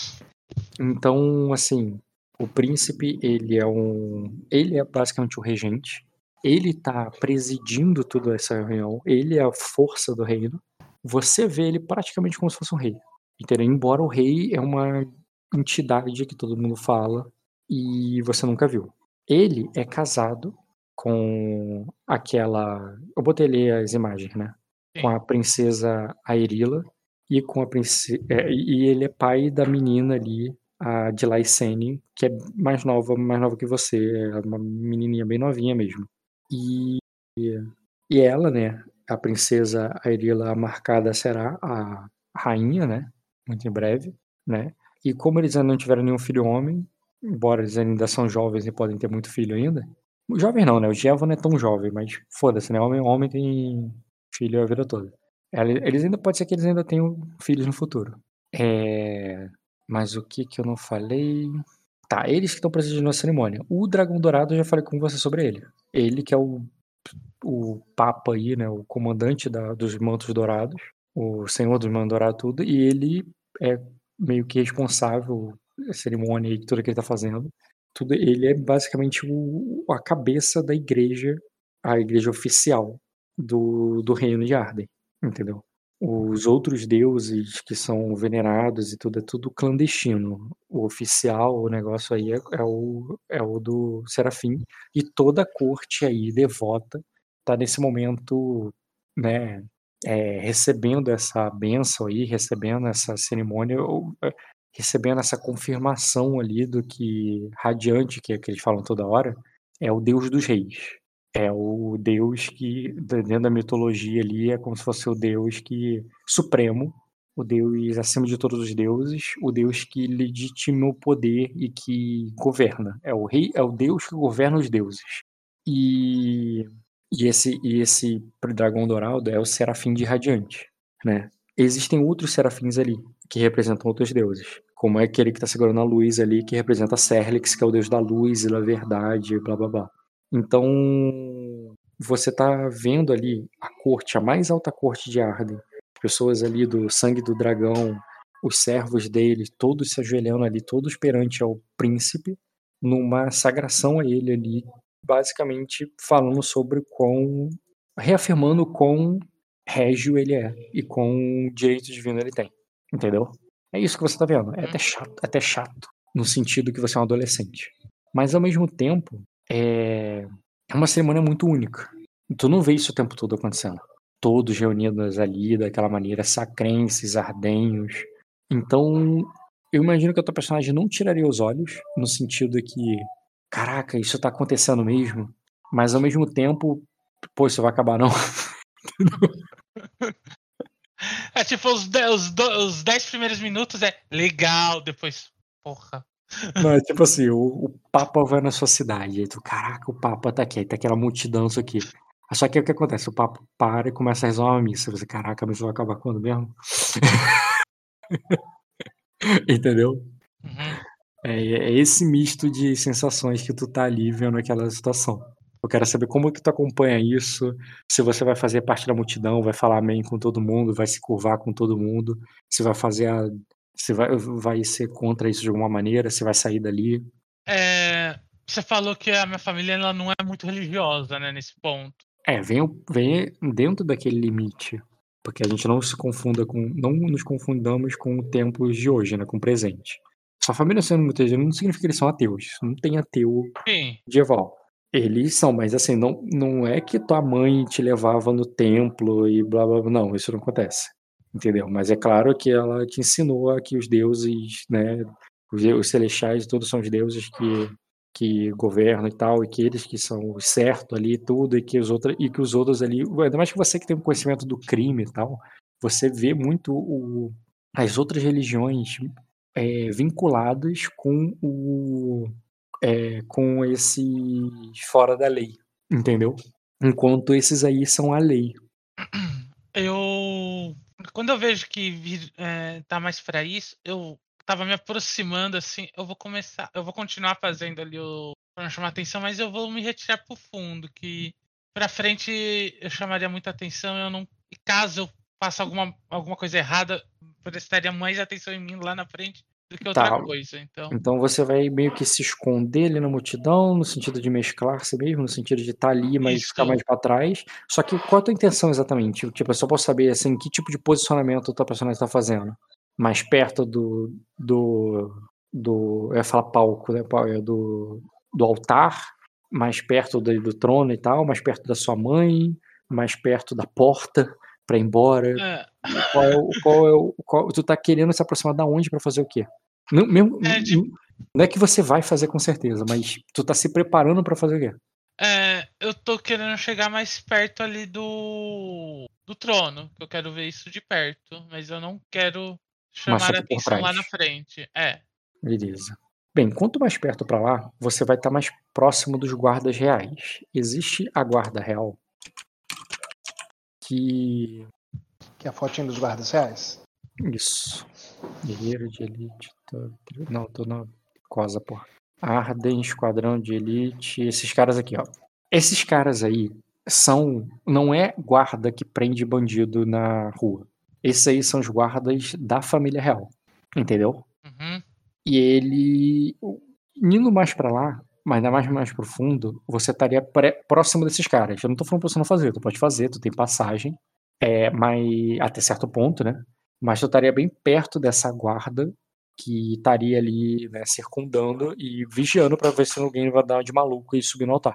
então, assim, o príncipe, ele é um, ele é basicamente o regente. Ele tá presidindo toda essa reunião, ele é a força do reino. Você vê ele praticamente como se fosse um rei, entendeu? Embora o rei é uma entidade que todo mundo fala e você nunca viu. Ele é casado com aquela, eu botei ali as imagens, né? Com a princesa Aerila e com a princesa, e ele é pai da menina ali, a de Lysene, que é mais nova, mais nova que você, é uma menininha bem novinha mesmo. E, e ela, né, a princesa Aerila marcada será a rainha, né, muito em breve, né. E como eles ainda não tiveram nenhum filho homem, embora eles ainda são jovens e podem ter muito filho ainda, jovem não, né, o Diego não é tão jovem, mas foda-se, né, homem, homem tem filho a vida toda. Eles ainda, pode ser que eles ainda tenham filhos no futuro. É... Mas o que que eu não falei? Tá, eles que estão presidindo a cerimônia. O Dragão Dourado, eu já falei com você sobre ele. Ele que é o, o Papa aí, né? O comandante da, dos Mantos Dourados. O Senhor dos Mantos Dourados, tudo. E ele é meio que responsável a cerimônia e tudo que ele tá fazendo. Tudo, ele é basicamente o, a cabeça da igreja, a igreja oficial do, do reino de Arden, entendeu? Os outros deuses que são venerados e tudo é tudo clandestino. O oficial, o negócio aí é, é o, é o do Serafim. E toda a corte aí, devota, tá nesse momento, né, é, recebendo essa bênção aí, recebendo essa cerimônia, ou, é, recebendo essa confirmação ali do que Radiante, que é que eles falam toda hora, é o deus dos reis. É o deus que, dentro da mitologia ali, é como se fosse o deus que supremo, o deus acima de todos os deuses, o deus que legitima o poder e que governa. É o rei, é o deus que governa os deuses. E, e esse e esse dragão dourado é o serafim de Radiante, né? Existem outros serafins ali que representam outros deuses, como é aquele que está segurando a luz ali, que representa Serlix, que é o deus da luz e da verdade, blá blá blá. Então, você tá vendo ali a corte, a mais alta corte de Arden, pessoas ali do sangue do dragão, os servos dele, todos se ajoelhando ali, todos perante ao príncipe, numa sagração a ele ali, basicamente falando sobre quão, reafirmando quão régio ele é e quão direito divino ele tem, entendeu? É isso que você tá vendo, é até chato, é até chato, no sentido que você é um adolescente. Mas ao mesmo tempo, é, é uma cerimônia muito única. Tu não vê isso o tempo todo acontecendo. todos reunidos ali daquela maneira, sacrenses, ardenhos. Então, eu imagino que a tua personagem não tiraria os olhos, no sentido que, caraca, isso tá acontecendo mesmo, mas ao mesmo tempo, pô, isso vai acabar não. É tipo, os, de- os, do- os dez primeiros minutos é legal, depois, porra. Não, é tipo assim, o, o Papa vai na sua cidade, aí tu, caraca, o Papa tá aqui, aí tá aquela multidão, isso aqui. Só que o que acontece? O Papa para e começa a rezar uma missa. Você, caraca, a missa vai acabar quando mesmo? Entendeu? Uhum. É, é esse misto de sensações que tu tá ali vendo aquela situação. Eu quero saber como que tu acompanha isso, se você vai fazer parte da multidão, vai falar amém com todo mundo, vai se curvar com todo mundo, se vai fazer a... se vai, vai ser contra isso de alguma maneira, se vai sair dali. É, você falou que a minha família ela não é muito religiosa, né, nesse ponto. É, vem, vem dentro daquele limite, porque a gente não se confunda com, não nos confundamos com o tempos de hoje, né, com o presente. Sua família sendo muito religiosa não significa que eles são ateus, não tem ateu Sim. medieval. Eles são, mas assim, não, não é que tua mãe te levava no templo e blá blá blá, não, isso não acontece, entendeu? Mas é claro que ela te ensinou a que os deuses, né, os, os celestiais todos são os deuses que que governam e tal, e que eles que são o certo ali e tudo, e que os outros, e que os outros ali, ainda mais que você que tem um conhecimento do crime e tal, você vê muito o, as outras religiões é, vinculadas com o é, com esses fora da lei, entendeu? Enquanto esses aí são a lei. Eu. Quando eu vejo que vir- é, tá mais pra isso, eu tava me aproximando assim. Eu vou começar. Eu vou continuar fazendo ali o. Pra não chamar atenção, mas eu vou me retirar pro fundo. Que pra frente eu chamaria muita atenção. Eu não. E caso eu faça alguma, alguma coisa errada, prestaria mais atenção em mim lá na frente do que outra Tá. coisa. Então. Então você vai meio que se esconder ali na multidão, no sentido de mesclar-se mesmo, no sentido de estar ali, mas ficar Isso. mais pra trás. Só que qual a tua intenção exatamente? Tipo, eu só posso saber, assim, que tipo de posicionamento o teu personagem tá fazendo. Mais perto do... do... do eu ia falar palco, né? Pau- é Do, do altar, mais perto do, do trono e tal, mais perto da sua mãe, mais perto da porta pra ir embora. É, Qual é o... Qual é o qual, tu tá querendo se aproximar da onde pra fazer o quê? Não, mesmo, é, tipo, não é que você vai fazer com certeza, mas tu tá se preparando pra fazer o quê? é, eu tô querendo chegar mais perto ali do do trono, que eu quero ver isso de perto, mas eu não quero Mas só chamar a que por atenção lá trás. na frente. É. Beleza. Bem, quanto mais perto pra lá, você vai estar mais próximo dos guardas reais. Existe a guarda real que... Que é a fotinha dos guardas reais. Isso. Guerreiro de elite. Tô... Não, tô na cosa, porra. Arden, esquadrão de elite. Esses caras aqui, ó. Esses caras aí são... Não é guarda que prende bandido na rua. Esses aí são os guardas da família real. Entendeu? Uhum. E ele... Indo mais pra lá, mas ainda mais mais profundo, você estaria pré- próximo desses caras. Eu não tô falando pra você não fazer, tu pode fazer, tu tem passagem, é, mas até certo ponto, né? Mas tu estaria bem perto dessa guarda que estaria ali, né, circundando e vigiando pra ver se alguém vai dar uma de maluco e subir no altar.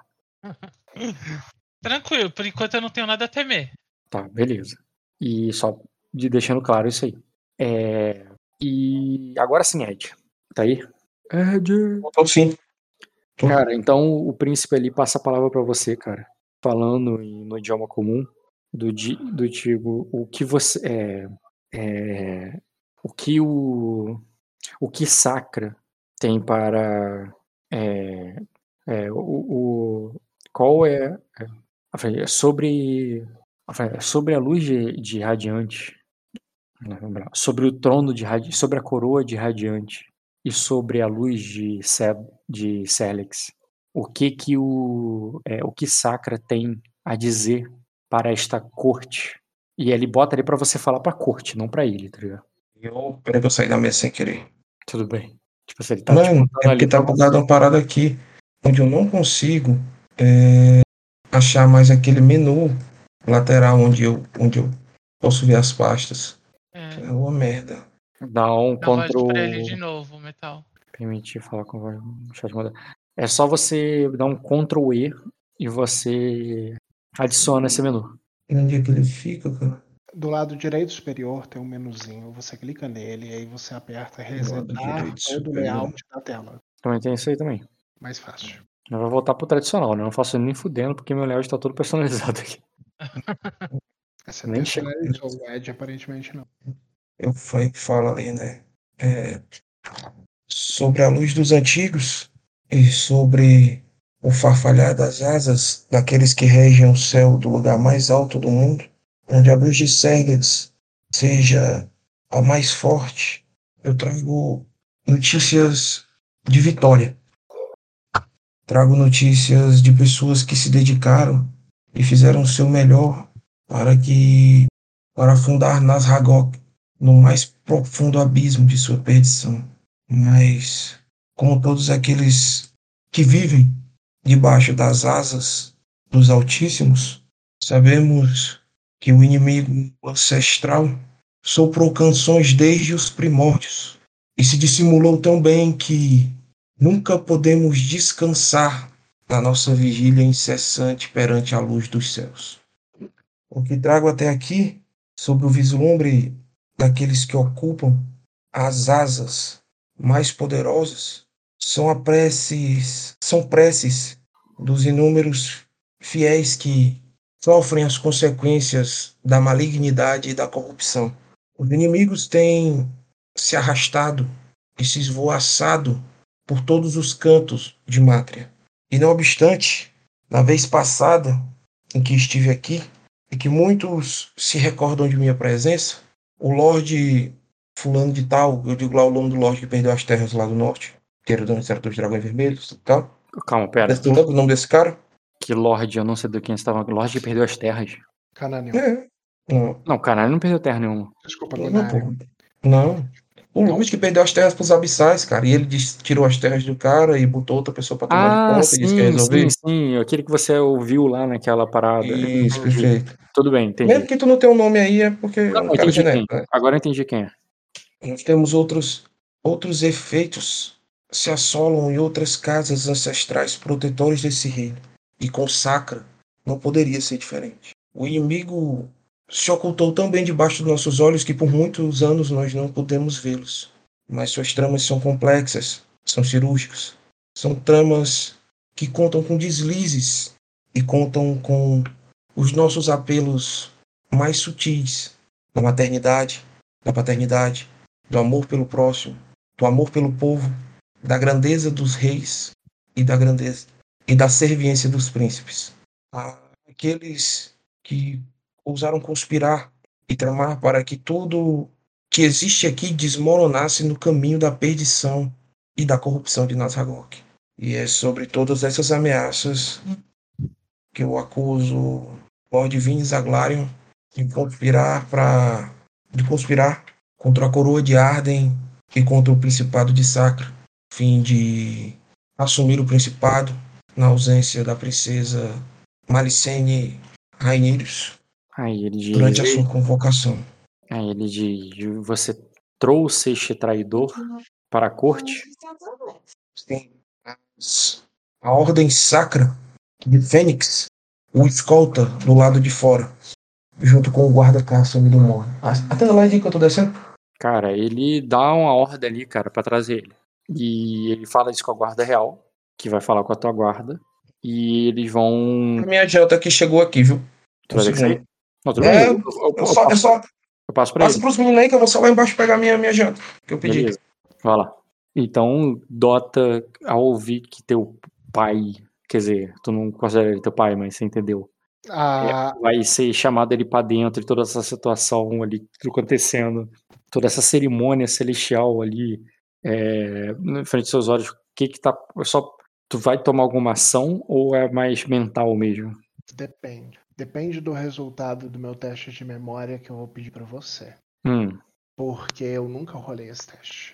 Tranquilo, por enquanto eu não tenho nada a temer. Tá, beleza. E só de deixando claro isso aí. É, e agora sim, Ed. Tá aí? Ed. Então, sim. Cara, então o príncipe ali passa a palavra pra você, cara, falando em- no idioma comum, do, di- do tipo, o que você é, é, o que o o que Sacra tem para é, é, o, o- qual é, é, afim, é sobre afim, é sobre a luz de, de radiante, né, vamos lá, sobre o trono de radi, sobre a coroa de radiante e sobre a luz de Seb, de Serlex. O que que o é, o que Sacra tem a dizer para esta corte? E ele bota ali pra você falar pra corte, não pra ele, tá ligado? Eu, peraí que eu saí da mesa sem querer. Tudo bem. Tipo assim, ele tá te Mano, botando é ali porque tá pra bugado uma parada aqui, onde eu não consigo é, achar mais aquele menu lateral onde eu, onde eu posso ver as pastas. É, É uma merda. dar um dá voz pra ele de Ctrl. novo, Metal. Permitir falar com voz no chat moderno. É só você dar um Ctrl E e você adiciona esse menu. Onde é que ele fica, cara? Do lado direito superior tem um menuzinho. Você clica nele e aí você aperta Do lado resetar direito todo o superior. layout da tela. Também tem isso aí também. Mais fácil. Eu vou voltar pro tradicional, né? Eu não faço nem fudendo porque meu layout tá todo personalizado aqui. Você Nem chega. personalizou o Edge, aparentemente não. Eu falei que fala ali, né? É, sobre a luz dos antigos e sobre o farfalhar das asas daqueles que regem o céu do lugar mais alto do mundo, onde a luz de Serges seja a mais forte, eu trago notícias de vitória. Trago notícias de pessoas que se dedicaram e fizeram o seu melhor para que para afundar Nasragok no mais profundo abismo de sua perdição. Mas, como todos aqueles que vivem debaixo das asas dos Altíssimos, sabemos que o inimigo ancestral soprou canções desde os primórdios e se dissimulou tão bem que nunca podemos descansar na nossa vigília incessante perante a luz dos céus. O que trago até aqui, sobre o vislumbre daqueles que ocupam as asas mais poderosas, são, a preces, são preces dos inúmeros fiéis que sofrem as consequências da malignidade e da corrupção. Os inimigos têm se arrastado e se esvoaçado por todos os cantos de Mátria. E não obstante, na vez passada em que estive aqui, e que muitos se recordam de minha presença, o Lorde fulano de tal, eu digo lá o nome do Lorde que perdeu as terras lá do norte, que era do Certo dos Dragões Vermelhos e tal. Calma, pera. Tu lembra o nome desse cara? Que Lorde, eu não sei do quem você tava. Lorde perdeu as terras. Cananeu. É. Não, Não, caralho, não perdeu terra nenhuma. Desculpa, não, Gunnar. pô. Não. O Lorde que perdeu as terras pros abissais, cara, e ele disse- tirou as terras do cara e botou outra pessoa pra tomar de Ah, conta e disse que ia sim, resolver. sim, sim. Aquele que você ouviu lá naquela parada. Isso, Entendi. perfeito. Tudo bem, entendi. Mesmo que tu não tenha um nome aí, é porque é Não, um não, cara entendi quem. genérico, né? Agora eu entendi quem é. Nós temos outros, outros efeitos se assolam em outras casas ancestrais protetores desse reino. E com Sacra não poderia ser diferente. O inimigo se ocultou tão bem debaixo dos nossos olhos que por muitos anos nós não pudemos vê-los. Mas suas tramas são complexas, são cirúrgicas. São tramas que contam com deslizes e contam com os nossos apelos mais sutis da maternidade, da paternidade, do amor pelo próximo, do amor pelo povo, da grandeza dos reis e da grandeza e da serviência dos príncipes. Aqueles que ousaram conspirar e tramar para que tudo que existe aqui desmoronasse no caminho da perdição e da corrupção de Nasragok. E é sobre todas essas ameaças que eu acuso Lord Vinny Zaglarion de conspirar para de conspirar contra a coroa de Arden e contra o Principado de Sacra, a fim de assumir o Principado na ausência da princesa Malicene Rainirius Aí ele diz. durante a sua convocação. Aí ele diz: você trouxe este traidor para a corte? Sim, a Ordem Sacra de Fênix o escolta do lado de fora, junto com o guarda-caça Midomor. Até lá que eu tô descendo. Cara, ele dá uma ordem ali, cara, pra trazer ele. E ele fala isso com a guarda real, que vai falar com a tua guarda. E eles vão. A minha janta que chegou aqui, viu? Tu vai ter que sair? Não, tudo É, bem. Eu, eu, eu, eu só, eu passo, só eu passo pra passa ele. pros meninos aí que eu vou só lá embaixo pegar minha, minha janta que eu pedi. Beleza. Vai lá. Então, Dota, ao ouvir que teu pai, quer dizer, tu não considera ele teu pai, mas você entendeu. Ah, É, vai ser chamado ele pra dentro de toda essa situação ali, tudo acontecendo, toda essa cerimônia celestial ali, é, na frente dos seus olhos. O que que tá. Só, tu vai tomar alguma ação ou é mais mental mesmo? depende. Depende do resultado do meu teste de memória que eu vou pedir pra você. Hum. Porque eu nunca rolei esse teste.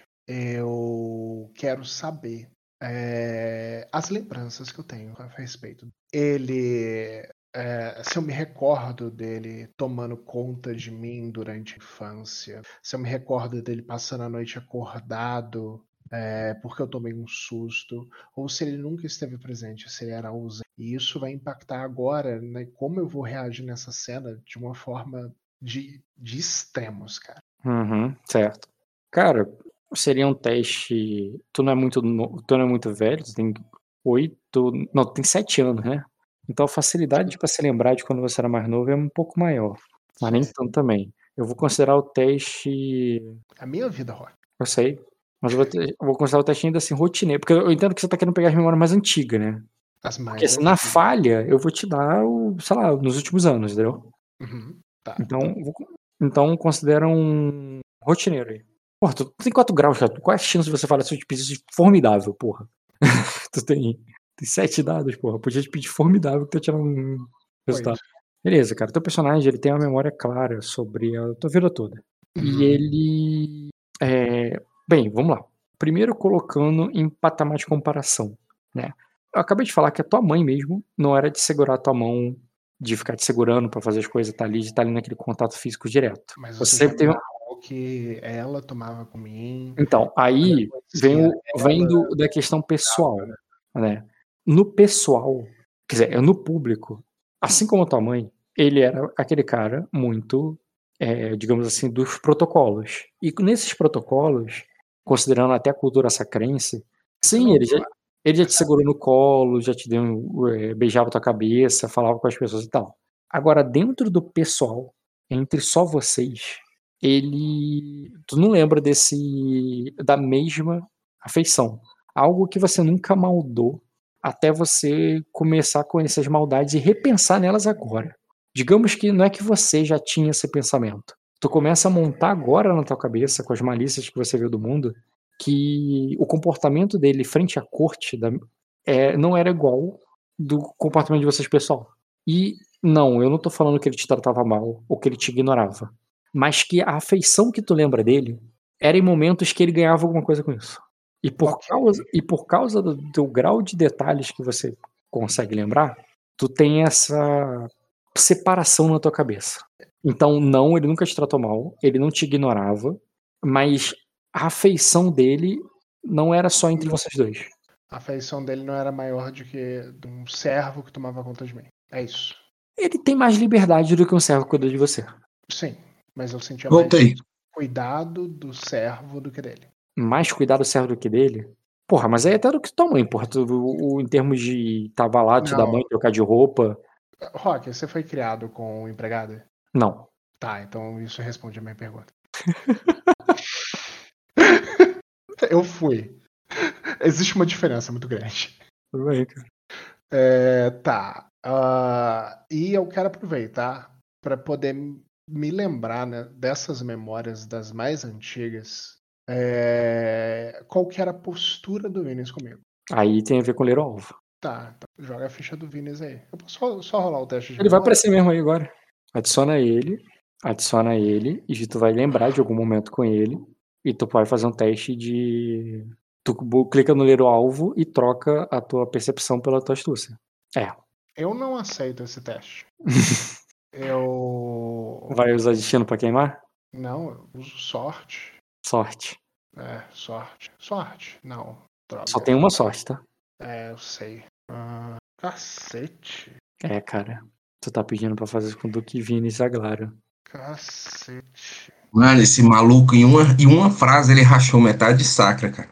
Eu quero saber é, as lembranças que eu tenho a respeito. Ele. É, se eu me recordo dele tomando conta de mim durante a infância, se eu me recordo dele passando a noite acordado é, porque eu tomei um susto, ou se ele nunca esteve presente, se ele era ausente. E isso vai impactar agora, né, como eu vou reagir nessa cena de uma forma de, de extremos, cara. Uhum, certo. Cara, seria um teste. Tu não é muito, no- tu não é muito velho, tu tem oito. Não, tu tem sete anos, né? Então a facilidade pra se lembrar de quando você era mais novo é um pouco maior. Mas nem tanto também. Eu vou considerar o teste. A minha vida, Rock. Eu sei. Mas eu vou, ter- eu vou considerar o teste ainda assim rotineiro. Porque eu entendo que você tá querendo pegar as memórias mais antigas, né? As mais Porque assim, na antigas. falha, eu vou te dar o, sei lá, nos últimos anos, entendeu? Uhum, tá. Então, vou- então considera um rotineiro aí. Porra, tu tem quatro graus, cara. Qual é a chance de você falar se eu te pedisse formidável, porra? Tu tem, tem sete dados, porra. Podia te pedir formidável que tu ia tirar um resultado. Oito. Beleza, cara. Teu personagem ele tem uma memória clara sobre a tua vida toda. Uhum. E ele. É... Bem, vamos lá. Primeiro colocando em patamar de comparação, né? Eu acabei de falar que a tua mãe mesmo não era de segurar a tua mão, de ficar te segurando pra fazer as coisas, tá ali, de estar ali naquele contato físico direto. Mas Você você sempre já teve. falou que ela tomava com mim. Então, aí vem, o, vem do, da questão pessoal, né? No pessoal, quer dizer, no público, assim como a tua mãe, ele era aquele cara muito, é, digamos assim, dos protocolos. E nesses protocolos, considerando até a cultura sacrense, sim, ele já, ele já te segurou no colo, já te deu, é, beijava tua cabeça, falava com as pessoas e tal. Agora, dentro do pessoal, entre só vocês, ele. Tu não lembra desse. Da mesma afeição. Algo que você nunca maldou até você começar a conhecer as maldades e repensar nelas agora. Digamos que não é que você já tinha esse pensamento. Tu começa a montar agora na tua cabeça, com as malícias que você viu do mundo, que o comportamento dele frente à corte da, é, não era igual do comportamento de vocês pessoal. E não, eu não tô falando que ele te tratava mal ou que ele te ignorava, mas que a afeição que tu lembra dele era em momentos que ele ganhava alguma coisa com isso. E por, Ok. causa, e por causa do teu grau de detalhes que você consegue lembrar, tu tem essa separação na tua cabeça. Então, não, ele nunca te tratou mal, ele não te ignorava, mas a afeição dele não era só entre vocês dois. A afeição dele não era maior do que de um servo que tomava conta de mim. É isso. Ele tem mais liberdade do que um servo cuida de você. Sim, mas eu sentia Voltei. mais cuidado do servo do que dele. Mais cuidado do servo do que dele? Porra, mas aí até do que tua mãe, porra. Tu, o, em termos de tava lá, te dar Não. banho, trocar de roupa. Rock, você foi criado com empregada? Não. Tá, então isso responde a minha pergunta. Eu fui. Existe uma diferença muito grande. Tudo bem, cara. É, tá. Uh, e eu quero aproveitar para poder me lembrar, né, dessas memórias das mais antigas. É, qual que era a postura do Vinícius comigo? Aí tem a ver com ler o alvo. Tá, tá, joga a ficha do Vinícius aí. Eu posso só, só rolar o teste de Ele vai memória? aparecer mesmo aí agora. Adiciona ele, adiciona ele, e tu vai lembrar de algum momento com ele, e tu pode fazer um teste de. Tu clica no ler o alvo e troca a tua percepção pela tua astúcia. É. Eu não aceito esse teste. Eu. Vai usar destino pra queimar? Não, eu uso sorte. Sorte. É, sorte. Sorte. Não. Droga. Só tem uma sorte, tá? É, eu sei. Ah, cacete. É, cara. Tu tá pedindo pra fazer com o Duque Vini e Zaglaro. Cacete. Mano, esse maluco, em uma, em uma frase, ele rachou metade de Sacra, cara.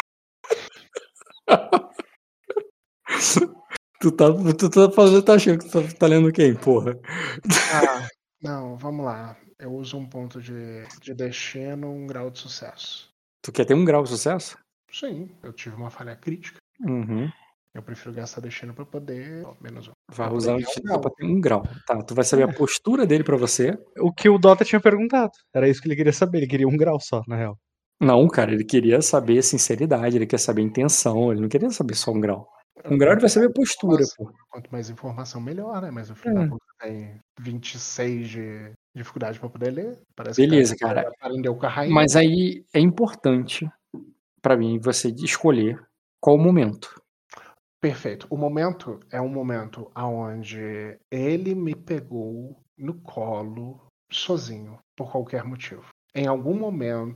Tu tá, tu tá fazendo, tá achando que tu tá, tá lendo quem, porra? Ah, não, vamos lá. Eu uso um ponto de, de destino, um grau de sucesso. Tu quer ter um grau de sucesso? Sim, eu tive uma falha crítica. Uhum. Eu prefiro gastar destino pra poder. Ó, menos um. Vai Pra usar o poder destino ganhar um só pra ter um grau. Tá, tu vai saber a postura dele pra você. O que o Dota tinha perguntado. Era isso que ele queria saber. Ele queria um grau só, na real. Não, cara, ele queria saber sinceridade, ele quer saber intenção, ele não queria saber só um grau. Um grau ele vai saber a postura, pô. Quanto mais informação, melhor, né? Mas o filho É. da puta tem vinte e seis de dificuldade pra poder ler. Parece Beleza, que o cara. aprendeu com a rainha. Mas aí é importante pra mim você escolher qual o momento. Perfeito. O momento é um momento onde ele me pegou no colo sozinho, por qualquer motivo. Em algum momento,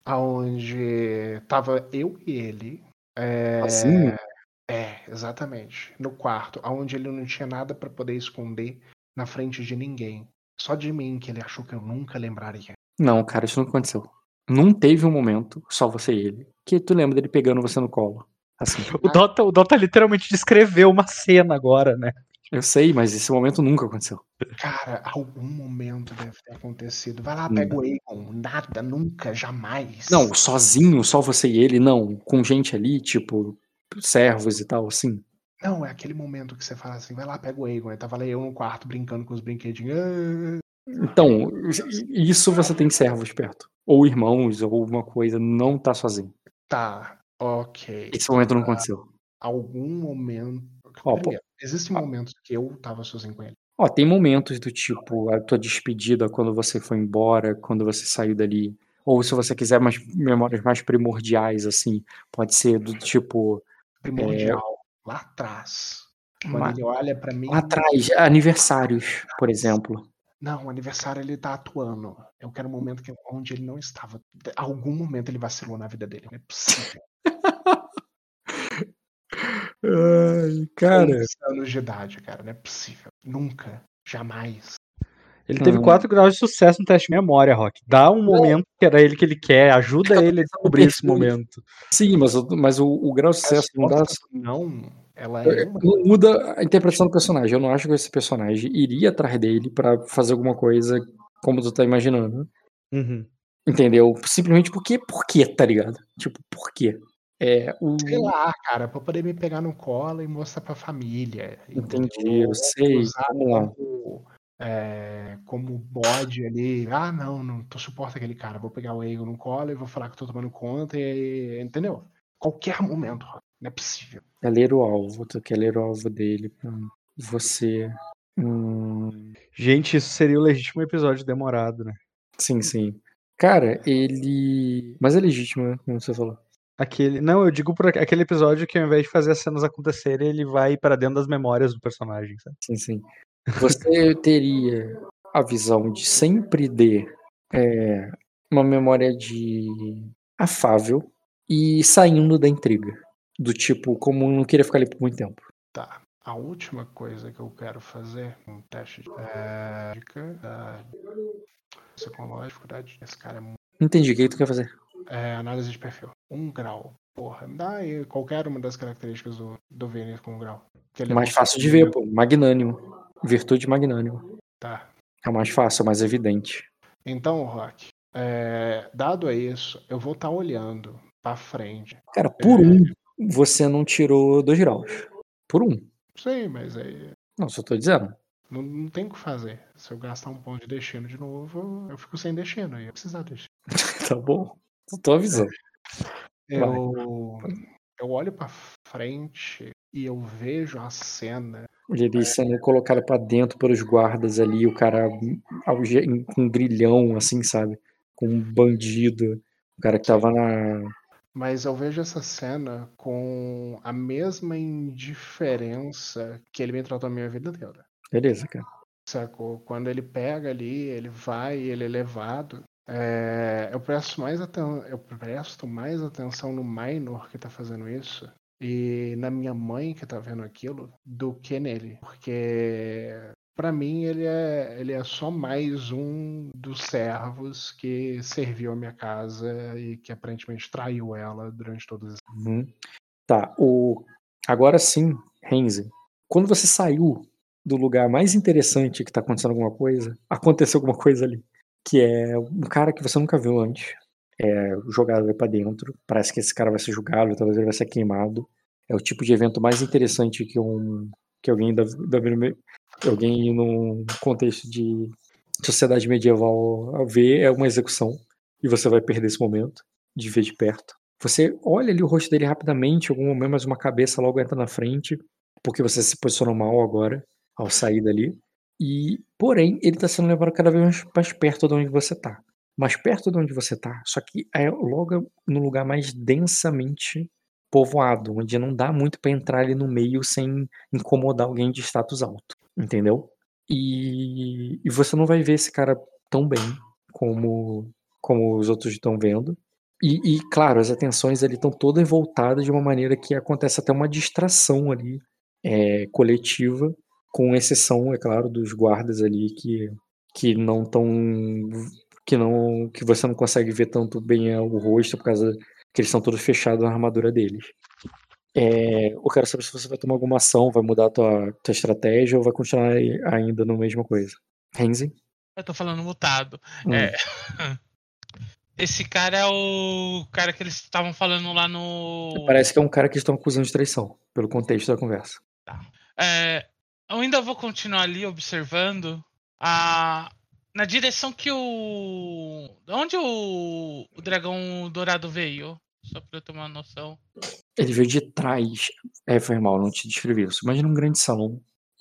Aonde tava eu e ele. É, Assim? é, exatamente. No quarto, aonde ele não tinha nada pra poder esconder na frente de ninguém. Só de mim, que ele achou que eu nunca lembraria. Não, cara, isso não aconteceu. Não teve um momento, só você e ele, que tu lembra dele pegando você no colo. Assim. O Dota, o Dota literalmente descreveu uma cena agora, né? Eu sei, mas esse momento nunca aconteceu. Cara, algum momento deve ter acontecido. Vai lá, Hum. pega o Aegon. Nada, nunca, jamais. Não, sozinho, só você e ele, não. Com gente ali, tipo, servos e tal, assim. Não, é aquele momento que você fala assim, vai lá, pega o Aegon. Aí tava lá eu no quarto brincando com os brinquedinhos. Ah, Então, isso você tem servos perto. Ou irmãos, ou alguma coisa, não tá sozinho. tá, ok. Esse momento não aconteceu. Algum momento. Ó, Primeiro, pô, existem ó. momentos que eu tava sozinho com ele. Ó, tem momentos do tipo, a tua despedida quando você foi embora, quando você saiu dali. Ou se você quiser mais memórias mais primordiais, assim, pode ser do tipo. Primordial, lá atrás. Quando Ma- ele olha pra mim. Lá atrás, aniversários, por exemplo. Não, o aniversário ele tá atuando. Eu quero um momento que, onde ele não estava. Algum momento ele vacilou na vida dele. Não é possível. Ai, cara. Seis anos de idade, cara. Não é possível. Nunca. Jamais. Ele teve Hum. quatro graus de sucesso no teste de memória, Rock. Dá um momento que era ele que ele quer, ajuda ele a descobrir esse momento. Sim, mas, o- mas o, o grau de A sucesso não dá. resposta não, ela é uma. Não muda a interpretação do personagem. Eu não acho que esse personagem iria atrás dele pra fazer alguma coisa como tu tá imaginando. Uhum. Entendeu? Simplesmente porque, por quê, tá ligado? Tipo, por quê? É, o... Sei lá, cara, pra poder me pegar no colo e mostrar pra família. Entendi, entendeu? eu sei. Usar Vamos lá. como, é, como bode ali. Ah, não, não tu suporta aquele cara. Vou pegar o Aegon no colo e vou falar que eu tô tomando conta e. Entendeu? Qualquer momento, não é possível. É ler o alvo, tu quer ler o alvo dele pra você. Hum, Gente, isso seria o legítimo episódio demorado, né? sim, sim. Cara, ele. Mas é legítimo, né? Como você falou. Aquele, não, eu digo por aquele episódio que ao invés de fazer as cenas acontecerem, ele vai pra dentro das memórias do personagem, sabe? Sim, sim. Você teria a visão de sempre ter é, uma memória de afável e saindo da intriga. Do tipo, como não queria ficar ali por muito tempo. Tá. A última coisa que eu quero fazer, um teste de é, dica da psicológica, dificuldade. Esse cara é muito. Entendi, o que tu quer fazer? É, análise de perfil. Um grau. Porra, me dá aí qualquer uma das características do, do Vênus com um grau. Que ele é Mais fácil de ver, pô. Magnânimo. Virtude magnânimo. Tá. É o mais fácil, é o mais evidente. Então, Rock, é, dado a isso, eu vou estar olhando pra frente. Cara, por um, você não tirou dois graus. Por um. Sei, mas aí Não, só tô dizendo. não, não tem o que fazer. Se eu gastar um ponto de destino de novo, eu fico sem destino. E eu precisar de destino. Tá bom. Só tô avisando. Eu, eu olho pra frente e eu vejo a cena. Ele sendo colocado pra dentro pelos guardas ali, o cara alge- com um grilhão, assim, sabe? Com um bandido. O cara que tava na. Mas eu vejo essa cena com a mesma indiferença que ele me tratou a minha vida inteira. Beleza, cara. Sacou? Quando ele pega ali, ele vai, ele é levado. É, eu, presto mais aten- eu presto mais atenção no Minor que tá fazendo isso e na minha mãe que tá vendo aquilo do que nele. Porque pra mim ele é, ele é só mais um dos servos que serviu a minha casa e que aparentemente traiu ela durante todos esses. Uhum. Tá, o... agora sim, Renzi. Quando você saiu do lugar mais interessante que tá acontecendo alguma coisa, aconteceu alguma coisa ali. Que é um cara que você nunca viu antes. É jogado ali pra dentro. Parece que esse cara vai ser julgado, talvez ele vai ser queimado. É o tipo de evento mais interessante que um que alguém da, da alguém num contexto de sociedade medieval vê é uma execução. E você vai perder esse momento de ver de perto. Você olha ali o rosto dele rapidamente, em algum momento, mas uma cabeça logo entra na frente, porque você se posicionou mal agora, ao sair dali. E, porém, ele tá sendo levado cada vez mais, mais perto de onde você tá. Mais perto de onde você tá, só que é logo no lugar mais densamente povoado, onde não dá muito pra entrar ali no meio sem incomodar alguém de status alto, entendeu? E, e você não vai ver esse cara tão bem como, como os outros estão vendo. E, e, claro, as atenções ali estão todas voltadas de uma maneira que acontece até uma distração ali é, coletiva, com exceção, é claro, dos guardas ali que, que não estão. Que, não, que você não consegue ver tanto bem o rosto por causa que eles estão todos fechados na armadura deles. É, eu quero saber se você vai tomar alguma ação, vai mudar a tua, tua estratégia ou vai continuar ainda na mesma coisa. Renzi? Eu tô falando mutado. Hum. É. Esse cara é o cara que eles estavam falando lá no. Parece que é um cara que estão acusando de traição, pelo contexto da conversa. Tá. É, eu ainda vou continuar ali observando a. Na direção que o. De onde o, o dragão dourado veio? Só pra eu ter uma noção. Ele veio de trás. É, foi mal, não te descrevi isso. Imagina um grande salão,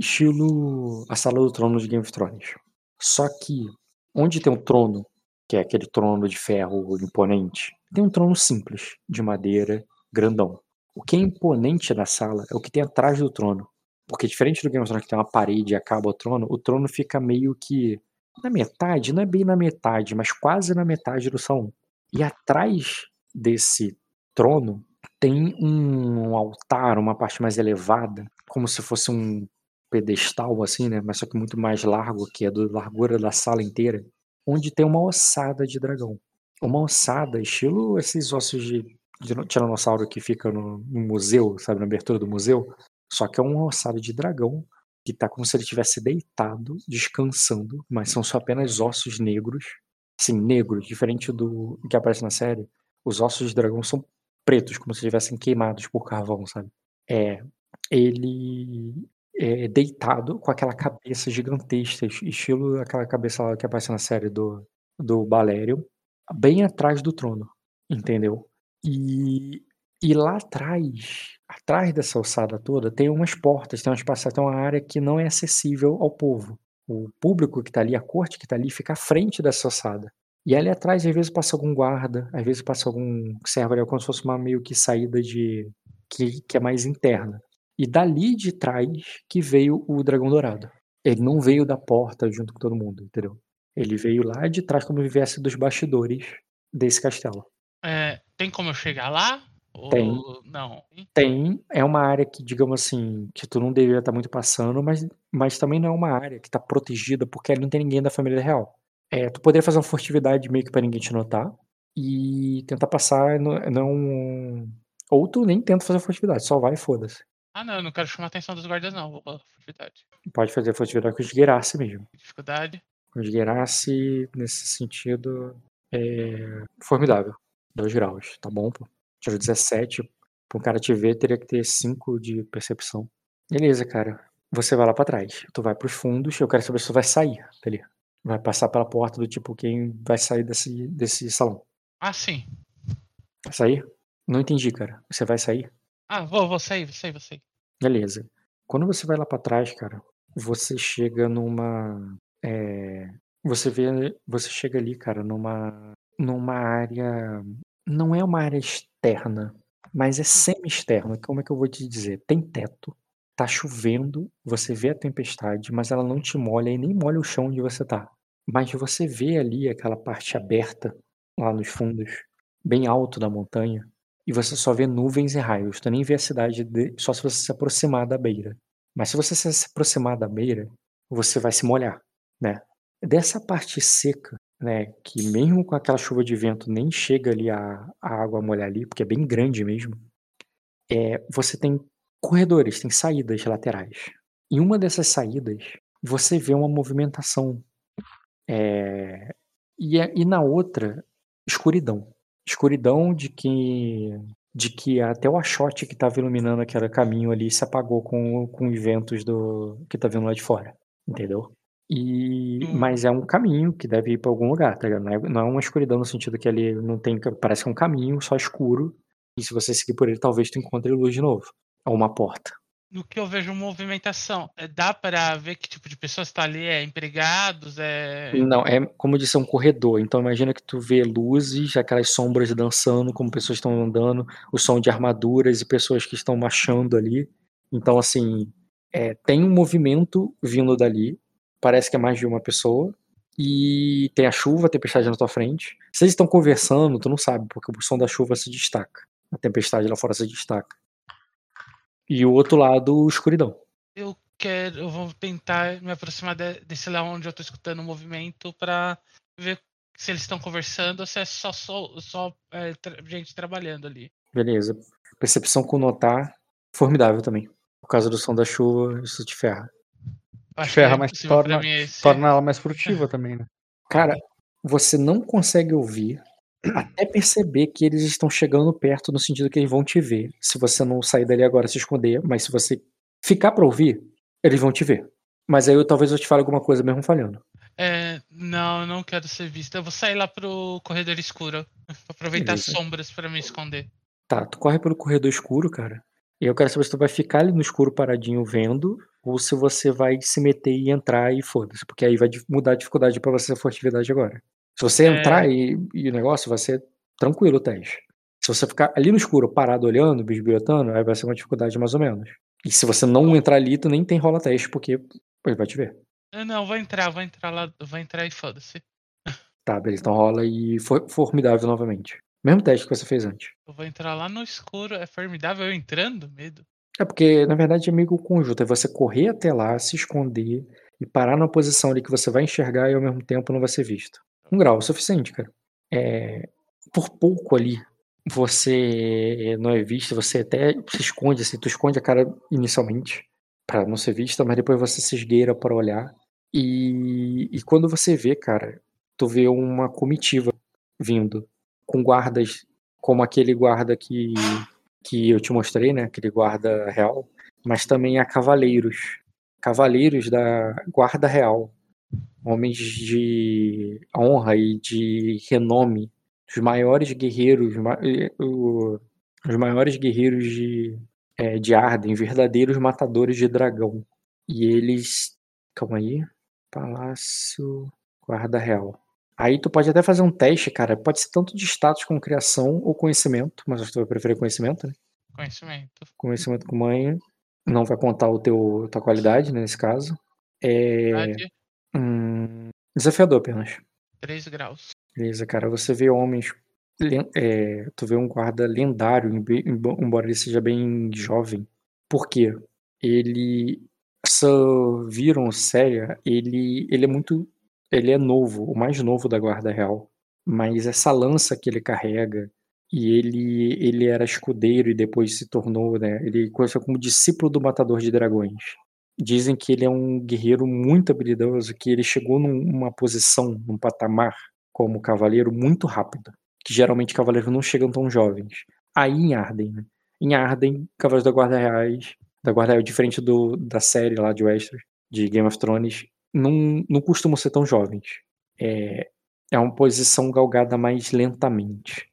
estilo a Sala do Trono de Game of Thrones. Só que, onde tem um trono, que é aquele trono de ferro imponente, tem um trono simples, de madeira, grandão. O que é imponente na sala é o que tem atrás do trono. Porque diferente do Game of Thrones que tem uma parede e acaba o trono, o trono fica meio que na metade, não é bem na metade, mas quase na metade do salão. E atrás desse trono tem um altar, uma parte mais elevada, como se fosse um pedestal assim, né, mas só que muito mais largo, que é da largura da sala inteira, onde tem uma ossada de dragão. Uma ossada, estilo esses ossos de, de tiranossauro que fica no, no museu, sabe, na abertura do museu, só que é uma ossada de dragão que tá como se ele estivesse deitado, descansando, mas são só apenas ossos negros, assim, negros, diferente do que aparece na série. Os ossos de dragão são pretos, como se estivessem queimados por carvão, sabe? É, ele é deitado com aquela cabeça gigantesca, estilo aquela cabeça lá que aparece na série do, do Balerion, bem atrás do trono, entendeu? E, e lá atrás, atrás dessa ossada toda, tem umas portas, tem umas passagens, tem uma área que não é acessível ao povo. O público que tá ali, a corte que tá ali, fica à frente dessa ossada. E ali atrás, às vezes, passa algum guarda, às vezes passa algum servo ali, como se fosse uma meio que saída de. que, que é mais interna. E dali de trás que veio o dragão dourado. Ele não veio da porta junto com todo mundo, entendeu? Ele veio lá de trás, como se viesse dos bastidores desse castelo. É, tem como eu chegar lá? Tem. Ou não? Tem, é uma área que, digamos assim, que tu não deveria estar muito passando, mas, mas também não é uma área que tá protegida porque ali não tem ninguém da família real. É, tu poderia fazer uma furtividade meio que pra ninguém te notar e tentar passar, não, não... Ou tu nem tenta fazer furtividade, só vai e foda-se. Ah, não, eu não quero chamar a atenção dos guardas, não. Vou falar furtividade. Pode fazer furtividade com esgueirasse mesmo. Dificuldade. Com esgueirasse, nesse sentido, é formidável. Dois graus, tá bom, pô? Tirou dezessete. Pra um cara te ver, teria que ter cinco de percepção. Beleza, cara. Você vai lá pra trás. Tu vai pros fundos. Eu quero saber se tu vai sair dali. Vai passar pela porta do tipo quem vai sair desse, desse salão. Ah, sim. Vai sair? Não entendi, cara. Você vai sair? Ah, vou, vou sair, vou sair, vou sair. Beleza. Quando você vai lá pra trás, cara, você chega numa. É, você vê. Você chega ali, cara, numa. Numa área. Não é uma área externa, mas é semi-externa. Como é que eu vou te dizer? Tem teto, tá chovendo, você vê a tempestade, mas ela não te molha e nem molha o chão onde você tá. Mas você vê ali aquela parte aberta, lá nos fundos, bem alto da montanha, e você só vê nuvens e raios. Tu nem vê a cidade de... só se você se aproximar da beira. Mas se você se aproximar da beira, você vai se molhar, né? Dessa parte seca, né, que mesmo com aquela chuva de vento nem chega ali a, a água a molhar ali, porque é bem grande mesmo, é, você tem corredores, tem saídas laterais. Em uma dessas saídas, você vê uma movimentação. É, e, e na outra, escuridão. Escuridão de que, de que até o achote que estava iluminando aquele caminho ali se apagou com, com os ventos do, que tá vindo lá de fora. Entendeu? E, Hum. mas é um caminho que deve ir pra algum lugar, tá ligado? Não é, não é uma escuridão no sentido que ele não tem. Parece que é um caminho só escuro. E se você seguir por ele, talvez tu encontre luz de novo. Ou uma porta. No que eu vejo movimentação, é, dá pra ver que tipo de pessoas tá ali? É empregados? É. Não, é como eu disse, é um corredor. Então imagina que tu vê luzes, aquelas sombras dançando, como pessoas estão andando, o som de armaduras e pessoas que estão marchando ali. Então, assim, é, tem um movimento vindo dali. Parece que é mais de uma pessoa. E tem a chuva, a tempestade na tua frente. Se eles estão conversando, tu não sabe, porque o som da chuva se destaca. A tempestade lá fora se destaca. E o outro lado, escuridão. Eu quero. Eu vou tentar me aproximar de- desse lá onde eu tô escutando o movimento pra ver se eles estão conversando ou se é só, só, só é, tra- gente trabalhando ali. Beleza. Percepção com notar, formidável também. Por causa do som da chuva, isso te ferra. Acho que Ferra, é mas impossível pra torna, mim esse. torna ela mais furtiva também, né? Cara, você não consegue ouvir até perceber que eles estão chegando perto, no sentido que eles vão te ver. Se você não sair dali agora se esconder, mas se você ficar pra ouvir, eles vão te ver. Mas aí eu, talvez eu te fale alguma coisa mesmo falhando. É, não, eu não quero ser visto. Eu vou sair lá pro corredor escuro. Pra aproveitar as Beleza. sombras pra me esconder. Tá, tu corre pelo corredor escuro, cara. E eu quero saber se tu vai ficar ali no escuro paradinho vendo, ou se você vai se meter e entrar e foda-se. Porque aí vai di- mudar a dificuldade pra você a furtividade agora. Se você entrar É, e, e o negócio vai ser tranquilo o teste. Se você ficar ali no escuro parado olhando, bisbilhotando, aí vai ser uma dificuldade mais ou menos. E se você não entrar ali, tu nem tem rola teste, porque ele vai te ver. eu não, vou entrar, vou entrar lá, vou entrar e foda-se. Tá, beleza, então rola e for, formidável novamente. Mesmo teste que você fez antes. Eu vou entrar lá no escuro. É formidável eu entrando? Medo. É porque, na verdade, é meio que o conjunto. É você correr até lá, se esconder e parar numa posição ali que você vai enxergar e ao mesmo tempo não vai ser visto. Um grau é o suficiente, cara. É, por pouco ali, você não é visto, você até se esconde, assim, tu esconde a cara inicialmente pra não ser vista, mas depois você se esgueira pra olhar. E, e quando você vê, cara, tu vê uma comitiva vindo com guardas como aquele guarda que que eu te mostrei, né, aquele guarda real, mas também há cavaleiros, cavaleiros da guarda real, homens de honra e de renome, os maiores guerreiros, ma- eh, o- os maiores guerreiros de, eh, de Arden, verdadeiros matadores de dragão. E eles, calma aí, Palácio Guarda Real. Aí tu pode até fazer um teste, cara. Pode ser tanto de status com criação ou conhecimento, mas acho que tu vai preferir conhecimento, né? Conhecimento. Conhecimento com manha. Não vai contar o teu tua qualidade, né, nesse caso. É. Verdade, hum, desafiador apenas. três graus. Beleza, cara. Você vê homens. len- é, tu vê um guarda lendário, embe- embo- embora ele seja bem jovem. Por quê? Ele. Sir Viron Séria, ele, ele é muito. Ele é novo, o mais novo da Guarda Real. Mas essa lança que ele carrega, e ele, ele era escudeiro e depois se tornou, né? Ele começou como discípulo do Matador de Dragões. Dizem que ele é um guerreiro muito habilidoso, que ele chegou num- numa posição, num patamar como cavaleiro muito rápido, que geralmente cavaleiros não chegam tão jovens. Aí em Arden, né? Em Arden, Cavaleiros da Guarda Reais, da Guarda Real, diferente do, da série lá de Westeros, de Game of Thrones, não, não costumam ser tão jovens. É, é uma posição galgada mais lentamente.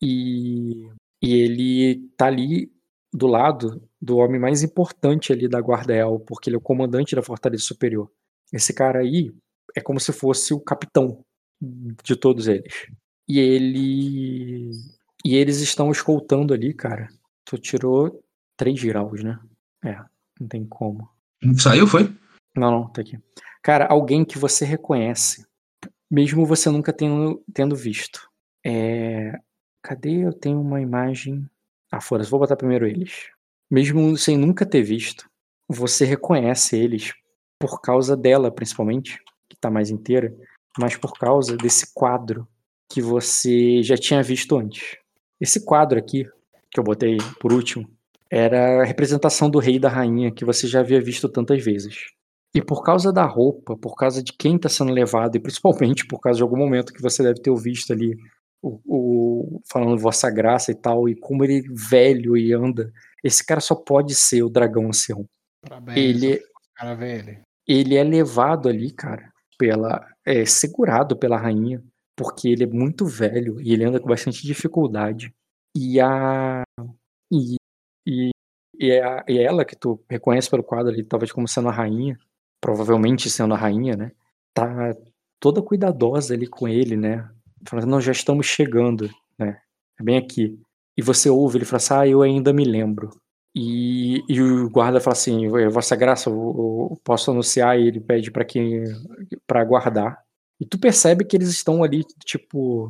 E, e ele tá ali do lado do homem mais importante ali da Guarda Real, porque ele é o comandante da Fortaleza Superior. Esse cara aí é como se fosse o capitão de todos eles. E ele. E eles estão escoltando ali, cara. Tu tirou três graus, né? É, não tem como. Saiu, foi? Não, não, tá aqui. Cara, alguém que você reconhece, mesmo você nunca tendo, tendo visto. É. Cadê? Eu tenho uma imagem. Ah, foda-se, vou botar primeiro eles. Mesmo sem nunca ter visto, você reconhece eles por causa dela, principalmente, que tá mais inteira, mas por causa desse quadro que você já tinha visto antes. Esse quadro aqui, que eu botei por último, era a representação do rei e da rainha que você já havia visto tantas vezes. E por causa da roupa, por causa de quem está sendo levado, e principalmente por causa de algum momento que você deve ter visto ali o, o falando Vossa Graça e tal, e como ele velho e anda, esse cara só pode ser o dragão ancião. Parabéns, Ele, o cara vê ele. ele é levado ali, cara, pela é segurado pela rainha, porque ele é muito velho e ele anda com bastante dificuldade. E a e, e, e, é, a, e é ela que tu reconhece pelo quadro ali, talvez como sendo a rainha, provavelmente sendo a rainha, né? Tá toda cuidadosa ali com ele, né? Falando, nós já estamos chegando, né? É bem aqui. E você ouve ele falar assim, ah, eu ainda me lembro. E, e o guarda fala assim, Vossa Graça, eu, eu posso anunciar? E ele pede para quem para guardar. E tu percebe que eles estão ali, tipo,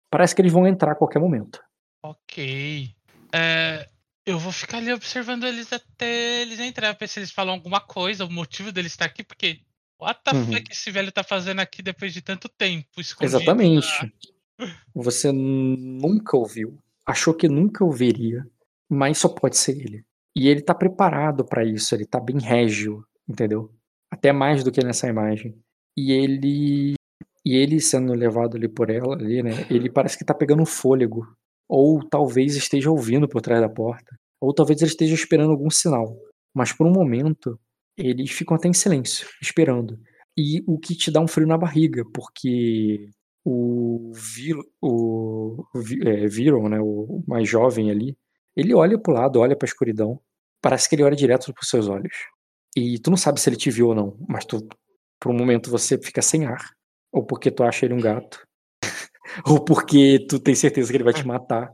Parece que eles vão entrar a qualquer momento. Ok. É, eu vou ficar ali observando eles até eles entrarem, pra ver se eles falam alguma coisa, o motivo deles estar aqui, porque what the Uhum. fuck esse velho tá fazendo aqui depois de tanto tempo, escondido? Exatamente. Você nunca ouviu, achou que nunca ouviria, mas só pode ser ele. E ele tá preparado pra isso, ele tá bem régio, entendeu? Até mais do que nessa imagem. E ele e ele sendo levado ali por ela, ali, né? Ele parece que tá pegando um fôlego, ou talvez esteja ouvindo por trás da porta, ou talvez ele esteja esperando algum sinal. Mas por um momento, eles ficam até em silêncio, esperando. E o que te dá um frio na barriga, porque o Vir, o, o Vi- é, Viron, né, o mais jovem ali, ele olha pro lado, olha pra escuridão, parece que ele olha direto pros seus olhos. E tu não sabe se ele te viu ou não, mas tu, por um momento você fica sem ar, ou porque tu acha ele um gato, ou porque tu tem certeza que ele vai te matar.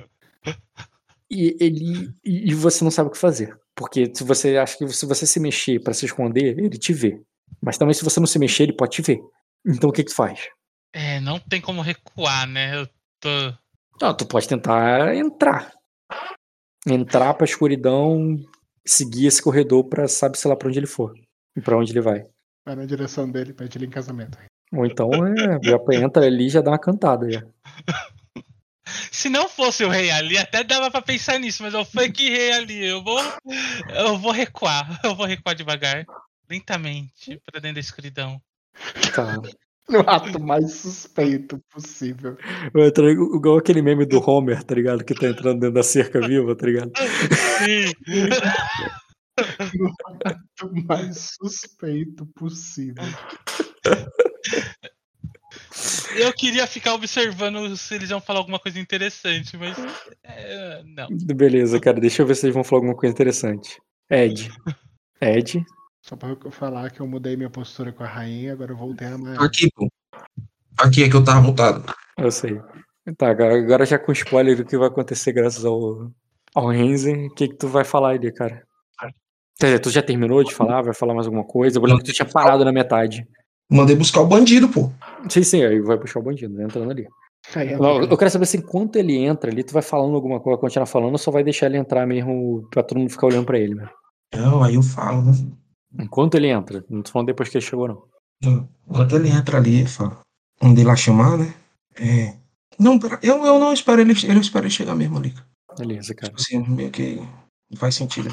E ele e e você não sabe o que fazer, porque se você acha que se você se mexer pra se esconder, ele te vê. Mas também se você não se mexer, ele pode te ver. Então o que que tu faz? É, não tem como recuar, né? Eu tô. Não, tu pode tentar entrar. Entrar pra escuridão, seguir esse corredor pra sabe-se lá pra onde ele for. E pra onde ele vai. Vai na direção dele, pede ele em casamento. Ou então, é, já entra ali e já dá uma cantada. Já. Se não fosse o rei ali, até dava pra pensar nisso, mas eu fui rei ali. Eu vou. Eu vou recuar. Eu vou recuar devagar. Lentamente, pra dentro da escuridão. Tá. No ato mais suspeito possível. Vai entrar igual aquele meme do Homer, tá ligado? Que tá entrando dentro da cerca viva, tá ligado? Sim. No ato mais suspeito possível. Eu queria ficar observando se eles iam falar alguma coisa interessante, mas. É, não. Beleza, cara. Deixa eu ver se eles vão falar alguma coisa interessante. Ed. Ed. Só pra eu falar que eu mudei minha postura com a rainha, agora eu voltei a amar. Aqui, pô. Aqui é que eu tava mutado. Eu sei. Tá, agora, agora já com spoiler do que vai acontecer graças ao, ao Renzen, o que que tu vai falar ali, cara? Quer dizer, tu já terminou de falar? Vai falar mais alguma coisa? Eu lembro que tu tinha parado na metade. Mandei buscar o bandido, pô. Sim, sim, aí vai puxar o bandido, né, entrando ali. Aí, Eu, eu quero saber se enquanto ele entra ali, tu vai falando alguma coisa, continuar falando, ou só vai deixar ele entrar mesmo pra todo mundo ficar olhando pra ele, né? Não, aí eu falo, né? Enquanto ele entra, não tô falando depois que ele chegou, não. Quando ele entra ali, fala. Onde ele lá chamar, né? É. Não, pera, eu, eu não espero ele. Eu espero ele chegar mesmo ali. Beleza, cara. Tipo assim, meio que não faz sentido.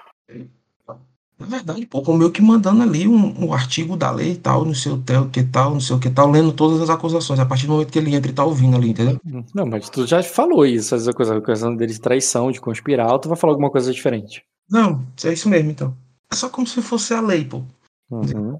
Na verdade, pô, como meio que mandando ali um, um artigo da lei e tal, não sei o que, que tal, não sei o que tal, lendo todas as acusações. A partir do momento que ele entra e tá ouvindo ali, entendeu? Não, mas tu já falou isso, essa coisa, a questão dele de traição, de conspirar, ou tu vai falar alguma coisa diferente? Não, é isso mesmo, então. É só como se fosse a lei, pô. Uhum.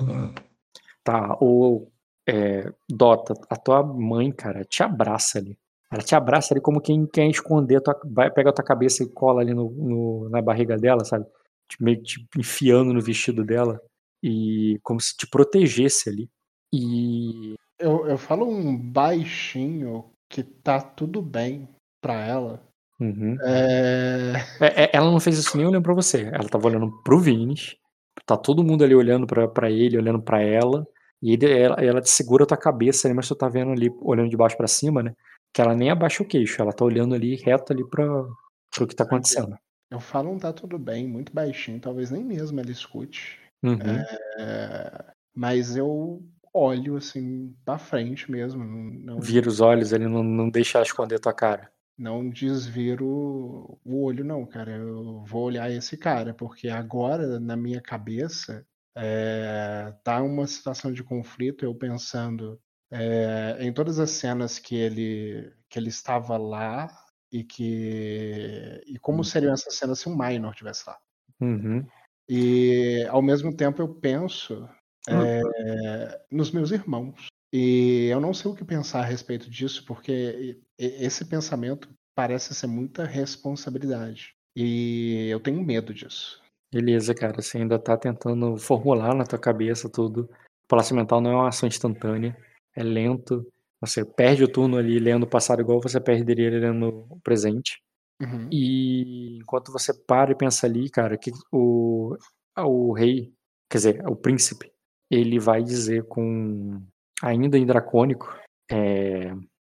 Tá, o é, Dota, a tua mãe, cara, te abraça ali. Ela te abraça ali como quem quer esconder, a tua, vai, pega a tua cabeça e cola ali no, no- na barriga dela, sabe? Te- Meio que te enfiando no vestido dela. E como se te protegesse ali. E. Eu, eu falo um baixinho que tá tudo bem pra ela. Uhum. É... É, é, ela não fez isso nem olhando pra você. Ela tava olhando pro Vinis. Tá todo mundo ali olhando pra, pra ele, olhando pra ela. E ele, ela, ela te segura a tua cabeça ali, mas tu tá vendo ali, olhando de baixo pra cima, né? Que ela nem abaixa o queixo. Ela tá olhando ali, reto ali pra, pro que tá acontecendo. Eu falo um tá tudo bem, muito baixinho, talvez nem mesmo ela escute. Uhum. É... Mas eu olho assim pra frente mesmo. Não, Vira os olhos ali, não, não deixa ela esconder a tua cara. não desviro o olho, não, cara. Eu vou olhar esse cara, porque agora, na minha cabeça, é, tá uma situação de conflito, eu pensando é, em todas as cenas que ele, que ele estava lá e que e como seriam essas cenas se um Minor estivesse lá. Uhum. E ao mesmo tempo eu penso é, nos meus irmãos. E eu não sei o que pensar a respeito disso, porque esse pensamento parece ser muita responsabilidade. E eu tenho medo disso. Beleza, cara. Você ainda tá tentando formular na tua cabeça tudo. O palácio mental não é uma ação instantânea. É lento. Você perde o turno ali lendo o passado igual você perderia lendo o presente. Uhum. E enquanto você para e pensa ali, cara, que o, o rei, quer dizer, o príncipe, ele vai dizer com, ainda em dracônico, é,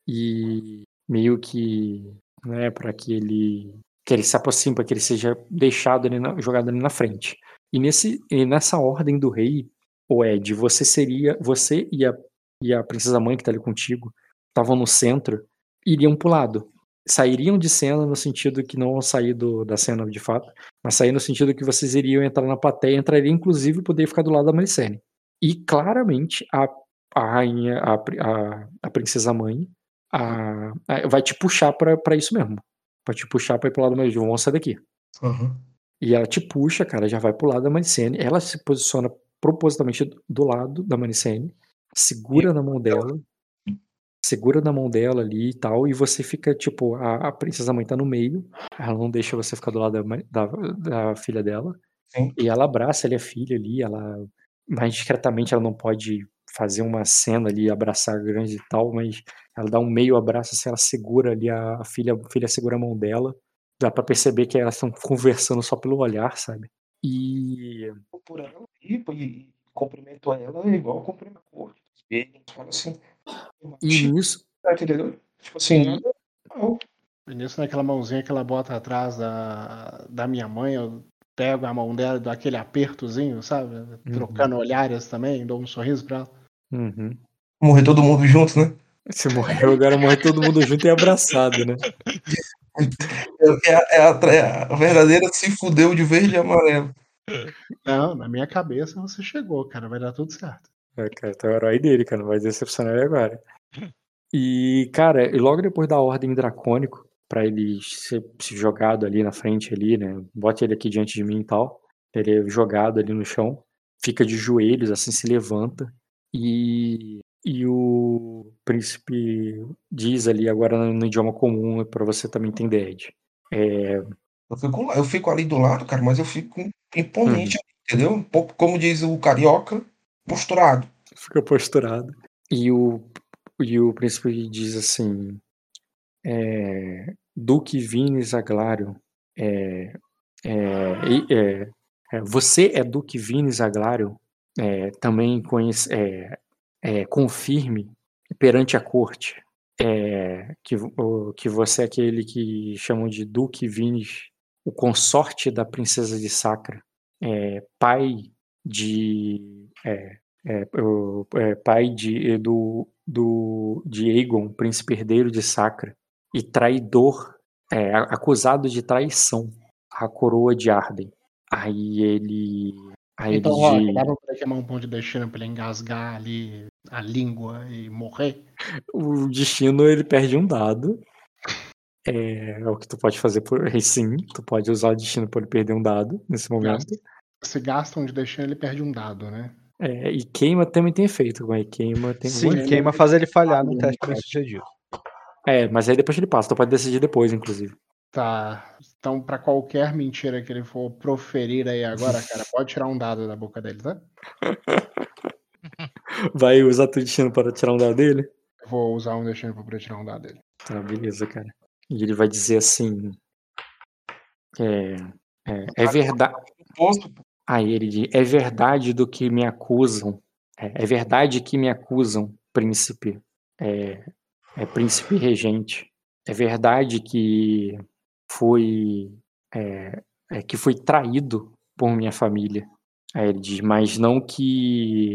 e meio que, né, para que ele que ele se aproxime, para que ele seja deixado ali na, jogado ali na frente. E, nesse, e nessa ordem do rei, o Ed, você seria, você e a, e a princesa mãe que tá ali contigo, estavam no centro, iriam pro lado. Sairiam de cena no sentido que não vão sair do, da cena de fato, mas sair no sentido que vocês iriam entrar na plateia, entraria inclusive e poder ficar do lado da Melisene. E claramente a, a rainha, a, a, a princesa mãe, a, a, vai te puxar pra, pra isso mesmo. Vai te puxar pra ir pro lado da Melisene. Vamos sair daqui. Uhum. E ela te puxa, cara, já vai pro lado da Melisene. Ela se posiciona propositalmente do lado da Melisene, segura na mão dela, segura na mão dela ali e tal, e você fica, tipo, a, a princesa mãe tá no meio, ela não deixa você ficar do lado da, mãe- da, da filha dela, Sim. e ela abraça ali a filha ali, ela, mais discretamente ela não pode fazer uma cena ali, abraçar grande e tal, mas ela dá um meio abraço, assim, ela segura ali a, a filha, a filha segura a mão dela, dá pra perceber que elas estão conversando só pelo olhar, sabe? E Por ela e, e cumprimento ela igual cumprimento a corte. Fala assim. E nisso. Tá, entendeu? Tipo assim, nada. Não. E nisso, naquela mãozinha que ela bota atrás da, da minha mãe, eu pego a mão dela, dou aquele apertozinho, sabe? Uhum. Trocando olhares também, dou um sorriso pra ela. Uhum. Morrer todo mundo junto, né? Você morreu, agora morre todo mundo junto e abraçado, né? É, a, é, a, é a verdadeira se fudeu de verde e amarelo. Não, na minha cabeça você chegou, cara, vai dar tudo certo. É, cara, tu é o herói dele, cara, não vai decepcionar ele agora. E, cara, e logo depois da ordem dracônico, pra ele ser, ser jogado ali na frente, ali, né? Bote ele aqui diante de mim e tal. Ele é jogado ali no chão, fica de joelhos, assim, se levanta. E, e o príncipe diz ali, agora no, no idioma comum, pra você também entender, Ed. É, Eu fico, eu fico ali do lado, cara, mas eu fico imponente, Uhum. entendeu? Um pouco, como diz o carioca, posturado. Fica posturado. E o, e o príncipe diz assim: é, Duque Vinis Aglário, é, é, é, é, você é Duque Vinis Aglário, é, também conhece, é, é, confirme perante a corte é, que, o, que você é aquele que chamam de Duque Vinis, o consorte da princesa de Sacra, é, pai de é, é, o, é, pai de, do, do, de Aegon, príncipe herdeiro de Sacra, e traidor, é, acusado de traição à coroa de Arden. Aí ele. Aí Então, ele Rock, diz, dava pra queimar um pão de destino pra ele engasgar ali a língua e morrer? o destino ele perde um dado. É, é o que tu pode fazer por. Sim, tu pode usar o destino para ele perder um dado nesse momento. Gasta, se gasta um de destino, ele perde um dado, né? É, e queima também tem efeito, mas queima tem Sim, algum- queima faz ele falhar num teste bem sucedido. É, mas aí depois ele passa, tu pode decidir depois, inclusive. Tá. Então, pra qualquer mentira que ele for proferir aí agora, cara, pode tirar um dado da boca dele, tá? Vai usar teu destino para tirar um dado dele? Eu vou usar um destino pra poder tirar um dado dele. Tá, beleza, cara. E ele vai dizer assim. É, é, é verdade. Aí ele diz: é verdade do que me acusam. É, é verdade que me acusam, príncipe. É, é príncipe regente. É verdade que foi. É, é, que foi traído por minha família. Aí ele diz: mas não que.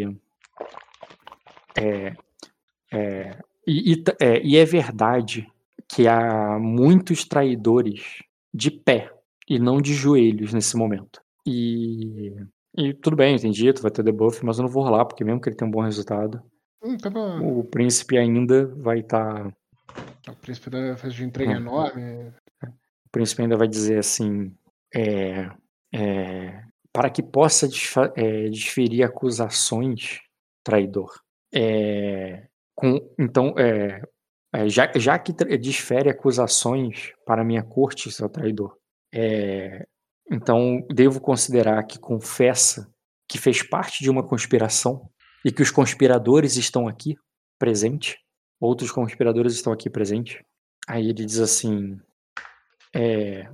É, é, e, e, é, e é verdade que há muitos traidores de pé e não de joelhos nesse momento. E, e tudo bem, entendi, tu vai ter debuff, mas eu não vou rolar, porque mesmo que ele tenha um bom resultado, Hum, tá bom. o príncipe ainda vai estar. Tá... O príncipe da festa de entrega Hum. enorme. O príncipe ainda vai dizer assim: é, é, para que possa desfa- é, desferir acusações, traidor. É, com, então, é, é, já, já que tra- desfere acusações para minha corte, seu traidor, é, então devo considerar que confessa que fez parte de uma conspiração e que os conspiradores estão aqui presentes, outros conspiradores estão aqui presentes. Aí ele diz assim: é,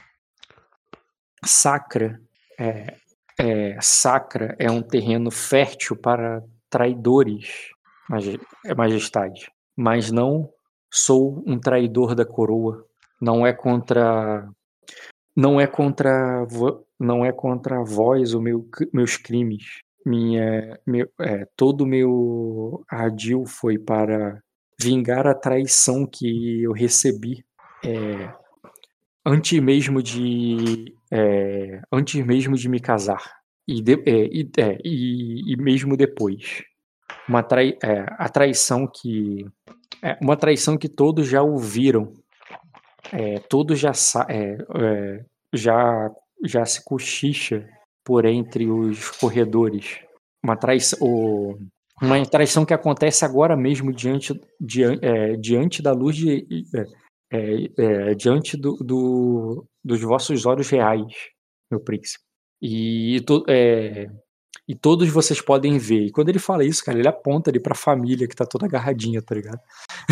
Sacra é, é, Sacra é um terreno fértil para traidores, majestade, mas não Sou um traidor da coroa. Não é contra. Não é contra. vo- Não é contra vós o meu, cri- meus crimes. Minha, meu, é, todo o meu ardil foi para vingar a traição que eu recebi é, antes mesmo de é, antes mesmo de me casar e, de- é, e, é, e- e mesmo depois. Uma trai, é, a traição que é, uma traição que todos já ouviram, é, todos já sa- é, é, já já se cochicha por entre os corredores. Uma traição, o- uma traição que acontece agora mesmo diante, diante, é, diante da luz de, é, é, é, diante do, do- dos vossos olhos reais, meu príncipe. E, to- é, e todos vocês podem ver. E quando ele fala isso, cara, ele aponta ali pra família que tá toda agarradinha, tá ligado?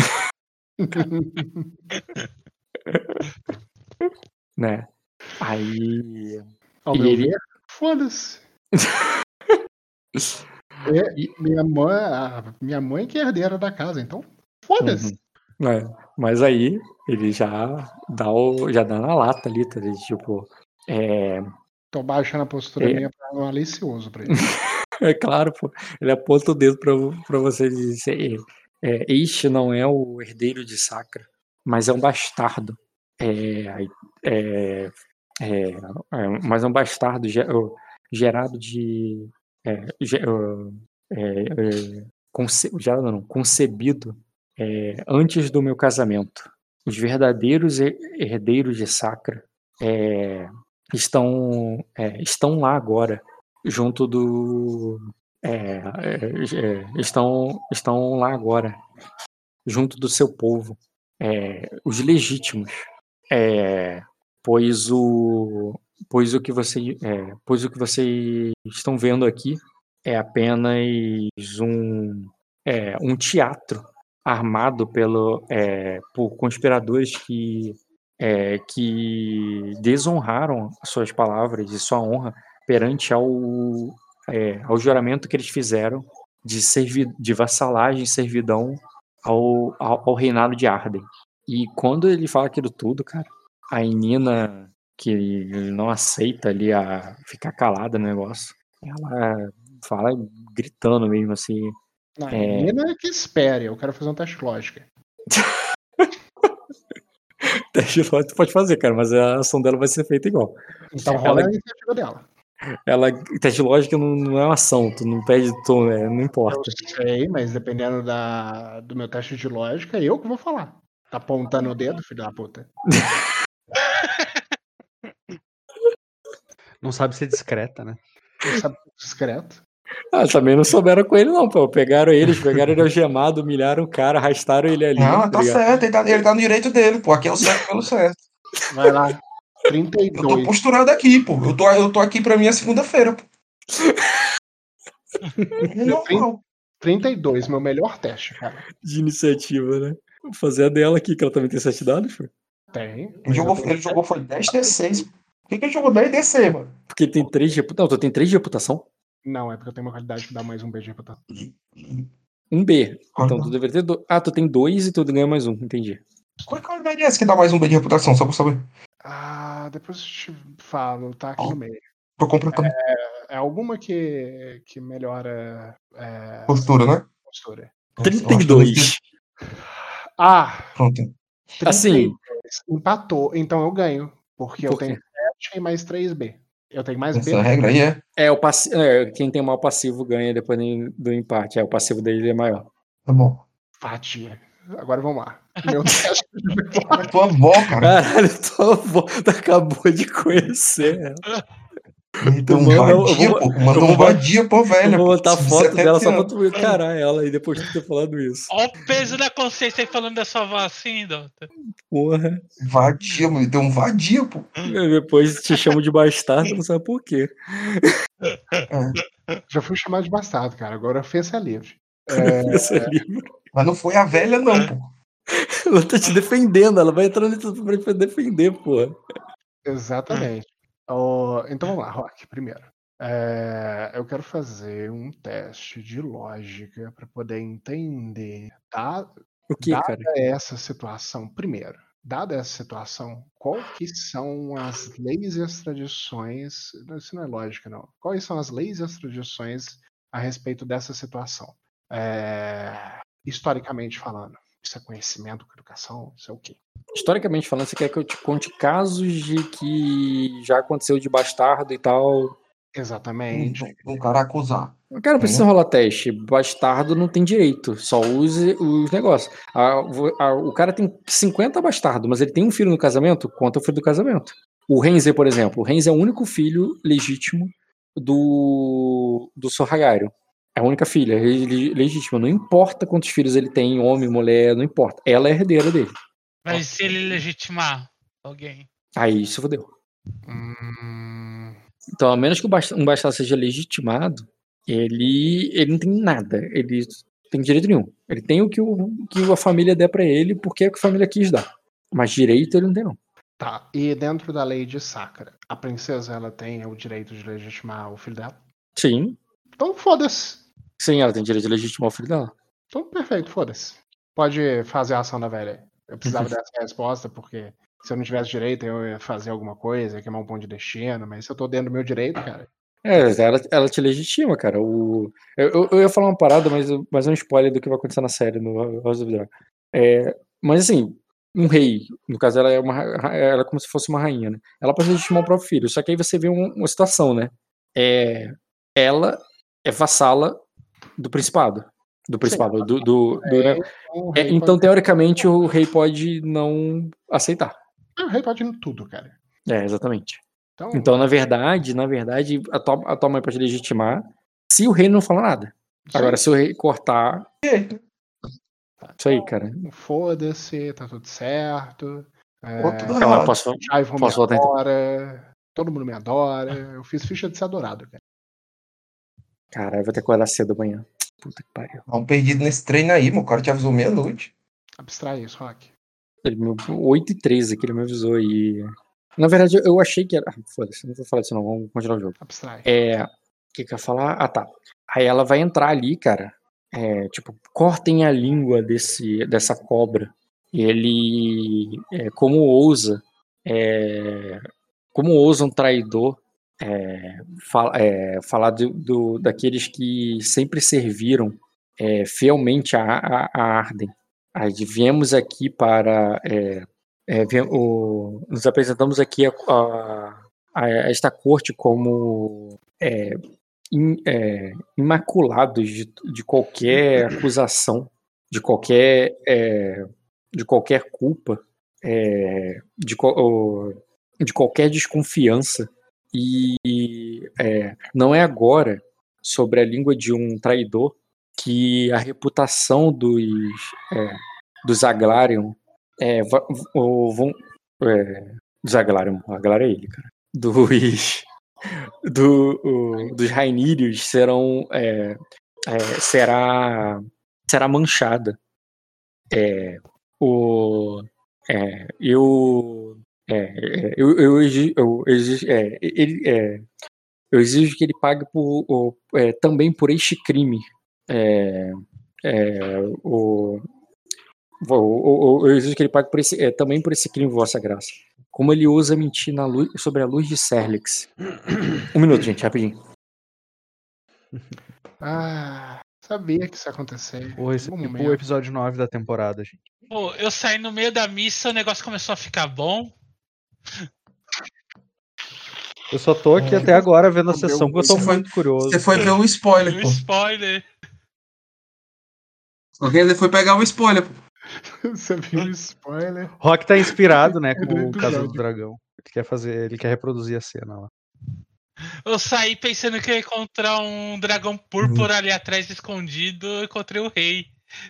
Né? Aí. Ao E meu ele. ver, foda-se. É, E- minha mãe, a minha mãe que é herdeira da casa, então foda-se. Uhum. É, mas aí ele já dá, o, já dá na lata ali, tá ligado? Tipo. É, Tô baixando a postura É. minha pra um malicioso pra ele. é claro, pô. Ele aponta o dedo pra, pra você e diz: é, é, este não é o herdeiro de Sacra, mas é um bastardo. É, aí, é, é, é, mas é um bastardo ge- ó, gerado de. É, ge- ó, é, é, conce- gerado não, concebido é, antes do meu casamento. Os verdadeiros he- herdeiros de Sacra é, estão, é, estão lá agora, junto do. é, é, é, estão, estão lá agora, junto do seu povo, é, os legítimos. É, pois o pois o que você é, pois o que vocês estão vendo aqui é apenas um é, um teatro armado pelo é, por conspiradores que é, que desonraram suas palavras e sua honra perante ao é, ao juramento que eles fizeram de servi de vassalagem e servidão ao, ao, ao reinado de Arden. E quando ele fala aquilo tudo, cara, a Nina, que não aceita ali a ficar calada no negócio, ela fala gritando mesmo assim. Não, É... Nina é que espere, eu quero fazer um teste de lógica. Teste de lógica tu pode fazer, cara, mas a ação dela vai ser feita igual. Então rola Ela- a iniciativa dela. Ela, teste de lógica não, não é uma ação, tu não pede, tu, é, não Eu importa. sei, mas dependendo da, do meu teste de lógica, eu que vou falar. Tá apontando o dedo, filho da puta. Não sabe ser discreta, né? Não sabe ser discreto. Ah, também não souberam com ele, não, pô. Pegaram eles, pegaram ele algemado, humilharam o cara, arrastaram ele ali. Não, tá tá ligado? certo, ele tá, ele tá no direito dele, pô. Aqui é o certo pelo certo. Vai lá. trinta e Eu tô dois. posturado aqui, pô. Eu tô, eu tô aqui pra mim é segunda-feira, pô. É normal. trinta e dois, meu melhor teste, cara. De iniciativa, né? Vou fazer a dela aqui, que ela também tem sete dados, pô. Tem. Ele mas jogou, eu tenho ele jogou foi dez D seis. Por que, que ele jogou dez D C, mano? Porque ele tem três de reputação. Não, tu tem três de reputação? Não, é porque eu tenho uma qualidade que dá mais um B de reputação. Um B. Então Ah, tu deveria ter dois. Ah, tu tem dois e tu ganha mais um, entendi. Qual é a qualidade é essa que dá mais um B de reputação, só pra saber? Ah, depois eu te falo, tá aqui no meio. Tô completando É alguma que, que melhora é, postura, né? postura. trinta e dois. Ah, Pronto. trinta e Assim. dois. Empatou, então eu ganho. Porque eu Por quê? tenho sete e mais três B. Eu tenho mais B. Essa regra aí é. É, o passi... é, quem tem maior passivo ganha depois do empate. É, o passivo dele é maior. Tá bom. Fatia. Agora vamos lá. Meu teste de memória. Tua avó, cara. Caralho, tua avó acabou de conhecer ela. Então, Manda- eu vadia, vou- pô. eu Mandou vou um vadia, pô, velho. Eu vou pô, botar de foto dela só pra setenta tu encarar ela aí depois de ter falado isso. Olha o peso da consciência aí falando da sua avó assim, Dota. Porra. anos. Vadia, mano. Deu um vadia, pô. Depois te chamo de bastardo, não sabe por quê. É. Já fui chamado de bastardo, cara. Agora a ofensa é livre. É, Esse livro. Mas não foi a velha, não, pô. Ela tá te defendendo, ela vai entrar nisso pra te defender, porra. exatamente. Ó, então vamos lá, Rock, primeiro. É, eu quero fazer um teste de lógica para poder entender, tá? O que, Dada cara? essa situação, primeiro, dada essa situação, qual que são as leis e as tradições, isso não é lógica não, quais são as leis e as tradições a respeito dessa situação? É, historicamente falando, isso é conhecimento, educação, isso é o quê? Historicamente falando, você quer que eu te conte casos de que já aconteceu de bastardo e tal? Exatamente. Um, um cara acusar. O cara não precisa rolar teste. Bastardo não tem direito. Só use os negócios. A- a- o cara tem cinquenta bastardos, mas ele tem um filho no casamento? Conta o filho do casamento. O Renzer, por exemplo. O Renzer é o único filho legítimo do, do Sorragário. É a única filha le- legítima. Não importa quantos filhos ele tem, homem, mulher, não importa. Ela é herdeira dele. Mas se ele legitimar alguém. Aí isso fodeu. Hum, Então, a menos que o bast- um bastardo seja legitimado, ele, ele não tem nada. Ele não tem direito nenhum. Ele tem o que, o que a família der pra ele, porque é o que a família quis dar. Mas direito ele não tem, não. tá, e dentro da lei de Sacra, a princesa ela tem o direito de legitimar o filho dela? Sim. Então foda-se. Sim, ela tem direito de legitimar o filho dela. Então perfeito, foda-se. Pode fazer a ação da velha. Eu precisava dessa resposta, porque se eu não tivesse direito, eu ia fazer alguma coisa, ia queimar um ponto de destino, mas se eu tô dentro do meu direito, cara. É, ela, ela te legitima, cara. O, eu, eu- eu ia falar uma parada, mas, mas é um spoiler do que vai acontecer na série, no House of Dragon. É, mas assim, um rei, no caso ela é uma ra- ela é como se fosse uma rainha, né? Ela pode legitimar o próprio filho, só que aí você vê um- uma situação, né? É, ela é vassala do principado. Do principado, do, do, do- né? O É, rei então, pode... teoricamente, o rei pode não aceitar. Ah, o rei pode ir em tudo, cara. É, exatamente. Então, Então, na verdade, na verdade, a tua, a tua mãe pode legitimar se o rei não falar nada. isso Agora, aí. se o rei cortar, isso aí, cara. Foda-se, tá tudo certo. É, Pô, tudo Então, eu errado. posso, Jaivon me posso voltar então. adora, todo mundo me adora. Eu fiz ficha de ser adorado, cara. Caralho, vou ter que acordar cedo amanhã. Puta que pariu. Dá um perdido nesse treino aí, meu. O cara te avisou meia-noite. Abstrai isso, Rock. Ele me, oito e treze que ele me avisou e... Na verdade, eu- eu achei que era... Ah, foda-se, não vou falar disso não, vamos continuar o jogo. Abstrai. É... O que que eu ia falar? Ah, tá. Aí ela vai entrar ali, cara. É, tipo, cortem a língua desse, dessa cobra. Ele... É, como ousa... É, como ousa um traidor é, fala, é, falar do, do- daqueles que sempre serviram é, fielmente a, a, a Arden. Aí viemos aqui para. É, é, vie- o- nos apresentamos aqui a, a- a esta corte como é, im- é, imaculados de, de qualquer acusação, de qualquer, é, de qualquer culpa, é, de, qual- o- de qualquer desconfiança. E é, não é agora, sobre a língua de um traidor, que a reputação dos, é, dos Aglarion é, va- o- vão. É, dos Aglarion, o Aglarion é ele, cara. Dos. Do, o- dos Rainírios serão. É, é, será. Será manchada. É, o. É, eu. É, é, eu, eu, exi- eu, exi- é, ele, é, eu exijo que ele pague por, o- é, também por este crime. É, é, o, o- o- eu exijo que ele pague por esse, é, também por esse crime, Vossa Graça. Como ele ousa mentir na luz, sobre a luz de Serlix. Um minuto, gente, rapidinho. Ah, sabia que isso ia acontecer. Pô, esse Em algum tipo o momento. episódio nove da temporada, gente. Pô, eu saí no meio da missa, o negócio começou a ficar bom. Eu só tô aqui É. até agora vendo a Fudeu, sessão porque eu tô você foi- muito curioso. Você foi ver o spoiler, Um pô. spoiler. O Renzer foi pegar o spoiler, pô. Você viu o spoiler? Rock tá inspirado, né, É do com o Casa do episódio. Dragão. Ele quer fazer, ele quer reproduzir a cena lá. Eu saí pensando que ia encontrar um dragão púrpura ali atrás escondido. Eu encontrei o rei.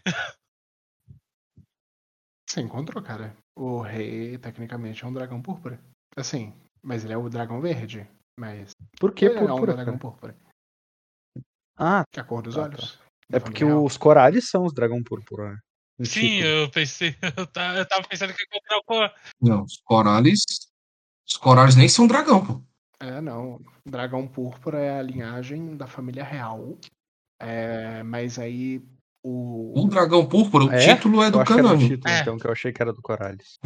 Você encontrou, cara. O rei, tecnicamente, é um dragão púrpura. Assim, mas ele é o dragão verde. Mas Por que ele é um púrpura? dragão cara? púrpura. Ah, Que é a cor dos Tá, olhos. é da porque família real. os Corales são os dragão púrpura, né? Um Sim, tipo. eu pensei. Eu tava, eu tava pensando que ia encontrar o. co- Não, os Corales. Os Corales nem são dragão, pô. É, não. Dragão púrpura é a linhagem da família real. É, mas aí O, O dragão púrpura, o É? título é Eu do acho que era do Canânio. título, É. então, que eu achei que era do Corales.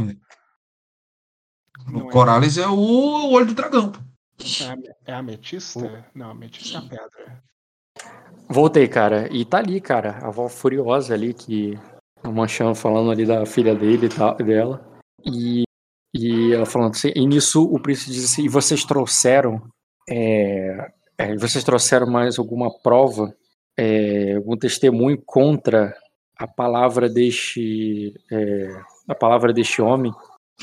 O não é, Corales é o olho do dragão. pô. é, a, é a ametista? Não, a ametista é a pedra. Voltei, cara. E tá ali, cara. A avó furiosa ali, que a Manchão falando ali da filha dele e tal, dela. E, e ela falando assim. E nisso o príncipe diz assim: e vocês trouxeram. É, é, vocês trouxeram mais alguma prova, é, algum testemunho contra a palavra deste. É, a palavra deste homem?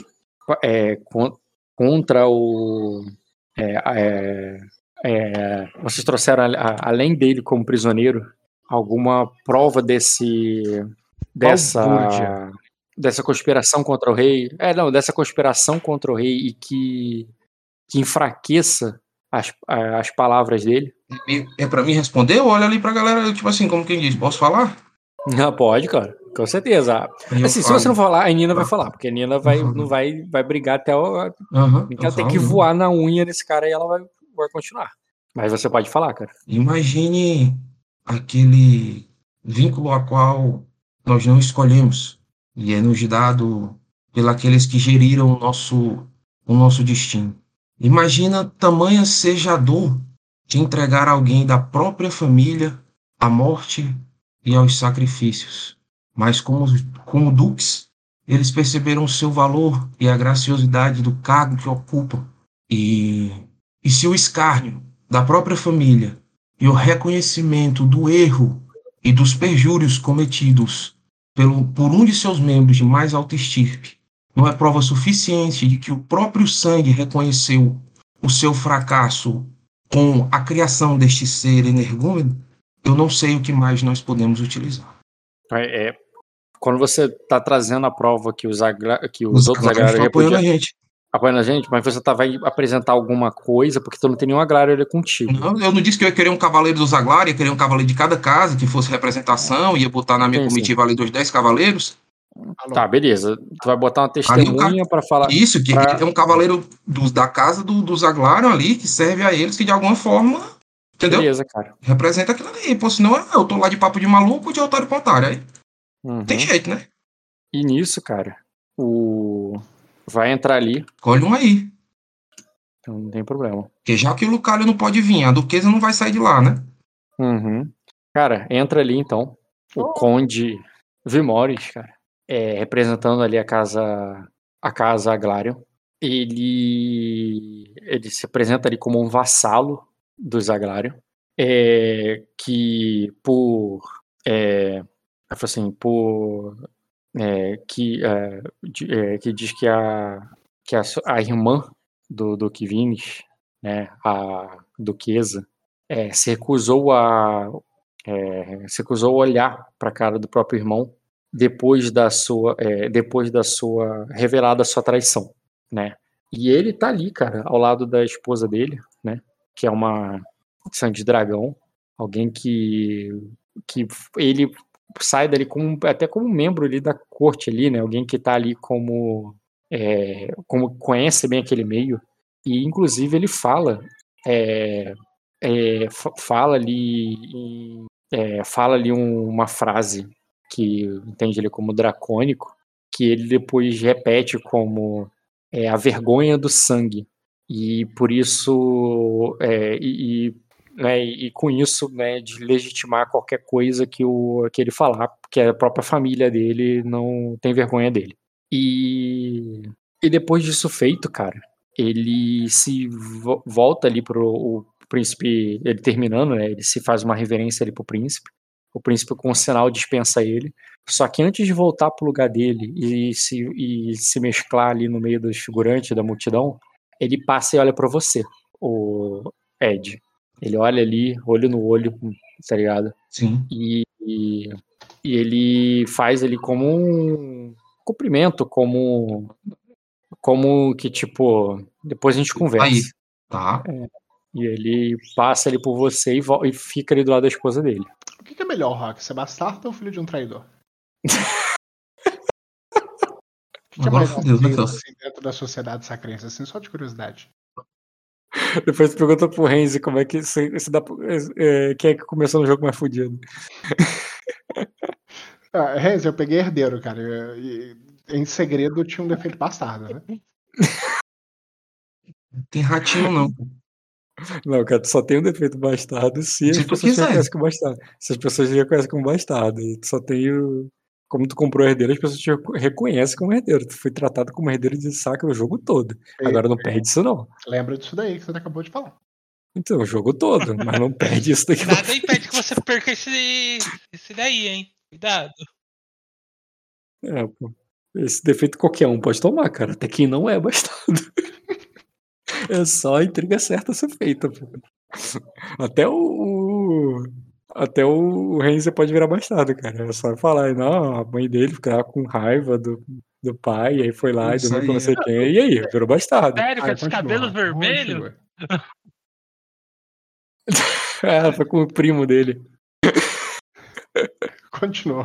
É, con- contra o. É, é, é, vocês trouxeram, a- a- além dele como prisioneiro, alguma prova desse Balbúrdia. dessa dessa conspiração contra o rei? É, não, dessa conspiração contra o rei e que, que enfraqueça as, a- as palavras dele? E é pra mim responder ou olha ali pra galera, tipo assim, como quem diz, posso falar? Ah, pode, cara, com certeza. Aí eu Assim, se falo. você não falar, a Nina vai falar, porque a Nina vai, não vai, vai brigar até o. Aham, eu Ela tem que falo, né? voar na unha nesse cara e ela vai, vai continuar. Mas você pode falar, cara. Imagine aquele vínculo a qual nós não escolhemos e é nos dado pelos que geriram o nosso, o nosso destino. Imagina tamanha seja a dor de entregar alguém da própria família à morte e aos sacrifícios. Mas como, como duques, eles perceberam o seu valor e a graciosidade do cargo que ocupam. E, e se o escárnio da própria família e o reconhecimento do erro e dos perjúrios cometidos pelo, por um de seus membros de mais alta estirpe não é prova suficiente de que o próprio sangue reconheceu o seu fracasso com a criação deste ser energúmeno, eu não sei o que mais nós podemos utilizar. É, é, quando você está trazendo a prova que os, agra, que os, Os outros agrários agrários estão apoiando a repudiam, gente. apoiando a gente, mas você tá, vai apresentar alguma coisa, porque tu não tem nenhum agrário ali contigo. Não, eu não disse que eu ia querer um cavaleiro dos Aglários, ia querer um cavaleiro de cada casa, que fosse representação, ia botar na minha Sim, sim. comitiva ali dos dez cavaleiros. Alô? Tá, beleza. Tu vai botar uma Ali o cara- testemunha pra falar. Isso, que pra- ele é um cavaleiro dos- da casa do- dos Aglarion ali, que serve a eles, que de alguma forma, entendeu? Beleza, cara. Representa aquilo ali. Pô, senão ah, eu tô lá de papo de maluco ou de otário com otário. Aí Uhum. tem jeito, né? E nisso, cara, o. Vai entrar ali, Escolhe um aí. então não tem problema. Porque já que o Lucalho não pode vir, a Duquesa não vai sair de lá, né? Uhum. Cara, entra ali então. O Oh. Conde Vimores, cara, é, representando ali a casa a casa Aglarion. Ele ele se apresenta ali como um vassalo dos Aglarion, é, que por é, assim, por é, que é, de- é, que diz que a que a, su- a irmã do do Kivines, né, a duquesa, é, se recusou a é, se recusou a olhar para a cara do próprio irmão depois da sua é, depois da sua revelada sua traição, né? E ele tá ali, cara, ao lado da esposa dele, né? Que é uma sangue de dragão, alguém que que ele sai dali como até como membro ali da corte ali, né? Alguém que tá ali como é, como conhece bem aquele meio e inclusive ele fala é, é, fa- fala ali em- é, fala ali um- uma frase que entende ele como dracônico, que ele depois repete como é, a vergonha do sangue. E por isso, é, e, e, né, e com isso, né, de legitimar qualquer coisa que, o, que ele falar, porque a própria família dele não tem vergonha dele. E, e depois disso feito, cara, ele se vo- volta ali pro o príncipe, ele terminando, né, ele se faz uma reverência ali pro príncipe. O príncipe com um sinal dispensa ele. Só que antes de voltar pro lugar dele e se, e se mesclar ali no meio dos figurantes da multidão, ele passa e olha pra você, o Ed. Ele olha ali, olho no olho, tá ligado? Sim. E, e, e ele faz ali como um cumprimento, como como que tipo, depois a gente conversa. Aí. Tá. E ele passa ali por você e, vo- e fica ali do lado da esposa dele. O que que é melhor, Rock? Ser bastardo ou filho de um traidor? O que que é Agora mais fudeu, né, aceito, Celso? assim, dentro da sociedade sacrense, assim, só de curiosidade. Depois pergunta pro Renzi como é que se, se dá, é, quem é que começou no jogo mais fudido. Ah, Renzo, eu peguei herdeiro, cara. E, em segredo tinha um defeito bastardo, né? Tem ratinho, não. Não, cara, tu só tem um defeito bastardo se as Se tu pessoas te quiser. reconhecem como bastardo. Se as pessoas te reconhecem como bastardo. E tu só tem o. Como tu comprou herdeiro, as pessoas te reco- reconhecem como herdeiro. Tu foi tratado como herdeiro de saca o jogo todo. Agora não perde isso, não. Lembra disso daí que você acabou de falar. Então, o jogo todo, mas não perde isso daqui. Nada impede que você perca esse, esse daí, hein? Cuidado. É, pô. Esse defeito qualquer um pode tomar, cara. Até quem não é bastardo. É só a intriga certa a ser feita, pô. Até o. Até o Renzo pode virar bastardo, cara. É só falar, não, a mãe dele ficava com raiva do, do pai, e aí foi lá e Isso dormiu com aí, não sei é. quem, e aí, virou bastardo. Sério, com Vai, esses cabelos continua, vermelhos? continua. É, foi com o primo dele. Continua.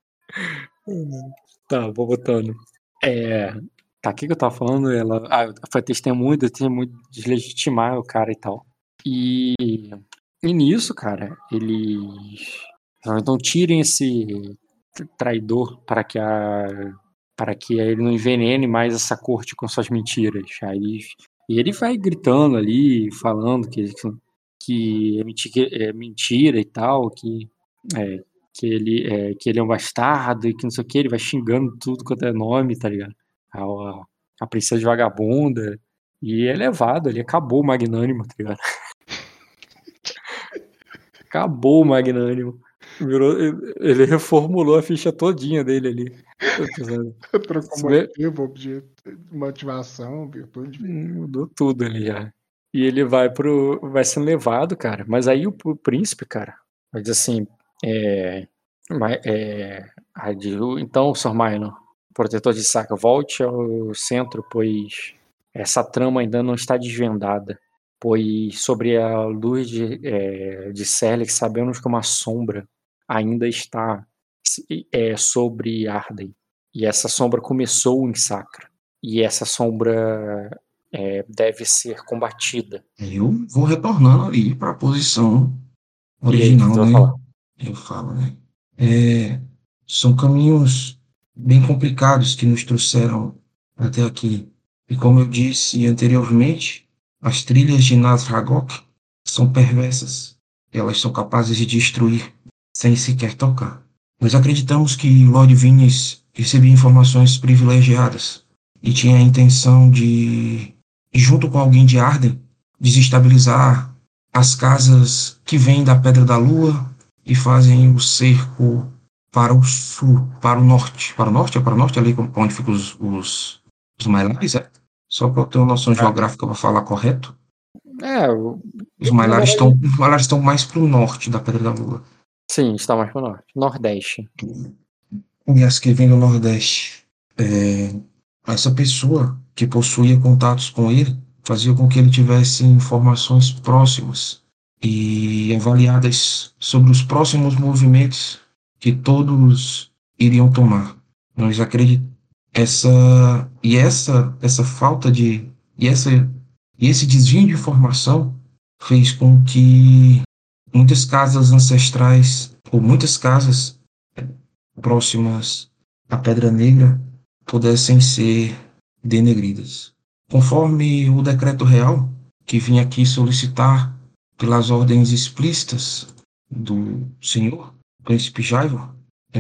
Tá, vou botando. É. Tá, o que, que eu tava falando? Ela. Ah, foi testemunho, testemunho deslegitimar o cara e tal. E. E nisso, cara, eles. Então tirem esse traidor para que a. Para que ele não envenene mais essa corte com suas mentiras. Aí, e ele vai gritando ali, falando que, que é, mentira, é mentira e tal, que, é, que, ele, é, que ele é um bastardo e que não sei o que, ele vai xingando tudo quanto é nome, tá ligado? A, a, a princesa vagabunda. E é levado, ele acabou o magnânimo, tá ligado? Acabou o magnânimo. Virou, ele reformulou a ficha todinha dele ali. Trocou motivo, objetivo, motivação, virtude. Mudou tudo ali já. E ele vai pro. Vai sendo levado, cara. Mas aí o, o príncipe, cara, vai dizer assim: é. é então, Sr. Minor, protetor de Saca, volte ao centro, pois essa trama ainda não está desvendada. Pois sobre a luz de, é, de Serlex sabemos que uma sombra ainda está é, sobre Arden. E essa sombra começou em Sacra. E essa sombra é, deve ser combatida. Eu vou retornando ali para a posição E aí, original, que tu vai né? falar? Eu falo, né? É, são caminhos bem complicados que nos trouxeram até aqui. E como eu disse anteriormente, as trilhas de Nazragok são perversas. Elas são capazes de destruir sem sequer tocar. Nós acreditamos que Lord Vinnes recebia informações privilegiadas e tinha a intenção de, junto com alguém de Arden, desestabilizar as casas que vêm da Pedra da Lua e fazem o cerco para o sul, para o norte. Para o norte? É para o norte, ali onde ficam os, os, os Mailares, é? Só para eu ter uma noção geográfica para falar correto. É, o... Os Mailares estão, os Mailares estão mais para o norte da Pedra da Lua. Sim, está mais para o norte. Nordeste. E as que vêm do Nordeste. É, essa pessoa que possuía contatos com ele fazia com que ele tivesse informações próximas e avaliadas sobre os próximos movimentos que todos iriam tomar. Nós acreditamos essa e essa essa falta de e essa e esse desvio de informação fez com que muitas casas ancestrais ou muitas casas próximas à Pedra Negra pudessem ser denegridas. Conforme o decreto real que vim aqui solicitar pelas ordens explícitas do senhor, príncipe Jaivor,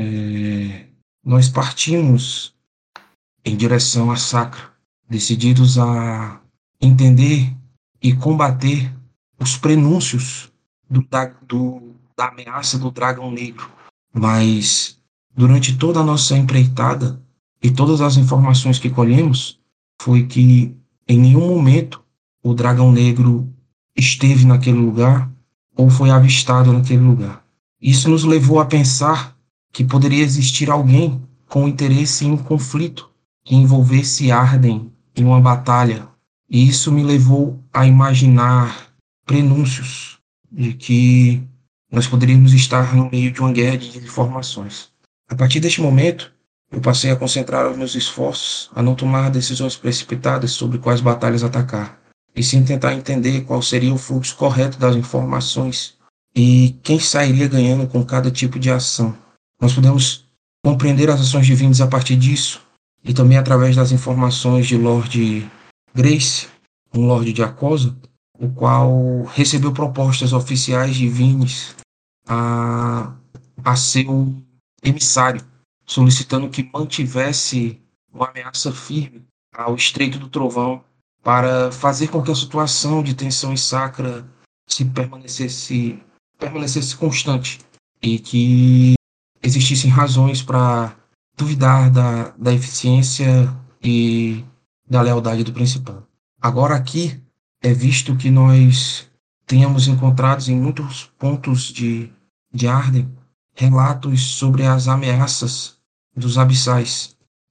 é, nós partimos em direção à Sacra, decididos a entender e combater os prenúncios do, da, do, da ameaça do dragão negro. Mas, durante toda a nossa empreitada e todas as informações que colhemos, foi que em nenhum momento o dragão negro esteve naquele lugar ou foi avistado naquele lugar. Isso nos levou a pensar que poderia existir alguém com interesse em um conflito que envolvesse Arden em uma batalha. E isso me levou a imaginar prenúncios de que nós poderíamos estar no meio de uma guerra de informações. A partir deste momento, eu passei a concentrar os meus esforços a não tomar decisões precipitadas sobre quais batalhas atacar, e sim tentar entender qual seria o fluxo correto das informações e quem sairia ganhando com cada tipo de ação. Nós podemos compreender as ações divinas a partir disso, e também através das informações de Lord Grace, um Lorde de Acosa, o qual recebeu propostas oficiais divinas a, a seu emissário, solicitando que mantivesse uma ameaça firme ao Estreito do Trovão para fazer com que a situação de tensão e sacra se permanecesse, permanecesse constante e que existissem razões para duvidar da, da eficiência e da lealdade do Principal. Agora aqui é visto que nós tenhamos encontrado em muitos pontos de, de Arden relatos sobre as ameaças dos abissais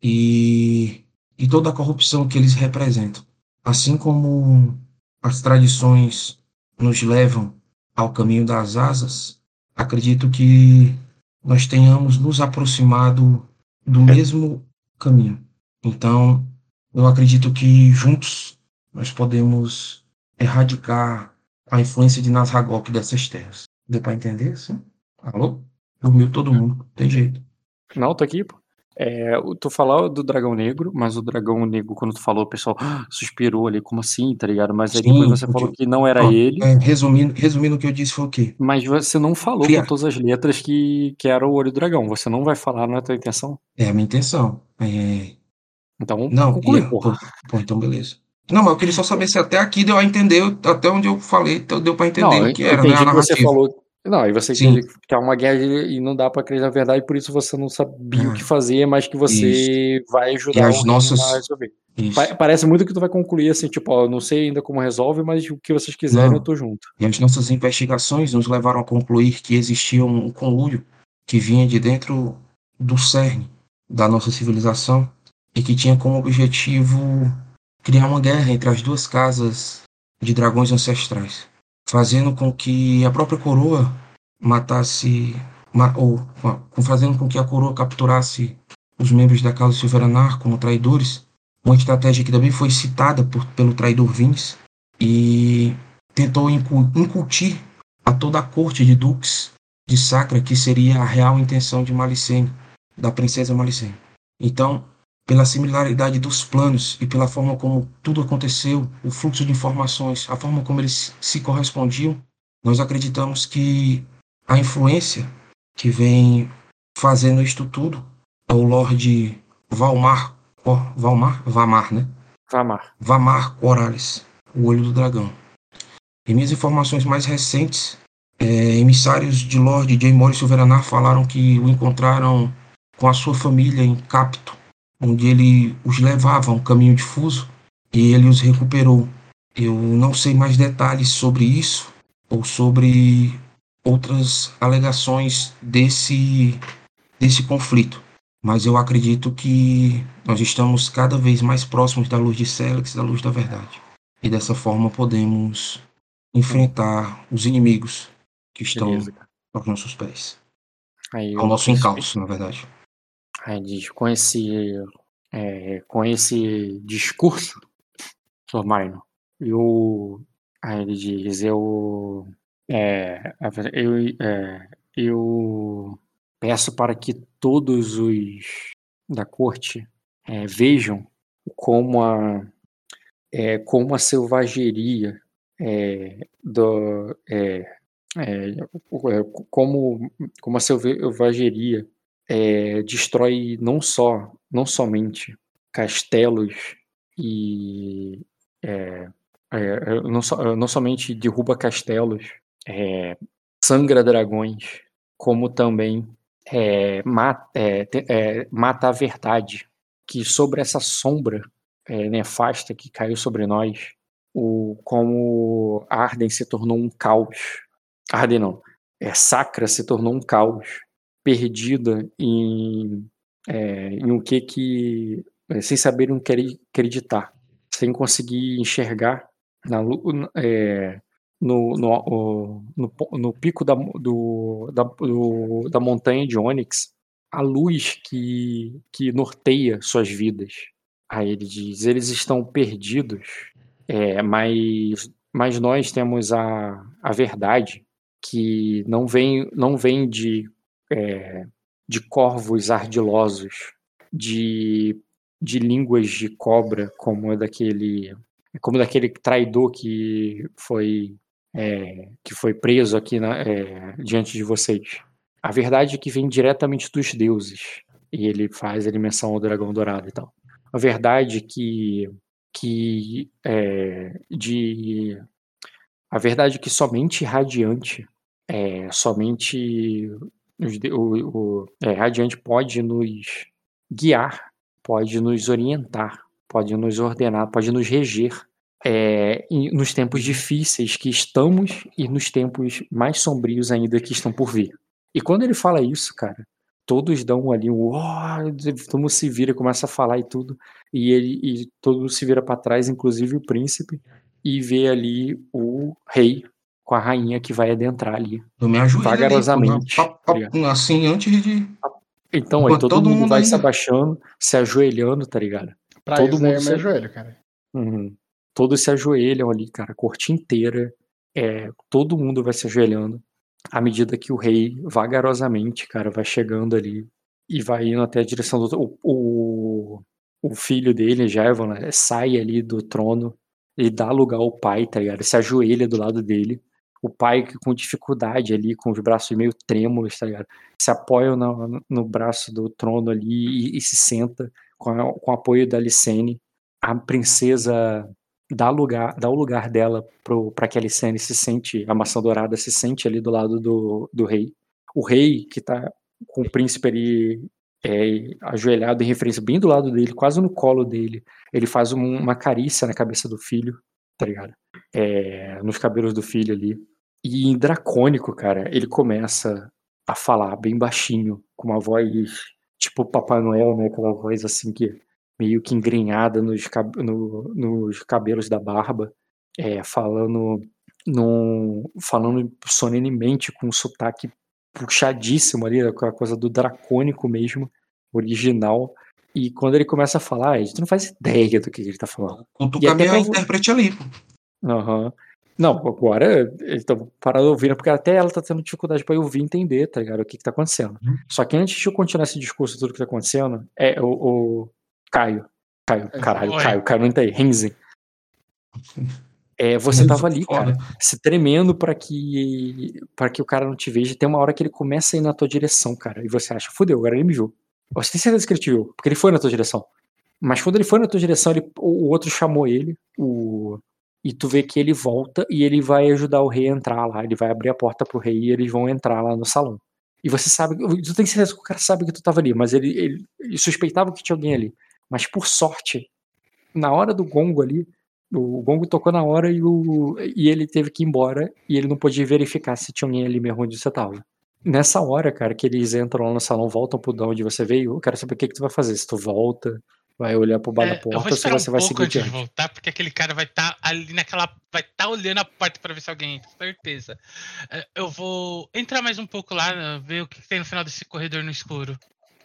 e, e toda a corrupção que eles representam. Assim como as tradições nos levam ao caminho das asas, acredito que nós tenhamos nos aproximado do mesmo caminho. Então, eu acredito que juntos nós podemos erradicar a influência de Nazragok dessas terras. Deu para entender, sim? Alô? Dormiu todo mundo, tem jeito. Não, tô aqui, pô. É, tu falou do dragão negro, mas o dragão negro, quando tu falou, o pessoal ah, suspirou ali, como assim, tá ligado? Mas aí Sim, depois você porque- falou que não era Pronto, ele, é, resumindo, resumindo o que eu disse foi o quê? mas você não falou Criar. com todas as letras que, que era o olho do dragão. Você não vai falar, não é a tua intenção? É a minha intenção. É... Então, Não, conclui, e, porra. pô, pô, então beleza. Não, mas eu queria só saber se até aqui deu a entender, até onde eu falei, então deu para entender Não, o que eu era, né, a entendi que você narrativa. falou. Não, e você Sim. entende que é uma guerra e não dá pra acreditar na verdade, por isso você não sabia o que Ah, fazer, mas que você vai E ajudar as o reino nossas. a resolver. Isso. Pa- Parece muito que tu vai concluir assim, tipo, ó, eu não sei ainda como resolve, mas o que vocês quiserem Não. eu tô junto. E as nossas investigações nos levaram a concluir que existia um conluio que vinha de dentro do cerne da nossa civilização e que tinha como objetivo criar uma guerra entre as duas casas de dragões ancestrais, fazendo com que a própria coroa matasse, ma- ou fa- fazendo com que a coroa capturasse os membros da casa Silveranar como traidores, uma estratégia que também foi citada por, pelo traidor Vince, e tentou incu- incutir a toda a corte de duques de Sacra que seria a real intenção de Malicene, da princesa Malicene. Então, pela similaridade dos planos e pela forma como tudo aconteceu, o fluxo de informações, a forma como eles se correspondiam, nós acreditamos que a influência que vem fazendo isto tudo é o Lorde Valmar, Cor- Valmar, Vamar, né? Vamar. Vamar Corales, o Olho do Dragão. Em minhas informações mais recentes, é, emissários de Lord J. Morris Silveranar falaram que o encontraram com a sua família em Capto, onde ele os levava a um caminho difuso e ele os recuperou. Eu não sei mais detalhes sobre isso ou sobre outras alegações desse, desse conflito, mas eu acredito que nós estamos cada vez mais próximos da luz de Célix, da luz da verdade. E dessa forma podemos enfrentar os inimigos que estão Beleza, cara. aos nossos pés. Aí Ao eu nosso príncipe- encalço, na verdade. Aí diz, com esse, é, com esse discurso, Sr. Minor, eu, aí ele diz, eu, é, eu, é, eu peço para que todos os da corte é, vejam como a, é, como a selvageria é, do, é, é, como, como a selvageria é, destrói não só, não somente castelos e é, é, não, so, não somente derruba castelos, é, sangra dragões, como também é, mata, é, é, mata a verdade, que sobre essa sombra é, nefasta que caiu sobre nós, o, como Arden se tornou um caos. Arden não, é, Sacra se tornou um caos, perdida em, é, em o que que, é, sem saber o que acreditar, sem conseguir enxergar na, é, no, no, no, no pico da, do, da, do, da montanha de Onyx a luz que, que norteia suas vidas. Aí ele diz, eles estão perdidos, é, mas, mas nós temos a, a verdade que não vem, não vem de, é, de corvos ardilosos, de, de línguas de cobra, como é daquele, como daquele traidor que foi, é, que foi preso aqui na, é, diante de vocês. A verdade é que vem diretamente dos deuses, e ele faz a menção ao dragão dourado e tal. A verdade é que, que é, de, a verdade é que somente Radiante, é, somente os de- o, o- é, Radiante pode nos guiar, pode nos orientar, pode nos ordenar, pode nos reger é, em- nos tempos difíceis que estamos e nos tempos mais sombrios ainda que estão por vir. E quando ele fala isso, cara, todos dão ali um "Oh", todo mundo se vira, começa a falar e tudo, e ele e todo mundo se vira para trás, inclusive o príncipe, e vê ali o rei com a rainha que vai adentrar ali, Eu me ajoelho ali, pô, na- vagarosamente. pa- pa- tá ligado? assim, antes de. Então, aí Enquanto todo, todo mundo mundo vai se ainda. abaixando, se ajoelhando, tá ligado? Pra Todo isso daí mundo eu me se, ajoelho, cara. Uhum. Todos se ajoelham ali, cara, a corte inteira, é, todo mundo vai se ajoelhando, à medida que o rei, vagarosamente, cara, vai chegando ali e vai indo até a direção do... O, o, o filho dele, Jevon, né, sai ali do trono e dá lugar ao pai, tá ligado? Se ajoelha do lado dele. O pai que com dificuldade ali, com os braços meio trêmulos, tá ligado? Se apoia no, no braço do trono ali e, e se senta com, a, com o apoio da Alicene. A princesa dá lugar, dá o lugar dela para que a Alicene se sente, a maçã dourada se sente ali do lado do, do rei. O rei, que tá com o príncipe ali é, ajoelhado em referência bem do lado dele, quase no colo dele, ele faz um, uma carícia na cabeça do filho, tá ligado? É, nos cabelos do filho ali. E em dracônico, cara, ele começa a falar bem baixinho, com uma voz tipo Papai Noel, né? Aquela voz assim que meio que engrenhada nos, cab no, nos cabelos da barba, é, falando, num, falando solenemente com um sotaque puxadíssimo ali, aquela coisa do dracônico mesmo, original. E quando ele começa a falar, a gente não faz ideia do que ele tá falando. Cutuca até bem a pra- intérprete ali, pô. Aham. Não, agora eles estão parando ouvindo, porque até ela tá tendo dificuldade pra eu ouvir e entender, tá ligado? O que que tá acontecendo. Uhum. Só que antes de eu continuar esse discurso, tudo que tá acontecendo, é o, o Caio. Caio, Oi. caralho, Oi. Caio, Caio não tá aí, Renzen. É, você tava ali, Foda. cara, se tremendo pra que para que o cara não te veja. Tem uma hora que ele começa a ir na tua direção, cara, e você acha, fudeu, agora ele me viu. Você tem certeza que ele te viu, porque ele foi na tua direção. Mas quando ele foi na tua direção, ele, o o outro chamou ele, o, e tu vê que ele volta e ele vai ajudar o rei a entrar lá. Ele vai abrir a porta pro rei e eles vão entrar lá no salão. E você sabe, tu tem certeza que o cara sabe que tu tava ali, mas ele, ele, ele suspeitava que tinha alguém ali. Mas por sorte, na hora do gongo ali, o gongo tocou na hora e, o, e ele teve que ir embora e ele não podia verificar se tinha alguém ali mesmo onde você tava. Nessa hora, cara, que eles entram lá no salão, voltam pro de onde você veio, eu quero saber o que, que tu vai fazer. Se tu volta, vai olhar pro bar da É, eu vou porta, ou se esperar um você vai pouco seguir antes de adiante. voltar, porque aquele cara vai estar ali naquela. Vai estar olhando a porta pra ver se alguém entra, certeza. É, eu vou entrar mais um pouco lá, né, ver o que que tem no final desse corredor no escuro.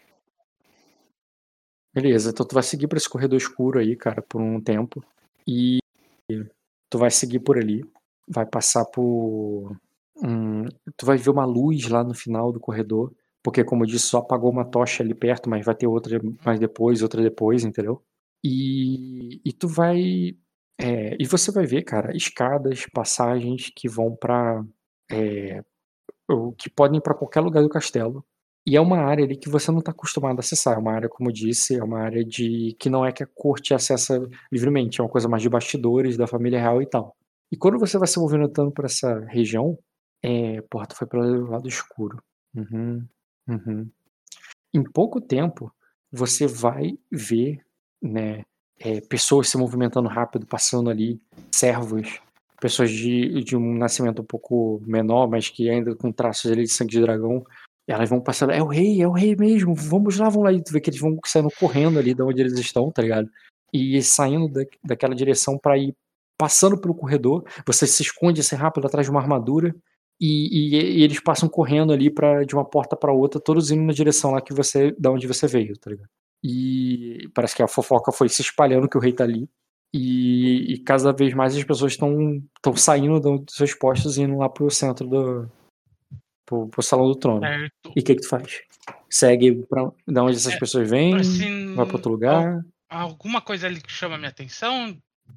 Beleza, então tu vai seguir pra esse corredor escuro aí, cara, por um tempo. E tu vai seguir por ali. Vai passar por. Hum, tu vai ver uma luz lá no final do corredor. Porque, como eu disse, só apagou uma tocha ali perto, mas vai ter outra mais depois, outra depois, entendeu? E, e tu vai. É, e você vai ver, cara, escadas, passagens que vão pra. É, ou que podem ir pra qualquer lugar do castelo. E é uma área ali que você não está acostumado a acessar. É uma área, como eu disse, é uma área de que não é que a corte acessa livremente. É uma coisa mais de bastidores da família real e tal. E quando você vai se movimentando por essa região, é, porra, tu foi pelo lado escuro. Uhum, uhum. Em pouco tempo, você vai ver, né, é, pessoas se movimentando rápido, passando ali, servos, pessoas de, de um nascimento um pouco menor, mas que ainda com traços ali de sangue de dragão. Elas vão passando, é o rei, é o rei mesmo, vamos lá, vamos lá. E tu vê que eles vão saindo correndo ali de onde eles estão, tá ligado? E saindo da, daquela direção pra ir passando pelo corredor. Você se esconde assim rápido atrás de uma armadura. E, e, e eles passam correndo ali pra, de uma porta pra outra, todos indo na direção lá que você, da onde você veio, tá ligado? E parece que a fofoca foi se espalhando que o rei tá ali. E, e cada vez mais as pessoas estão saindo dos seus postos e indo lá pro centro do, pro, pro Salão do Trono. Certo. E o que que tu faz? Segue pra da onde essas É, pessoas vêm? Assim, Vai pra outro al- lugar? alguma coisa ali que chama minha atenção?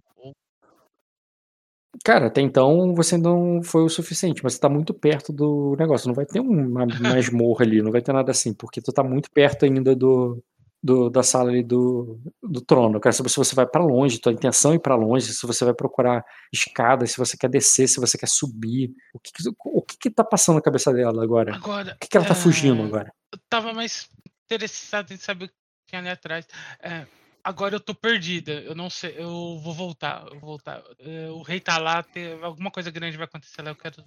Cara, até então você não foi o suficiente, mas você tá muito perto do negócio. Não vai ter uma masmorra ali, não vai ter nada assim, porque tu tá muito perto ainda do, do- da sala ali do, do trono. Eu quero saber se você vai pra longe, tua intenção é ir pra longe, se você vai procurar escadas, se você quer descer, se você quer subir. O que, que- o que, que tá passando na cabeça dela agora? Agora, O que, que ela tá fugindo é, agora? eu tava mais interessado em saber o que tinha ali atrás. É, agora eu tô perdida. Eu não sei. Eu vou voltar. Eu vou voltar. É, o rei tá lá. Tem, alguma coisa grande vai acontecer lá. Eu quero.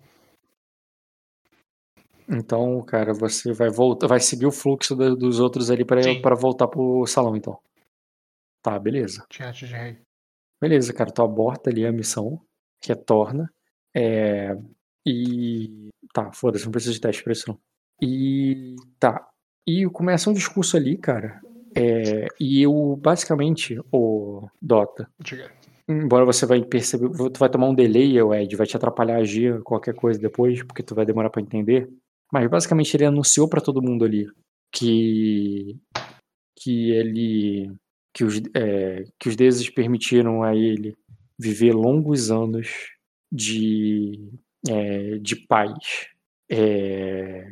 Então, cara, você vai voltar, vai seguir o fluxo da- dos outros ali pra Sim. pra voltar pro salão, então. Tá, beleza. Diante de rei. Beleza, cara, tu aborta ali a missão, retorna, é, e tá, foda-se, não precisa de teste pra isso não. E tá, e começa um discurso ali, cara, é, e eu, basicamente, o Dota, Diga. embora você vai perceber, tu vai tomar um delay, o Ed, vai te atrapalhar a agir qualquer coisa depois, porque tu vai demorar pra entender, mas basicamente ele anunciou pra todo mundo ali que que ele que os, é, que os deuses permitiram a ele viver longos anos de, é, de paz. É,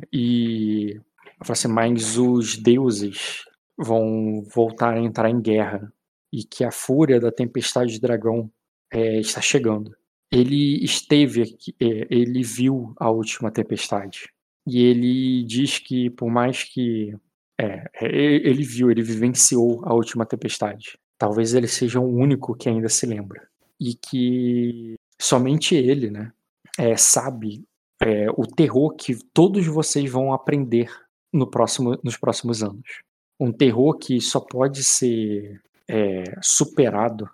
e assim, mas os deuses vão voltar a entrar em guerra e que a fúria da tempestade de dragão é, está chegando. Ele esteve aqui, é, ele viu a última tempestade e ele diz que por mais que é, é, ele viu, ele vivenciou a última tempestade. Talvez ele seja o único que ainda se lembra. E que somente ele, né, é, sabe é, o terror que todos vocês vão aprender no próximo, nos próximos anos. Um terror que só pode ser é, superado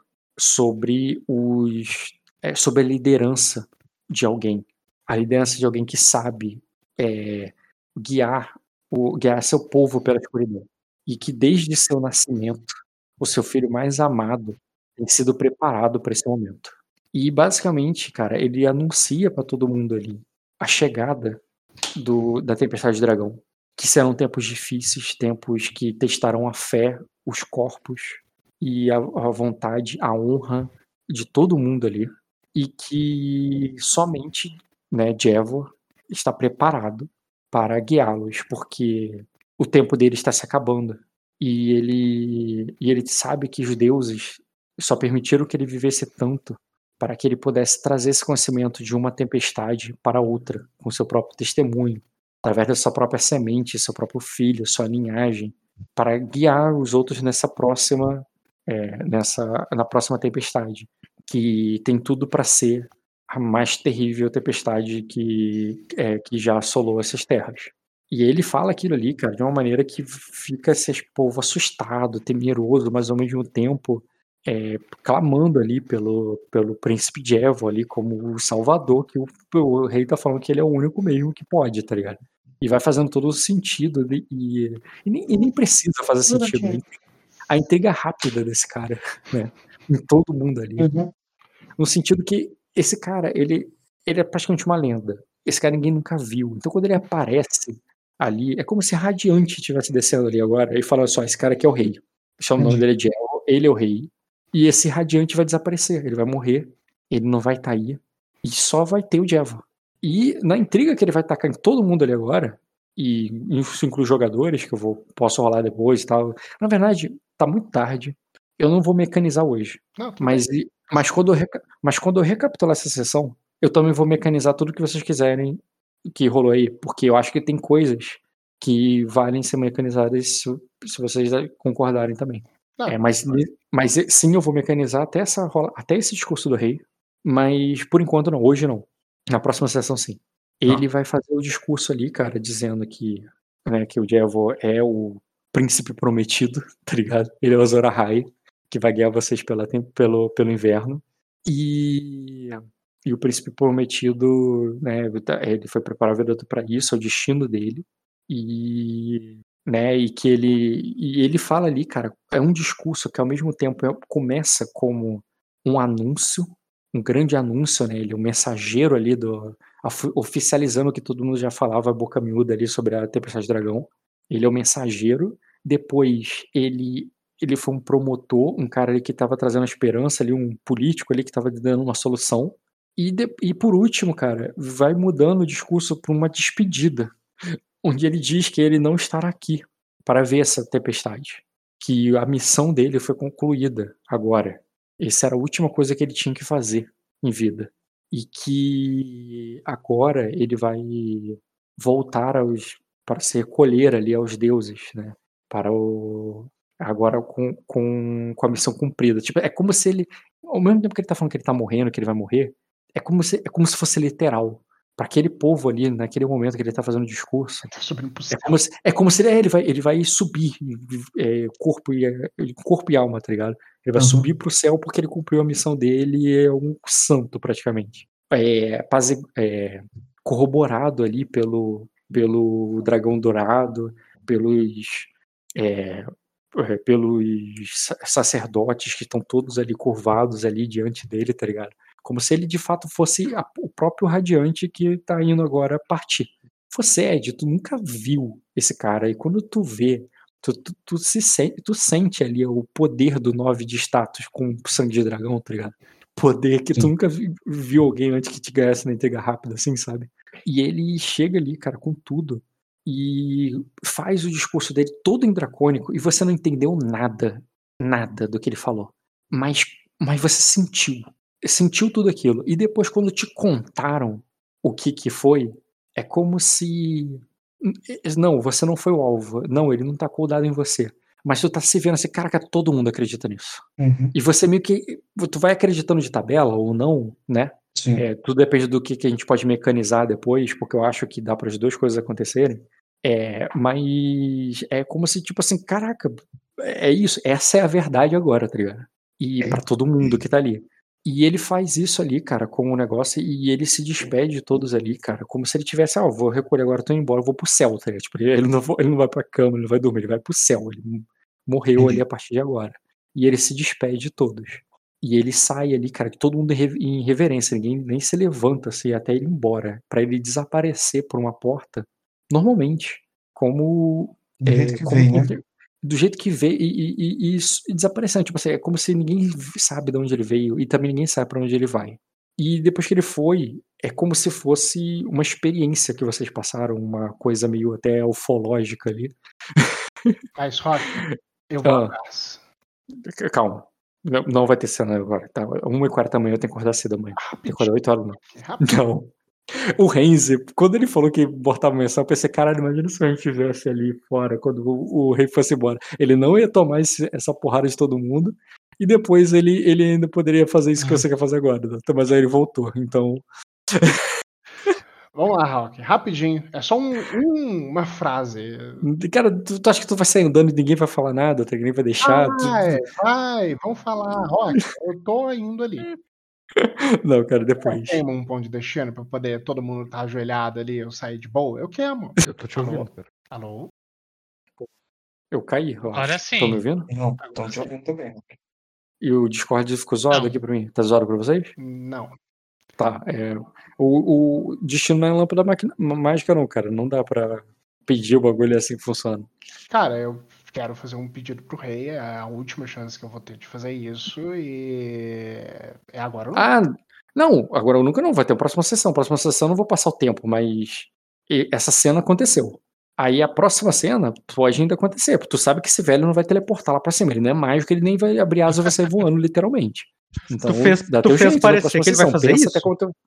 sobre, os, é, sobre a liderança de alguém. A liderança de alguém que sabe é, guiar o, guiar seu povo pela escuridão. E que desde seu nascimento, o seu filho mais amado tem sido preparado para esse momento. E basicamente, cara, ele anuncia para todo mundo ali a chegada do, da Tempestade de Dragão. Que serão tempos difíceis, tempos que testarão a fé, os corpos e a, a vontade, a honra de todo mundo ali. E que somente, né, Jevor está preparado para guiá-los, porque o tempo dele está se acabando. E ele, e ele sabe que os deuses só permitiram que ele vivesse tanto para que ele pudesse trazer esse conhecimento de uma tempestade para outra, com seu próprio testemunho, através da sua própria semente, seu próprio filho, sua linhagem, para guiar os outros nessa próxima, é, nessa, na próxima tempestade, que tem tudo para ser a mais terrível tempestade que, é, que já assolou essas terras. E ele fala aquilo ali, cara, de uma maneira que fica esse povo assustado, temeroso, mas ao mesmo tempo é, clamando ali pelo, pelo príncipe Jevo ali como o salvador, que o, o rei tá falando que ele é o único mesmo que pode, tá ligado? E vai fazendo todo o sentido e, e, e, nem, e nem precisa fazer sentido. Né? A intriga rápida desse cara, né? Em todo mundo ali. Uhum. No sentido que esse cara, ele, ele é praticamente uma lenda. Esse cara ninguém nunca viu. Então quando ele aparece ali, é como se Radiante estivesse descendo ali agora e falando só, esse cara aqui é o rei. Chama o nome dele de El, ele é o rei. E esse Radiante vai desaparecer, ele vai morrer, ele não vai estar aí, e só vai ter o Jevo. E na intriga que ele vai tacar em todo mundo ali agora, e isso inclui jogadores, que eu vou, posso rolar depois e tal. Na verdade, tá muito tarde, eu não vou mecanizar hoje. Não, tudo Mas, bem. mas, quando eu, reca- mas quando eu recapitular essa sessão, eu também vou mecanizar tudo que vocês quiserem que rolou aí, porque eu acho que tem coisas que valem ser mecanizadas se, se vocês concordarem também. Não, É, mas, mas sim, eu vou mecanizar até, essa, rola- até esse discurso do rei, mas por enquanto não, hoje não. Na próxima sessão sim. Ele vai fazer o discurso ali, cara, dizendo que, né, que o Jevo é o príncipe prometido, tá ligado? Ele é o Azor Ahai, que vai guiar vocês pela, tem- pelo, pelo inverno. E, e o príncipe prometido, né, ele foi preparado para isso, é o destino dele. E, né, e que ele e ele fala ali, cara, é um discurso que ao mesmo tempo é- começa como um anúncio, um grande anúncio, né, ele é o mensageiro ali do oficializando o que todo mundo já falava, a boca miúda ali sobre a Tempestade Dragão. Ele é o mensageiro. Depois ele, ele foi um promotor, um cara ali que estava trazendo esperança, ali, um político ali que estava dando uma solução. E, de, e por último, cara, vai mudando o discurso para uma despedida, onde ele diz que ele não estará aqui para ver essa tempestade. Que a missão dele foi concluída agora. Essa era a última coisa que ele tinha que fazer em vida. E que agora ele vai voltar aos, para se recolher ali aos deuses, né? Para o agora com, com, com a missão cumprida. Tipo, é como se ele, ao mesmo tempo que ele tá falando que ele tá morrendo, que ele vai morrer, é como se, é como se fosse literal. Para aquele povo ali, naquele momento que ele tá fazendo o discurso, Tá subindo pro céu. é como se, é como se ele, é, ele, vai, ele vai subir é, corpo, e, corpo e alma, tá ligado? Ele vai Uhum. subir pro céu porque ele cumpriu a missão dele e é um santo, praticamente. É, é, corroborado ali pelo, pelo dragão dourado, pelos, é, pelos sacerdotes que estão todos ali curvados ali diante dele, tá ligado? Como se ele de fato fosse a, o próprio Radiante que tá indo agora partir. Você, Ed, tu nunca viu esse cara, e quando tu vê, tu, tu, tu, se sente, tu sente ali o poder do nove de status com sangue de dragão, tá ligado? Poder que tu Sim. nunca vi, viu alguém antes que te ganhasse na entrega rápida, assim, sabe? E ele chega ali, cara, com tudo, e faz o discurso dele todo em dracônico, e você não entendeu nada, nada do que ele falou. Mas, mas você sentiu. Sentiu tudo aquilo. E depois, quando te contaram o que que foi, é como se... Não, você não foi o alvo. Não, ele não tacou o dado em você. Mas tu tá se vendo assim, caraca, todo mundo acredita nisso. Uhum. E você meio que... Tu vai acreditando de tabela ou não, né? Sim. É, tudo depende do que, que a gente pode mecanizar depois, porque eu acho que dá para as duas coisas acontecerem. É, mas é como se, tipo assim, caraca, é isso. Essa é a verdade agora, tá ligado? E pra todo mundo que tá ali. E ele faz isso ali, cara, com o negócio, e ele se despede de todos ali, cara, como se ele tivesse, ah, vou recolher agora, tô indo embora, eu vou pro céu, tá ligado? Tipo, ele, não, ele não vai pra cama, ele não vai dormir, ele vai pro céu, ele morreu ali a partir de agora. E ele se despede de todos. E ele sai ali, cara, todo mundo em reverência, ninguém nem se levanta, assim, até ele ir embora, pra ele desaparecer por uma porta, normalmente, como... Do é, jeito que como veio, né? quem- do jeito que veio e, e, e, e desaparecendo. Tipo assim, é como se ninguém sabe de onde ele veio e também ninguém sabe pra onde ele vai. E depois que ele foi, é como se fosse uma experiência que vocês passaram, uma coisa meio até ufológica ali. Mas, Rock, eu vou Ah. atrás. Calma. Não, não vai ter cena agora. Tá? uma e quarenta da manhã eu tenho que acordar cedo amanhã. Tem que acordar oito horas, não. Rapidinho. Não. O Renzi, quando ele falou que botava menção, eu pensei, caralho, imagina se a gente estivesse ali fora quando o, o rei fosse embora. Ele não ia tomar esse, essa porrada de todo mundo, e depois ele, ele ainda poderia fazer isso que você quer fazer agora, né? Mas aí ele voltou, então... Vamos lá, Rock, rapidinho. É só um, um- uma frase. Cara, tu, tu acha que tu vai sair andando e ninguém vai falar nada, tá? Ninguém vai deixar? Tu- Vai, vai, vamos falar. Rock, eu tô indo ali. Não, cara, Eu depois. queimo um pão de destino pra poder todo mundo estar ajoelhado ali, eu sair de boa. Eu queimo. Eu tô te Alô? ouvindo, cara. Alô? Eu caí, eu Agora acho. sim. Tô me ouvindo? Não, estão te ouvindo também. E o Discord ficou zoado Não. aqui pra mim. Tá zoado pra vocês? Não. Tá, é, o, o destino não é lâmpada máquina, mágica não, cara. Não dá pra pedir o bagulho assim que funciona. Cara, eu quero fazer um pedido pro rei. É a última chance que eu vou ter de fazer isso. E é agora ou não? Ah, não, agora eu nunca não. Vai ter a próxima sessão. A próxima sessão eu não vou passar o tempo, mas e- essa cena aconteceu. Aí a próxima cena pode ainda acontecer, porque tu sabe que esse velho não vai teleportar lá pra cima. Ele não é mágico, ele nem vai abrir asa e vai sair voando, literalmente. Então, fez- dá tu teu fez jeito na parecer próxima que ele vai sessão. fazer Pensa isso? até como teu...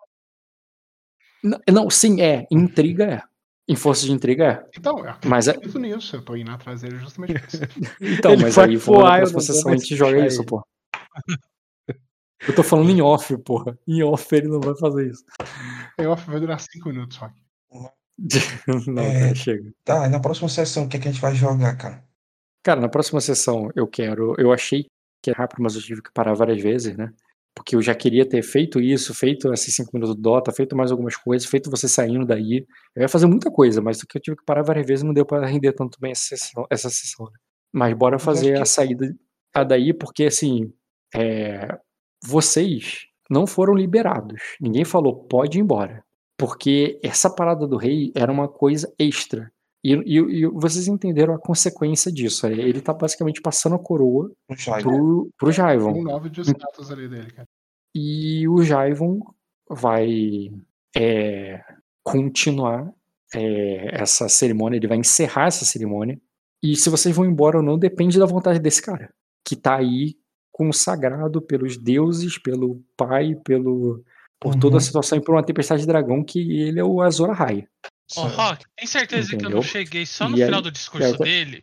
Não, não, sim, é. Intriga é. Em força de intriga é. Então, eu Mas é- acredito nisso. Eu tô indo atrás dele justamente por isso. Então, Ele mas vai aí vamos voar, na eu próxima não vou sessão a mais gente joga puxar isso, ele. pô. Eu tô falando em off, porra. Em off ele não vai fazer isso. Eu vai durar cinco minutos, Rock. Não, É. cara, chega. Tá, e na próxima sessão, o que, é que a gente vai jogar, cara? Cara, na próxima sessão eu quero. Eu achei que era rápido, mas eu tive que parar várias vezes, né? Porque eu já queria ter feito isso, feito esses cinco minutos do Dota, feito mais algumas coisas, feito você saindo daí. Eu ia fazer muita coisa, mas só que eu tive que parar várias vezes e não deu pra render tanto bem essa sessão. Essa sessão né? Mas bora Mas fazer acho a que- saída a daí, porque assim. É, vocês não foram liberados. Ninguém falou, pode ir embora. Porque essa parada do rei era uma coisa extra. E, e, e vocês entenderam a consequência disso. Né? Ele tá basicamente passando a coroa pro, pro Jaivon. Um nove de status ali dele, cara. E o Jaivon vai é, continuar é, essa cerimônia, ele vai encerrar essa cerimônia. E se vocês vão embora ou não, depende da vontade desse cara, que tá aí consagrado pelos deuses, pelo pai, pelo, por Uhum. toda a situação e por uma tempestade de dragão, que ele é o Azor Ahai. Ô, Rock, tem certeza que eu Entendeu? não cheguei só no E aí- final do discurso é, tá- dele?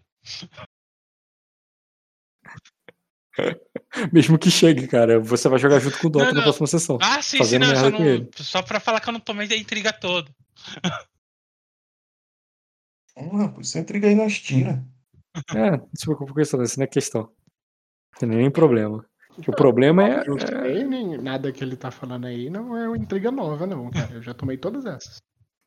Mesmo que chegue, cara, você vai jogar junto com o Dota Não, na não. próxima sessão. Ah, sim, sim, fazendo não, eu só, merda com não, ele. só pra falar que eu não tomei a intriga toda. Ah, por isso intriga aí nós tira. É, não se preocupe com isso, não, isso não é questão. Não tem nem problema. O problema é. Eu é- sei, nem nada que ele tá falando aí não é uma intriga nova, não, cara. Eu já tomei todas essas.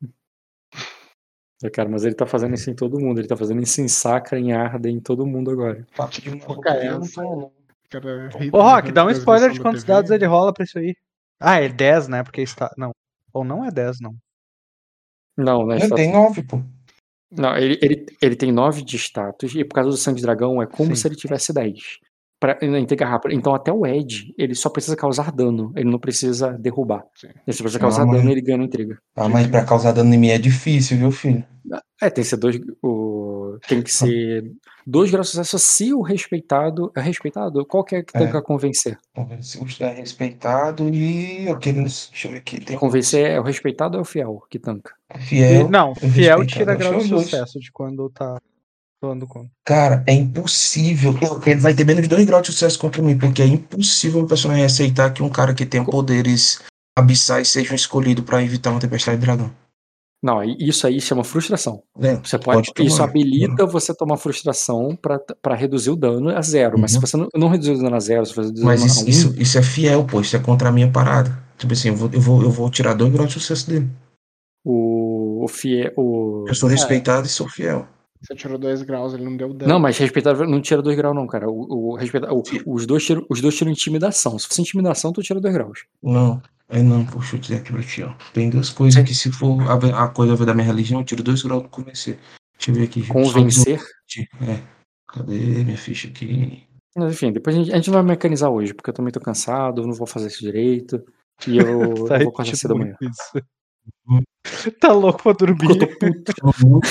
é, Cara, mas ele tá fazendo isso em todo mundo. Ele tá fazendo isso em Sacra, em Arda, em todo mundo agora. Papo de Foca maluco, eu não essa. tô, não. Cara, Ô, Rock, dá um transmissão spoiler de da quantos T V. dados ele rola pra isso aí. Ah, é dez, né? Porque está. Não. Ou não é dez, não. Não, né? Ele Está... tem nove, pô. Não, ele, ele, ele tem nove de status, e por causa do Sangue Dragão é como Sim. se ele tivesse dez. Pra, na intriga rápida. Então até o Ed, ele só precisa causar dano. Ele não precisa derrubar. Sim. Ele só precisa Ah, causar mas- dano e ele ganha na intriga. Ah, mas pra causar dano em mim é difícil, viu, filho? É, tem que ser dois. O, tem que ser dois graus de sucesso se o respeitado. É respeitado? Qual que é que É. tem que convencer? Se o é respeitado e aqueles. Deixa eu ver aqui. Tem Convencer é o respeitado ou é o fiel que tanca? um fiel. E- não, e fiel respeitado. tira Acho que grau é de os dois. sucesso de quando tá falando com. Cara, é impossível. Ele vai ter menos de dois graus de sucesso contra mim, porque é impossível o personagem aceitar que um cara que tem poderes abissais seja um escolhido pra evitar uma tempestade de dragão. Não, e isso aí chama frustração. É, Você pode, tomar. isso habilita você tomar frustração pra pra reduzir o dano a zero. Mas se Uhum. você não, não reduzir o dano a zero, se você reduzir Mas o dano isso, a um, isso, isso é fiel, pô. Isso é contra a minha parada. Tipo assim, eu vou, eu vou, eu vou tirar dois graus de sucesso dele. o, o fiel. O... Eu sou respeitado e sou fiel. Você tirou dois graus, ele não deu dano. Não, mas respeitável não tira dois graus, não, cara. O, o, respeita- o- os, dois tiram, os dois tiram intimidação. Se fosse intimidação, tu tira dois graus. Não, aí não, pô, deixa eu dizer aqui pra ti, ó. Tem duas coisas Sim. que se for a, a coisa da minha religião, eu tiro dois graus no convencer. Deixa eu ver aqui. Convencer. É. Cadê minha ficha aqui? Mas enfim, depois a gente, a gente vai mecanizar hoje, porque eu também tô cansado, eu não vou fazer isso direito. E eu, eu vou acordar cedo amanhã. Isso. Tá louco pra dormir? Porque eu tô puto.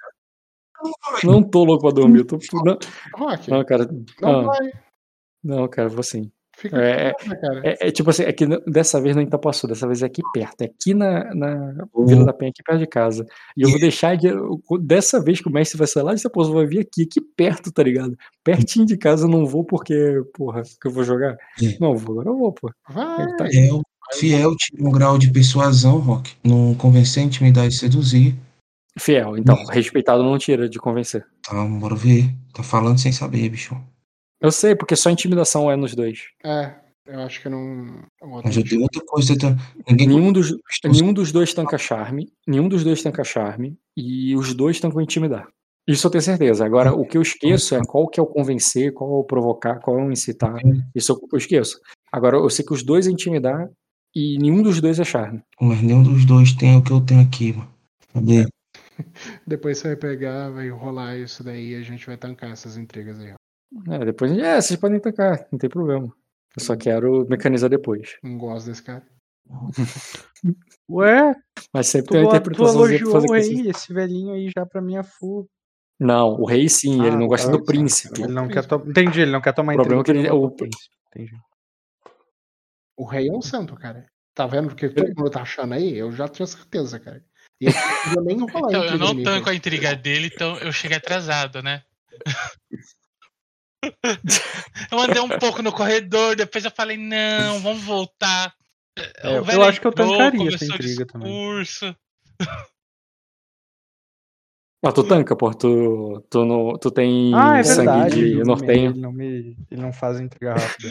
Não tô louco pra dormir, eu tô puto. Não, Rock, não cara. não ah, vai. não, cara, vou sim. Fica É, aqui, cara. É, é tipo assim, é que n- dessa vez não é em Itapuaçu, dessa vez é aqui perto, é aqui na, na Vila da Penha, aqui perto de casa. E eu vou deixar de. eu- Dessa vez que o mestre vai sair lá de Itapuaçu, vai vir aqui, aqui perto, tá ligado? Pertinho de casa eu não vou porque, porra, que eu vou jogar. É. Não vou, agora eu vou, pô. Vai. Ele tá aí. Fiel, fiel tira um grau de persuasão, Rock. Não convencer, intimidar e seduzir. Fiel, então, respeitado não tira de convencer. Tá, bora ver. Tá falando sem saber, bicho. Eu sei, porque só intimidação é nos dois. É, eu acho que não. o outro Mas eu não tenho outra coisa. Tá? Ninguém Nenhum dos, nenhum dos dois tanca charme, nenhum dos dois tanca charme, e os dois tancam intimidar. Isso eu tenho certeza. Agora, o que eu esqueço é qual que é o convencer, qual é o provocar, qual é o incitar. Isso eu, eu esqueço. Agora, eu sei que os dois é intimidar e nenhum dos dois é charme. Mas nenhum dos dois tem o que eu tenho aqui, mano. Cadê? Depois você vai pegar, vai rolar isso daí e a gente vai tancar essas intrigas aí, ó. É, depois a gente, é, vocês podem tancar, não tem problema. Eu só quero mecanizar depois. Não gosto desse cara. Ué, Mas sempre tu, tem uma tu interpretação pra elogiou fazer o com rei, isso. esse velhinho aí já pra mim é full. Não, o rei sim, ele Ah, não gosta tá, do príncipe. Ele não quer tomar. Entendi, ele não quer tomar O problema é que ele- intriga o- pelo príncipe. Entendi. O rei é um santo, cara. Tá vendo porque todo mundo tá achando aí? Eu já tinha certeza, cara. E eu não vou nem rolar Então, eu intriga não em mim, tanco cara. a intriga dele, então eu cheguei atrasado, né? Eu andei um pouco no corredor, depois eu falei, não, vamos voltar. É, O velho eu acho que eu entrou, tancaria essa começou o intriga também. discurso. Ah, tu tanca, pô. Tu, tu, no, tu tem Ah, é sangue verdade. de Ele não, me, nortenho. ele, não me, ele não faz intriga rápida.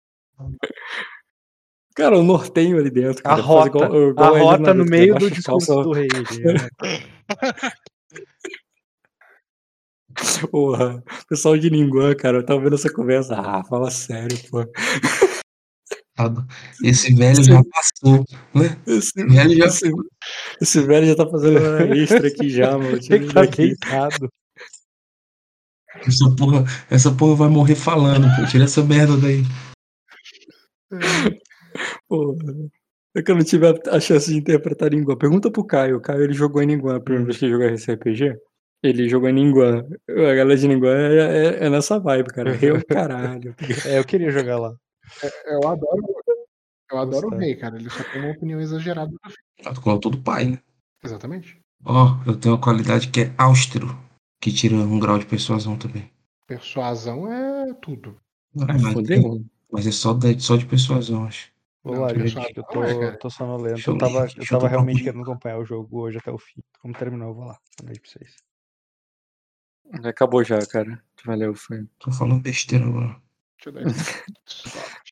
Cara, o nortenho ali dentro. A Cara, faz rota. igual- igual a ele rota Naruto, no que meio abaixa do a discurso calça. do rei. né? Porra, pessoal de Linguã, cara, eu tava vendo essa conversa. Ah, fala sério, pô. Esse velho já passou, né? Esse, Esse velho já esse, esse velho já tá fazendo hora extra aqui já, mano. Tira Tem que ele estar daqui. deitado. Essa porra, essa porra vai morrer falando, pô. Tira essa merda daí. Pô, é que eu não tive a, a chance de interpretar Ningguang. Pergunta pro Caio. O Caio, ele jogou em Ningguang a primeira Hum. vez que ele jogou esse R P G. Ele jogou em Ningguang. A galera de Ningguang é, é, é nessa vibe, cara. Eu, caralho. É, eu queria jogar lá. Eu adoro, eu adoro o Gostar. rei, cara. Ele só tem uma opinião exagerada. Tá com o autor do pai, né? Exatamente. Ó, eu tenho uma qualidade que é austero, que tira um grau de persuasão também. Persuasão é tudo. Não, Ai, mas, fodeu. mas é só de, só de persuasão, acho. Vou Não, lá, gente, persuasão que eu não é, tô, cara. tô sonolento. Deixa eu Eu tava, ler, eu deixa eu tava dar realmente uma- querendo acompanhar o jogo hoje até o fim. Como terminou, eu vou lá. Boa noite pra vocês. Acabou já, cara. Valeu, foi. Tô falando besteira agora. Deixa eu dar esse-